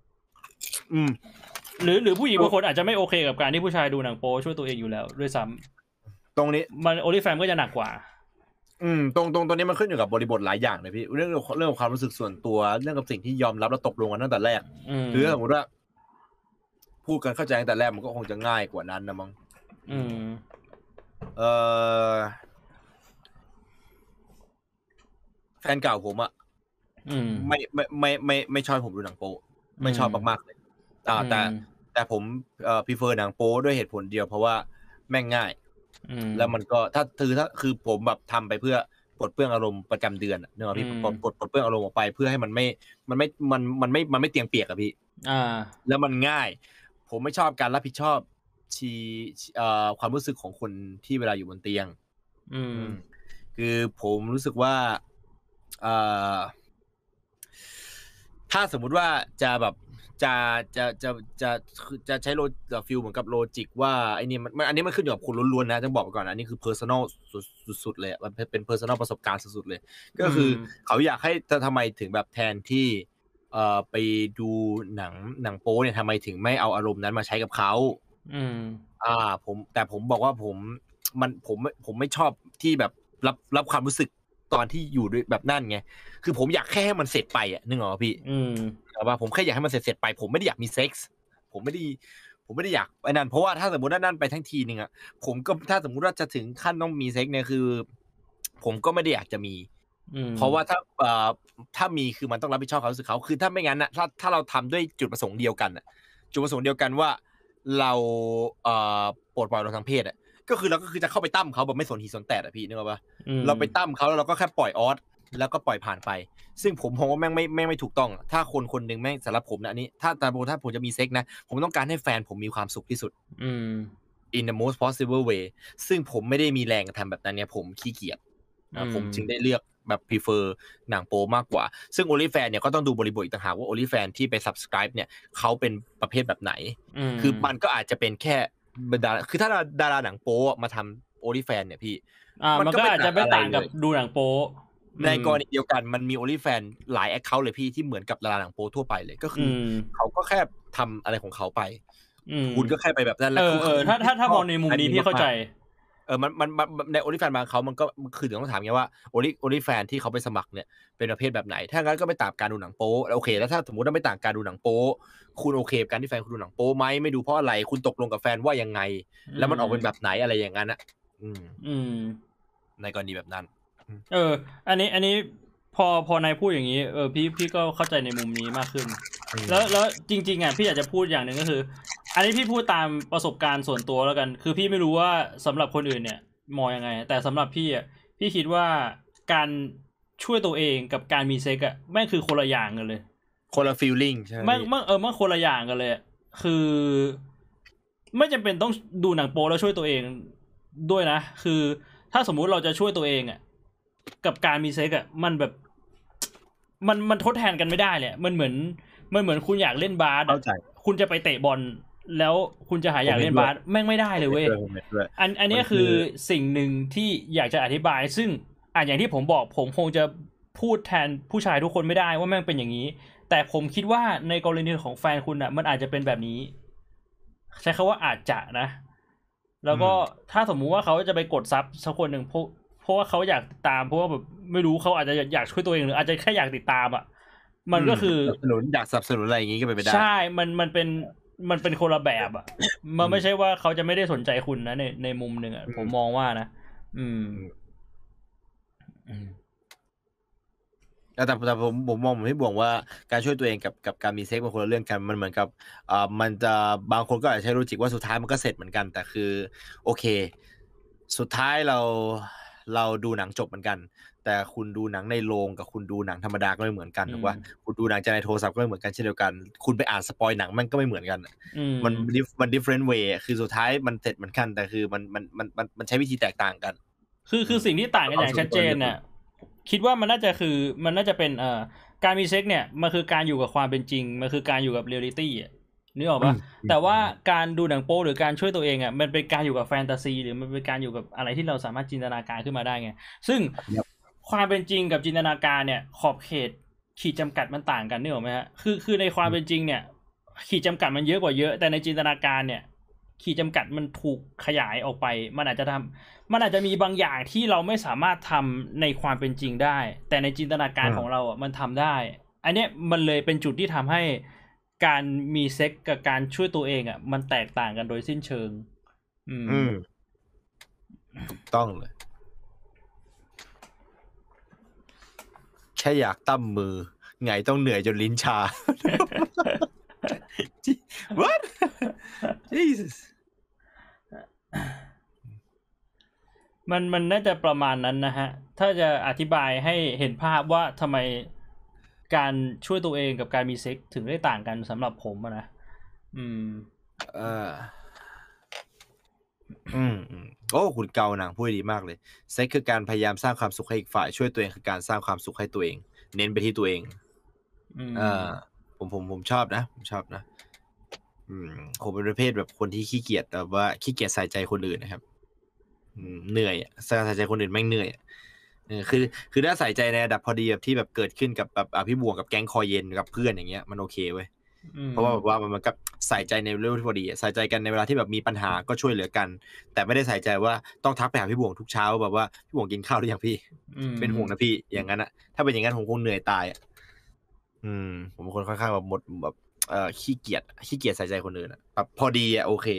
หรือผู้หญิงบางคนอาจจะไม่โอเคกับการที่ผู้ชายดูหนังโป๊ช่วยตัวเองอยู่แล้วด้วยซ้ำตรงนี้มัน OnlyFans ก็จะหนักกว่าตรงนี้มันขึ้นอยู่กับบริบทหลายอย่างเลยพี่เรื่องของความรู้สึกส่วนตัวเรื่องกับสิ่งที่ยอมรับและตกลงกันตั้งแต่แรกคือสมมติว่าพูดกันเข้าใจตั้งแต่แรกมันก็คงจะง่ายกว่านั้นนะมั้งแฟนเก่าผมอ่ะไม่ชอบผมดูหนังโป๊ไม่ชอบมากๆเลยแต่ผมprefer หนังโป๊ด้วยเหตุผลเดียวเพราะว่าแม่งง่ายแล้วมันก็ถ้าคือผมแบบทำไปเพื่อปลดเปลื้องอารมณ์ประจำเดือนเนอะพี่ปลดเปลื้องอารมณ์ออกไปเพื่อให้มันไม่เตียงเปียกอะพี่แล้วมันง่ายผมไม่ชอบการรับผิดชอบความรู้สึกของคนที่เวลาอยู่บนเตียงคือผมรู้สึกว่าถ้าสมมุติว่าจะแบบจะใช้ฟิลเหมือนกับโลจิกว่าไอ้นี่มันอันนี้มันขึ้นอยู่กับคุณล้วนๆนะต้องบอกไปก่อนอันนี้คือ personal สุดๆเลยมันเป็น personal ประสบการณ์สุดๆเลยก็คือเขาอยากให้ทำไมถึงแบบแทนที่ไปดูหนังโป๊เนี่ยทำไมถึงไม่เอาอารมณ์นั้นมาใช้กับเขาผมบอกว่าผมไม่ชอบที่แบบรับความรู้สึกตอนที่อยู่ด้วยแบบนั่นไงคือผมอยากแค่ให้มันเสร็จไปนึกออกป่ะพี่แต่ว่าผมแค่อยากให้มันเสร็จไปผมไม่ได้อยากมีเซ็กส์ผมไม่ได้อยากไอ้นั่นเพราะว่าถ้าสมมติว่านั่นไปทั้งทีนึงอ่ะผมก็ถ้าสมมุติว่าจะถึงขั้นต้องมีเซ็กส์เนี่ยคือผมก็ไม่ได้อยากจะมีเพราะว่าถ้ามีคือมันต้องรับผิดชอบความรู้สึกเขาคือถ้าไม่งั้นน่ะถ้าเราทำด้วยจุดประสงค์เดียวกันจุดประสงค์เดียวกันว่าเราปลดปล่อยอารมณ์ทางเพศก็คือเราก็คือจะเข้าไปตั้มเขาแบบไม่สนหีสนแตดพี่นึกออกป่ะเราไปตั้มเขาแล้วเราก็แค่ปล่อยออสแล้วก็ปล่อยผ่านไปซึ่งผมมองว่าแม่งไม่ถูกต้องถ้าคนนึงแม่งสำหรับผมนะอันนี้ถ้าผมจะมีเซ็กนะผมต้องการให้แฟนผมมีความสุขที่สุดin the most possible way ซึ่งผมไม่ได้มีแรงทำแบบนั้นเนี่ยผมขี้เกียจผมจึงได้เลือกแบบ prefer หนังโป๊มากกว่าซึ่ง OnlyFans เนี่ยก็ต้องดูบริบทอีกต่างหากว่า OnlyFans ที่ไป subscribe เนี่ยเขาเป็นประเภทแบบไหนคือมันก็อาจจะเป็นแค่คือถ้าดาราหนังโป๊มาทำ OnlyFans เนี่ยพี่มันก็อาจจะไม่ต่างกับดูหนังโป๊ในกรณีเดียวกันมันมี OnlyFans หลาย account เลยพี่ที่เหมือนกับดาราหนังโป๊ทั่วไปเลยก็คือเขาก็แค่ทำอะไรของเขาไปคุณก็แค่ไปแบบนั้นแล้วถ้ามองในมุมนี้พี่เข้าใจมันใน OnlyFans บางเขามันก็คือต้องถามไงว่า OnlyFans ที่เขาไปสมัครเนี่ยเป็นประเภทแบบไหนถ้างั้นก็ไม่ต่างการดูหนังโป๊โอเคแล้วถ้าสมมุติว่าไม่ต่างการดูหนังโป๊คุณโอเคกับการที่แฟนคุณดูหนังโป๊ไหมไม่ดูเพราะอะไรคุณตกลงกับแฟนว่ายังไงแล้วมันออกเป็นแบบไหนอะไรอย่างนั้นนะในกรณีแบบนั้นอันนี้พอนายพูดอย่างนี้พี่ก็เข้าใจในมุมนี้มากขึ้นแล้วจริงๆพี่อยากจะพูดอย่างหนึ่งก็คืออันนี้พี่พูดตามประสบการณ์ส่วนตัวแล้วกันคือพี่ไม่รู้ว่าสำหรับคนอื่นเนี่ยมองยังไงแต่สำหรับพี่คิดว่าการช่วยตัวเองกับการมีเซ็กแม่งคือคนละอย่างกันเลยคนละ feeling ใช่ไหมมันคนละอย่างกันเลยคือไม่จำเป็นต้องดูหนังโป๊แล้วช่วยตัวเองด้วยนะคือถ้าสมมุติเราจะช่วยตัวเองกับการมีเซ็กมันแบบมันทดแทนกันไม่ได้เลยมันเหมือนคุณอยากเล่นบาสคุณจะไปเตะบอลแล้วคุณจะหาอยากเล่นบาสแม่งไม่ได้เลยเว้ยอันนี้คือสิ่งหนึ่งที่อยากจะอธิบายซึ่งอย่างที่ผมบอกผมคงจะพูดแทนผู้ชายทุกคนไม่ได้ว่าแม่งเป็นอย่างนี้แต่ผมคิดว่าในกรณีของแฟนคุณมันอาจจะเป็นแบบนี้ใช้คำว่าอาจจะนะแล้วก็ถ้าสมมุติว่าเขาจะไปกดซับสักคนหนึ่งเพราะว่าเขาอยากติดตามเพราะว่าแบบไม่รู้เขาอาจจะอยากช่วยตัวเองหรืออาจจะแค่อยากติดตามมันก็คืออยากสนับสนุนอะไรอย่างงี้ก็ไปได้ใช่มันเป็นคนละแบบมันไม่ใช่ว่าเขาจะไม่ได้สนใจคุณนะในมุมหนึ่งผมมองว่านะแต่ผมมองไม่บ่วงว่าการช่วยตัวเองกับการมีเซ็กเป็นคนละเรื่องกันมันเหมือนกับมันจะบางคนก็อาจจะใช้โลจิกว่าสุดท้ายมันก็เสร็จเหมือนกันแต่คือโอเคสุดท้ายเราดูหนังจบเหมือนกันแต่คุณดูหนังในโรงกับคุณดูหนังธรรมดาก็ไม่เหมือนกันถูกป่ะคุณดูหนังจากในโทรศัพท์ก็ไม่เหมือนกันเช่นเดียวกันคุณไปอ่านสปอยหนังมันก็ไม่เหมือนกันมัน different way คือสุดท้ายมันเสร็จเหมือนกันแต่คือมันใช้วิธีแตกต่างกันคือสิ่งที่ต่างกันอย่างชัดเจนน่ะคิดว่ามันน่าจะเป็นการมีเซ็กเนี่ยมันคือการอยู่กับความเป็นจริงมันคือการอยู่กับเรียลลิตี้นึกออกป่ะแต่ว่าการดูหนังโป๊หรือการช่วยตัวเองมันเป็นการอยู่กับแฟนตาซีหรือมันเป็นการอยู่กับอะไรที่เราสามารถจินตนาการขึ้นมาได้ไงซึ่งความเป็นจริงกับจินตนาการเนี่ยขอบเขตขีดจำกัดมันต่างกันนึกออกไหมฮะคือในความเป็นจริงเนี่ยขีดจำกัดมันเยอะกว่าเยอะแต่ในจินตนาการเนี่ยขีดจำกัดมันถูกขยายออกไปมันอาจจะมีบางอย่างที่เราไม่สามารถทำในความเป็นจริงได้แต่ในจินตนาการของเราอ่ะมันทำได้อันเนี้ยมันเลยเป็นจุดที่ทำให้การมีเซ็กกับการช่วยตัวเองอ่ะมันแตกต่างกันโดยสิ้นเชิงถูกต้องเลยแค่อยากตั้มมือไงต้องเหนื่อยจนลิ้นชา What Jesus มันน่าจะประมาณนั้นนะฮะถ้าจะอธิบายให้เห็นภาพว่าทำไมการช่วยตัวเองกับการมีเซ็กถึงได้ต่างกันสำหรับผมนะโอ้คุณเกาหนังพูดดีมากเลยเซ็กคือการพยายามสร้างความสุขให้อีกฝ่ายช่วยตัวเองคือการสร้างความสุขให้ตัวเองเน้นไปที่ตัวเองผมชอบนะผมชอบนะผมเป็นประเภทแบบคนที่ขี้เกียจแบบว่าขี้เกียจใส่ใจคนอื่นนะครับเหนื่อยใส่ใจคนอื่นไม่เหนื่อยคือถ้าใส่ใจในระดับพอดีแบบที่แบบเกิดขึ้นกับแบบพี่บวงกับแก๊งคอเย็นกับเพื่อนอย่างเงี้ยมันโอเคเว้ยเพราะว่าแบบว่ามันก็ใส่ใจในเรื่องที่พอดีใส่ใจกันในเวลาที่แบบมีปัญหาก็ช่วยเหลือกันแต่ไม่ได้ใส่ใจว่าต้องทักไปหาพี่บวงทุกเช้าแบบว่าพี่บวงกินข้าวหรือยังพี่เป็นห่วงนะพี่อย่างนั้นอะถ้าเป็นอย่างนั้นผมคงเหนื่อยตายผมเป็นคนค่อนข้างแบบหมดแบบขี้เกียจใส่ใจคนอื่นอะแบบพอดีอะโอเค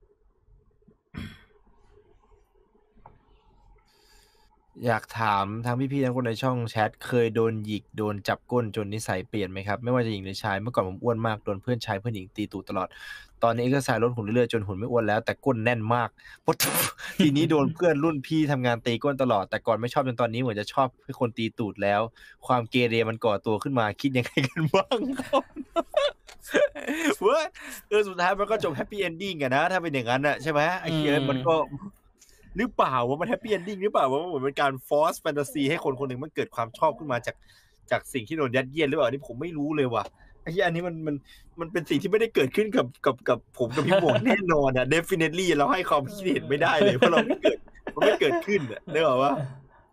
อยากถามทางพี่ๆทั้งคนในช่องแชทเคยโดนหยิกโดนจับก้นจนนิสัยเปลี่ยนไหมครับไม่ว่าจะหญิงหรือชายเมื่อก่อนผมอ้วนมากโดนเพื่อนชายเพื่อนหญิงตีตูดตลอดตอนนี้ก็ใส่ลดหุ่นเรื่อยๆจนหุ่นไม่อ้วนแล้วแต่ก้นแน่นมากทีนี้โดนเพื่อนรุ่นพี่ทำงานตีก้นตลอดแต่ก่อนไม่ชอบจนตอนนี้เหมือนจะชอบให้คนตีตูดแล้วความเกเรมันก่อตัวขึ้นมาคิดยังไงกันบ้างครับเว้ยสุดท้ายมันก็จบแฮปปี้เอนดิ้งกันนะถ้าเป็นอย่างนั้นน่ะใช่ไหมไอ้เหี้ยมันก็หรือเปล่าว่ามันแฮปปี้เอนดิ้งหรือเปล่าว่ามันเหมือนเป็นการฟอร์สแฟนตาซีให้คนคนหนึ่งมันเกิดความชอบขึ้นมาจากสิ่งที่โดนยัดเยียดหรือเปล่านี่ผมไม่รู้เลยว่ะไอ้เหี้ยอันนี้มันเป็นสิ่งที่ไม่ได้เกิดขึ้นกับผมกับพี่หมวกแน่นอนอ่ะ definitely เราให้ความคิดเห็นไม่ได้เลยเพราะเรามันไม่เกิดขึ้นอ่ะได้ป่าวว่า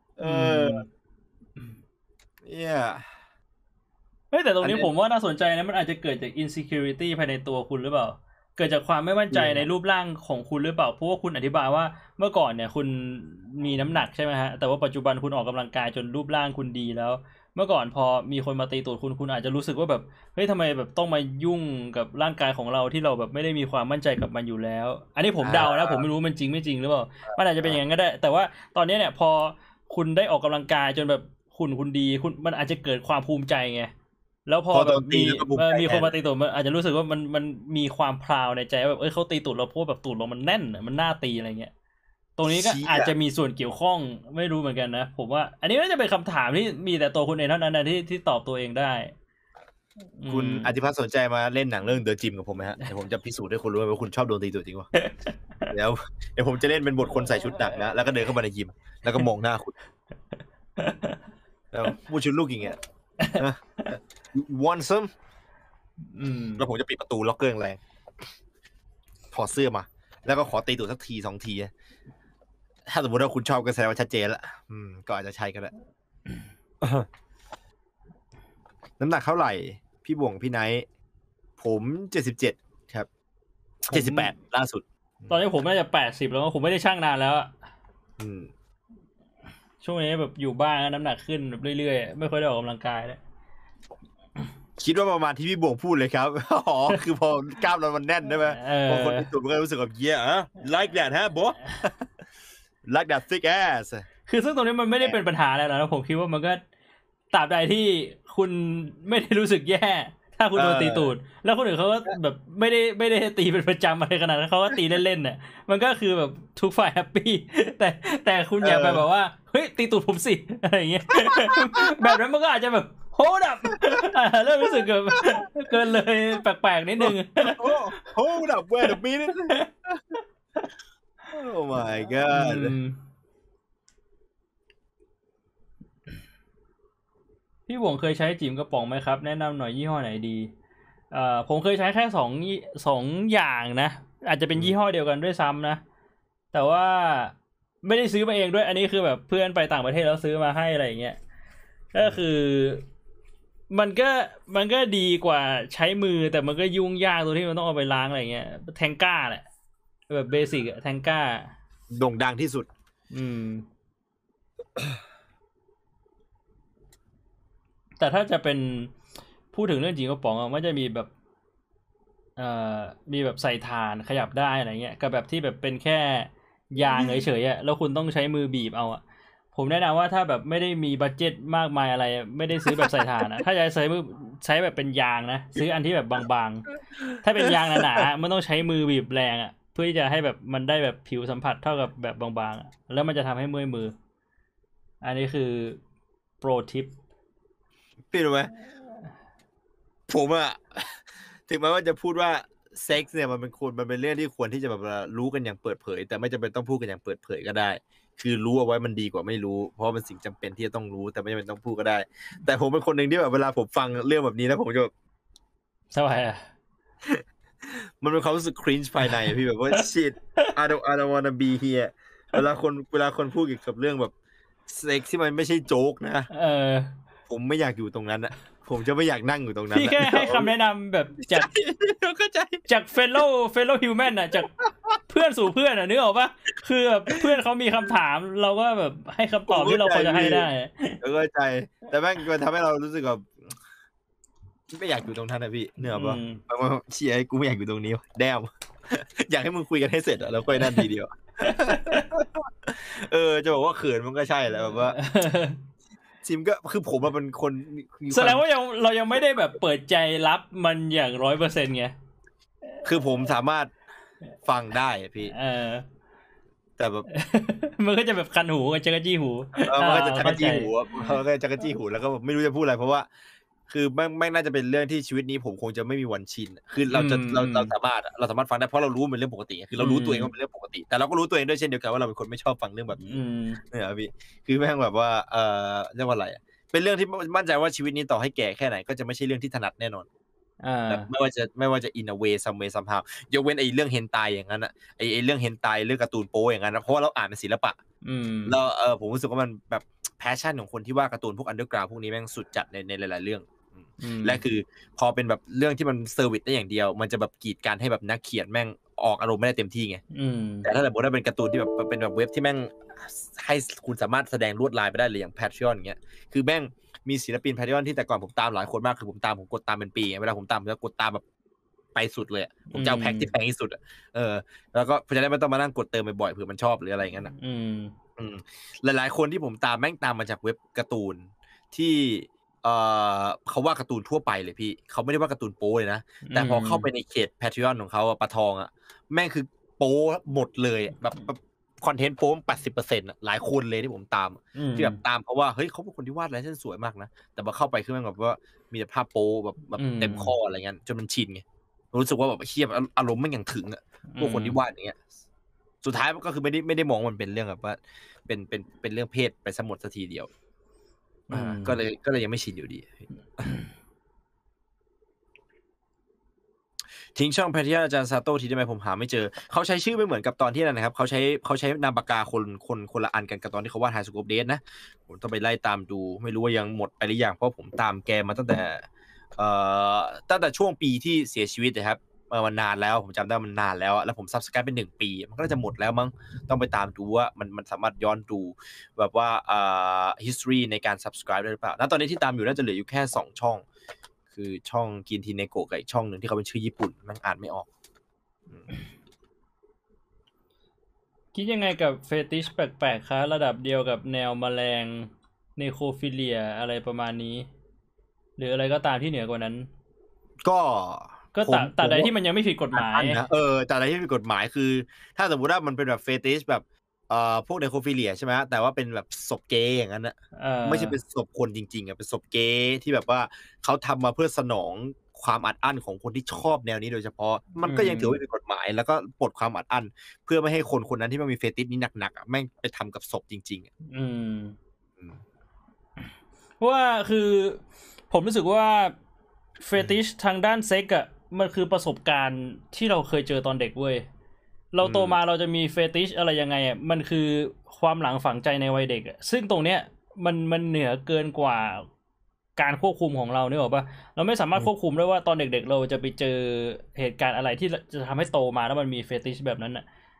เนี่ยแต่ตรงนี้ผมว่าน่าสนใจนะมันอาจจะเกิดจาก insecurity ภายในตัวคุณหรือเปล่าเกิดจากความไม่มั่นใจในรูปร่างของคุณหรือเปล่าเพราะว่าคุณอธิบายว่าเมื่อก่อนเนี่ยคุณมีน้ำหนักใช่ไหมฮะแต่ว่าปัจจุบันคุณออกกำลังกายจนรูปร่างคุณดีแล้วเมื่อก่อนพอมีคนมาตีตูดคุณอาจจะรู้สึกว่าแบบเฮ้ยทำไมแบบต้องมายุ่งกับร่างกายของเราที่เราแบบไม่ได้มีความมั่นใจกับมันอยู่แล้วอันนี้ผมเดานะผมไม่รู้มันจริงไม่จริงหรือเปล่ามันอาจจะเป็นอย่างนั้นก็ได้แต่ว่าตอนนี้เนี่ยพอคุณได้ออกกำลังกายจนแบบคุณดีมันอาจจะเกิดความภูมิใจไงแล้วพอแบบมีคนมาตีตูดมันอาจจะรู้สึกว่ามันมีความพราวในใจแบบเขาตีตูดเราเพราะแบบตูดเรามันแน่นมันน่าตีอะไรเงี้ยตรงนี้ก็อาจจะมีส่วนเกี่ยวข้องไม่รู้เหมือนกันนะผมว่าอันนี้น่าจะเป็นคำถามที่มีแต่ตัวคุณเองเท่านั้นนะที่ตอบตัวเองได้คุณอธิพัฒน์สนใจมาเล่นหนังเรื่อง The Gym กับผมไหมฮะเดี๋ยวผมจะพิสูจน์ให้คุณรู้ว่าคุณชอบโดนตีตูดจริงวะเดี๋ยวผมจะเล่นเป็นบทคนใส่ชุดหนักนะแล้วก็เดินเข้ามาในยิมแล้วก็มองหน้าคุณแล้วพูดชุดลูกอย่างเงี้ยwant some แล้วผมจะปิดประตูล็อกเกอร์แรงถอดเสื้อมาแล้วก็ขอตีตูดสักที2 ทีถ้าสมมติว่าคุณชอบก็แสดงว่าชัดเจนละก็อาจจะใช่ก็ได้ น้ำหนักเท่าไหร่พี่บ่วงพี่ไนท์ผม77ครับ78ล่าสุดตอนนี้ผมน่าจะ80แล้วผมไม่ได้ชั่งนานแล้วช่วงนี้แบบอยู่บ้านน้ำหนักขึ้นแบบเรื่อยๆไม่ค่อยได้ออกกำลังกายเลยคิดว่าประมาณที่พี่บ่วงพูดเลยครับอ๋อคือพอกล้ามเรามันแน่นใช่ไหมบางคนในตัวมันก็รู้สึกแบบlike that ฮะ boy like that thick ass คือซึ่งตรงนี้มันไม่ได้เป็นปัญหาอะไรแล้วนะผมคิดว่ามันก็ตราบใดที่คุณไม่ได้รู้สึกแย่ถ้าคุณโดนตีตูดแล้วคนอื่นเขาก็แบบไม่ได้ตีเป็นประจำอะไรขนาดนั้นเขาก็ตีเล่นๆเนี่ยมันก็คือแบบทุกฝ่ายแฮปปี้แต่คุณอย่าไปแบบว่าเฮ้ยตีตูดผมสิอะไรอย่างเงี้ยแบบนั้นมันก็อาจจะแบบhold up เริ่มรู้สึกเกินเลยแปลกๆนิดนึง hold up wait a minute oh my god พี่บ่วงเคยใช้จิ๋มกระป๋องไหมครับแนะนำหน่อยยี่ห้อไหนดีผมเคยใช้แค่สองอย่างนะอาจจะเป็นยี่ห้อเดียวกันด้วยซ้ำนะแต่ว่าไม่ได้ซื้อมาเองด้วยอันนี้คือแบบเพื่อนไปต่างประเทศแล้วซื้อมาให้อะไรอย่างเงี้ยก็คือมันก็ดีกว่าใช้มือแต่มันก็ยุ่งยากตัวที่มันต้องเอาไปล้างอะไรเงี้ยแทงก้าแหละแบบเบสิกแทงก้าโด่งดังที่สุดแต่ถ้าจะเป็นพูดถึงเรื่องจริงกระป๋องมันจะมีแบบมีแบบใส่ถ่านขยับได้อะไรเงี้ยกับแบบที่แบบเป็นแค่ยางเฉยๆแล้วคุณต้องใช้มือบีบเอาผมแนะนำว่าถ้าแบบไม่ได้มีบัดเจ็ตมากมายอะไรไม่ได้ซื้อแบบใส่ถ่านถ้าจะใช้แบบเป็นยางนะซื้ออันที่แบบบางๆถ้าเป็นยางหนาๆมันต้องใช้มือบีบแรงเพื่อที่จะให้แบบมันได้แบบผิวสัมผัสเท่ากับแบบบางๆแล้วมันจะทำให้เมื่อยมืออันนี้คือโปรทิปพี่รู้ไหมผมถึงแม้ว่าจะพูดว่าเซ็กซ์เนี่ยมันเป็นเรื่องที่ควรที่จะแบบรู้กันอย่างเปิดเผยแต่ไม่จำเป็นต้องพูดกันอย่างเปิดเผยก็ได้คือรู้เอาไว้มันดีกว่าไม่รู้เพราะมันสิ่งจำเป็นที่จะต้องรู้แต่ไม่จำเป็นต้องพูดก็ได้แต่ผมเป็นคนหนึ่งที่แบบเวลาผมฟังเรื่องแบบนี้แล้วผมจะทำไมมันเป็นความรู้สึกครินช์ภายในพี่แบบว่า shit I don't wanna be here เวลาคนพูดเกี่ยวกับเรื่องแบบเซ็กซ์ที่มันไม่ใช่โจ๊กนะผมไม่อยากอยู่ตรงนั้นผมจะไม่อยากนั่งอยู่ตรงนั้นพี่แค่ให้คำแนะนำแบบจากเฟลโลฮิวแมนจากเพื่อนสู่เพื่อนนึกออกปะคือแบบเพื่อนเขามีคำถามเราก็แบบให้คำตอบที่เราพอจะให้ได้เข้าใจแต่แม่งมันทำให้เรารู้สึกแบบไม่อยากอยู่ตรงนั้นนะพี่เนื้อป่ะเชียร์กูไม่อยากอยู่ตรงนี้แดมอยากให้มึงคุยกันให้เสร็จแล้วค่อยนั่นทีเดียวจะบอกว่าเขินมันก็ใช่แหละแบบว่าซิมก็คือผมเป็นคนแสดงว่าเรายังไม่ได้แบบเปิดใจรับมันอย่าง 100% ไงคือผมสามารถฟังได้พี่แต่แบบมันก็จะแบบคันหูจักรจี้หูมันก็จะจักรจี้หูแล้วก็ไม่รู้จะพูดอะไรเพราะว่าคือแม่งน่าจะเป็นเรื่องที่ชีวิตนี้ผมคงจะไม่มีวันชินคือเราสามารถฟังได้เพราะเรารู้มันเป็นเรื่องปกติคือเรารู้ตัวเองว่าเป็นเรื่องปกติแต่เราก็รู้ตัวเองด้วยเช่นเดียวกันว่าเราเป็นคนไม่ชอบฟังเรื่องแบบนี้เนี่ยพี่คือแม่งแบบว่าเรียกว่าอะไรเป็นเรื่องที่มั่นใจว่าชีวิตนี้ต่อให้แก่แค่ไหนก็จะไม่ใช่เรื่องที่ถนัดแน่นอนไม่ว่าจะ in a way some way somehow ยกเว้นไอ้เรื่องเฮนไตอย่างนั้นไอ้เรื่องเฮนไตเรื่องการ์ตูนโป๊อย่างนั้นเพราะว่าเราอ่านเป็นศิลปะแล้วผมรู้สึกว่ามันแบบแพชชั่นของคนที่ว่าการ์ตูนพวกอันเดอร์กราวด์พวกนี้แม่งสุดจัดในหลายๆเรื่องและคือพอเป็นแบบเรื่องที่มันเซอร์วิสได้อย่างเดียวมันจะแบบกีดกันให้แบบนักเขียนแม่งออกอารมณ์ไม่ได้เต็มที่ไงแต่ถ้าสมมติว่าเป็นการ์ตูนที่แบบเป็นแบบเว็บที่แม่งให้คุณสามารถแสดงลวดลายไปได้เลยอย่าง Patreon อย่างเงี้ยคือแม่งมีศิลปิน Patreon ที่แต่ก่อนผมตามหลายคนมากคือผมกดตามเป็นปีเวลาผมตามผมจะกดตามแบบไปสุดเลยผมจะเอาแพ็คที่แพงที่สุดแล้วก็จะได้ไม่ต้องมานั่งกดเติมบ่อยๆเผื่อมันชอบหรืออะไรอย่างนั้นหลายๆคนที่ผมตามแม่งตามมาจากเว็บการ์ตูนที่เขาว่าการ์ตูนทั่วไปเลยพี่เขาไม่ได้ว่าการ์ตูนโป๊เลยนะแต่พอเข้าไปในเขต Patreon ของเขาปลาทองแม่งคือโป๊หมดเลยแบบคอนเทนต์โป๊80%หลายคนเลยที่ผมตามที่แบบตามเพราะว่าเฮ้ยเขาเป็นคนที่วาดลายเส้นสวยมากนะแต่พอเข้าไปคือแม่งแบบว่ามีแต่ภาพโป๊แบบเต็มข้ออะไรเงี้ยจนมันชินไงรู้สึกว่าแบบเหี้ยอารมณ์มันอย่างถึงพวกคนที่วาดอย่างเงี้ยสุดท้ายก็คือไม่ได้มองมันเป็นเรื่องแบบว่าเป็นเรื่องเพศไปซะหมดสักทีเดียวก็เลยยังไม่ชินอยู่ดีทิ้งช่องแพทริยาอาจารย์ซาโต้ทีได้ไหมผมหาไม่เจอเขาใช้ชื่อไม่เหมือนกับตอนที่นั่นนะครับเขาใช้นามปากกาคนละอันกันกับตอนที่เขาวาดไฮสคูปเดทนะผมต้องไปไล่ตามดูไม่รู้ว่ายังหมดไปหรือยังเพราะผมตามแกมาตั้งแต่ช่วงปีที่เสียชีวิตนะครับมันนานแล้วผมจำได้มันนานแล้วแล้วผมซับสไครป์เป็น1 ปีมันก็จะหมดแล้วมั้งต้องไปตามดูว่ามันสามารถย้อนดูแบบว่าhistory ในการ subscribe ได้หรือเปล่าณตอนนี้ที่ตามอยู่น่าจะเหลืออยู่แค่2 ช่องคือช่องกินทีเนโกะกับอีกช่องหนึ่งที่เขาเป็นชื่อญี่ปุ่นมันอ่านไม่ออกคิดยังไงกับเฟติชแปลกๆคะระดับเดียวกับแนวแมลงเนโครฟิเลียอะไรประมาณนี้หรืออะไรก็ตามที่เหนือกว่านั้นก็แต่ใดที่มันยังไม่ผิดกฎหมายแต่ใดที่ผิดกฎหมายคือถ้าสมมติว่ามันเป็นแบบเฟติชแบบพวกเนโครฟิเลียใช่ไหมแต่ว่าเป็นแบบศพเกย์อย่างนั้นไม่ใช่เป็นศพคนจริงๆเป็นศพเกย์ที่แบบว่าเขาทำมาเพื่อสนองความอัดอั้นของคนที่ชอบแนวนี้โดยเฉพาะมันก็ยังถือว่าเป็นกฎหมายแล้วก็ปลดความอัดอั้นเพื่อไม่ให้คนนั้นที่มันมีเฟติชนี้หนักๆแม่งไปทำกับศพจริงๆเพราะว่าคือผมรู้สึกว่าเฟติชทางด้านเซ็กมันคือประสบการณ์ที่เราเคยเจอตอนเด็กเว้ยเราโตมาเราจะมีเฟติชอะไรยังไงมันคือความหลังฝังใจในวัยเด็กซึ่งตรงเนี้ยมันเหนือเกินกว่าการควบคุมของเราเนี่ยหรอปะเราไม่สามารถควบคุมได้ว่าตอนเด็กๆเราจะไปเจอเหตุการณ์อะไรที่จะทำให้โตมาแล้วมันมีเฟติชแบบนั้น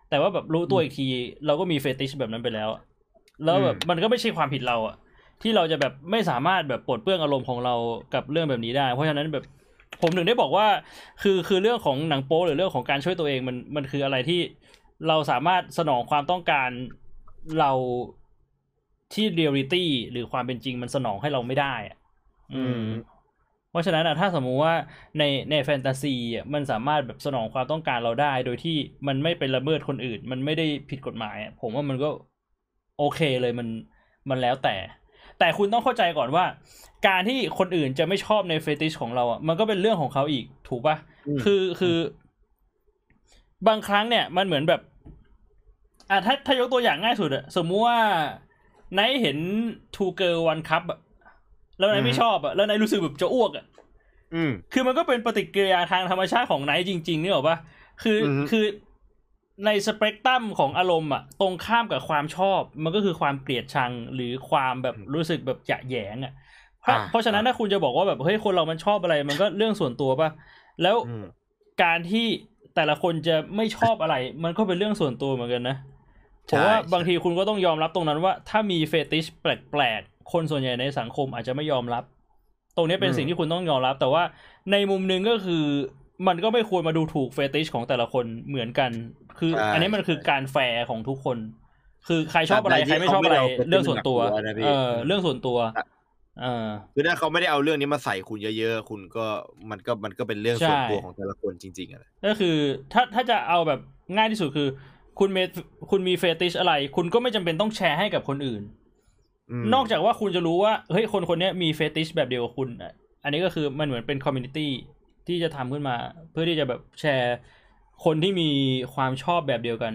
แต่ว่าแบบรู้ตัวอีกทีเราก็มีเฟติชแบบนั้นไปแล้วแล้วแบบมันก็ไม่ใช่ความผิดเราอ่ะที่เราจะแบบไม่สามารถแบบปลดเปลื้องอารมณ์ของเรากับเรื่องแบบนี้ได้เพราะฉะนั้นแบบผมถึงได้บอกว่าคือเรื่องของหนังโป๊หรือเรื่องของการช่วยตัวเองมันคืออะไรที่เราสามารถสนองความต้องการเราที่เรียลิตี้หรือความเป็นจริงมันสนองให้เราไม่ได้อ่ะเพราะฉะนั้นถ้าสมมุติว่าในแฟนตาซีมันสามารถแบบสนองความต้องการเราได้โดยที่มันไม่ไปละเมิดคนอื่นมันไม่ได้ผิดกฎหมายผมว่ามันก็โอเคเลยมันแล้วแต่คุณต้องเข้าใจก่อนว่าการที่คนอื่นจะไม่ชอบในเฟติชของเราอ่ะมันก็เป็นเรื่องของเขาอีกถูกปะคือบางครั้งเนี่ยมันเหมือนแบบถ้ายกตัวอย่างง่ายสุดอะสมมุติว่าไนท์เห็น Two Girl One Cup อะแล้วไนท์ไม่ชอบอะแล้วไนท์รู้สึกแบบจะอ้วกอะคือมันก็เป็นปฏิกิริยาทางธรรมชาติของไนท์จริงๆนี่หรอปะคือในสเปกตรัมของอารมณ์อะตรงข้ามกับความชอบมันก็คือความเกลียดชังหรือความแบบรู้สึกแบบหยะแหยงอะเพราะฉะนั้นถ้าคุณจะบอกว่าแบบเฮ้ยคนเรามันชอบอะไรมันก็เรื่องส่วนตัวปะแล้วการที่แต่ละคนจะไม่ชอบอะไรมันก็เป็นเรื่องส่วนตัวเหมือนกันนะผมว่าบางทีคุณก็ต้องยอมรับตรงนั้นว่าถ้ามีเฟติชแปลกๆคนส่วนใหญ่ในสังคมอาจจะไม่ยอมรับตรงนี้เป็นสิ่งที่คุณต้องยอมรับแต่ว่าในมุมนึงก็คือมันก็ไม่ควรมาดูถูกเฟติชของแต่ละคนเหมือนกันคืออันนี้มันคือการแฟร์ของทุกคนคือใครชอบอะไรใครไม่ชอบอะไรเรื่องส่วนตัวเรื่องส่วนตัวคือถ้าเขาไม่ได้เอาเรื่องนี้มาใส่คุณเยอะๆคุณก็มันก็เป็นเรื่องส่วนตัวของแต่ละคนจริงๆอะไรก็คือถ้าจะเอาแบบง่ายที่สุดคือคุณมีเฟติชอะไรคุณก็ไม่จำเป็นต้องแชร์ให้กับคนอื่นนอกจากว่าคุณจะรู้ว่าเฮ้ยคนนี้มีเฟติชแบบเดียวกับคุณอันนี้ก็คือมันเหมือนเป็นคอมมูนิตี้ที่จะทำขึ้นมาเพื่อที่จะแบบแชร์คนที่มีความชอบแบบเดียวกัน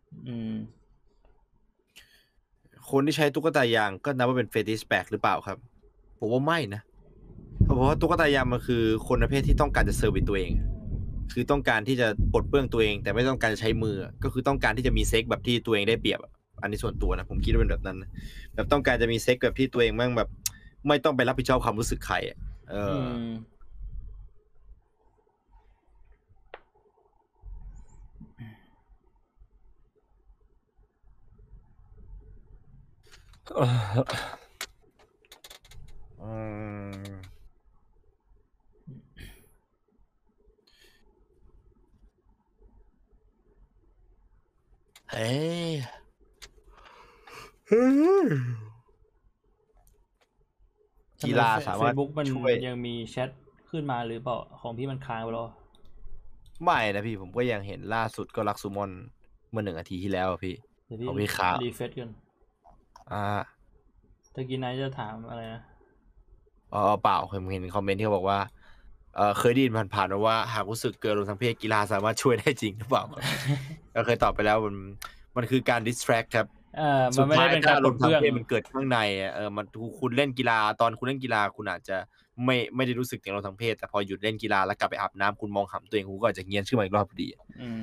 คนที่ใช้ตุ๊กตายางก็นับว่าเป็นเฟติชแปลกหรือเปล่าครับผมว่าไม่นะเพราะว่าตุ๊กตายางมันคือคนประเภทที่ต้องการจะเซอร์วิสตัวเองคือต้องการที่จะปลดเปลื้องตัวเองแต่ไม่ต้องการจะใช้มือก็คือต้องการที่จะมีเซ็กแบบที่ตัวเองได้เปรียบอันนี้ส่วนตัวนะผมคิดว่าเป็นแบบนั้นนะแบบต้องการจะมีเซ็กแบบที่ตัวเองมั่งแบบไม่ต้องไปรับผิดชอบความรู้สึกใครเฮ้ยกีฬาสามารถ Facebook มันยังมีแชทขึ้นมาหรือเปล่าของพี่มันค้างไปแล้วไม่นะพี่ผมก็ยังเห็นล่าสุดก็ลักซูมอนเมื่อ1 นาทีที่แล้วพี่เขาพี่ค้างรีเฟรชกันตะกี้นายจะถามอะไรนะเปล่าผมเห็นคอมเมนต์ที่เขาบอกว่าเคยได้ยินผ่านๆว่าหากรู้สึกเกินลงทางเพศกีฬาสามารถช่วยได้จริงหรือเปล่าก็เคยตอบไปแล้วมันคือการ distract ครับมันไม่ได้เป็นการลดเพื่องมันเกิดข้างในมันคุณเล่นกีฬาตอนคุณเล่นกีฬาคุณอาจจะไม่ได้รู้สึกถึงอารมณ์ทางเพศแต่พอหยุดเล่นกีฬาแล้วกลับไปอาบน้ำคุณมองหำตัวเองคุณก็อาจจะเงียนขึ้นมาอีกรอบพอดี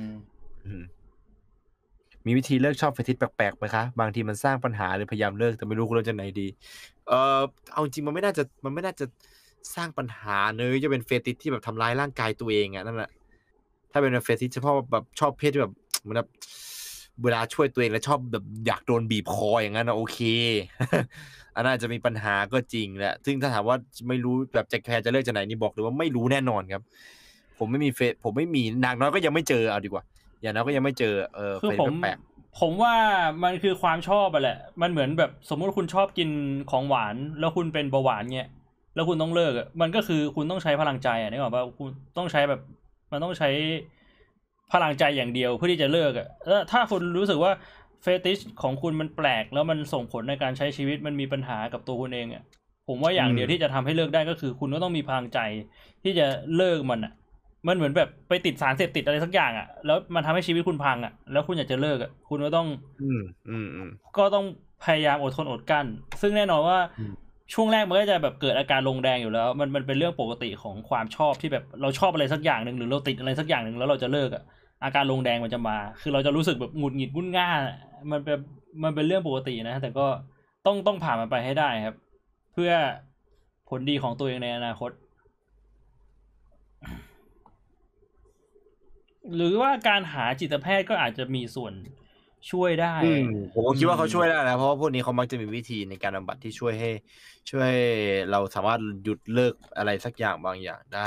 มีวิธีเลิกชอบเฟติชแปลกๆไหมคะบางทีมันสร้างปัญหาหรือพยายามเลิกแต่ไม่รู้คุณเลิกจากไหนดีเอาจริงมันไม่น่าจะสร้างปัญหาเลยจะเป็นเฟติชที่แบบทำร้ายร่างกายตัวเองนั่นแหละถ้าเป็นเฟติชเฉพาะแบบชอบเพศที่แบบเหมือนแบบเวลาช่วยตัวเองแล้วชอบแบบอยากโดนบีบคออย่างนั้นนะโอเค อันนั้นอาจจะมีปัญหาก็จริงแหละซึ่งถ้าถามว่าไม่รู้แบบจะแคร์จะเลิกจากไหนนี่บอกเลยว่าไม่รู้แน่นอนครับผมไม่มีนางน้อยก็ยังไม่เจอเอาดีกว่าอย่างน้อยก็ยังไม่เจอคือผมว่ามันคือความชอบแหละมันเหมือนแบบสมมุติคุณชอบกินของหวานแล้วคุณเป็นเบาหวานเงี้ยแล้วคุณต้องเลิกมันก็คือคุณต้องใช้พลังใจนึกออกป่ะคุณต้องใช้แบบมันต้องใช้พลังใจอย่างเดียวเพื่อที่จะเลิกแล้วถ้าคุณรู้สึกว่าเฟติชของคุณมันแปลกแล้วมันส่งผลในการใช้ชีวิตมันมีปัญหากับตัวคุณเองผมว่าอย่างเดียวที่จะทำให้เลิกได้ก็คือคุณก็ต้องมีพลังใจที่จะเลิกมันเหมือนแบบไปติดสารเสพติดอะไรสักอย่างแล้วมันทำให้ชีวิตคุณพังแล้วคุณอยากจะเลิกคุณก็ต้องก็ต้องพยายามอดทนอดกั้นซึ่งแน่นอนว่าช่วงแรกมันก็จะแบบเกิดอาการลงแดงอยู่แล้วมันเป็นเรื่องปกติของความชอบที่แบบเราชอบอะไรสักอย่างนึงหรือเราติดอะไรสักอย่างนึงแล้วเราจะเลิกอาการลงแดงมันจะมาคือเราจะรู้สึกแบบหงุดหงิดงุ่นง่านมันเป็นเรื่องปกตินะแต่ก็ต้องผ่านมันไปให้ได้ครับเพื่อผลดีของตัวเองในอนาคตหรือว่าการหาจิตแพทย์ก็อาจจะมีส่วนช่วยได้ผมก็คิดว่าเขาช่วยได้นะเพราะว่าพวกนี้เขามักจะมีวิธีในการบำบัดที่ช่วยให้เราสามารถหยุดเลิกอะไรสักอย่างบางอย่างได้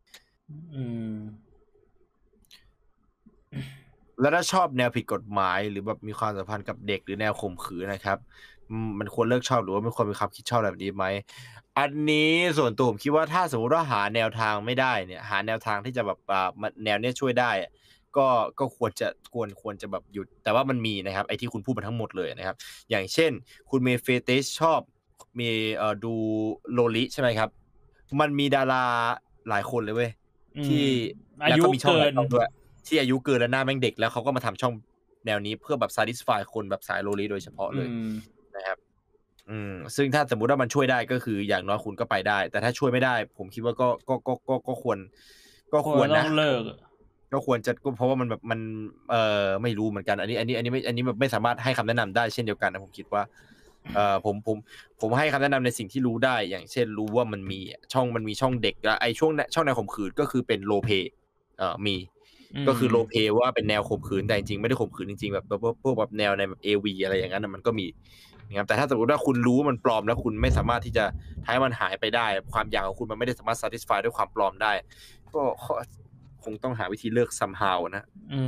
แล้วถ้าชอบแนวผิดกฎหมายหรือแบบมีความสัมพันธ์กับเด็กหรือแนวข่มขืนนะครับมันควรเลิกชอบหรือว่าไม่ควรมีความคิดชอบแบบนี้ไหมอันนี้ส่วนตัวผมคิดว่าถ้าสมมติว่าหาแนวทางไม่ได้เนี่ยหาแนวทางที่จะแบบแนวเนี้ยช่วยได้ก็ควรจะแบบหยุดแต่ว่ามันมีนะครับไอ้ที่คุณพูดมาทั้งหมดเลยนะครับอย่างเช่นคุณเมเฟติชชอบมีดูโลลิใช่ไหมครับมันมีดาราหลายคนเลยเว้ยที่อายุเกินด้วยที่อายุเกินแล้วหน้าแม่งเด็กแล้วเขาก็มาทำช่องแนวนี้เพื่อแบบ satisfy คนแบบสายโลลิโดยเฉพาะเลยนะครับซึ่งถ้าสมมุติว่ามันช่วยได้ก็คืออย่างน้อยคุณก็ไปได้แต่ถ้าช่วยไม่ได้ผมคิดว่าก็ควรนะต้องเลิกก็ควรจะเพราะว่ามันแบบมันไม่รู้เหมือนกันอันนี้แบบไม่สามารถให้คำแนะนำได้เช่นเดียวกันนะผมคิดว่าผมให้คำแนะนำในสิ่งที่รู้ได้อย่างเช่นรู้ว่ามันมีช่องเด็กแล้วไอ้ช่องแนวข่มขืนก็คือเป็นโลเพมีก็คือโลเพว่าเป็นแนวข่มขืนแต่จริงๆไม่ได้ข่มขืนจริงๆแบบพวกแบบแนวในแบบ AV อะไรอย่างนั้นมันก็มีนะครับแต่ถ้าสมมติว่าคุณรู้ว่ามันปลอมแล้วคุณไม่สามารถที่จะให้มันหายไปได้ความอยากของคุณมันไม่ได้สามารถ satisfy ด้วยความปลอมได้ก็คงต้องหาวิธีเลิก somehow นะ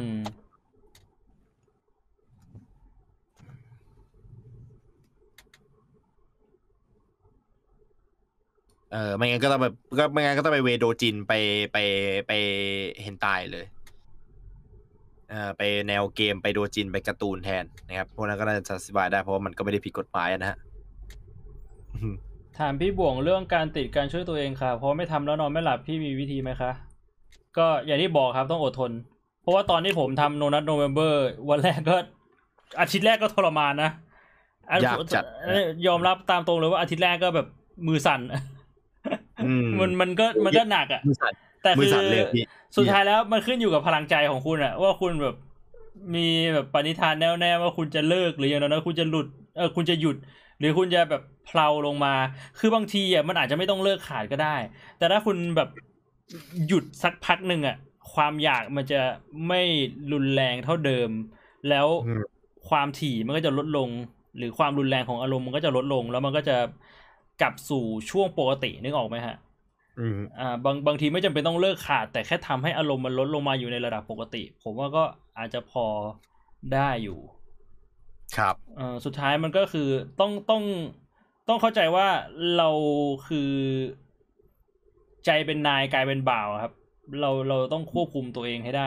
ไม่งั้นก็ต้องไปเวโดจินไปเฮนไตเลยไปแนวเกมไปโดจินไปการ์ตูนแทนนะครับพวกนั้นก็น่าจะสบายได้เพราะว่ามันก็ไม่ได้ผิดกฎหมายนะฮะถามพี่บ่วงเรื่องการติดการช่วยตัวเองค่ะเพราะไม่ทำแล้วนอนไม่หลับพี่มีวิธีไหมคะก็อย่างที่บอกครับต้องอดทนเพราะว่าตอนที่ผมทำโนนัทโนเวมเบอร์วันแรกก็อาทิตย์แรกก็ทรมานนะยากจัดยอมรับตามตรงเลยว่าอาทิตย์แรกก็แบบมือสั่นมันก็หนักอ่ะแต่คือสุดท้ายแล้วมันขึ้นอยู่กับพลังใจของคุณอ่ะว่าคุณแบบมีแบบปณิธานแน่วแน่ว่าคุณจะเลิกหรืออย่างนั้นคุณจะหลุดคุณจะหยุดหรือคุณจะแบบเพลาลงมาคือบางทีอ่ะมันอาจจะไม่ต้องเลิกขาดก็ได้แต่ถ้าคุณแบบหยุดสักพักหนึ่งอ่ะความอยากมันจะไม่รุนแรงเท่าเดิมแล้วความถี่มันก็จะลดลงหรือความรุนแรงของอารมณ์มันก็จะลดลงแล้วมันก็จะกลับสู่ช่วงปกตินึกออกไหมฮะบางทีไม่จำเป็นต้องเลิกขาดแต่แค่ทำให้อารมณ์มันลดลงมาอยู่ในระดับปกติผมว่าก็อาจจะพอได้อยู่ครับสุดท้ายมันก็คือต้องเข้าใจว่าเราคือใจเป็นนายกายเป็นบ่าวครับเราต้องควบคุมตัวเองให้ได้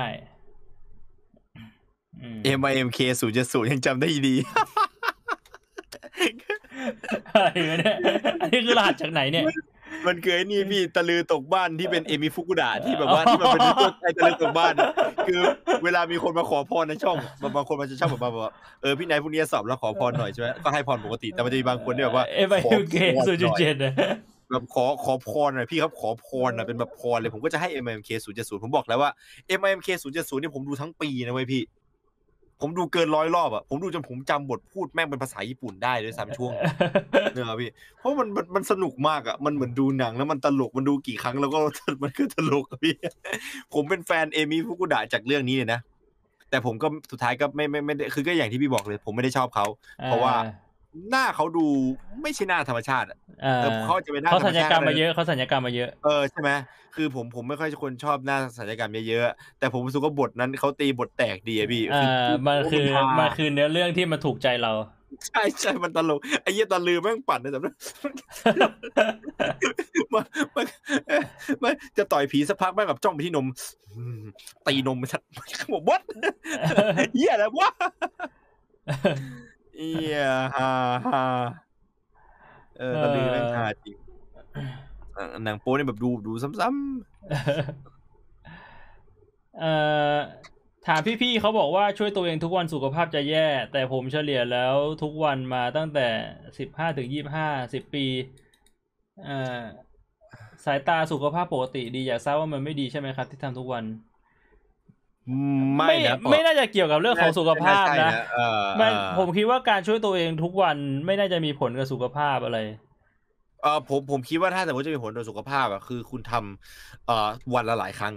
MIMK 0.0ยังจำได้ดีอะไรเนี่ยอันนี้คือรหัสจากไหนเนี่ยมันเคยนี่พี่ตะลือตกบ้านที่เป็นเอมิฟุกุดะที่แบบว่าที่มันเป็นตัวไอ้ตะลือตกบ้านคือเวลามีคนมาขอพรในช่องบางคนมันจะชอบแบบว่าพี่นายพรุ่งนี้สอบแล้วขอพรหน่อยใช่ไหมก็ให้พรปกติแต่มันจะมีบางคนที่แบบว่า MIMK 0.7 แบบขอพรหน่อยพี่ครับขอพรหน่อยเป็นแบบพรเลยผมก็จะให้ MIMK 0.0ผมบอกแล้วว่า MIMK 0.0นี่ผมดูทั้งปีนะเว้ยพี่ผมดูเกิน100 รอบอ่ะผมดูจนผมจำบทพูดแม่งเป็นภาษาญี่ปุ่นได้ด้วยซ้ำช่วงเนี่ยพี่เพราะมันสนุกมากอ่ะมันเหมือนดูหนังแล้วมันตลกมันดูกี่ครั้งแล้วก็มันก็ตลกพี่ผมเป็นแฟนเอมิฟุกุดะจากเรื่องนี้เลยนะแต่ผมก็สุดท้ายก็ไม่ได้คือก็อย่างที่พี่บอกเลยผมไม่ได้ชอบเขาเพราะว่าหน้าเขาดูไม่ใช่หน้าธรรมชาติเขาจะเป็นหน้าเขาสัญญกรรมมาเยอะใช่ไหมคือผมไม่ค่อยคนชอบหน้าสัญญกรรมเยอะๆแต่ผมรู้สึกว่าบทนั้นเขาตีบทแตกดีอะพี่มันคือเนื้อเรื่องที่มันถูกใจเราใช่มันตลกไอ้เหี้ยตะลือแม่งปั่นนะแต่มันจะต่อยผีสักพักแม่งแบบจ้องไปที่นมตีนมชัดบอกวัดเหี้ยอะไรวะเหี้ยฮ่าตะลือแม่งฮาจริงหนังโป๊นี่แบบดูซ้ำถามพี่ๆเขาบอกว่าช่วยตัวเองทุกวันสุขภาพจะแย่แต่ผมเฉลี่ยแล้วทุกวันมาตั้งแต่15 ถึง 25 10 ปีสายตาสุขภาพปกติดีอยากทราบว่ามันไม่ดีใช่ไหมครับที่ทำทุกวันไม่น่าจะเกี่ยวกับเรื่องของสุขภาพนะผมคิดว่าการช่วยตัวเองทุกวันไม่น่าจะมีผลกับสุขภาพอะไรผมคิดว่าถ้าสมมติจะมีผลต่อสุขภาพอ่ะคือคุณทำวันละหลายครั้งครับ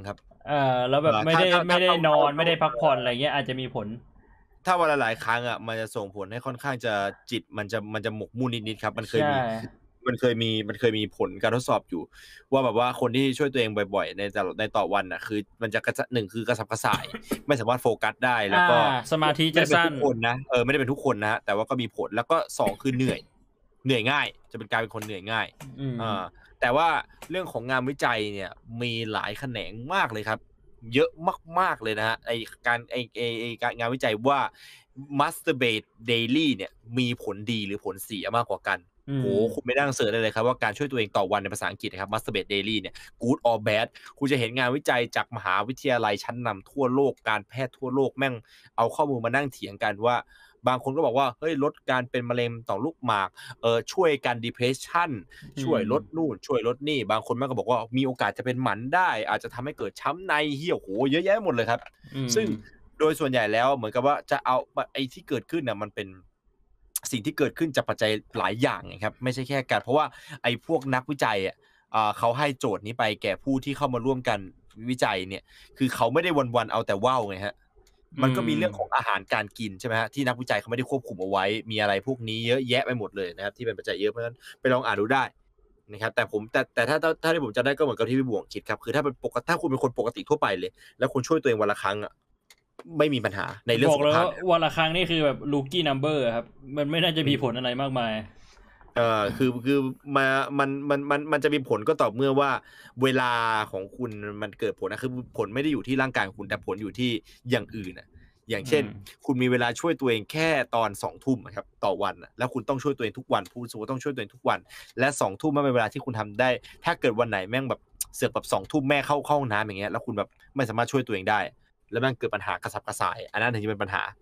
แล้วแบบไม่ได้นอนไม่ได้พักผ่อนอะไรเงี้ยอาจจะมีผลถ้าวันละหลายครั้งอ่ะมันจะส่งผลให้ค่อนข้างจะจิตมันจะหมกมุ่นนิดๆครับมันเคยมีผลการทดสอบอยู่ว่าแบบว่าคนที่ช่วยตัวเองบ่อยๆในต่อวันอ่ะคือมันจะหนึ่งคือกระสับกระส่ายไม่สามารถโฟกัสได้แล้วก็สมาธิจะสั้นทุกคนนะไม่ได้เป็นทุกคนนะแต่ว่าก็มีผลแล้วก็สองคือเหนื่อยง่ายจะเป็นการเป็นคนเหนื่อยง่ายแต่ว่าเรื่องของงานวิจัยเนี่ยมีหลายแขนงมากเลยครับเยอะมากๆเลยนะฮะการงานวิจัยว่า masturbate daily เนี่ยมีผลดีหรือผลเสียมากกว่ากันโหคุณไม่ได้เสิร์ชได้เลยครับว่าการช่วยตัวเองต่อวันในภาษาอังกฤษนะครับ masturbate daily เนี่ย good or bad คุณจะเห็นงานวิจัยจากมหาวิทยาลัยชั้นนำทั่วโลกการแพทย์ทั่วโลกแม่งเอาข้อมูลมานั่งเถียงกันว่าบางคนก็บอกว่าเฮ้ยลดการเป็นมะเร็งต่อมลูกหมากช่วยกัน depression ช่วยลดนู่นช่วยลดนี่บางคนแม่งก็บอกว่ามีโอกาสจะเป็นหมันได้อาจจะทำให้เกิดช้ำในเหี่ยวโหเยอะแยะหมดเลยครับซึ่งโดยส่วนใหญ่แล้วเหมือนกับว่าจะเอาไอ้ที่เกิดขึ้นน่ะมันเป็นสิ่งที่เกิดขึ้นจากปัจจัยหลายอย่างครับไม่ใช่แค่การเพราะว่าไอ้พวกนักวิจัยเขาให้โจทย์นี้ไปแก่ผู้ที่เข้ามาร่วมกันวิจัยเนี่ยคือเขาไม่ได้วันๆเอาแต่ว่าวไงฮะมันก็มีเรื่องของอาหารการกินใช่ไหมฮะที่นักวิจัยเขาไม่ได้ควบคุมเอาไว้มีอะไรพวกนี้เยอะแยะไปหมดเลยนะครับที่เป็นปัจจัยเยอะเพราะฉะนั้นไปลองอ่านดูได้นะครับแต่ถ้าที่ผมจะได้ก็เหมือนกับที่พี่บ่วงคิดครับคือถ้าคุณเป็นคนปกติทั่วไปเลยแล้วคุณช่วยตัวเองวันละครั้งไม่มีปัญหาในเรื่องสุขภาพวันละครั้งนี่คือแบบ rookie number ครับมันไม่น่าจะมีผลอะไรมากมายคือมันจะมีผลก็ต่อเมื่อว่าเวลาของคุณมันเกิดผลนะคือผลไม่ได้อยู่ที่ร่างกายของคุณแต่ผลอยู่ที่อย่างอื่นอย่างเช่นคุณมีเวลาช่วยตัวเองแค่ตอน20:00 นครับต่อวันแล้วคุณต้องช่วยตัวเองทุกวันพูดสมมุติต้องช่วยตัวเองทุกวันและ20:00 นมันเป็นเวลาที่คุณทำได้ถ้าเกิดวันไหนแม่งแบบเสือกแบบ20:00 นแม่เข้าห้องน้ำอย่างเงี้ยแล้วคุณแบบไม่สามารถช่วยตัวเองได้แล้วแม่งเกิดปัญหากระสับกระส่ายอันนั้นถึงจะเป็นปัญหา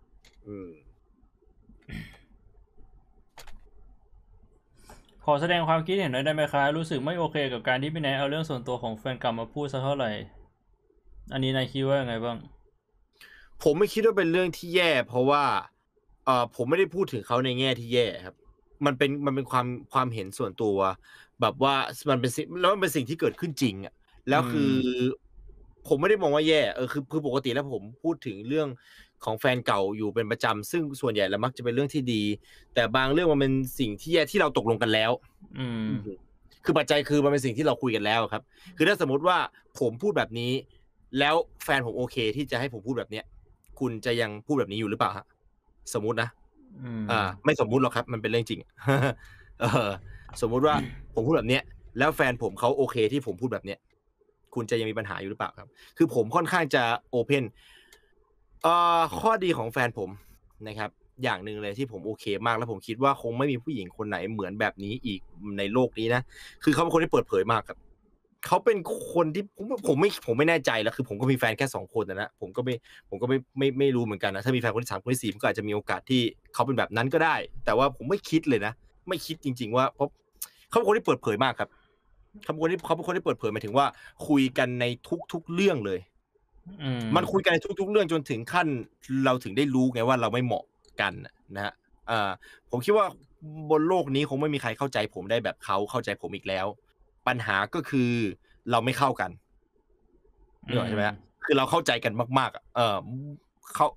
ขอแสดงความคิดเห็นหน่อยได้ไหมคะรู้สึกไม่โอเคกับการที่พี่นายเอาเรื่องส่วนตัวของแฟนเก่ามาพูดสักเท่าไหร่อันนี้นายคิดว่ายังไงบ้างผมไม่คิดว่าเป็นเรื่องที่แย่เพราะว่าผมไม่ได้พูดถึงเขาในแง่ที่แย่ครับมันเป็นความเห็นส่วนตัวแบบว่ามันเป็นสิ่งที่เกิดขึ้นจริงแล้วคือผมไม่ได้มองว่าแย่คือปกติแล้วผมพูดถึงเรื่องของแฟนเก่าอยู่เป็นประจำซึ่งส่วนใหญ่แล้วมักจะเป็นเรื่องที่ดีแต่บางเรื่องมันเป็นสิ่งที่แย่ที่เราตกลงกันแล้วคือปัจจัยคือมันเป็นสิ่งที่เราคุยกันแล้วครับคือถ้าสมมติว่าผมพูดแบบนี้แล้วแฟนผมโอเคที่จะให้ผมพูดแบบเนี้ยคุณจะยังพูดแบบนี้อยู่หรือเปล่าฮะสมมุตินะไม่สมมุติหรอกครับมันเป็นเรื่องจริงสมมุติว่าผมพูดแบบเนี้ยแล้วแฟนผมเขาโอเคที่ผมพูดแบบเนี้ยคุณจะยังมีปัญหาอยู่หรือเปล่าครับคือผมค่อนข้างจะโอเพ่นข้อดีของแฟนผมนะครับอย่างหนึ่งเลยที่ผมโอเคมากแล้วผมคิดว่าคงไม่มีผู้หญิงคนไหนเหมือนแบบนี้อีกในโลกนี้นะคือเขาเป็นคนที่เปิดเผยมากครับเขาเป็นคนที่ผมไม่แน่ใจแล้วคือผมก็มีแฟนแค่2คนนะผมก็ไม่รู้เหมือนกันนะถ้ามีแฟนคนที่3คนที่4มันก็อาจจะมีโอกาสที่เขาเป็นแบบนั้นก็ได้แต่ว่าผมไม่คิดเลยนะไม่คิดจริงๆว่าเพราะเขาเป็นคนที่เปิดเผยมากครับเขาเป็นคนที่เปิดเผยหมายถึงว่าคุยกันในทุกๆเรื่องเลยมันคุยกันในทุกๆเรื่องจนถึงขั้นเราถึงได้รู้ไงว่าเราไม่เหมาะกันนะฮะผมคิดว่าบนโลกนี้คงไม่มีใครเข้าใจผมได้แบบเขาเข้าใจผมอีกแล้วปัญหาก็คือเราไม่เข้ากันนึกออกใช่ไหมคือเราเข้าใจกันมากๆเขา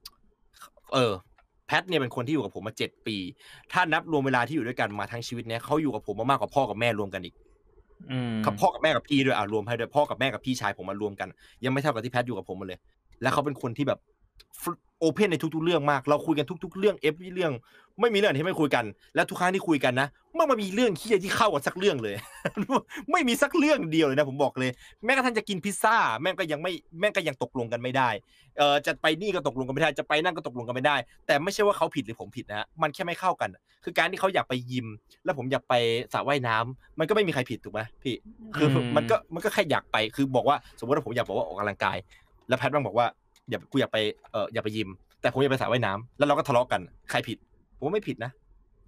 แพทเนี่ยเป็นคนที่อยู่กับผมมา7 ปีถ้านับรวมเวลาที่อยู่ด้วยกันมาทั้งชีวิตเนี้ยเขาอยู่กับผมมามากกว่าพ่อกับแม่รวมกันอีกครับพ่อกับแม่กับพี่ด้วยรวมให้ด้วยพ่อกับแม่กับพี่ชายผมมารวมกันยังไม่เท่ากับที่แพทอยู่กับผมมาเลยแล้วเขาเป็นคนที่แบบโอเพ่นในทุกๆเรื่องมากเราคุยกันทุกๆเรื่องeveryเรื่องไม่มีเรื่องที่ไม่คุยกันและทุกครั้งที่คุยกันนะมันมีเรื่องที่เข้ากันสักเรื่องเลยไม่มีสักเรื่องเดียวเลยนะผมบอกเลยแม้กระทั่งจะกินพิซซ่าแม่งก็ยังตกลงกันไม่ได้จะไปนี่ก็ตกลงกันไม่ได้จะไปนั่นก็ตกลงกันไม่ได้แต่ไม่ใช่ว่าเขาผิดหรือผมผิดนะมันแค่ไม่เข้ากันคือการที่เขาอยากไปยิมแล้วผมอยากไปสระว่ายน้ำมันก็ไม่มีใครผิดถูกไหมพี่คือมันก็แค่อยากไปคือบอกว่าสมมติว่าผมอยากบอกว่าออกกำลังกายแล้วแพทบ้างบอกว่ากูอยากไปยิมแต่ผมอยากไปสระว่ายน้ำแล้วเราก็ทะเลาะกันใครผิดผมว่าไม่ผิดนะ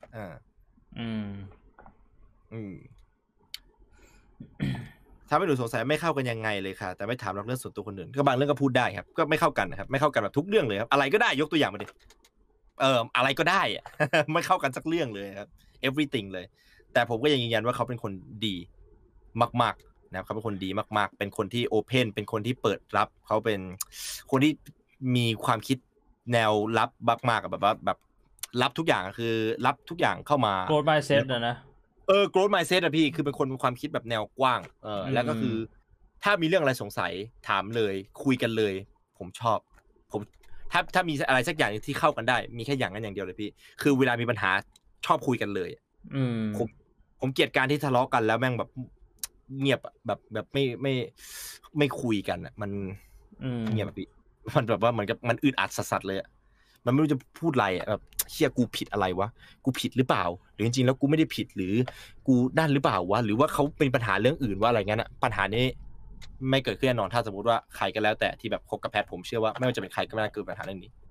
ถ้าไม่ดูสงสัยไม่เข้ากันยังไงเลยค่ะแต่ไม่ถามเรื่องส่วนตัวคนอื่นก็บางเรื่องก็พูดได้ครับก็ไม่เข้ากันนะครับไม่เข้ากันแบบทุกเรื่องเลยครับอะไรก็ได้ยกตัวอย่างมาดิอะไรก็ได้ไม่เข้ากันสักเรื่องเลยครับ everything เลยแต่ผมก็ยังยืนยันว่าเขาเป็นคนดีมากนะครับเขาเป็นคนดีมากๆเป็นคนที่โอเพนเป็นคนที่เปิดรับเขาเป็นคนที่มีความคิดแนวรับมากๆแบบว่าแบบรับทุกอย่างคือรับทุกอย่างเข้ามา growth mindset นะ growth mindset อะพี่คือเป็นคนมีความคิดแบบแนวกว้างแล้วก็คือถ้ามีเรื่องอะไรสงสัยถามเลยคุยกันเลยผมชอบผมถ้ามีอะไรสักอย่างที่เข้ากันได้มีแค่อย่างนั้นอย่างเดียวเลยพี่คือเวลามีปัญหาชอบคุยกันเลยผมเกลียดการที่ทะเลาะกันแล้วแม่งแบบเงียบแบบไม่คุยกันอ่ะมันเงียบแบบพี่มันแบบว่าเหมือนกับมันอึดอัดสัสๆเลยอ่ะมันไม่รู้จะพูดอะไรอ่ะแบบเชี่ยกูผิดอะไรวะกูผิดหรือเปล่าหรือจริงๆแล้วกูไม่ได้ผิดหรือกูด้านหรือเปล่าวะหรือว่าเขาเป็นปัญหาเรื่องอื่นว่าอะไรเงี้ยนะปัญหานี้ไม่เกิดขึ้นแน่นอนถ้าสมมติว่าใครก็แล้วแต่ที่แบบคบกับแพทผมเชื่อว่าไม่ว่าจะเป็นใครก็ไม่น่าเกิดปัญหาเรื่องนี้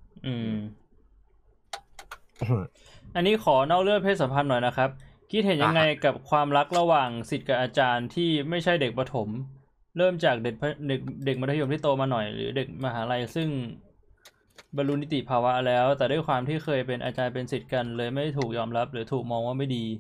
อันนี้ขอนอกเรื่องเพศสัมพันธ์หน่อยนะครับคิดเห็นยังไงกับความรักระหว่างศิษย์กับอาจารย์ที่ไม่ใช่เด็กประถมเริ่มจากเด็กมัธยมที่โตมาหน่อยหรือเด็กมหาลัยซึ่งบรรลุนิติภาวะแล้วแต่ด้วยความที่เคยเป็นอาจารย์เป็นศิษย์กันเลยไม่ถูกยอมรับหรือถูกมองว่าไม่ดี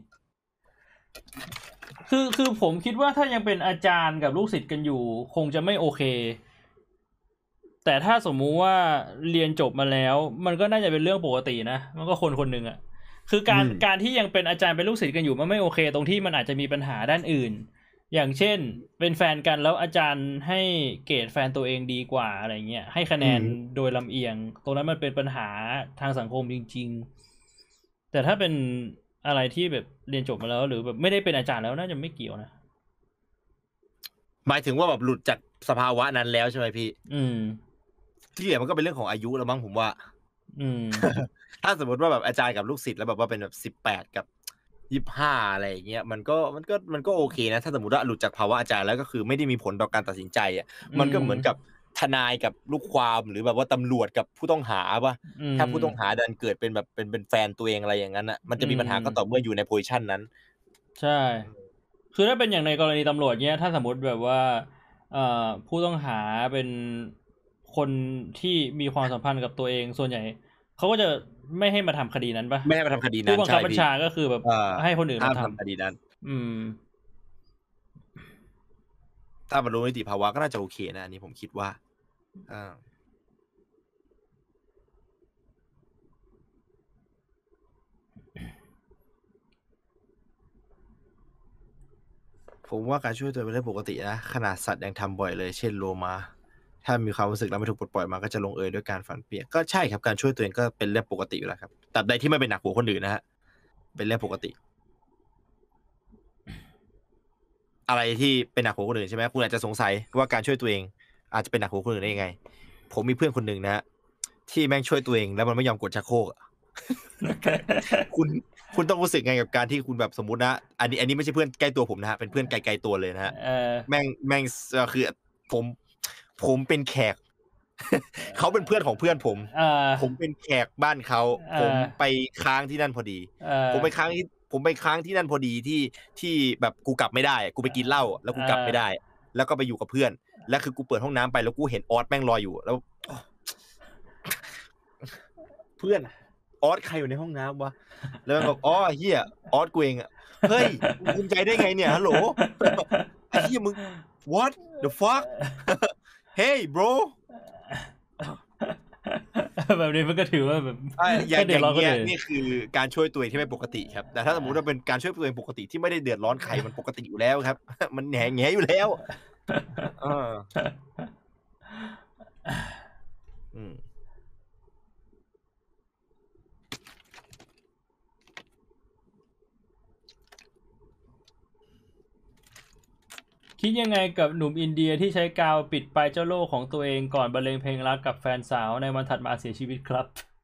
คือผมคิดว่าถ้ายังเป็นอาจารย์กับลูกศิษย์กันอยู่คงจะไม่โอเคแต่ถ้าสมมุติว่าเรียนจบมาแล้วมันก็น่าจะเป็นเรื่องปกตินะมันก็คนหนึ่งอ่ะคือการที่ยังเป็นอาจารย์เป็นลูกศิษย์กันอยู่มันไม่โอเคตรงที่มันอาจจะมีปัญหาด้านอื่นอย่างเช่นเป็นแฟนกันแล้วอาจารย์ให้เกรดแฟนตัวเองดีกว่าอะไรเงี้ยให้คะแนนโดยลำเอียงตรงนั้นมันเป็นปัญหาทางสังคมจริงๆแต่ถ้าเป็นอะไรที่แบบเรียนจบมาแล้วหรือแบบไม่ได้เป็นอาจารย์แล้วน่าจะไม่เกี่ยวนะหมายถึงว่าแบบหลุดจากสภาวะนั้นแล้วใช่ไหมพี่ที่เหลือมันก็เป็นเรื่องของอายุแล้วมั้งผมว่าถ้าสมมติว่าแบบอาจารย์กับลูกศิษย์แล้วแบบว่าเป็นแบบ18กับ25อะไรอย่างเงี้ยมันก็โอเคนะถ้าสมมติว่าหลุดจากภาวะอาจารย์แล้วก็คือไม่ได้มีผลต่อการตัดสินใจอ่ะมันก็เหมือนกับทนายกับลูกความหรือแบบว่าตำรวจกับผู้ต้องหาป่ะถ้าผู้ต้องหาดันเกิดเป็นแบบเป็นแฟนตัวเองอะไรอย่างนั้นอ่ะมันจะมีปัญหาก็ต่อเมื่ออยู่ในโพซิชันนั้นใช่คือถ้าเป็นอย่างในกรณีตำรวจเนี้ยถ้าสมมติแบบว่าผู้ต้องหาเป็นคนที่มีความสัมพันธ์กับตัวเองส่วนใหญ่เขาก็จะไม่ให้มาทำคดีนั้นปะไม่ให้มาทำคดีนั้นผู้บังคับบัญชาก็คือแบบให้คนอื่นมาทำคดีนั้นถ้าบรรลุนิติภาวะก็น่าจะโอเคนะอันนี้ผมคิดว่าผมว่าการช่วยตัวเป็นเรื่องปกตินะขนาดสัตว์ยังทำบ่อยเลยเช่นโลมาถ้ามีความรู้สึกแล้วไม่ถูกปลดปล่อยมาก็จะลงเอยด้วยการฝันเปียกก็ใช่ครับการช่วยตัวเองก็เป็นเรื่องปกติอยู่แล้วครับตราบใดที่ไม่เป็นหนักหัวคนอื่นนะฮะเป็นเรื่องปกติอะไรที่เป็นหนักหัวคนอื่นใช่ไหมคุณอาจจะสงสัยว่าการช่วยตัวเองอาจจะเป็นหนักหัวคนอื่นได้ยังไงผมมีเพื่อนคนหนึ่งนะฮะที่แม่งช่วยตัวเองแล้วมันไม่ยอมกดชักโครกคุณต้องรู้สึกไงกับการที่คุณแบบสมมุตินะอันนี้ไม่ใช่เพื่อนใกล้ตัวผมนะฮะเป็นเพื่อนไกลๆตัวเลยนะฮะแม่งคือผมเป็นแขกเขาเป็นเพื่อนของเพื่อนผมเป็นแขกบ้านเขาผมไปค้างที่นั่นพอดีผมไปค้างที่นั่นพอดีที่แบบกูกลับไม่ได้กูไปกินเหล้าแล้วกูกลับไม่ได้แล้วก็ไปอยู่กับเพื่อนแล้วคือกูเปิดห้องน้ำไปแล้วกูเห็นออสแม่งรออยู่แล้วเพื่อนออสใครอยู่ในห้องน้ำวะแล้วมันบอกอ๋อเฮียออสกูเองอ่ะเฮ้ยภูมิใจได้ไงเนี่ยฮัลโหลไอ้เฮียมึง what the fuck hey bro แบบนี้มันก็ถือว่าแบบอย่างเงี้ยนี่คือการช่วยตัวเองที่ไม่ปกติครับแต่ถ้าสมมติว่าเป็นการช่วยตัวเองปกติที่ไม่ได้เดือดร้อนใครมันปกติอยู่แล้วครับมันแหง่อยู่แล้วคิดยังไงกับหนุ่มอินเดียที่ใช้กาวปิดปลายเจ้าโล่ของตัวเองก่อนบรรเลงเพลงรักกับแฟนสาวในวันถัดมาเสียชีวิตครับ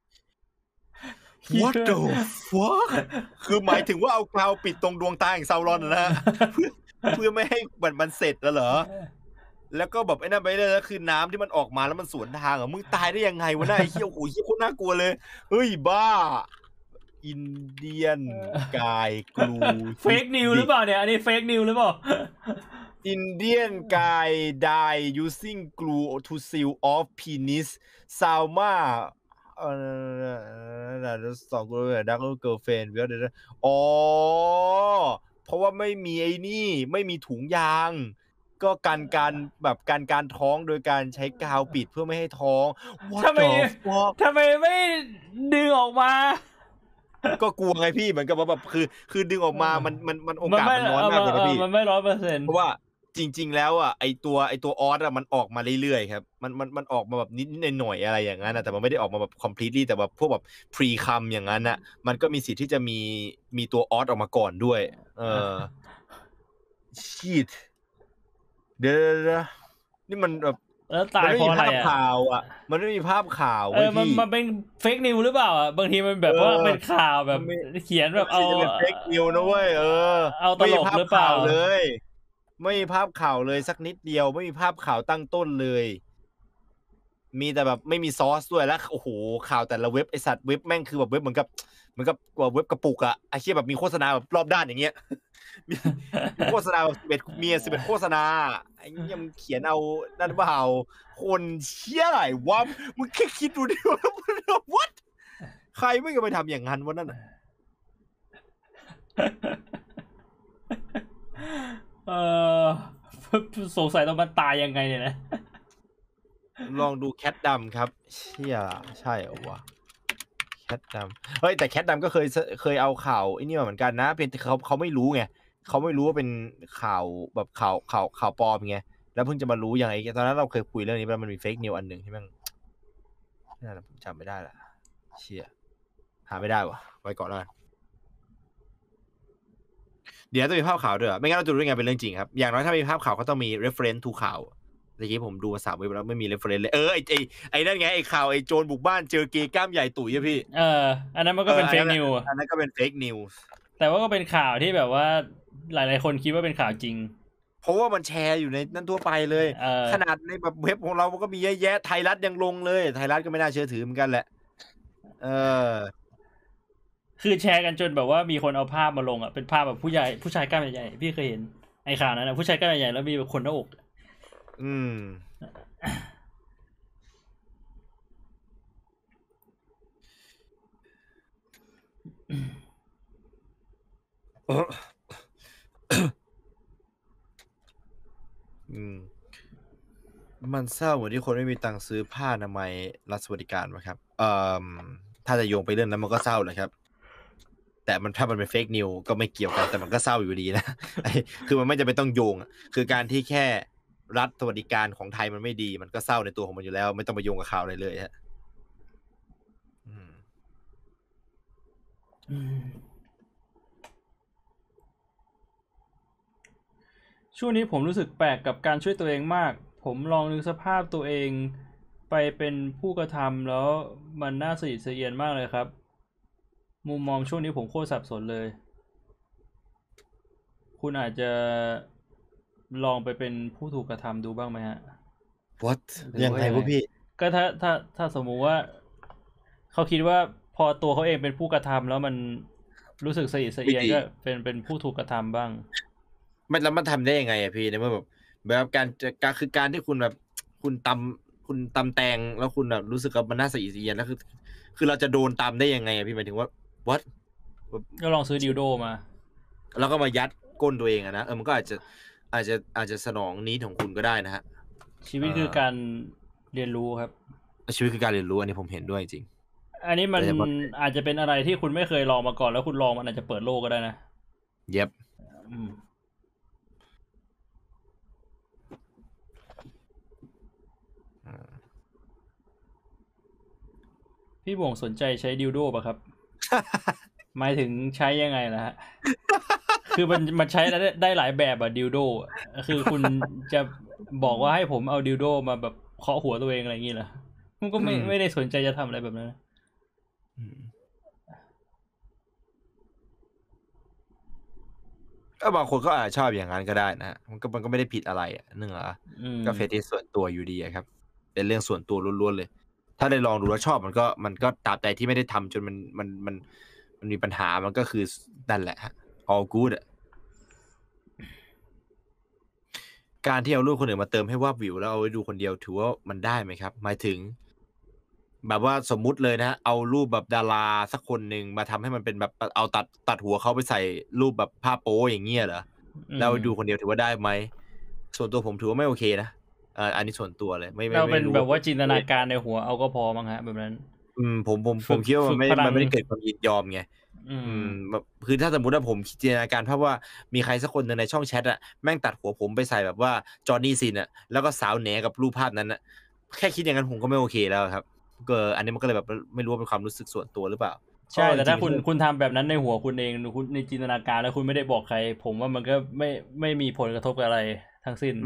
What the fuck คือหมายถึงว่าเอากาวปิดตรงดวงตาของซาวรอนนะฮะเพื่อไม่ให้มันเสร็จแล้วเหรอแล้วก็แบบไอ้นั่นไปเลยแล้วคือน้ำที่มันออกมาแล้วมันสวนทางอ่ะมึงตายได้ยังไงวะน่าไอ้เหี้ยโอ้ยโคตรน่ากลัวเลยเฮ้ยบ้าอินเดียนกายกลูเฟกนิวหรือเปล่าเนี่ยอันนี้เฟกนิวหรือเปล่า Indian guy die using glue to seal off penis Salma สองคนแบบดักเกิร์ลเฟนเดี๋ยวอ๋อเพราะว่าไม่มีไอ้นี่ไม่มีถุงยางก็การแบบการท้องโดยการใช้กาวปิดเพื่อไม่ให้ท้องทำไมไม่ดึงออกมาก็กลัวไงพี่เหมือนกับว่าแบบคือดึงออกมามันโอกาสมันน้อยมากเลยนะพี่มันไม่ 100% เพราะว่าจริงๆแล้วอ่ะไอตัวออสอ่ะมันออกมาเรื่อยๆครับมันออกมาแบบนิดหน่อยอะไรอย่างนั้นนะแต่มันไม่ได้ออกมาแบบ completely แต่แบบพวกแบบ pre cum อย่างนั้นน่ะมันก็มีสิทธิ์ที่จะมีตัวออสออกมาก่อนด้วยชีตเดี๋ยวนี่มันแบบแล้วตายเพราะอะไรอ่ะข่าวอ่ะมันไม่มีภาพข่าวเว้ยพี่มันเป็นเฟกนิวหรือเปล่าอ่ะบางทีมันแบบว่าเป็นข่าวแบบเขียนแบบเอาเป็นเฟกนิวนะเว้ยเอาตลกหรือเปล่าเลยไม่มีภาพข่าวเลยสักนิดเดียวไม่มีภาพข่าวตั้งต้นเลยมีแต่แบบไม่มีซอสด้วยแล้วโอ้โหข่าวแต่ละเว็บไอสัตว์เว็บแม่งคือแบบเว็บเหมือนกับเว็บกระปุกอะไอ้เหี้ยแบบมีโฆษณาแบบรอบด้านอย่างเงี้ยมีโฆษณาแบบ11โฆษณาไอ้เงี้ยมึงเขียนเอานั่นเปล่าคนเชี่ยอะไรวะมึงแค่คิดดูดิว่า what ใครไม่เคยไปทำอย่างนั้นวะนั่นสงสัยต้องมันตายยังไงเนี่ยนะลองดูแคทดำครับเชี่ยใช่เหรอวะแคทดำเฮ้ยแต่แคทดำก็เคยเอาข่าวไอ้นี่มาเหมือนกันนะเป็นเขาไม่รู้ไงเขาไม่รู้ว่าเป็นข่าวแบบข่าวปลอมไงแล้วเพิ่งจะมารู้อย่างไอ้ตอนนั้นเราเคยคุยเรื่องนี้มันมีเฟกนิวอันหนึ่งที่มันนั่นผมจำไม่ได้ละเชี่ยหาไม่ได้วะไว้ก่อนแล้วกันเดี๋ยวต้องมีภาพข่าวด้วยไม่งั้นเราจะรู้ได้ไงเป็นเรื่องจริงครับอย่างน้อยถ้ามีภาพข่าวก็ต้องมี reference to ข่าวเมื่อกี้ผมดูมา3 เว็บแล้วไม่มี reference เลยไอ้นั่นไงไอ้ข่าวไอ้โจรบุกบ้านเจอเกย์กล้ามใหญ่ตุ๋ยอะพี่อันนั้นมันก็เป็นเฟกนิวอันนั้นก็เป็นเฟกนิวแต่ว่าก็เป็นข่าวที่แบบว่าหลายๆคนคิดว่าเป็นข่าวจริงเพราะว่ามันแชร์อยู่ในนั่นทั่วไปเลยขนาดในแบบเว็บของเราก็มีเยอะแยะไทยรัฐยังลงเลยไทยรัฐก็ไม่น่าเชื่อถือเหมือนกันแหละคือแชร์กันจนแบบว่ามีคนเอาภาพมาลงอ่ะเป็นภาพแบบผู้ชายกล้ามใหญ่ๆพี่เคยเห็นไอ้ข่าวนั้นนะผู้ชายกล้ามใหญ่ๆแล้วมีแบบคนหน้าอกมันเศร้าเหมือนที่คนไม่มีตังค์ซื้อผ้าอนามัยรัฐสวัสดิการไหมครับถ้าจะโยงไปเรื่องนั้นมันก็เศร้าเลยครับแต่ถ้ามันเป็นเฟกนิวก็ไม่เกี่ยวกันแต่มันก็เศร้าอยู่ดีนะคือมันไม่จำเป็นต้องโยงคือการที่แค่รัฐสวัสดิการของไทยมันไม่ดีมันก็เศร้าในตัวของมันอยู่แล้วไม่ต้องไปโยงกับข่าวอะไรเลยฮะช่วงนี้ผมรู้สึกแปลกกับการช่วยตัวเองมากผมลองนึกสภาพตัวเองไปเป็นผู้กระทำแล้วมันน่าสะอิดสะเอียนมากเลยครับมุมมองช่วงนี้ผมโคตรสับสนเลยคุณอาจจะลองไปเป็นผู้ถูกกระทำดูบ้างไหมฮะ What ยังไงวะพี่ก็ถ้าสมมุติว่าเขาคิดว่าพอตัวเขาเองเป็นผู้กระทำแล้วมันรู้สึกสะอิดสะเอียนก็เป็นผู้ถูกกระทำบ้างแล้วมันทำได้ยังไงอะพี่ในเมื่อแบบการคือการที่คุณแบบคุณตำแตงแล้วคุณแบบรู้สึกว่ามันน่าสะอิดสะเอียนแล้วคือเราจะโดนตำได้ยังไงอะพี่หมายถึงว่า what ก็ลองซื้อดิวโดมาแล้วก็มายัดก้นตัวเองอะนะมันก็อาจจะสนองนี้ของคุณก็ได้นะฮะชีวิตคือการเรียนรู้ครับชีวิตคือการเรียนรู้อันนี้ผมเห็นด้วยจริงอันนี้มันอาจจะเป็นอะไรที่คุณไม่เคยลองมาก่อนแล้วคุณลองมันอาจจะเปิดโลกก็ได้นะเย็บพี่บ่งสนใจใช้ดิวโดป่ะครับ หมายถึงใช้ยังไงล่ะฮะ คือมันใช้ได้หลายแบบอะดิวโดคือคุณจะบอกว่าให้ผมเอาดิวโดมาแบบเคาะหัวตัวเองอะไรอย่างงี้เหรอผมก็ไม่ได้สนใจจะทำอะไรแบบนั้นก็บางคนก็อาจชอบอย่างนั้นก็ได้นะมันก็ไม่ได้ผิดอะไรนึกเหรอก็เฟติชส่วนตัวอยู่ดีครับเป็นเรื่องส่วนตัวล้วนๆเลยถ้าได้ลองดูแล้วชอบมันก็ตราบใดที่ไม่ได้ทำจนมันมีปัญหามันก็คือนั่นแหละฮะ all good การที่เอารูปคนอื่นมาเติมให้วาบวิวแล้วเอาไว้ดูคนเดียวถือว่ามันได้ไหมครับหมายถึงแบบว่าสมมุติเลยนะเอารูปแบบดาราสักคนหนึ่งมาทำให้มันเป็นแบบเอาตัดหัวเขาไปใส่รูปแบบภาพโป๊อย่างเงี้ยเหรอแล้วดูคนเดียวถือว่าได้ไหมส่วนตัวผมถือว่าไม่โอเคนะอันนี้ส่วนตัวเลยไม่เราเป็นแบบว่าจินตนาการในหัวเอาก็พอมั้งฮะแบบนั้นผมคิดว่ามันไม่ได้เกิดความยินยอมไงแบบคือถ้าสมมติว่าผมจินตนาการภาพว่ามีใครสักคนในช่องแชทอะแม่งตัดหัวผมไปใส่แบบว่าจอห์นนี่ซินอะแล้วก็สาวแหนกับรูปภาพนั้นอะแค่คิดอย่างนั้นผมก็ไม่โอเคแล้วครับก็อันนี้มันก็เลยแบบไม่รู้ว่าเป็นความรู้สึกส่วนตัวหรือเปล่าใช่แต่ถ้าคุณทำแบบนั้นในหัวคุณเองคุณในจินตนาการแล้วคุณไม่ได้บอกใครผมว่ามันก็ไม่มีผลกระทบอะไรทั้งสิ้น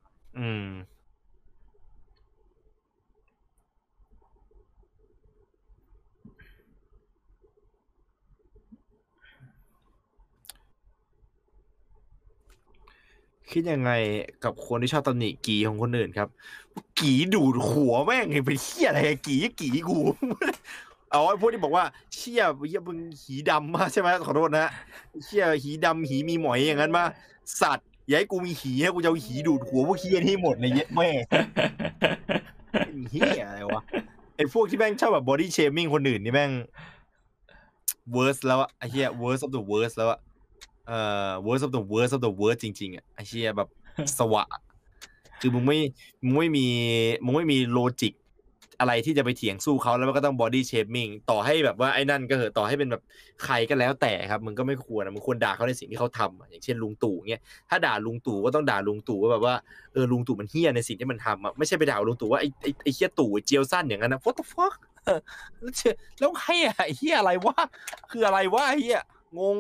คิดยังไงกับคนที่ชอบตำหนิกีของคนอื่นครับกีดูดหัวแม่งเป็นเหี้ยอะไรกีกูเอาไอ้พวกที่บอกว่าเชี่ยมึงหีดำมากใช่ไหมขอโทษนะเชี่ยหีดำหีมีหมอยอย่างนั้นมาสัตว์อย่าให้กูมีหีให้กูจะเอาหีดูดหัวพวกเหี้ยนี่หมดเลยเย็ดแม่เหี้ยอะไรวะไอ้พวกที่แม่งชอบแบบบอดี้เชมิ่งคนอื่นนี่แม่ง worst แล้วอะไอ้เหี้ย worst of the worst แล้วอะworst of the worst of the worst จริงๆอ่ะไอ้เหี้ยแบบสวะคือมึงไม่มีโลจิกอะไรที่จะไปเถียงสู้เขาแล้วมันก็ต้องบอดี้เชมิ่งต่อให้แบบว่าไอ้นั่นก็เหอะต่อให้เป็นแบบใครก็แล้วแต่ครับมึงก็ไม่ควรมึงควรด่าเขาในสิ่งที่เขาทำอย่างเช่นลุงตู่เงี้ยถ้าด่าลุงตู่ก็ต้องด่าลุงตู่ว่าแบบว่าลุงตู่มันเหี้ยในสิ่งที่มันทำอ่ะไม่ใช่ไปด่าลุงตู่ว่าไอ้เหี้ยตู่เจียวสั้นอย่างนั้นนะ what the fuck แล้วใครอ่ะไอ้เหี้ยอะไรวะคืออะไรวะไอ้เหี้ยงง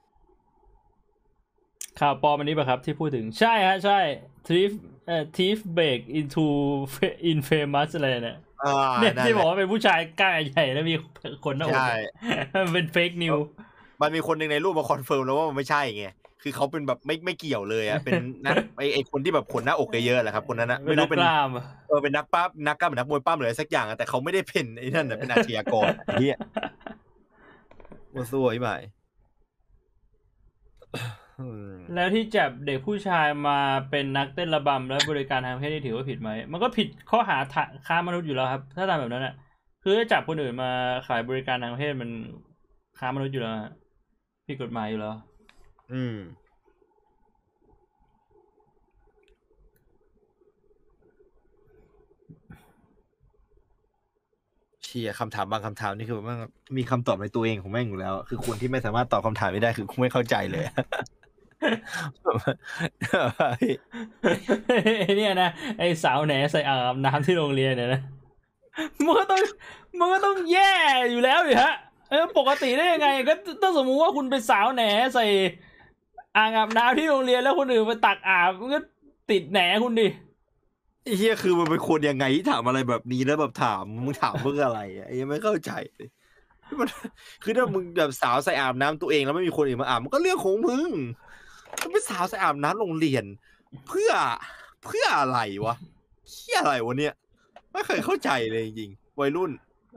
ข่าวปลอมอันนี้ป่ะครับที่พูดถึงใช่ฮะใช่ thief break into infamous อะไรเนี่ยที่บอกว่าเป็นผู้ชายก้างใหญ่แล้วมีคนหน้าอกมันเป็นเฟกนิวมันมีคนหนึ่งในรูปมาคอนเฟิร์มแล้วว่ามันไม่ใช่ไงคือเขาเป็นแบบไม่เกี่ยวเลยอ่ะเป็นนักไอคนที่แบบขนหน้าอกเยอะๆแหละครับคนนั้นนะไม่รู้เป็นกล้ามเป็นนักปั้มนักกล้ามเหมือนนักมวยปั้มหรืออะไรสักอย่างแต่เขาไม่ได้เป็นไอ้นั่นน่ะเป็นอาชญากรเหี้ยมั่วซั่วไอ้ใหม่แล้วที่จับเด็กผู้ชายมาเป็นนักเต้นระบำและบริการทางเพศนี่ถือว่าผิดไหมมันก็ผิดข้อหาค้ามนุษย์อยู่แล้วครับถ้าทำแบบนั้นอ่ะคือจับคนอื่นมาขายบริการทางเพศมันค้ามนุษย์อยู่แล้วผิดกฎหมายอยู่แล้วเชี่ยคำถามบางคำถามนี่คือมันมีคำตอบในตัวเองของแม่งอยู่แล้วคือคนที่ไม่สามารถตอบคำถามไม่ได้คือกูไม่เข้าใจเลยเนี่ยนะไอสาวแหนใส่อ่างอาบน้ำที่โรงเรียนเนี่ยนะมันก็ต้องแย่อยู่แล้วดิฮะปกติได้ยังไงก็ต้องสมมุติว่าคุณเป็นสาวแหนใส่อ่างอาบน้ำที่โรงเรียนแล้วคนอื่นไปตักอาบมันก็ติดแหนคุณดิไอ้เหี้ยคือมันเป็นคนยังไงที่ถามอะไรแบบนี้แล้วแบบถามมึงถามเพื่ออะไรไอ้ยังไม่เข้าใจเลยมันคือถ้ามึงแบบสาวใส่อาบน้ำตัวเองแล้วไม่มีคนอื่นมาอาบมันก็เรื่องของมึงมันเป็นสาวใส่อาบน้ำโรงเรียนเพื่ออะไรวะเหี้ยอะไรวะเนี่ยไม่เคยเข้าใจเลยจริงๆวัยรุ่น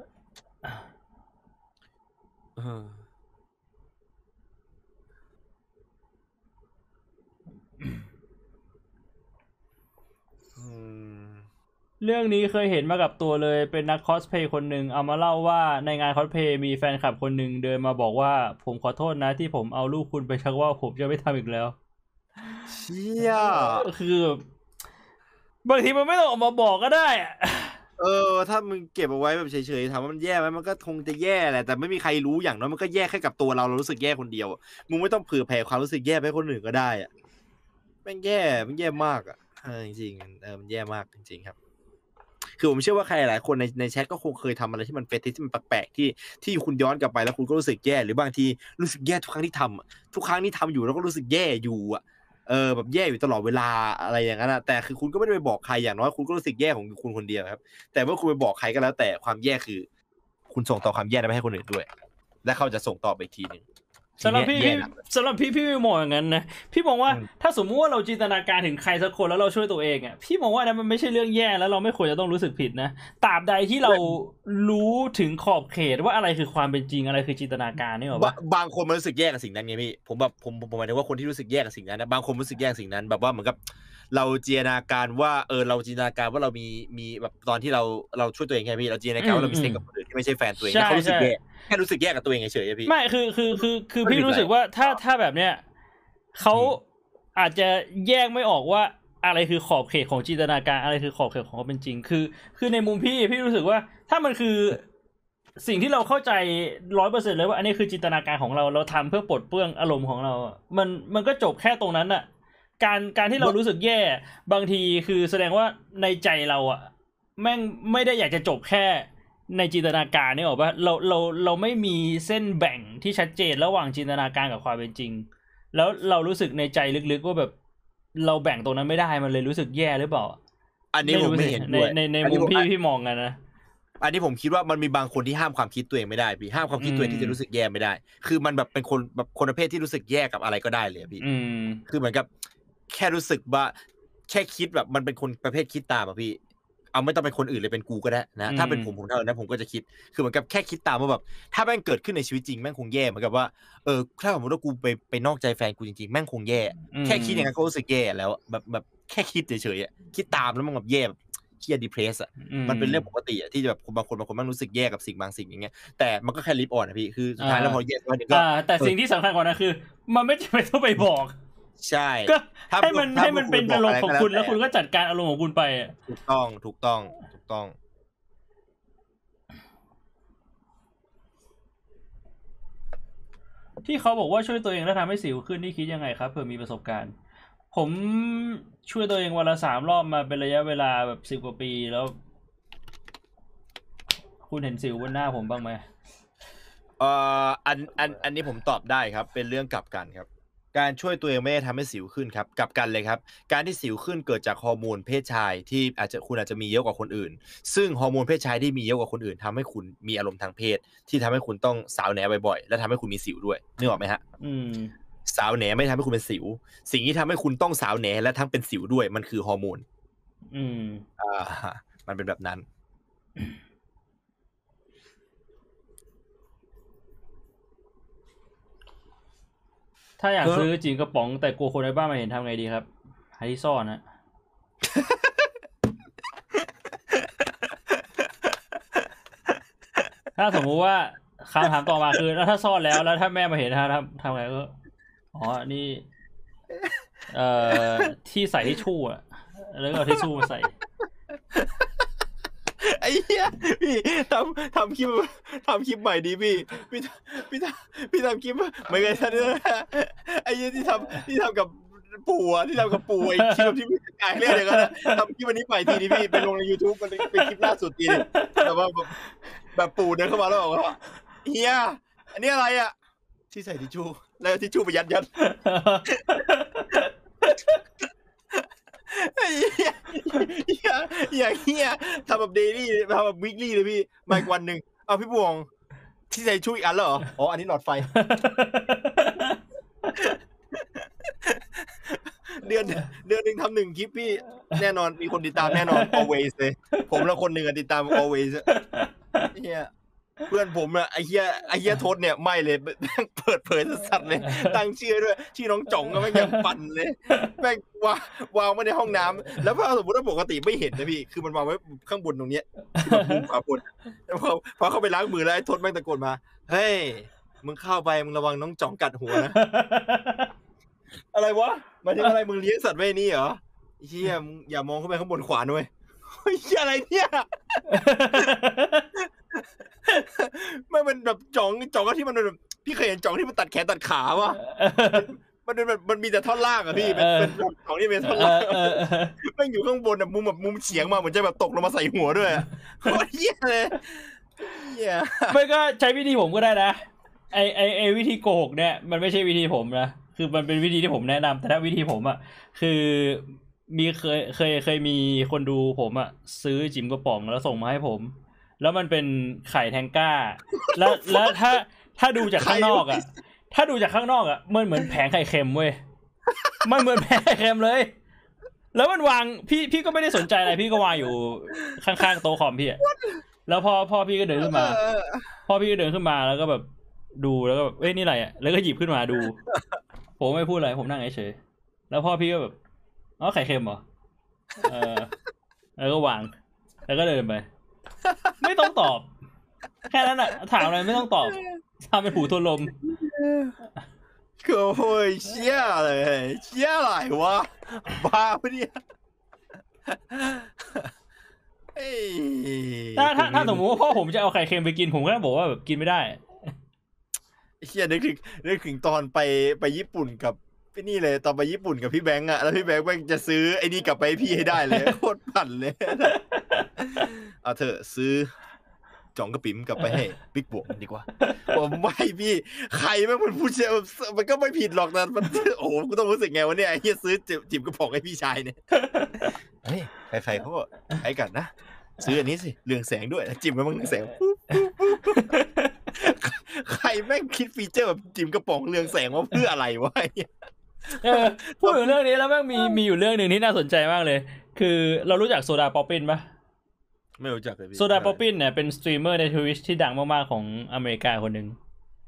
เรื่องนี้เคยเห็นมากับตัวเลยเป็นนักคอสเพย์คนหนึ่งเอามาเล่าว่าในงานคอสเพย์มีแฟนคลับคนหนึ่งเดินมาบอกว่าผมขอโทษนะที่ผมเอาลูกคุณไปชักว่าผมจะไม่ทำอีกแล้วเชี่ยคือบางทีมันไม่ต้องออกมาบอกก็ได้ถ้ามึงเก็บเอาไว้แบบเฉยๆถามว่ามันแย่ไหมมันก็คงจะแย่แหละแต่ไม่มีใครรู้อย่างน้อยมันก็แย่แค่กับตัวเรารู้สึกแย่คนเดียวมึงไม่ต้องเผื่อแผ่ความรู้สึกแย่ไปให้คนอื่นก็ได้อะมันแย่มากอ่ะจริงๆมันแย่มากจริงๆครับคือผมเชื่อว่าใครหลายคนในแชทก็คงเคยทำอะไรที่มันเป็นที่มันแปลกๆที่คุณย้อนกลับไปแล้วคุณก็รู้สึกแย่หรือบางทีรู้สึกแย่ทุกครั้งที่ทำทุกครั้งที่ทำอยู่แล้วก็รู้สึกแย่อยู่อ่ะแบบแย่อยู่ตลอดเวลาอะไรอย่างนั้นแต่คือคุณก็ไม่ได้ไปบอกใครอย่างน้อยคุณก็รู้สึกแย่ของคุณคนเดียวครับแต่เมื่อคุณไปบอกใครก็แล้วแต่ความแย่คือคุณส่งต่อความแย่นั้นไปให้คนอื่นด้วยและเขาจะส่งต่อไปอีกทีนึงสำหรับพี่มองอย่างนั้นนะพี่มองว่าถ้าสมมติว่าเราจินตนาการถึงใครสักคนแล้วเราช่วยตัวเองอ่ะพี่มองว่านั้นมันไม่ใช่เรื่องแย่แล้วเราไม่ควรจะต้องรู้สึกผิดนะตราบใดที่เรารู้ถึงขอบเขตว่าอะไรคือความเป็นจริงอะไรคือจินตนาการนี่หรอบางคนมันรู้สึกแย่กับสิ่งนั้นไงพี่ผมหมายถึงว่าคนที่รู้สึกแย่กับสิ่งนั้นนะบางคนรู้สึกแย่กับสิ่งนั้นแบบว่าเหมือนกับเราจินตนาการว่าเราจินตนาการว่าเรามีแบบตอนที่เราช่วยตัวเองแค่พี่เราจินตนาการว่าเรามีเซ็กกับคนอื่นที่ไม่ใช่แฟนตัวเองแล้วเขารู้สึกแย่แค่รู้สึกแย่กับตัวเองเฉยๆพี่ไม่คือพี่รู้สึกว่าถ้าแบบเนี้ยเขาอาจจะแยกไม่ออกว่าอะไรคือขอบเขตของจินตนาการอะไรคือขอบเขตของความเป็นจริงคือในมุมพี่รู้สึกว่าถ้ามันคือสิ่งที่เราเข้าใจ 100% เลยว่าอันนี้คือจินตนาการของเราทำเพื่อปลดเปลื้องอารมณ์ของเรามันก็จบแค่ตรงนั้นอ่ะการที่เรารู้สึกแย่บางทีคือแสดงว่าในใจเราอ่ะแม่งไม่ได้อยากจะจบแค่ในจินตนาการนี่หรอปะเราไม่มีเส้นแบ่งที่ชัดเจนระหว่างจินตนาการกับความเป็นจริงแล้วเรารู้สึกในใจลึกๆว่าแบบเราแบ่งตรงนั้นไม่ได้มันเลยรู้สึกแย่หรือเปล่าอันนี้ผมไม่เห็นด้วยในมุมพี่มองกันนะอันนี้ผมคิดว่ามันมีบางคนที่ห้ามความคิดตัวเองไม่ได้พี่ห้ามความคิดตัวเองที่จะรู้สึกแย่ไม่ได้คือมันแบบเป็นคนแบบคนประเภทที่รู้สึกแย่กับอะไรก็ได้เลยพี่คือเหมือนกับแค่รู้สึกว่าแค่คิดแบบมันเป็นคนประเภทคิดตามอะพี่เอาไม่ต้องเป็นคนอื่นเลยเป็นกูก็ได้นะถ้าเป็นผมเท่านั้นผมก็จะคิดคือเหมือนกับแค่คิดตามว่าแบบถ้าแม่งเกิดขึ้นในชีวิตจริงแม่งคงแย่เหมือนกับว่าถ้าสมมติว่ากูไปนอกใจแฟนกูจริงๆแม่งคงแย่แค่คิดอย่างนั้นก็รู้สึกแย่แล้วแบบแค่คิดเฉยๆคิดตามแล้วมันแบบแย่แบบเครียดดิเพรสอ่ะมันเป็นเรื่องปกติอ่ะที่แบบบางคนมันรู้สึกแย่กับสิ่งบางสิ่งอย่างเงี้ยแต่มันก็แค่ลิฟออนนะพี่คือสุดท้ายแล้วพอแย่ก็แต่สิ่งที่สำคัญกว่านั้นคือมันไม่จำเป็นต้องไปบอกใช่ก็ให้มันเป็นอารมณ์ของคุณแล้วคุณก็จัดการอารมณ์ของคุณไปถูกต้องที่เขาบอกว่าช่วยตัวเองแล้วทำให้สิวขึ้นนี่คิดยังไงครับเผื่อมีประสบการณ์ผมช่วยตัวเองวันละ3 รอบมาเป็นระยะเวลาแบบ10 กว่าปีแล้วคุณเห็นสิวบนหน้าผมบ้างไหมอันนี้ผมตอบได้ครับเป็นเรื่องกลับกันครับการช่วยตัวเองไม่ได้ทำให้สิวขึ้นครับกลับกันเลยครับการที่สิวขึ้นเกิดจากฮอร์โมนเพศชายที่คุณอาจจะมีเยอะกว่าคนอื่นซึ่งฮอร์โมนเพศชายที่มีเยอะกว่าคนอื่นทำให้คุณมีอารมณ์ทางเพศที่ทำให้คุณต้องสาวแหนบ่อยๆและทำให้คุณมีสิวด้วยนึกออกไหมฮะสาวแหนไม่ทำให้คุณเป็นสิวสิ่งที่ทำให้คุณต้องสาวแหนและทั้งเป็นสิวด้วยมันคือฮอร์โมนมันเป็นแบบนั้นถ้าอยากซื้อจีนกระป๋องแต่กลัวคนในบ้านมาเห็นทำไงดีครับหาที่ซ่อนนะ ถ้าสมมุติว่าคำถามต่อมาคือแล้วถ้าซ่อนแล้วถ้าแม่มาเห็นทำไงก็นี่ที่ใส่ทิชชู่อะแล้วก็เอาทิชชู่มาใส่ไอ้เหี้ยพี่ทำคลิปใหม่ดีพี่ทำคลิปไม่เคยทันเลยไอ้เหี้ยที่ทำกับปู่อะที่ทำกับปู่ไอ้คลิปที่พี่ขายเรื่องอย่างนั้นทำคลิปวันนี้ใหม่ทีนี้พี่ไปลงใน YouTube มันเป็นคลิปล่าสุดทีนึงแต่ว่าแบบปู่เดินเข้ามาแล้วบอกว่าเฮียอันนี้อะไรอ่ะที่ใส่ทิชชู่แล้วทิชชู่ไปยัดอย่างเฮียทำแบบเดลี่ทำแบบวีคลี่เลยพี่มาอีกวันหนึ่งเอาพี่บวงที่ใส่ชูอีกอันเหรออันนี้หลอดไฟเดือนนึงทำ1 คลิปพี่แน่นอนมีคนติดตามแน่นอน always เลยผมและคนหนึ่งติดตาม always เฮียเพื่อนผมอะไอ้เฮียทศเนี่ยไม่เลยเปิดเผยสัสๆเลยตั้งชื่อด้วยชื่อน้องจ่องก็แม่งยังปั่นเลยแม่งวางไว้ในห้องน้ำแล้วพอสมมติว่าปกติไม่เห็นนะพี่คือมันวางไว้ข้างบนตรงเนี้ยคือแบบมุมขวาบนแล้วพอเข้าไปล้างมือแล้วไอ้ทศแม่งตะโกนมาเฮ้ยมึงเข้าไปมึงระวังน้องจ่องกัดหัวนะอะไรวะหมายถึงอะไรมึงเลี้ยงสัตว์ไว้นี่เหรอเฮียมึงอย่ามองเข้าไปข้างบนขวาด้วยเฮียอะไรเนี่ยไม่มันแบบจ่องก็ที่มันแบบพี่เคยเห็นจ่องที่มันตัดแขนตัดขาวะมันเป็นแบบมันมีแต่ท่อนล่างอะพี่เป็นจ่องที่เป็นท่อนล่างแม่งอยู่ข้างบนแบบมุมเฉียงมาเหมือนจะแบบตกลงมาใส่หัวด้วยโคตรเหี้ยเลยเหี้ยไม่ก็ใช้วิธีผมก็ได้นะไอวิธีโกหกเนี่ยมันไม่ใช่วิธีผมนะคือมันเป็นวิธีที่ผมแนะนำแต่ถ้าวิธีผมอะคือมีเคยมีคนดูผมอะซื้อจิ๋มกระป๋องแล้วส่งมาให้ผมแล้วมันเป็นไข่แทงก้าแล้วถ้าดูจากข้างนอกอะมันเหมือนแผงไข่เค็มเว้ยมันเหมือนแผงไข่เค็มเลยแล้วมันวางพี่ก็ไม่ได้สนใจอะไรพี่ก็วางอยู่ข้างๆโต๊ะคอมพี่อะแล้วพ่อพี่ก็เดินขึ้นมาแล้วก็แบบดูแล้วก็แบบนี่อะไรอะแล้วก็หยิบขึ้นมาดูผมไม่พูดอะไรผมนั่งเฉยแล้วพ่อพี่ก็แบบไข่เค็มเหรอแล้วก็วางแล้วก็เดินไปไม่ต้องตอบแค่นั้นอะถามอะไรไม่ต้องตอบทำเป็นหูทวนลมโอ้ยเชี่ยอะไรวะบ้าปะเนี่ยถ้าสมมติว่าพ่อผมจะเอาไข่เค็มไปกินผมก็บอกว่าแบบกินไม่ได้เฮียนึกถึงตอนไปญี่ปุ่นกับพี่นี่เลยตอนไปญี่ปุ่นกับพี่แบงค์อะแล้วพี่แบงค์จะซื้อไอ้นี่กลับไปให้พี่ให้ได้เลยโคตรปั่นเลยเอาเถอะซื้อจ่องกระปิ๋มกลับไปให้บิ๊กบวกดีกว่าผมไม่พี่ใครแม่งมันพูดเชื่อมันก็ไม่ผิดหรอกนะมันโอ้โหกูต้องรู้สึกไงวะเนี่ยไอ้เฮียซื้อจิบกระป๋องให้พี่ชายเนี่ยเฮ้ยใครเขาก็ใช้กันนะซื้ออันนี้สิเรืองแสงด้วยจิ้มกันบ้างเรืองแสงใครแม่งคิดฟีเจอร์แบบจิ้มกระป๋องเรืองแสงว่าเพื่ออะไรวะพูดถึงเรื่องนี้แล้วแม่งมีอยู่เรื่องหนึ่งที่น่าสนใจมากเลยคือเรารู้จักโซดาป๊อปปิ้นปะไม่รู้จักเลยพี่โซดาป๊อปปิ้นเนี่ยเป็นสตรีมเมอร์ใน Twitch ที่ดังมากๆของอเมริกาคนหนึ่ง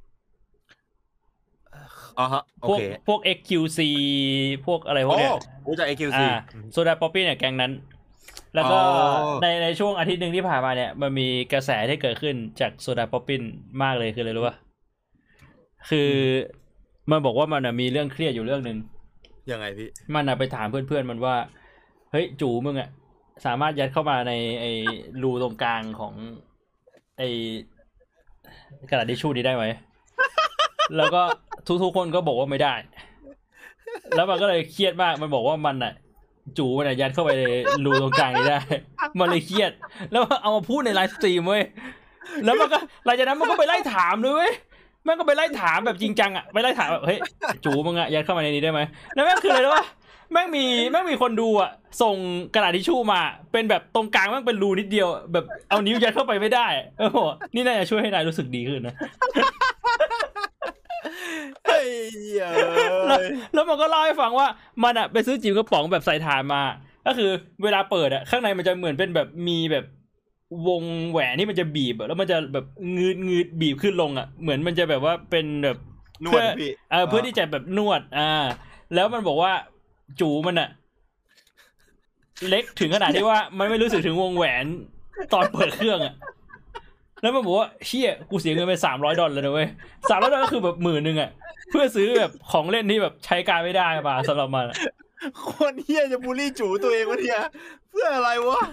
พวก XQC พวกอะไรพวกเนี้ยรู้จัก XQC โซดาป๊อปปิ้นเนี่ยแก๊งนั้นแล้วก็ในช่วงอาทิตย์นึงที่ผ่านมาเนี่ยมันมีกระแสที่เกิดขึ้นจากโซดาป๊อปปิ้นมากเลยคืออะไรรู้ป่ะคือมันบอกว่ามันมีเรื่องเครียดอยู่เรื่องนึงยังไงพี่มันไปถามเพื่อนๆมันว่าเฮ้ยจูมึงอะสามารถยัดเข้ามาในไอ้รูตรงกลางของไอ้กระดาษทิชชู่นี้ได้ไหม แล้วก็ทุกคนก็บอกว่าไม่ได้แล้วมันก็เลยเครียดมากมันบอกว่ามันอะจูมันยัดเข้าไปในรูตรงกลางนี้ได้มันเลยเครียดแล้วเอามาพูดในไลฟ์สตรีมเว้ยแล้วมันก็หลังจากนั้นมันก็ไปไล่ถามเลยเว้ยมันก็ไปไล่ถามแบบจริงจังอะไปไล่ถามแบบเฮ้ยจูมึงอะยัดเข้ามาในนี้ได้ไหมแล้วแม่งคืออะไรรู้ป่ะแม่งมีคนดูอ่ะส่งกระดาษทิชชู่มาเป็นแบบตรงกลางแม่งเป็นรูนิดเดียวแบบเอานิ้วยัดเข้าไปไม่ได้นี่น่าจะช่วยให้นายรู้สึกดีขึ้นนะแล้วมันก็เล่าให้ฟังว่ามันอ่ะไปซื้อจิ๋วกระป๋องแบบใส่ถ่านมาก็คือเวลาเปิดอ่ะข้างในมันจะเหมือนเป็นแบบมีแบบวงแหวนที่มันจะบีบแล้วมันจะแบบงืดบีบขึ้นลงอ่ะเหมือนมันจะแบบว่าเป็นแบบนวดพี่เพื่อที่จะแบบนวดแล้วมันบอกว่าจูมันอะเล็กถึงขนาดที่ว่ามันไม่รู้สึกถึงวงแหวนตอนเปิดเครื่องอะแล้วมันบอกว่าเชี่ยกูเสียเงินไป$300เลยนะเว้ย$300ก็คือแบบ10,000อะเพื่อซื้อแบบของเล่นที่แบบใช้การไม่ได้มาสำหรับมันคนเฮียจะบูลลี่จูตัวเองวะเนี่ยเพื่ออะไรวะ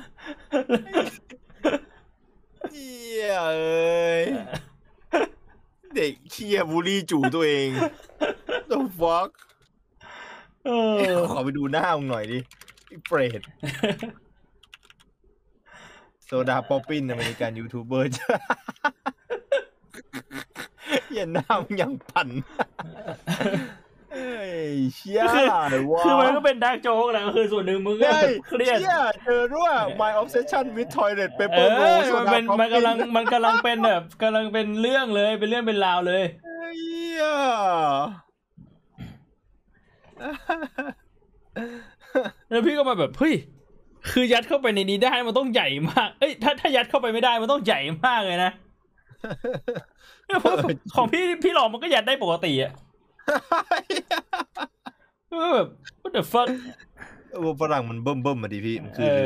เฮียเอ้ยเด็กเฮียบูลลี่จูตัวเอง The fuckขอไปดูหน้ามึงหน่อยดิเปรตโซดาป๊อปปิ้นอเมริกันยูทูบเบอร์เย็นหน้ามึงยังปั่นเชี่ยคือมันก็เป็นดาร์กโจ๊กแหละก็คือส่วนหนึ่งมึงก็เครียดเชี่ยเธอรู้ว่า My Obsession with Toilet Paper Roll มันกำลังเป็นแบบกำลังเป็นเรื่องเลยเป็นเรื่องเป็นราวเลยแล้วพี่ก็มาแบบเฮ้ยคือยัดเข้าไปในนี้ได้มันต้องใหญ่มากถ้ายัดเข้าไปไม่ได้มันต้องใหญ่มากเลยนะของพี่หลอกมันก็ยัดได้ปกติอ่ะแบบ what the fuck ฝรั่งมันเบิ่มมาดิพี่มันคือ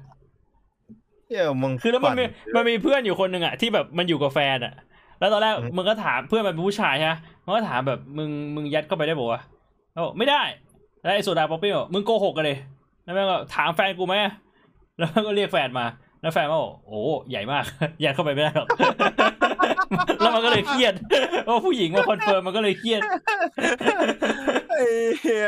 มึงคือแล้วมันมีเพื่อนอยู่คนหนึ่งอ่ะที่แบบมันอยู่กับแฟนอ่ะแล้วตอนแรกมึงก็ถามเพื่อนมันเป็นผู้ชายใช่ไหมมันก็ถามแบบมึงยัดเข้าไปได้บอกว่าไม่ได้แล้วไอ้โซดาป๊อปปิ้งมึงโกหกกันเลยแล้วแม่ก็ถามแฟนกูไหมแล้วก็เรียกแฟนมาแล้วแฟนก็บอกโอ้ใหญ่มากยัดเข้าไปไม่ได้หรอกแล้วมันก็เลยเครียดว่าผู้หญิงมาคอนเฟิร์มมันก็เลยเครียดเฮีย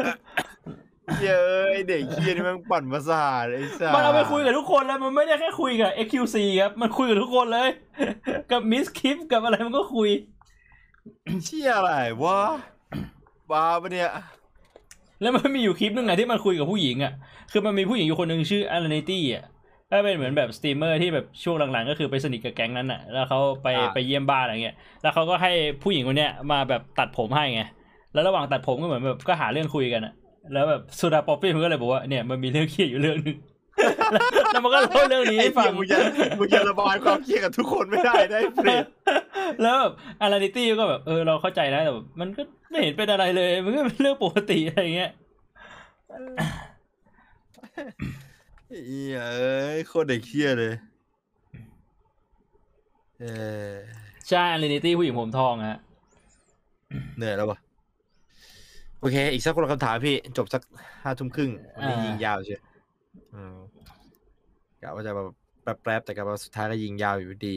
เด็กเฮียนี่มันปั่นประสาทไอ้สัสมันเอาไปคุยกับทุกคนแล้วมันไม่ได้แค่คุยกับ XQC ครับมันคุยกับทุกคนเลยกับมิสคิปกับอะไรมันก็คุยเชี่ยอะไรวะบ้าปะเนี่ยแล้วมันมีอยู่คลิปนึงไงที่มันคุยกับผู้หญิงอ่ะคือมันมีผู้หญิงอยู่คนนึงชื่ออาราเนตี้อ่ะก็เป็นเหมือนแบบสตรีมเมอร์ที่แบบช่วงหลังๆก็คือไปสนิทกับแก๊งนั้นอ่ะแล้วเขาไปเยี่ยมบ้านอะไรเงี้ยแล้วเขาก็ให้ผู้หญิงคนเนี้ยมาแบบตัดผมให้ไงแล้วระหว่างตัดผมก็เหมือนแบบก็หาเรื่องคุยกันอ่ะแล้วแบบโซดาป๊อปปี้มันก็เลยบอกว่าเนี่ยมันมีเรื่องเครียดอยู่เรื่องนึงแล้วมันก็เล่าเรื่องนี้ให้ฟังมึงจะระบายความเครียดกับทุกคนไม่ได้ได้เปรตแล้วแบบอาราเนตี้ก็แบบเราเข้าใจนะแต่แบบมันก็ไม่เห็นเป็นอะไรเลยมันก็เป็นเรื่องปกติอะไรเงี้ยโคตรเด็กเครียดเลยใช่อาราเนตี้ผู้หญิงผมทองฮะเหนื่อยแล้วปะโอเคอีกสักคนละคำถามพี่จบสัก 5:30วันนี้ยิงยาวใช่กะว่าจะแบบแป๊บๆแต่กับสุดท้ายก็ยิงยาวอยู่ดี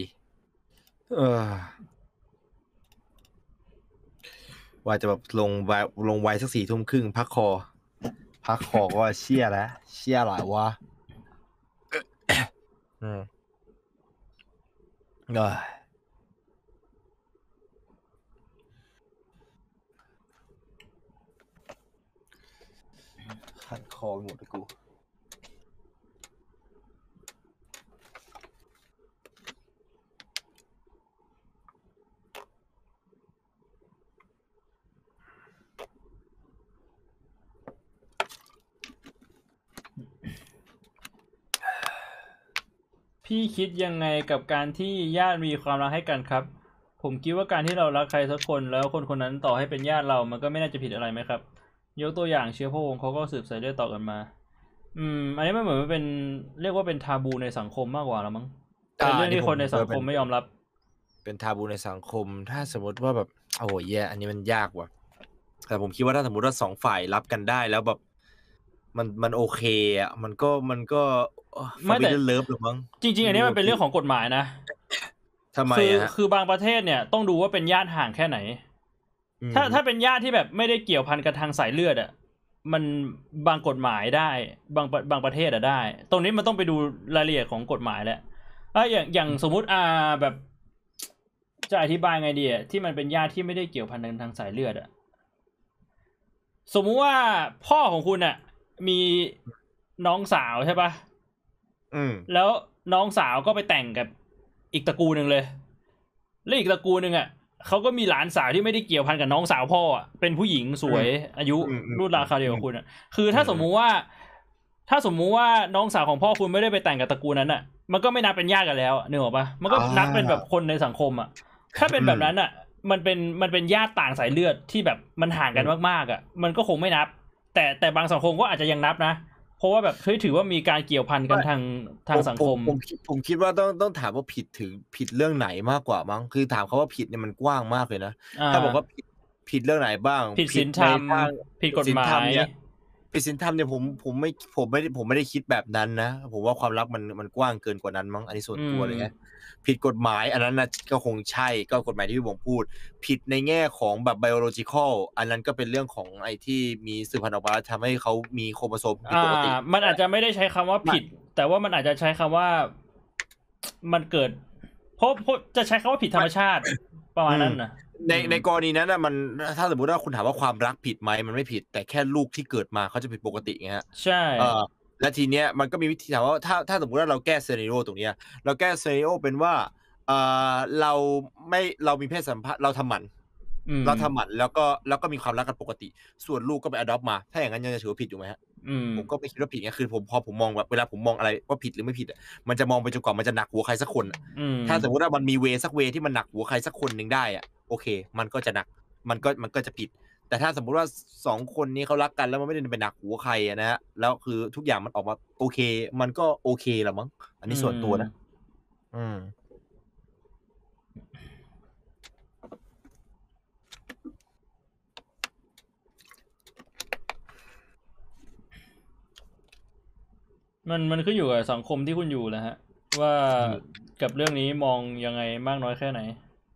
ว่าจะแบบลงไวสัก4:30พักคอก็เชี่ยแล้วเชี่ยหลายวะขัดคอหมดเลยกูพี่คิดยังไงกับการที่ญาติมีความรักให้กันครับ ผมคิดว่าการที่เรารักใครสักคนแล้วคนคนนั้นต่อให้เป็นญาติเรามันก็ไม่น่าจะผิดอะไรไหมครับยกตัวอย่างเชื้อพระวงศ์เขาก็สืบสายเลือดต่อกันมาอันนี้มันเหมือนเป็นเรียกว่าเป็นทาบูในสังคมมากกว่าแล้วมั้งเป็นเรื่องที่คนในสังคมไม่ยอมรับเป็นทาบูในสังคมถ้าสมมติว่าแบบโอ้โหแย่อันนี้มันยากว่ะแต่ผมคิดว่าถ้าสมมติว่า2ฝ่ายรับกันได้แล้วแบบมันโอเคอ่ะมันก็ไม่แต่เลิฟหรือมั้งจริงๆอันนี้มันเป็นเรื่องของกฎหมายนะทำไมคือบางประเทศเนี่ยต้องดูว่าเป็นญาติห่างแค่ไหนถ้าเป็นญาติที่แบบไม่ได้เกี่ยวพันกันทางสายเลือดอ่ะมันบางกฎหมายได้บางประเทศอ่ะได้ตรงนี้มันต้องไปดูรายละเอียดของกฎหมายแหละอย่างสมมุติแบบจะอธิบายไงดีอ่ะที่มันเป็นญาติที่ไม่ได้เกี่ยวพันกันทางสายเลือดอ่ะสมมุติว่าพ่อของคุณอ่ะมีน้องสาวใช่ปะแล้วน้องสาวก็ไปแต่งกับอีกตระกูลหนึ่งเลยแล้วอีกตระกูลหนึ่งอ่ะเขาก็มีหลานสาวที่ไม่ได้เกี่ยวพันกับน้องสาวพ่ออ่ะเป็นผู้หญิงสวยอายุรุ่นราวคราวเดียวกับคุณอ่ะคือถ้าสมมุติว่าน้องสาวของพ่อคุณไม่ได้ไปแต่งกับตระกูลนั้นอ่ะมันก็ไม่นับเป็นญาติกันแล้วนึกออกปะมันก็นับเป็นแบบคนในสังคมอ่ะถ้าเป็นแบบนั้นอ่ะมันเป็นญาติต่างสายเลือดที่แบบมันห่างกันมากๆอ่ะมันก็คงไม่นับแต่บางสังคมก็อาจจะยังนับนะเพราะว่าแบบถือว่ามีการเกี่ยวพันกันทางสังคมผมคิดว่าต้องถามว่าผิดเรื่องไหนมากกว่ามั้งคือถามเขาว่าผิดเนี่ยมันกว้างมากเลยนะถ้าบอกว่าผิดเรื่องไหนบ้างผิดศีลธรรมผิดกฎหมายผิดศีลธรรมเนี่ยผมไม่ได้คิดแบบนั้นนะผมว่าความรักมันกว้างเกินกว่านั้นมั้งอันนี้ส่วนตัวเลยฮะผิดกฎหมายอันนั้นนะก็คงใช่ก็กฎหมายที่พี่บงพูดผิดในแง่ของแบบ biological อันนั้นก็เป็นเรื่องของไอ้ที่มีสืบพันธุ์ออกมาทำให้เขามีโครโมโซมผิดปกติมันอาจจะไม่ได้ใช้คำว่าผิดแต่ว่ามันอาจจะใช้คำว่ามันเกิดเพราะจะใช้คำว่าผิดธรรมชาติประมาณนั้นนะในกรณีนั้นนะมันถ้าสมมติว่าคุณถามว่าความรักผิดไหมมันไม่ผิดแต่แค่ลูกที่เกิดมาเขาจะผิดปกติไงฮะใช่และทีเนี้ยมันก็มีวิธีถามว่าถ้าสมมติว่าเราแก้ซีนาริโอตรงเนี้ยเราแก้ซีนาริโอเป็นว่าเรามีเพศสัมพันธ์เราทำหมันแล้วก็มีความรักกันปกติส่วนลูกก็ไปอดอปมาถ้าอย่างนั้นยังจะถือว่าผิดอยู่ไหมฮะผมก็ไม่คิดว่าผิดไงคือพอผมมองแบบเวลาผมมองอะไรว่าผิดหรือไม่ผิดมันจะมองไปจนกว่ามันจะหนักหัวใครสักคนถ้าสมมติว่ามันมีสักเวที่มันหนักหัวใครสักคนนึงได้อ่ะโอเคมันก็จะหนักมันก็จะผิดแต่ถ้าสมมุติว่า2คนนี้เขารักกันแล้วมันไม่ได้เป็นหนักหัวใครนะฮะแล้วคือทุกอย่างมันออกมาโอเคมันก็โอเคแหละมั้งอันนี้ส่วนตัวนะมันขึ้นอยู่กับสังคมที่คุณอยู่แหละฮะว่ากับเรื่องนี้มองยังไงมากน้อยแค่ไหน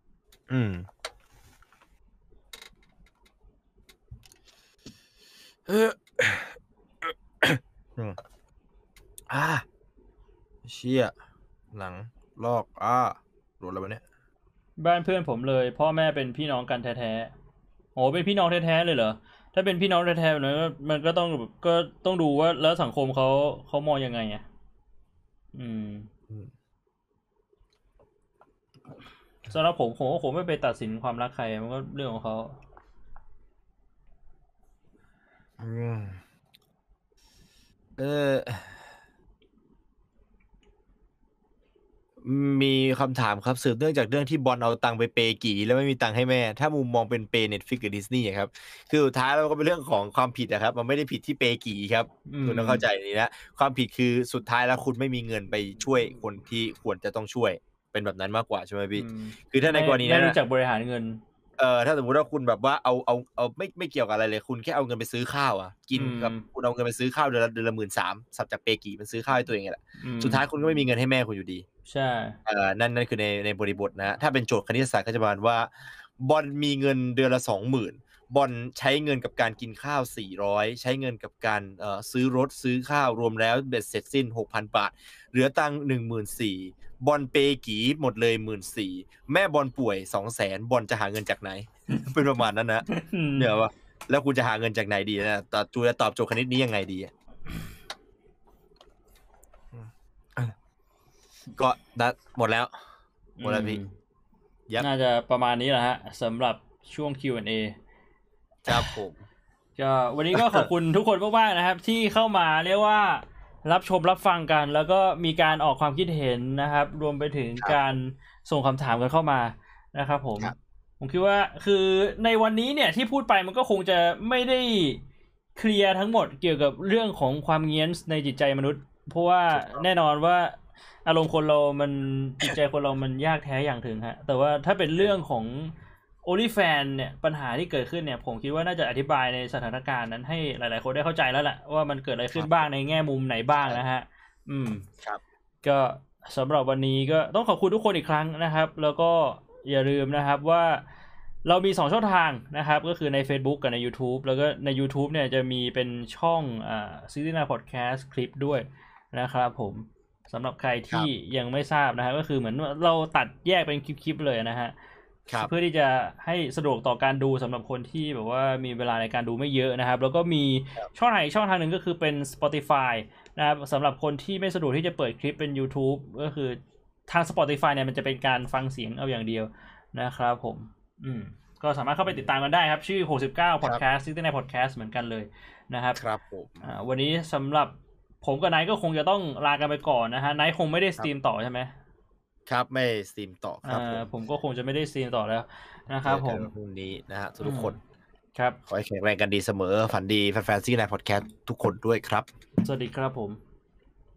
เชี่ยหนังลอกโดนแล้ววะเนี่ยบ้านเพื่อนผมเลยพ่อแม่เป็นพี่น้องกันแท้ๆโอ้เป็นพี่น้องแท้ๆเลยเหรอถ้าเป็นพี่น้องแท้ๆแบบนั้นมันก็ต้องดูว่าแล้วสังคมเขามองยังไงอ่ะสำหรับผมไม่ไปตัดสินความรักใครมันก็เรื่องของเขามีคำถามครับสืบเนื่องจากเรื่องที่บอลเอาตังค์ไปเปย์กี่แล้วไม่มีตังค์ให้แม่ถ้ามุมมองเป็นเปย์ Netflix กับ Disney ครับคือสุดท้ายแล้วก็เป็นเรื่องของความผิดนะครับมันไม่ได้ผิดที่เปย์กี่ครับคุณต้องเข้าใจนี้นะความผิดคือสุดท้ายแล้วคุณไม่มีเงินไปช่วยคนที่ควรจะต้องช่วยเป็นแบบนั้นมากกว่าใช่ไหมพี่คือถ้าในกรณีนั้นไม่รู้จักบริหารเงินถ้าสมมุติว่าคุณแบบว่าเอาไม่เกี่ยวกับอะไรเลยคุณแค่เอาเงินไปซื้อข้าวอ่ะกินกับคุณเอาเงินไปซื้อข้าวเดือนละ13,000สับจากเปกีมันซื้อข้าวให้ตัวเองแหละสุดท้ายคุณก็ไม่มีเงินให้แม่คุณอยู่ดีใช่นั่นคือในบริบทนะถ้าเป็นโจทย์คณิตศาสตร์ก็จะประมาณว่าบอลมีเงินเดือนละ 20,000 บอลใช้เงินกับการกินข้าว400ใช้เงินกับการซื้อรถซื้อข้าวรวมแล้วเบ็ดเสร็จสิ้น 6,000 บาทเหลือตังค์ 14,000 บอลเปกี่หมดเลย 14,000 แม่บอลป่วย 200,000 บอลจะหาเงินจากไหน เป็นประมาณนั้นนะเนี่ยว่าแล้วคุณจะหาเงินจากไหนดีนะจูจะตอบโจทย์คณิตนี้ยังไงดีก็หมดแล้วพี่น่าจะประมาณนี้แหละฮะสำหรับช่วง Q&A ครับผมก็วันนี้ก็ขอบคุณทุกคนมากๆนะครับที่เข้ามาเรียกว่ารับชมรับฟังกันแล้วก็มีการออกความคิดเห็นนะครับรวมไปถึงการส่งคำถามกันเข้ามานะครับผมคิดว่าคือในวันนี้เนี่ยที่พูดไปมันก็คงจะไม่ได้เคลียร์ทั้งหมดเกี่ยวกับเรื่องของความเงี้ยนในจิตใจมนุษย์เพราะว่าแน่นอนว่าอารมณ์คนเรามันจิตใจคนเรามันยากแท้อย่างถึงฮะแต่ว่าถ้าเป็นเรื่องของOnlyFans เนี่ยปัญหาที่เกิดขึ้นเนี่ยผมคิดว่าน่าจะอธิบายในสถานการณ์นั้นให้หลายๆคนได้เข้าใจแล้วแหละว่ามันเกิดอะไรขึ้นบ้างในแง่มุมไหนบ้างนะฮะครับก็สำหรับวันนี้ก็ต้องขอบคุณทุกคนอีกครั้งนะครับแล้วก็อย่าลืมนะครับว่าเรามี2ช่องทางนะครับก็คือใน Facebook กับใน YouTube แล้วก็ใน YouTube เนี่ยจะมีเป็นช่องCitizen Podcast คลิปด้วยนะครับผมสำหรับใครที่ยังไม่ทราบนะครับก็คือเหมือนเราตัดแยกเป็นคลิปๆเลยนะฮะเพื่อที่จะให้สะดวกต่อการดูสำหรับคนที่แบบว่ามีเวลาในการดูไม่เยอะนะครับแล้วก็มีช่องทางหนึ่งก็คือเป็น Spotify นะครับสำหรับคนที่ไม่สะดวกที่จะเปิดคลิปเป็น YouTube ก็คือทาง Spotify เนี่ยมันจะเป็นการฟังเสียงเอาอย่างเดียวนะครับผมก็สามารถเข้าไปติดตามกันได้ครับชื่อ69 Podcast Citizen Podcast เหมือนกันเลยนะครับครับผมวันนี้สำหรับผมกับไนท์ก็คงจะต้องลากันไปก่อนนะฮะไนท์คงไม่ได้สตรีมต่อใช่ไหมครับไม่สตรีมต่อครับผมก็คงจะไม่ได้สตรีมต่อแล้วนะครับผมพรุ่งนี้นะฮะทุกคนครับขอให้แข็งแรงกันดีเสมอฝันดีแฟนๆซี่ในพอดแคสต์ทุกคนด้วยครับสวัสดีครับผม